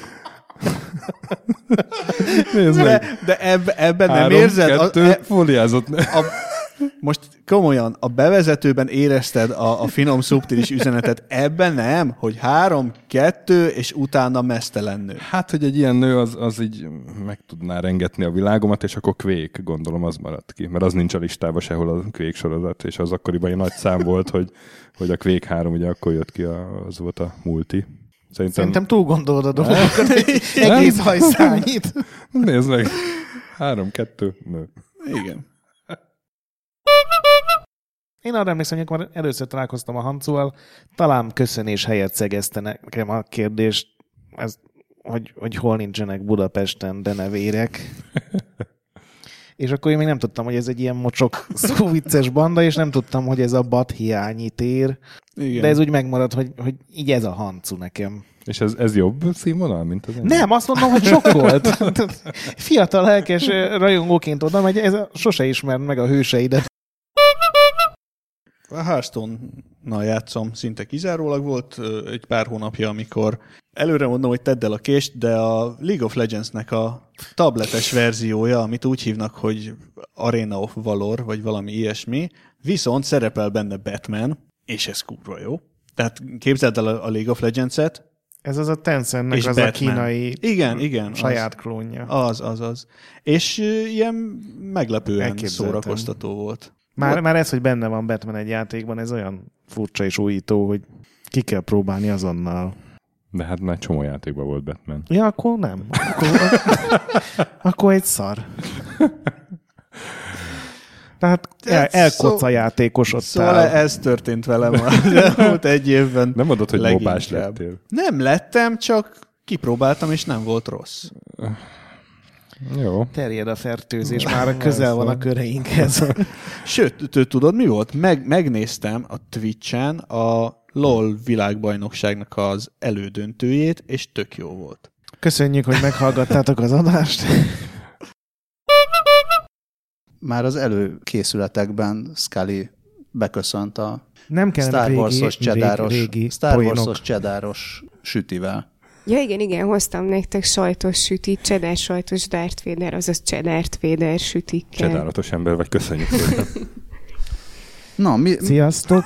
Speaker 12: De ebben nem érzed?
Speaker 1: 3-2, fóliázott nő.
Speaker 12: Most komolyan, a bevezetőben érezted a finom szubtilis üzenetet, ebben nem, hogy 3-2, és utána meztelen nő.
Speaker 1: Hát, hogy egy ilyen nő az így meg tudná rengetni a világomat, és akkor Quake, gondolom, az maradt ki. Mert az nincs a listában sehol a Quake sorozat, és az akkoriban egy nagy szám volt, hogy a Quake 3 ugye akkor jött ki, az volt a multi.
Speaker 2: Szerintem túl gondolod a dolgokat, egész hajszányit.
Speaker 1: Nézd meg, 3-2, nő.
Speaker 12: Igen.
Speaker 2: Én arra emlékszem, hogy amikor először találkoztam a Hancuval, talán köszönés helyett szegezte nekem a kérdést, hogy hol nincsenek Budapesten denevérek. És akkor én még nem tudtam, hogy ez egy ilyen mocsok szóvicces banda, és nem tudtam, hogy ez a Bathiányi tér. Igen. De ez úgy megmaradt, hogy így ez a Hancu nekem.
Speaker 1: És ez jobb színvonal, mint az?
Speaker 2: Nem, azt mondom, hogy sokkolt. Fiatal, lelkes rajongóként oda megy, ez sose ismerd meg a hőseidet.
Speaker 12: A Hearthstone-nal játszom szinte kizárólag. Volt egy pár hónapja, amikor előre mondom, hogy tedd el a kést, de a League of Legends-nek a tabletes verziója, amit úgy hívnak, hogy Arena of Valor, vagy valami ilyesmi, viszont szerepel benne Batman, és ez kurva jó. Tehát képzeld el a League of Legends-et.
Speaker 2: Ez az a Tencentnek az Batman. A kínai
Speaker 12: igen,
Speaker 2: saját klónja.
Speaker 12: Az. És ilyen meglepően szórakoztató volt.
Speaker 2: Már ez, hogy benne van Batman egy játékban, ez olyan furcsa és újító, hogy ki kell próbálni azonnal.
Speaker 1: De hát már csomó játékban volt Batman.
Speaker 2: Ja, akkor nem. Akkor egy szar. Tehát elkocca játékosodtál.
Speaker 12: Szóval ez történt velem az elmúlt egy évben.
Speaker 1: Nem mondod, hogy mobás lettél.
Speaker 12: Nem lettem, csak kipróbáltam, és nem volt rossz.
Speaker 1: Jó.
Speaker 2: Terjed a fertőzés, már közel van a köreinkhez.
Speaker 12: Sőt, tudod mi volt? Megnéztem a Twitch-en a LOL világbajnokságnak az elődöntőjét, és tök jó volt.
Speaker 2: Köszönjük, hogy meghallgattátok az adást.
Speaker 13: Már az előkészületekben Scully beköszönt a
Speaker 2: nem
Speaker 13: Star Wars-os csedáros sütivel.
Speaker 22: Ja, igen, hoztam nektek sajtos sütit, cheddar sajtos Darth Vader, azaz Cheddart Vader sütikkel.
Speaker 1: Csedáratos ember vagy, köszönjük szépen.
Speaker 13: Na,
Speaker 2: sziasztok!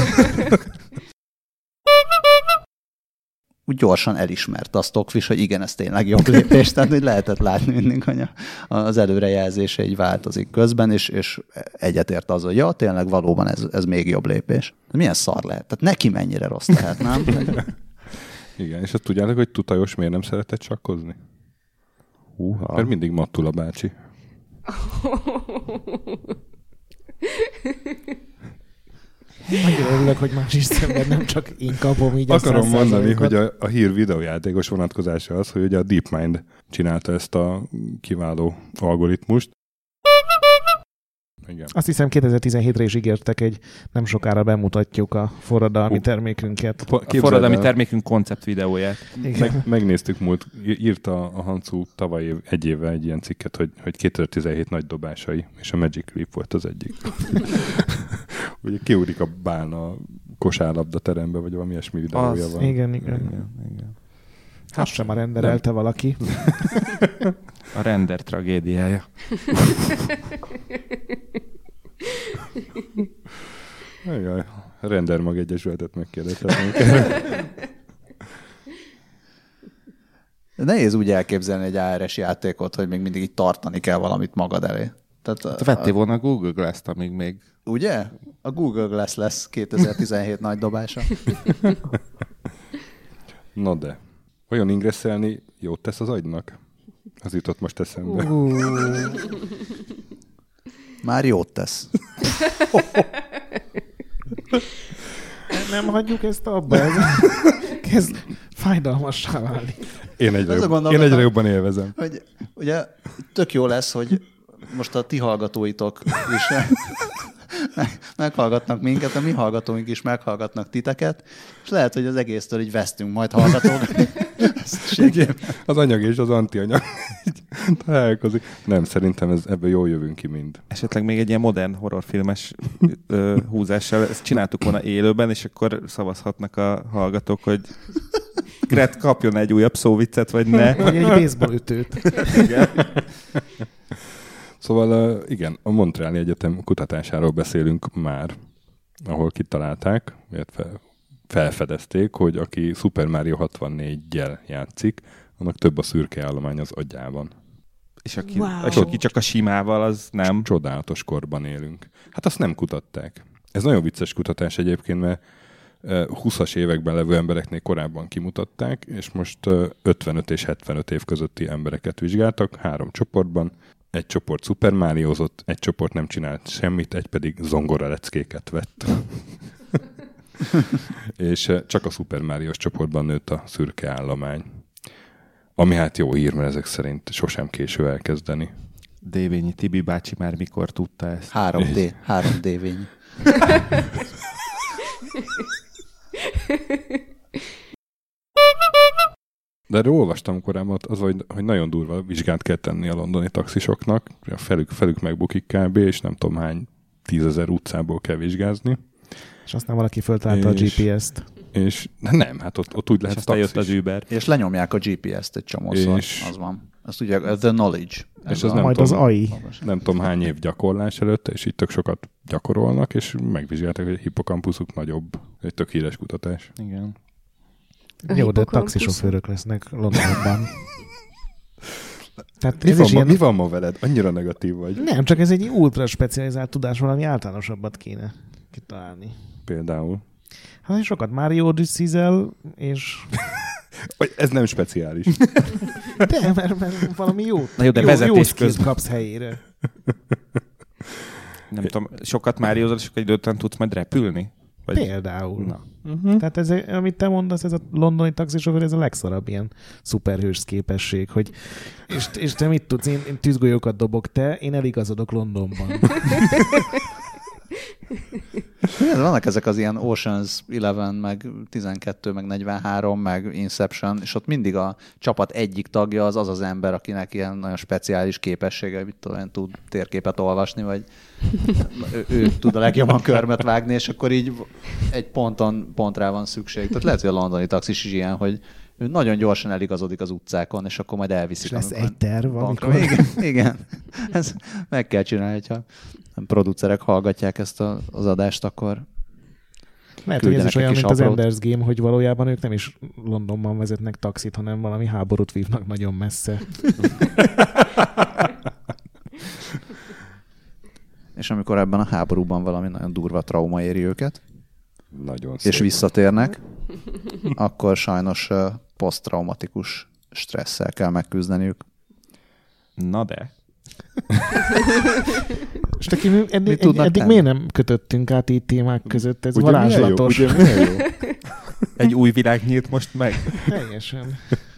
Speaker 13: Úgy gyorsan elismerte a Stockfish, hogy igen, ez tényleg jobb lépés, tehát hogy lehetett látni mindig, hogy az előrejelzése így változik közben, és egyetért az, hogy ja, tényleg valóban ez még jobb lépés. De milyen szar lehet? Tehát neki mennyire rossz lehet, nem?
Speaker 1: Igen, és azt tudjátok, hogy Tutajos miért nem szeretett sakkozni? Mert mindig Mattula bácsi.
Speaker 2: Annyira örülök, hogy más is szemben, nem csak én kapom így.
Speaker 1: Akarom mondani, hogy a hír videójátékos vonatkozása az, hogy ugye a DeepMind csinálta ezt a kiváló algoritmust. Igen.
Speaker 2: Azt hiszem 2017-re is ígértek, nem sokára bemutatjuk a forradalmi termékünket.
Speaker 5: A forradalmi termékünk koncept videóját.
Speaker 1: Megnéztük írta a Hancu tavaly egy éve egy ilyen cikket, hogy 2017 nagy dobásai, és a Magic Leap volt az egyik. Ugye kiúrik a bálna a kosárlabda terembe, vagy valami ilyesmi videója van.
Speaker 2: Igen. Hát sem a renderelte valaki.
Speaker 5: A render tragédiája.
Speaker 1: Jaj, a Render Mag Egyesületet megkérdezhetnénk.
Speaker 13: Nehéz úgy elképzelni egy ARS játékot, hogy még mindig így tartani kell valamit magad elé.
Speaker 5: Tehát vettél volna a Google Glass-t, amíg még...
Speaker 13: Ugye? A Google Glass lesz 2017 nagy dobása.
Speaker 1: No de. Olyan ingresszelni jót tesz az agynak? Az jutott most eszembe.
Speaker 13: Már jót tesz.
Speaker 2: Nem hagyjuk ezt abba. Kezd fájdalmassá válni.
Speaker 1: Én egyre jobban élvezem.
Speaker 13: Hogy, ugye tök jó lesz, hogy most a ti hallgatóitok is meghallgatnak minket, a mi hallgatóink is meghallgatnak titeket, és lehet, hogy az egésztől így vesztünk majd hallgatók.
Speaker 1: Az anyag és az antianyag találkozik. Nem, szerintem ebből jól jövünk ki mind.
Speaker 5: Esetleg még egy ilyen modern horrorfilmes húzással ezt csináltuk volna élőben, és akkor szavazhatnak a hallgatók, hogy Gret kapjon egy újabb szóviccet, vagy ne.
Speaker 2: Vagy egy baseball ütőt.
Speaker 5: Igen.
Speaker 1: Szóval igen, a Montreali Egyetem kutatásáról beszélünk már, ahol kitalálták, illetve felfedezték, hogy aki Super Mario 64-gyel játszik, annak több a szürke állomány az agyában.
Speaker 5: És aki csak a simával, az nem.
Speaker 1: Csodálatos korban élünk. Hát azt nem kutatták. Ez nagyon vicces kutatás egyébként, mert 20-as években levő embereknél korábban kimutatták, és most 55 és 75 év közötti embereket vizsgáltak 3 csoportban. Egy csoport Super Mariozott, egy csoport nem csinált semmit, egy pedig zongoraleckéket vett. És csak a Super Marios csoportban nőtt a szürke állomány. Ami hát jó hír, mert ezek szerint sosem késő elkezdeni.
Speaker 5: Dévényi Tibi bácsi már mikor tudta ezt?
Speaker 13: 3D Dévényi.
Speaker 1: De erről olvastam korábban, az, hogy nagyon durva vizsgát kell tenni a londoni taxisoknak. Felük megbukik kb. És nem tudom hány 10 000 utcából kell vizsgázni.
Speaker 2: És aztán valaki föltalálta a GPS-t.
Speaker 1: És nem, hát ott úgy lehet taxis.
Speaker 5: Jött az Uber.
Speaker 13: És lenyomják a GPS-t egy csomószor. Az van. Azt ugye, the knowledge.
Speaker 1: És az
Speaker 2: majd az AI.
Speaker 1: Nem tudom hány év gyakorlás előtt, és így tök sokat gyakorolnak, és megvizsgálták, hogy a hippokampuszuk nagyobb. Egy tök híres kutatás.
Speaker 5: Igen.
Speaker 2: Jó, de taxisofőrök lesznek Londonban. Tehát
Speaker 1: mi van ma veled? Annyira negatív vagy.
Speaker 2: Nem, csak ez egy ultra specializált tudás, valami általánosabbat kéne kitalálni.
Speaker 1: Például?
Speaker 2: Hát sokat Mario Odyssey-zel, és...
Speaker 1: Ez nem speciális.
Speaker 2: De, mert valami jó.
Speaker 15: Na jó, de vezetés közben
Speaker 2: kapsz helyére.
Speaker 15: Nem tudom, sokat Máriózol, és akkor egy után tudsz majd repülni?
Speaker 2: Vagy... Például. Na. Tehát ez, amit te mondasz, ez a londoni taxisofőr, ez a legszarabb ilyen szuperhős képesség, hogy és te mit tudsz, én tűzgolyókat dobok, én eligazodok Londonban.
Speaker 13: Vannak ezek az ilyen Ocean's 11, meg 12, meg 43, meg Inception, és ott mindig a csapat egyik tagja az ember, akinek ilyen nagyon speciális képessége, mit tudom, tud térképet olvasni, vagy ő tud a legjobban körmet vágni, és akkor így egy pontra van szükség. Tehát lehet, hogy a londoni taxis is ilyen, hogy ő nagyon gyorsan eligazodik az utcákon, és akkor majd elviszik. És
Speaker 2: lesz egy terv, amikor...
Speaker 13: Igen. Ezt meg kell csinálni, hogyha producerek hallgatják ezt az adást, akkor
Speaker 2: lehet, hogy ez is olyan, mint az Ender's Game, hogy valójában ők nem is Londonban vezetnek taxit, hanem valami háborút vívnak nagyon messze.
Speaker 13: És amikor ebben a háborúban valami nagyon durva trauma éri őket,
Speaker 1: nagyon
Speaker 13: és szépen visszatérnek, akkor sajnos poszttraumatikus stresszel kell megküzdeniük.
Speaker 15: Na de.
Speaker 2: És eddig miért nem kötöttünk át így témák között? Ez
Speaker 1: ugye
Speaker 2: varázslatos.
Speaker 1: Milyen jó?
Speaker 15: Egy új világ nyílt most meg.
Speaker 2: Teljesen.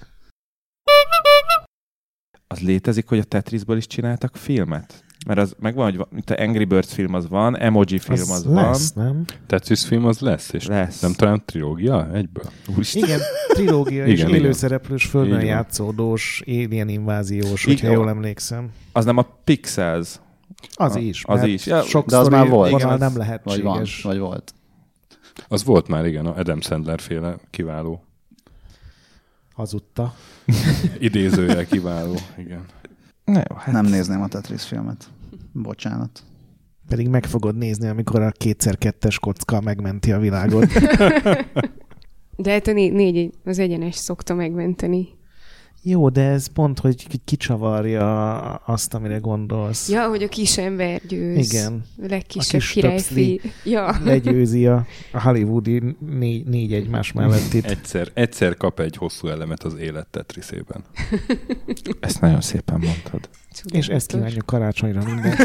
Speaker 15: Az létezik, hogy a Tetrisből is csináltak filmet? Mert az megvan, hogy itt a Angry Birds film az van, Emoji film az
Speaker 2: lesz,
Speaker 15: van.
Speaker 2: Nem?
Speaker 1: Tetris film az lesz, és
Speaker 15: lesz.
Speaker 1: Nem talán trilógia egyből?
Speaker 2: Úristen. Igen, trilógia és élőszereplős, földön játszódós, alien inváziós, hogyha jól emlékszem.
Speaker 15: Az nem a Pixels.
Speaker 2: Az is.
Speaker 15: Az is.
Speaker 13: Ja, de az már volt.
Speaker 2: Igen, nem lehetséges.
Speaker 13: Vagy volt.
Speaker 1: Az volt már, igen, a Adam Sandler féle kiváló.
Speaker 2: Hazudta.
Speaker 1: Idézőjel kiváló, igen.
Speaker 13: Na jó, hát... Nem nézném a Tetris filmet. Bocsánat.
Speaker 2: Pedig meg fogod nézni, amikor a 2x2-es kocka megmenti a világot.
Speaker 22: De hát a az egyenes szokta megmenteni.
Speaker 2: Jó, de ez pont, hogy kicsavarja azt, amire gondolsz.
Speaker 22: Ja, hogy a kis ember győz.
Speaker 2: Igen.
Speaker 22: A legkisebb királyfi. Ja.
Speaker 2: Legyőzi a hollywoodi négy egymás mellett itt.
Speaker 1: Egyszer kap egy hosszú elemet az élet Tetriszében.
Speaker 15: Ezt nagyon szépen mondtad.
Speaker 2: És ezt kívánjuk karácsonyra mindenki.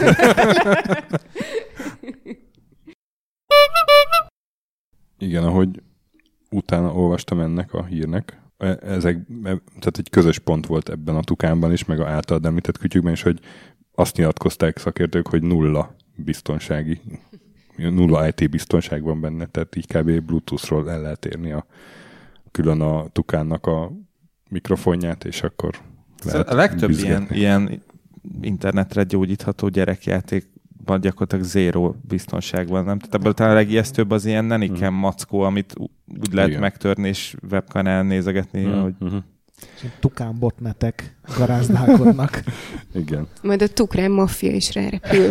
Speaker 1: Igen, ahogy utána olvastam ennek a hírnek, tehát egy közös pont volt ebben a Tukánban is, meg a általad említett kütyükben is, hogy azt nyilatkozták szakértők, hogy nulla IT biztonság van benne, tehát így kb. Bluetooth-ról el lehet érni külön a Tukánnak a mikrofonját, és akkor lehet
Speaker 15: a legtöbb ilyen internetre gyógyítható gyerekjátékban gyakorlatilag zéró biztonság van, nem? Tehát ebből talán a legijesztőbb az ilyen neniken mackó, amit úgy lehet megtörni és webkanál nézegetni, hogy...
Speaker 2: Tukán botnetek garázdálkodnak.
Speaker 1: Igen.
Speaker 22: Majd a Tukrán maffia is rárepül.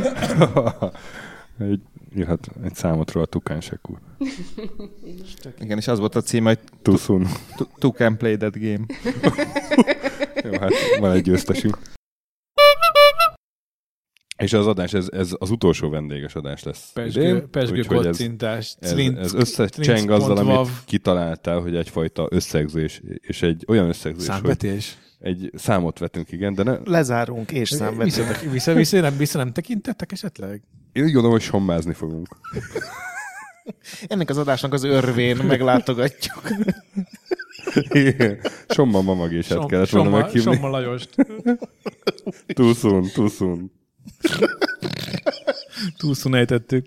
Speaker 1: Írhat egy számot róla a Tukán Sekúr.
Speaker 15: Igen, és az volt a cím, hogy Tukán play that game.
Speaker 1: Jó, hát van egy győztesünk. És az adás, ez az utolsó vendéges adás lesz.
Speaker 11: Pezsgő kocintás.
Speaker 1: Ez összecseng azzal, amit kitaláltál, hogy egyfajta összegzés, és egy olyan összegzés,
Speaker 11: számvetés.
Speaker 1: Hogy egy számot vetünk, igen, de ne...
Speaker 2: Lezárunk, és számvetünk.
Speaker 11: Vissza nem tekintettek esetleg?
Speaker 1: Én úgy gondolom, hogy sommázni fogunk.
Speaker 2: Ennek az adásnak az örvén meglátogatjuk.
Speaker 1: Igen. Somma mamagésát kellett volna meghívni.
Speaker 11: Somma Lajost.
Speaker 1: Too soon.
Speaker 11: Túlszún ejtettük.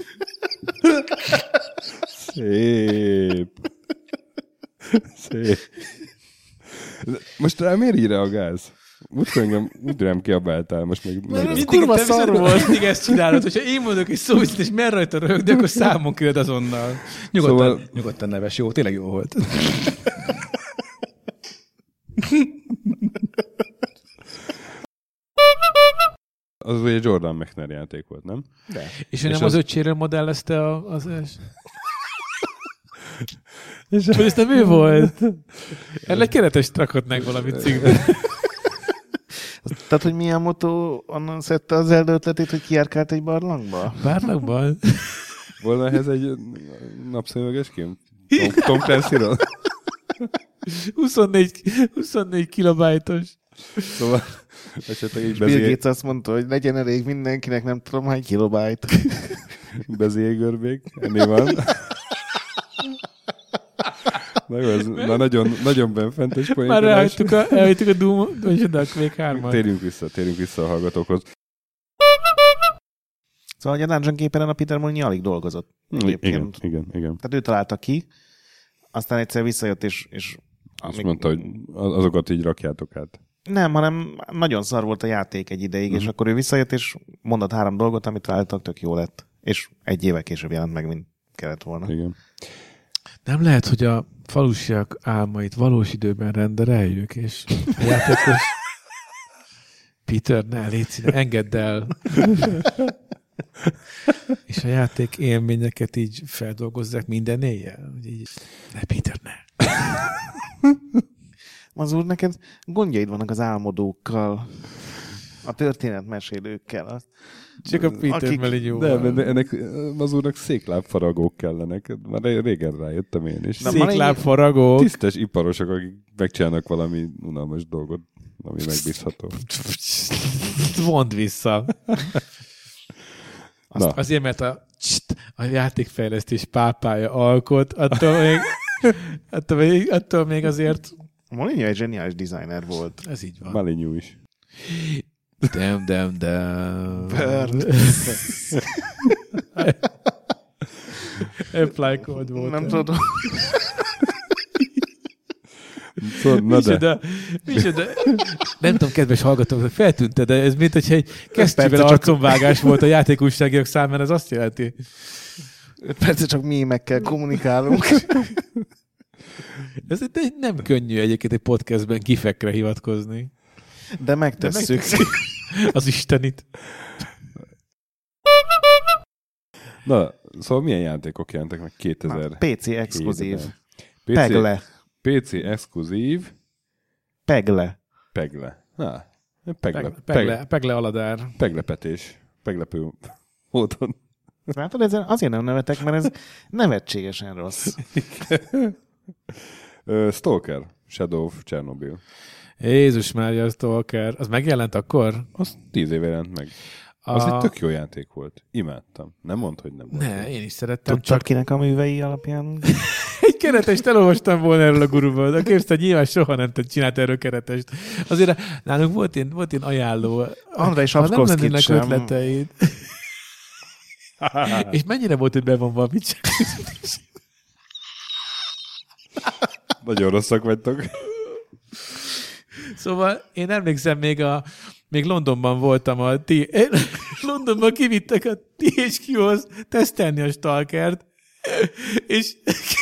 Speaker 1: Szép. Most rá miért így reagálsz? Úgy nem kiabáltál, most meg...
Speaker 11: Mindig kurva szar volt. Mindig ezt csinálod, hogyha én mondok egy szót, és mer rajta röhögni, akkor számon küld azonnal. Nyugodtan neves, jó, tényleg jó volt.
Speaker 1: Az ugye Jordan McNair játék volt, nem?
Speaker 11: De. És nem az öcséről modellezte az és ez nem ő volt? Erre keretes rakhatnánk valamit cikkben.
Speaker 2: Tehát, hogy Miyamoto onnan szedte az Zelda ötletét, hogy kijárkált egy barlangba?
Speaker 11: Barlangban?
Speaker 1: Volna ehhez egy napszemüveges kém? Tom Clancy-ról?
Speaker 11: 24 kilobájtos.
Speaker 1: Szóval esetleg így
Speaker 2: Bill Gates azt mondta, hogy legyen elég mindenkinek, nem tudom hány kilobájt.
Speaker 1: Bezégörbék, ennél van. Na jó, ez nagyon benfentes poénkodás.
Speaker 11: Már elhagytuk a Doom, vagy még 3-at.
Speaker 1: Térjünk vissza a hallgatókhoz.
Speaker 2: Szóval a Dungeon Keeperen a Peter Molyneux alig dolgozott.
Speaker 1: Igen.
Speaker 2: Tehát ő találta ki, aztán egyszer visszajött, és
Speaker 1: azt mondta, hogy azokat így rakjátok át.
Speaker 2: Nem, hanem nagyon szar volt a játék egy ideig, és akkor ő visszajött, és mondott 3 dolgot, amit találtak, tök jó lett. És 1 évvel később jelent meg, mint kellett volna.
Speaker 1: Igen.
Speaker 11: Nem lehet, hogy a falusiak álmait valós időben rendereljük, és a játékos Peter, ne, légy színe, engedd el. És a játék élményeket így feldolgozzák minden éjjel. Így, ne, Peter, ne.
Speaker 2: Mazur, neked gondjaid vannak az álmodókkal, a történetmesélőkkel.
Speaker 11: Csak a Peter mellé jó.
Speaker 1: De ennek Mazurnak széklábfaragók kellenek. Már régen rájöttem én is.
Speaker 11: Széklábfaragók?
Speaker 1: Tisztes iparosok, akik megcsinálnak valami unalmas dolgot, ami megbízható.
Speaker 11: Mondd vissza. Azért, mert a játékfejlesztés pápája alkot, attól még azért...
Speaker 2: Molyneux egy zseniális designer volt.
Speaker 11: Ez így van.
Speaker 1: Molyneux is.
Speaker 11: Damn.
Speaker 2: Bird.
Speaker 11: Apply code volt.
Speaker 2: Nem tudom.
Speaker 11: Micsoda. Nem tudom, kedves hallgatók, feltűnte, de ez mint hogyha egy kesztyűvel arconvágás volt a játékújságírók számára, ez azt jelenti.
Speaker 2: 5 perce csak mémekkel kommunikálunk.
Speaker 11: Ez nem könnyű egyébként egy podcastben gifekre hivatkozni.
Speaker 2: De megtesszük.
Speaker 11: Az Istenit.
Speaker 1: Na, szóval milyen játékok jelentek meg 2000?
Speaker 2: PC exkluzív.
Speaker 1: Pegle. PC exkluzív.
Speaker 2: Pegle.
Speaker 1: Na,
Speaker 11: Pegle aladár.
Speaker 1: Peglepetés. Peglepő módon.
Speaker 2: Látod, azért nem nevetek, mert ez nevetségesen rossz.
Speaker 1: Stalker. Shadow of Chernobyl.
Speaker 11: Jézus Mária, Stalker. Az megjelent akkor?
Speaker 1: Az 10 éve jelent meg. Az egy tök jó játék volt. Imádtam. Nem mondd, hogy nem volt.
Speaker 11: Ne, én is szerettem.
Speaker 2: Tudtad kinek a művei alapján?
Speaker 11: Egy keretest elolvastam volna erről a guruból, de képzeld, hogy nyilván soha nem csinált erről keretest. Azért nálunk volt ilyen ajánló.
Speaker 2: Andrei Sapkowskit sem.
Speaker 11: Ötleteid. És mennyire volt, hogy bevonva a Witcher?
Speaker 1: Nagyon rosszak vagytok.
Speaker 11: Szóval én emlékszem, még Londonban voltam Londonban kivittek a THQ-hoz tesztelni a Stalkert, és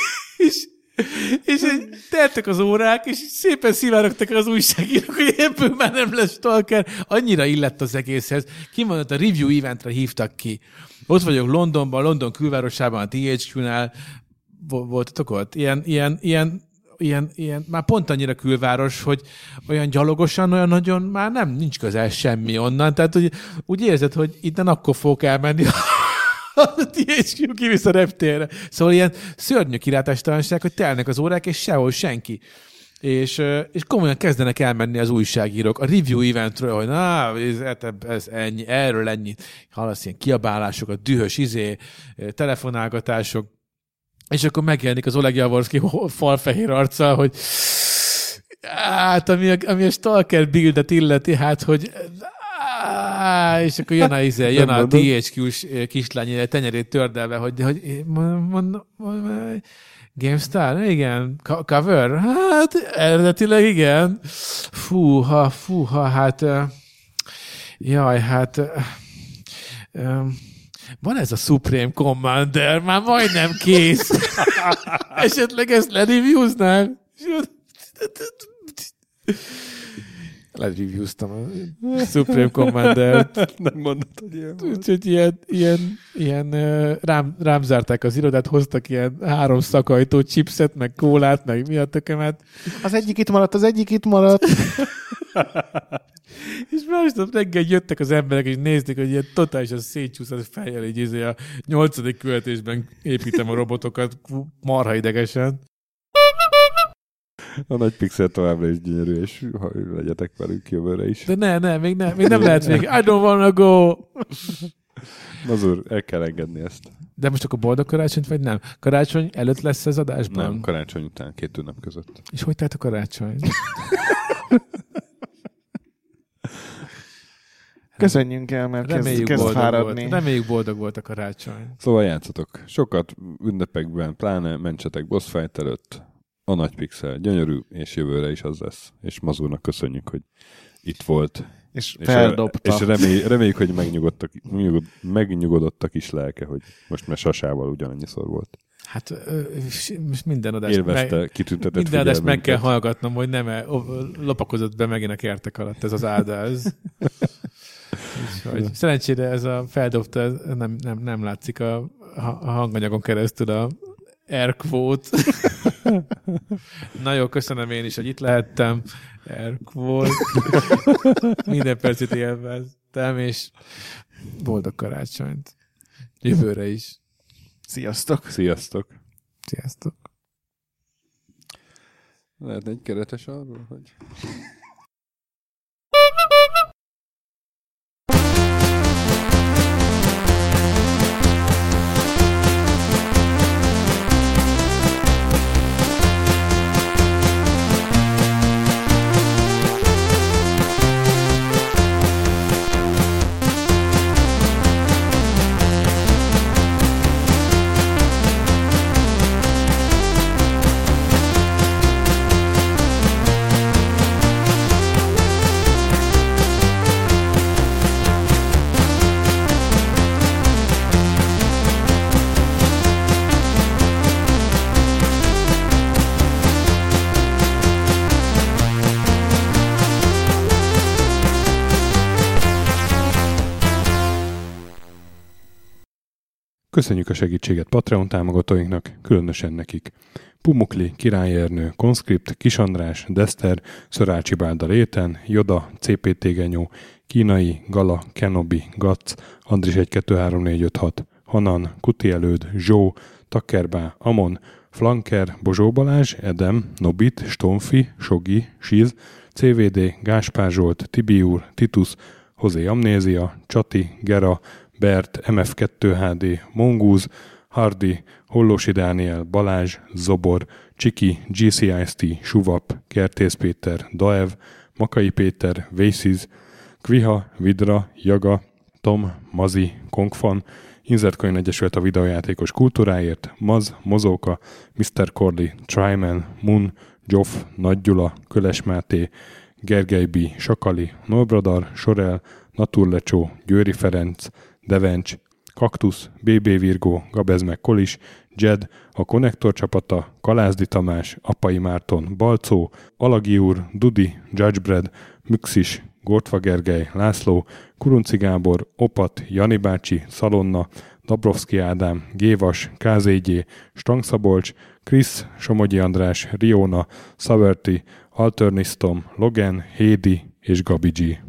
Speaker 11: teltek az órák, és szépen szivárogtak az újságírók, hogy ebből már nem lesz Stalker. Annyira illett az egészhez. Kimondott, a review eventre hívtak ki. Ott vagyok Londonban, London külvárosában, a THQ-nál voltatok ott. Ilyen, már pont annyira külváros, hogy olyan gyalogosan, olyan nagyon már nincs közel semmi onnan. Tehát úgy érzed, hogy innen akkor fogok elmenni a THQ kivisz a reptérre. Szóval ilyen szörnyű kilátástalanság, hogy telnek az órák, és sehol senki. És komolyan kezdenek elmenni az újságírók a review eventről, hogy ez ennyi, erről ennyit. Hallasz ilyen kiabálásokat, dühös telefonálgatások, és akkor megjelenik az Oleg Javorszky falfehér arccal, hogy ami a Stalker buildet illeti, hogy és akkor jön a THQ-s kislány tenyerét tördelve, hogy GameStar? Igen. Cover? Hát eredetileg igen. Fúha, van ez a Supreme Commander, már majdnem kész. Esetleg ezt lereviewznál? Lereviewztam a Supreme Commander-t.
Speaker 1: Nem mondod, hogy ilyen volt.
Speaker 11: Úgyhogy ilyen rám zárták az irodát, hoztak ilyen 3 szakajtó chipset, meg kólát, meg mi a tökemet.
Speaker 2: Az egyik itt maradt.
Speaker 16: És másnap reggel jöttek az emberek, és nézték, hogy ilyen totálisan szétcsúszott fejjel, így a 8. követésben építem a robotokat marha idegesen.
Speaker 1: A nagy pixel továbbra is gyönyörű, és legyetek velünk jövőre is.
Speaker 16: De még nem lehet még. I don't wanna go!
Speaker 1: Mazur, el kell engedni ezt.
Speaker 16: De most akkor boldog karácsonyt, vagy nem? Karácsony előtt lesz ez adásban?
Speaker 1: Nem, karácsony után, 2 nap között.
Speaker 16: És hogy telt a karácsony?
Speaker 2: Köszönjünk el, mert kezd fáradni.
Speaker 16: Reméljük boldog volt a karácsony.
Speaker 1: Szóval játszatok. Sokat ünnepekben, pláne mentsetek boss fight előtt. A nagy pixel gyönyörű, és jövőre is az lesz. És Mazurnak köszönjük, hogy itt volt.
Speaker 2: És feldobta.
Speaker 1: És reméljük, hogy megnyugodottak is lelke, hogy most már Sasával ugyanannyiszor volt.
Speaker 16: Hát most minden adást
Speaker 1: élvezte, kitüntetett
Speaker 16: minden adást meg kell hallgatnom, hogy nem lopakozott be megint a kertek alatt ez az áldás. Szerencsére ez a feldobta, ez nem látszik a hanganyagon keresztül a air quote. Na jó, köszönöm én is, hogy itt lehettem. Air quote. Minden percet élveztem, és boldog karácsonyt. Jövőre is.
Speaker 2: Sziasztok!
Speaker 1: Sziasztok!
Speaker 16: Sziasztok!
Speaker 1: Lehetne egy keretes arról, hogy... Köszönjük a segítséget Patreon támogatóinknak, különösen nekik. Pumukli, Király Ernő, Konszkript, Kis András, Deszter, Szörácsi Bálda Réten, Joda, CPT Genyó, Kínai, Gala, Kenobi, Gac, Andris 1-2-3-4-5-6, Hanan, Kuti Előd, Zsó, Takkerbá, Amon, Flanker, Bozsó Balázs, Edem, Nobit, Stonfi, Sogi, Siz, CVD, Gáspár Zsolt, Tibiúr, Titus, Hozé Amnézia, Csati, Gera, Bert, MF2HD, Mongúz, Hardy, Hollósi Dániel, Balázs, Zobor, Csiki, GCIST, Suvap, Kertész Péter, Daev, Makai Péter, Vésziz, Kviha, Vidra, Jaga, Tom, Mazi, Kongfan, Inzertcoin Egyesület a videójátékos kultúráért, Maz, Mozóka, Mr. Corley, Tryman, Mun, Joff, Nagy Gyula, Köles Máté, Gergely B., Sakali, Norbradar, Sorel, Naturlecsó, Győri Ferenc, Devencs, Kaktusz, BB Virgó, Gabezmek Kolis, Jed, a Konnektor csapata, Kalázdi Tamás, Apai Márton, Balcó, Alagi úr, Dudi, Judgebred, Müxis, Gortva Gergely, László, Kurunci Gábor, Opat, Jani bácsi, Szalonna, Dabrowski Ádám, Gévas, KZG, Stangszabolcs, Krisz, Somogyi András, Riona, Szaverti, Alternisztom, Logan, Hédi és Gabi G.